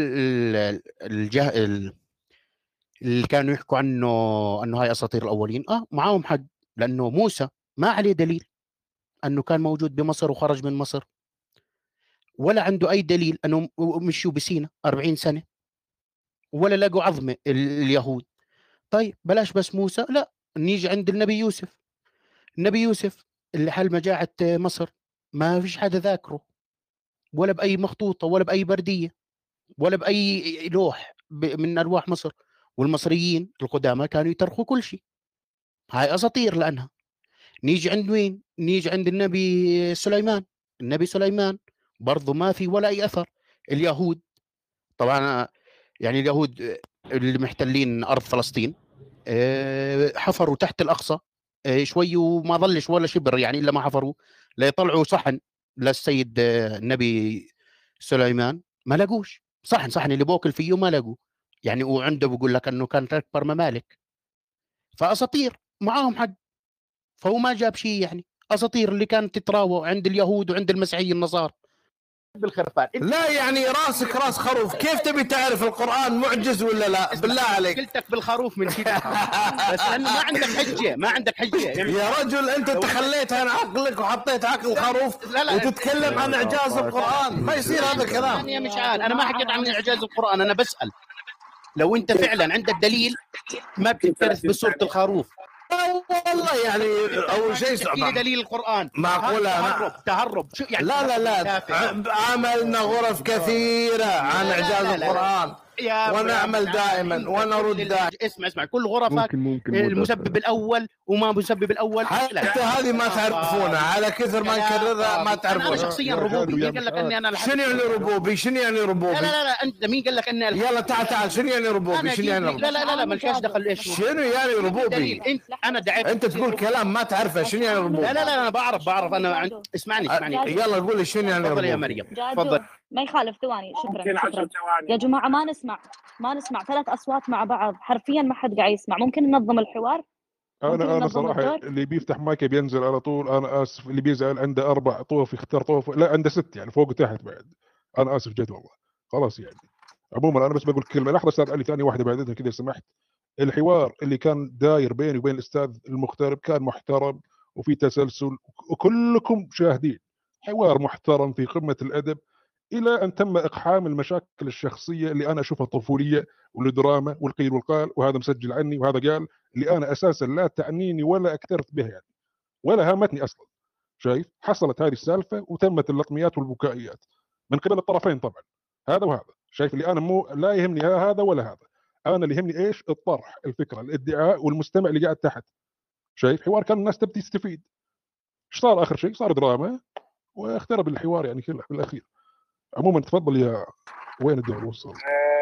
اللي كانوا يحكوا انه هاي اساطير الاولين؟ معاهم حق، لانه موسى ما عليه دليل انه كان موجود بمصر وخرج من مصر، ولا عنده اي دليل انه مشوا بسينا 40 سنه، ولا لقوا عظمه اليهود. طيب بلاش بس موسى، لا نيجي عند النبي يوسف. النبي يوسف اللي حل مجاعة مصر ما فيش حدا ذاكره، ولا بأي مخطوطة ولا بأي بردية ولا بأي لوح من ألواح مصر. والمصريين القدامى كانوا يترخوا كل شيء. هاي أساطير لأنها. نيجي عند وين؟ نيجي عند النبي سليمان. النبي سليمان برضو ما في ولا أي أثر. اليهود طبعا يعني اليهود اللي محتلين أرض فلسطين حفروا تحت الأقصى شوي وما ظلش ولا شبر يعني إلا ما حفروا ليطلعوا صحن للسيد النبي سليمان، ما لقوش صحن اللي بوكل فيه ما لقوا يعني. وعنده بيقول لك أنه كانت أكبر ممالك. فأساطير معاهم حق، فهو ما جاب شيء يعني. أساطير اللي كانت تتراوى عند اليهود وعند المسيحيين النصارى. بالخرفان. لا يعني راسك راس خروف، كيف تبي تعرف القرآن معجز ولا لا؟ بالله عليك. قلتك بالخروف من كذا بس لانه ما عندك حجه، ما عندك حجه يعني. يا رجل انت تخليت عن عقلك وحطيت عقل خروف وتتكلم عن اعجاز القرآن، ما يصير هذا الكلام. يا مشعل انا ما حكيت عن اعجاز القرآن، انا بسأل لو انت فعلا عندك دليل ما بتكترث بصورة الخروف. والله يعني اول شيء في دليل القرآن معقولة تهرب شو يعني؟ لا عملنا غرف كثيرة عن اعجاز القرآن ونعمل دائما ونرد دائما. اسمع كل غرفك المسبب الاول وما مسبب الاول حتى هذه ما تعرفونها، على كثر ما نكررها ما تعرفونها. انا شخصيا ربوبي، مين قال لك اني انا شنو يعني ربوبي؟ شنو يعني ربوبي؟ لا انت مين قال لك اني يلا تعال شنو يعني ربوبي؟ شنو يعني ربوبي؟ لا مالكاش دخل. ايش شنو يعني ربوبي؟ انا دعيت انت تقول كلام ما تعرفه. شنو يعني ربوبي؟ لا انا بعرف انا اسمعني يلا قول لي شنو يعني تفضل يا ربوبي. مريم تفضل. ما يخالف ثواني. شكرا يا جماعه، ما نسمع 3 أصوات مع بعض حرفيا، ما حد قاعد يسمع. ممكن ننظم الحوار؟ انا صراحه اللي بيفتح مايكه بينزل على طول. انا اسف. اللي بيزعل عنده 4 طوف يختار طوف، لا عنده 6 يعني فوق وتحت بعد. انا اسف جد والله. خلاص يعني عموما انا بس بقول كلمه. لحظه استاذ علي، ثاني واحده بعد اذنك كذا سمحت. الحوار اللي كان داير بيني وبين الاستاذ المغترب كان محترم وفي تسلسل وكلكم شاهدين. حوار محترم في قمه الادب، الى ان تم اقحام المشاكل الشخصيه اللي انا اشوفها طفوليه والدراما والقيل والقال، وهذا مسجل عني وهذا قال، اللي انا اساسا لا تعنيني ولا اكترث بها يعني ولا هامتني اصلا. شايف؟ حصلت هذه السالفه وتمت اللطميات والبكائيات من قبل الطرفين طبعا، هذا وهذا. شايف؟ اللي انا لا يهمني هذا ولا هذا، انا اللي يهمني ايش؟ الطرح، الفكره، الادعاء، والمستمع اللي قاعد تحت. شايف؟ حوار كان الناس تبي تستفيد. ايش صار اخر شيء؟ صار دراما واخترب الحوار يعني كله بالاخير. عموما تفضل يا وين الدور وصل؟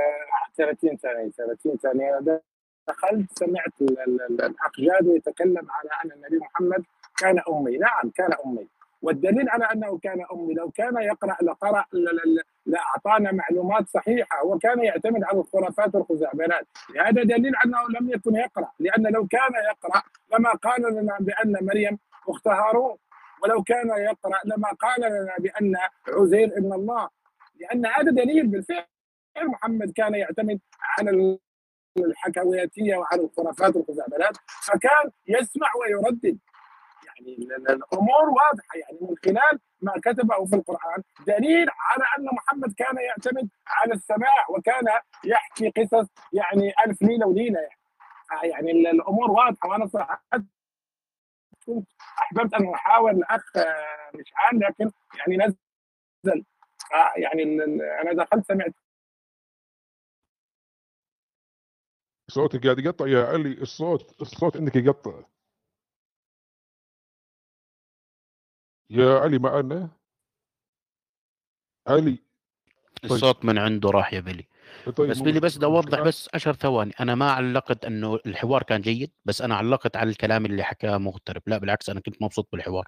30 ثانية أنا دخلت سمعت الأخ جاد يتكلم على أن النبي محمد كان أمي. نعم كان أمي، والدليل على أنه كان أمي لو كان يقرأ لقرأ لأعطانا معلومات صحيحة. وكان يعتمد على الخرافات والخزعبلات، هذا دليل أنه لم يكن يقرأ، لأن لو كان يقرأ لما قال لنا بأن مريم أخت هارون، ولو كان يقرأ لما قال لنا بأن عزير ابن الله، لأن هذا دليل بالفعل. محمد كان يعتمد على الحكوياتية وعلى الخرافات والخزعبلات، فكان يسمع ويردد. يعني الأمور واضحة يعني من خلال ما كتبه في القرآن، دليل على أن محمد كان يعتمد على السماع وكان يحكي قصص يعني 1000 ليلة وليلة يعني الأمور واضحة. وأنا صراحة كنت أحببت أن أحاول الأخ مشعل، لكن يعني نزل يعني أنا دخلت سمعت صوتك قاعد يقطع يا علي. الصوت عندك يقطع يا علي. معنا علي؟ طيب. الصوت من عنده راح يا بيلي. طيب بس بيلي بس بدي اوضح بس 10 ثواني. انا ما علقت انه الحوار كان جيد، بس انا علقت على الكلام اللي حكاه مغترب. لا بالعكس انا كنت مبسوط بالحوار.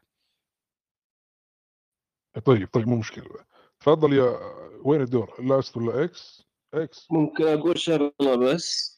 طيب مو مشكله. تفضل يا وين الدور؟ لاست ولا اكس؟ ممكن اقول شغله بس.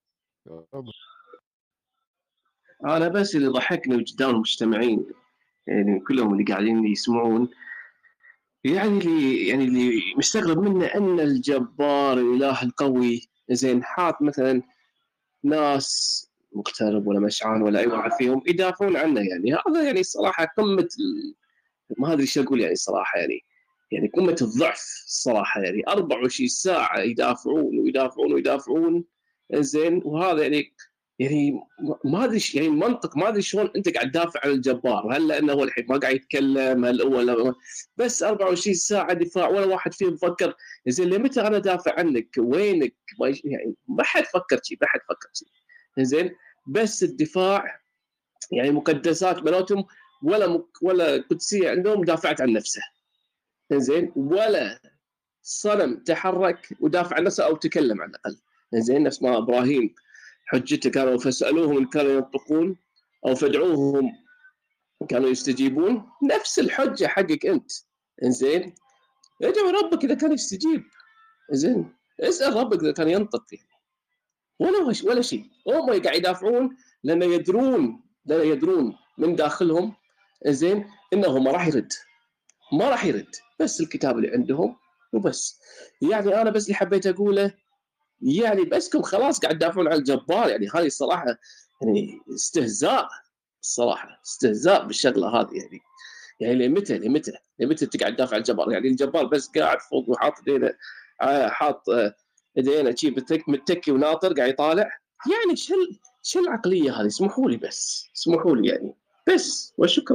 انا بس اللي ضحكني وجدان المجتمعين يعني كلهم اللي قاعدين يسمعون، يعني اللي مستغرب منه ان الجبار الاله القوي زين حاط مثلا ناس مغترب ولا مشعان ولا اي واحد فيهم يدافعون عنه. يعني هذا يعني صراحه قمه ما ادري شو اقول يعني صراحه يعني قمه الضعف الصراحه. يعني 24 ساعه يدافعون زين. وهذا يعني ما ادري يعني المنطق ما ادري شلون انت قاعد تدافع عن الجبار. هل لانه هو الحين ما قاعد يتكلم؟ هل هو بس 24 ساعه دفاع ولا واحد فيهم فكر زين لمتى انا دافع عنك؟ وينك؟ يعني ما حد فكر شيء زين. بس الدفاع يعني مقدسات بناتهم ولا قدسيه عندهم دافعت عن نفسه زين، ولا صنم تحرك ودافع عن نفسه او تكلم على الاقل زين. نفس ما ابراهيم حجته كانوا فسألوهم إن كانوا ينطقون أو فدعوهم كانوا يستجيبون، نفس الحجة حقك أنت إنزين. يجب ربك إذا كان يستجيب إنزين، اسأل ربك إذا كان ينطق ولا شيء. هم قاعد يدافعون لأن يدرون من داخلهم إنزين إنه ما راح يرد ما راح يرد، بس الكتاب اللي عندهم وبس. يعني انا بس اللي حبيت اقوله، يعني بسكم خلاص قاعد تدافعون عن الجبار. يعني هذه الصراحه يعني استهزاء، الصراحه استهزاء بالشغله هذه. يعني لمتى تقعد تدافع عن الجبار؟ يعني الجبار بس قاعد فوق وحاط ايدينه، حاط ايدينه شي متكي وناطر قاعد يطالع. يعني شو العقليه هذه؟ اسمحوا لي بس، اسمحوا لي يعني بس، وشكرا.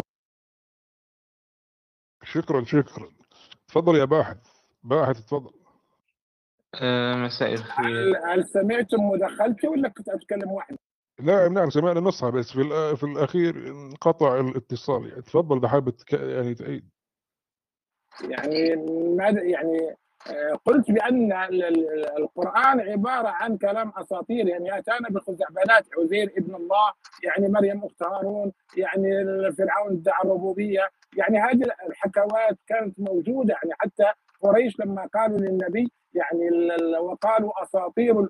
شكرا. تفضل يا باحث تفضل. مساء الخير. هل سمعتم مداخلتي ولا كنت اتكلم واحد؟ نعم سمعنا نصها، بس في الاخير انقطع الاتصال. يعني تفضل ده حابب يعني تعيد. يعني ماذا يعني قلت بان القران عباره عن كلام اساطير، يعني اتانا بخزعبلات، عزير ابن الله، يعني مريم اخت هارون، يعني فرعون ادعى الربوبيه. يعني هذه الحكوات كانت موجوده، يعني حتى قريش لما قالوا للنبي يعني وقالوا اساطير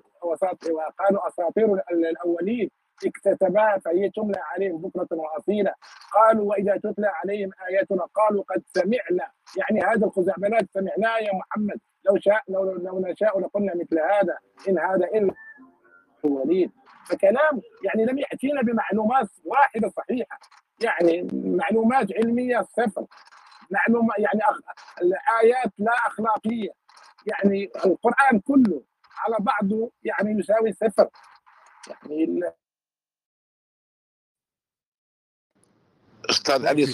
الاولين اكتتبها فهي تملى عليهم بكرة وأصيلا. قالوا وإذا تتلى عليهم آياتنا قالوا قد سمعنا. يعني هذا الخزعبلات سمعناه يا محمد، لو نشاء لقلنا مثل هذا، إن هذا إلا الوليد. فكلام يعني لم يأتينا بمعلومات واحدة صحيحة، يعني معلومات علمية صفر، معلومة يعني الآيات لا أخلاقية. يعني القرآن كله على بعضه يعني يساوي صفر. يعني استاذ علي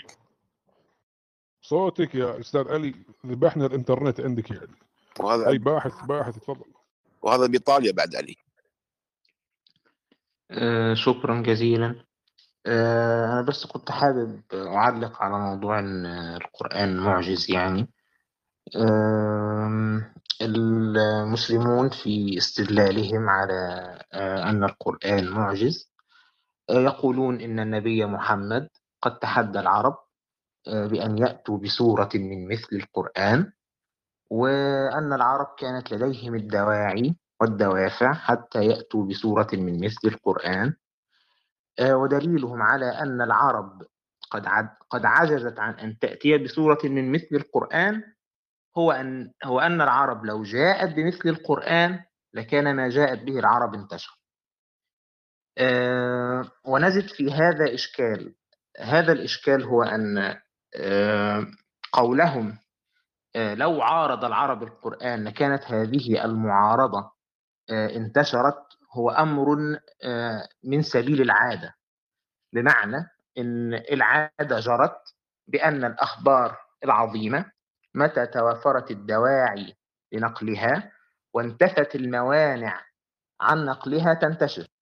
صوتك يا استاذ علي، ذبحنا الانترنت عندك يعني. وهذا اي باحث تفضل. وهذا بايطاليا بعد علي. شكرا جزيلا. أنا بس كنت حابب أعلق على موضوع إن القرآن معجز. يعني المسلمون في استدلالهم على أن القرآن معجز يقولون إن النبي محمد قد تحدى العرب بأن يأتوا بسورة من مثل القرآن، وأن العرب كانت لديهم الدواعي والدوافع حتى يأتوا بسورة من مثل القرآن. ودليلهم على أن العرب قد عجزت عن أن تأتي بسورة من مثل القرآن هو أن العرب لو جاءت بمثل القرآن لكان ما جاءت به العرب انتشر. ونجد في هذا إشكال. هذا الإشكال هو أن قولهم لو عارض العرب القرآن لكانت هذه المعارضة انتشرت، هو أمر من سبيل العادة، بمعنى أن العادة جرت بأن الأخبار العظيمة متى توافرت الدواعي لنقلها وانتفت الموانع عن نقلها تنتشر.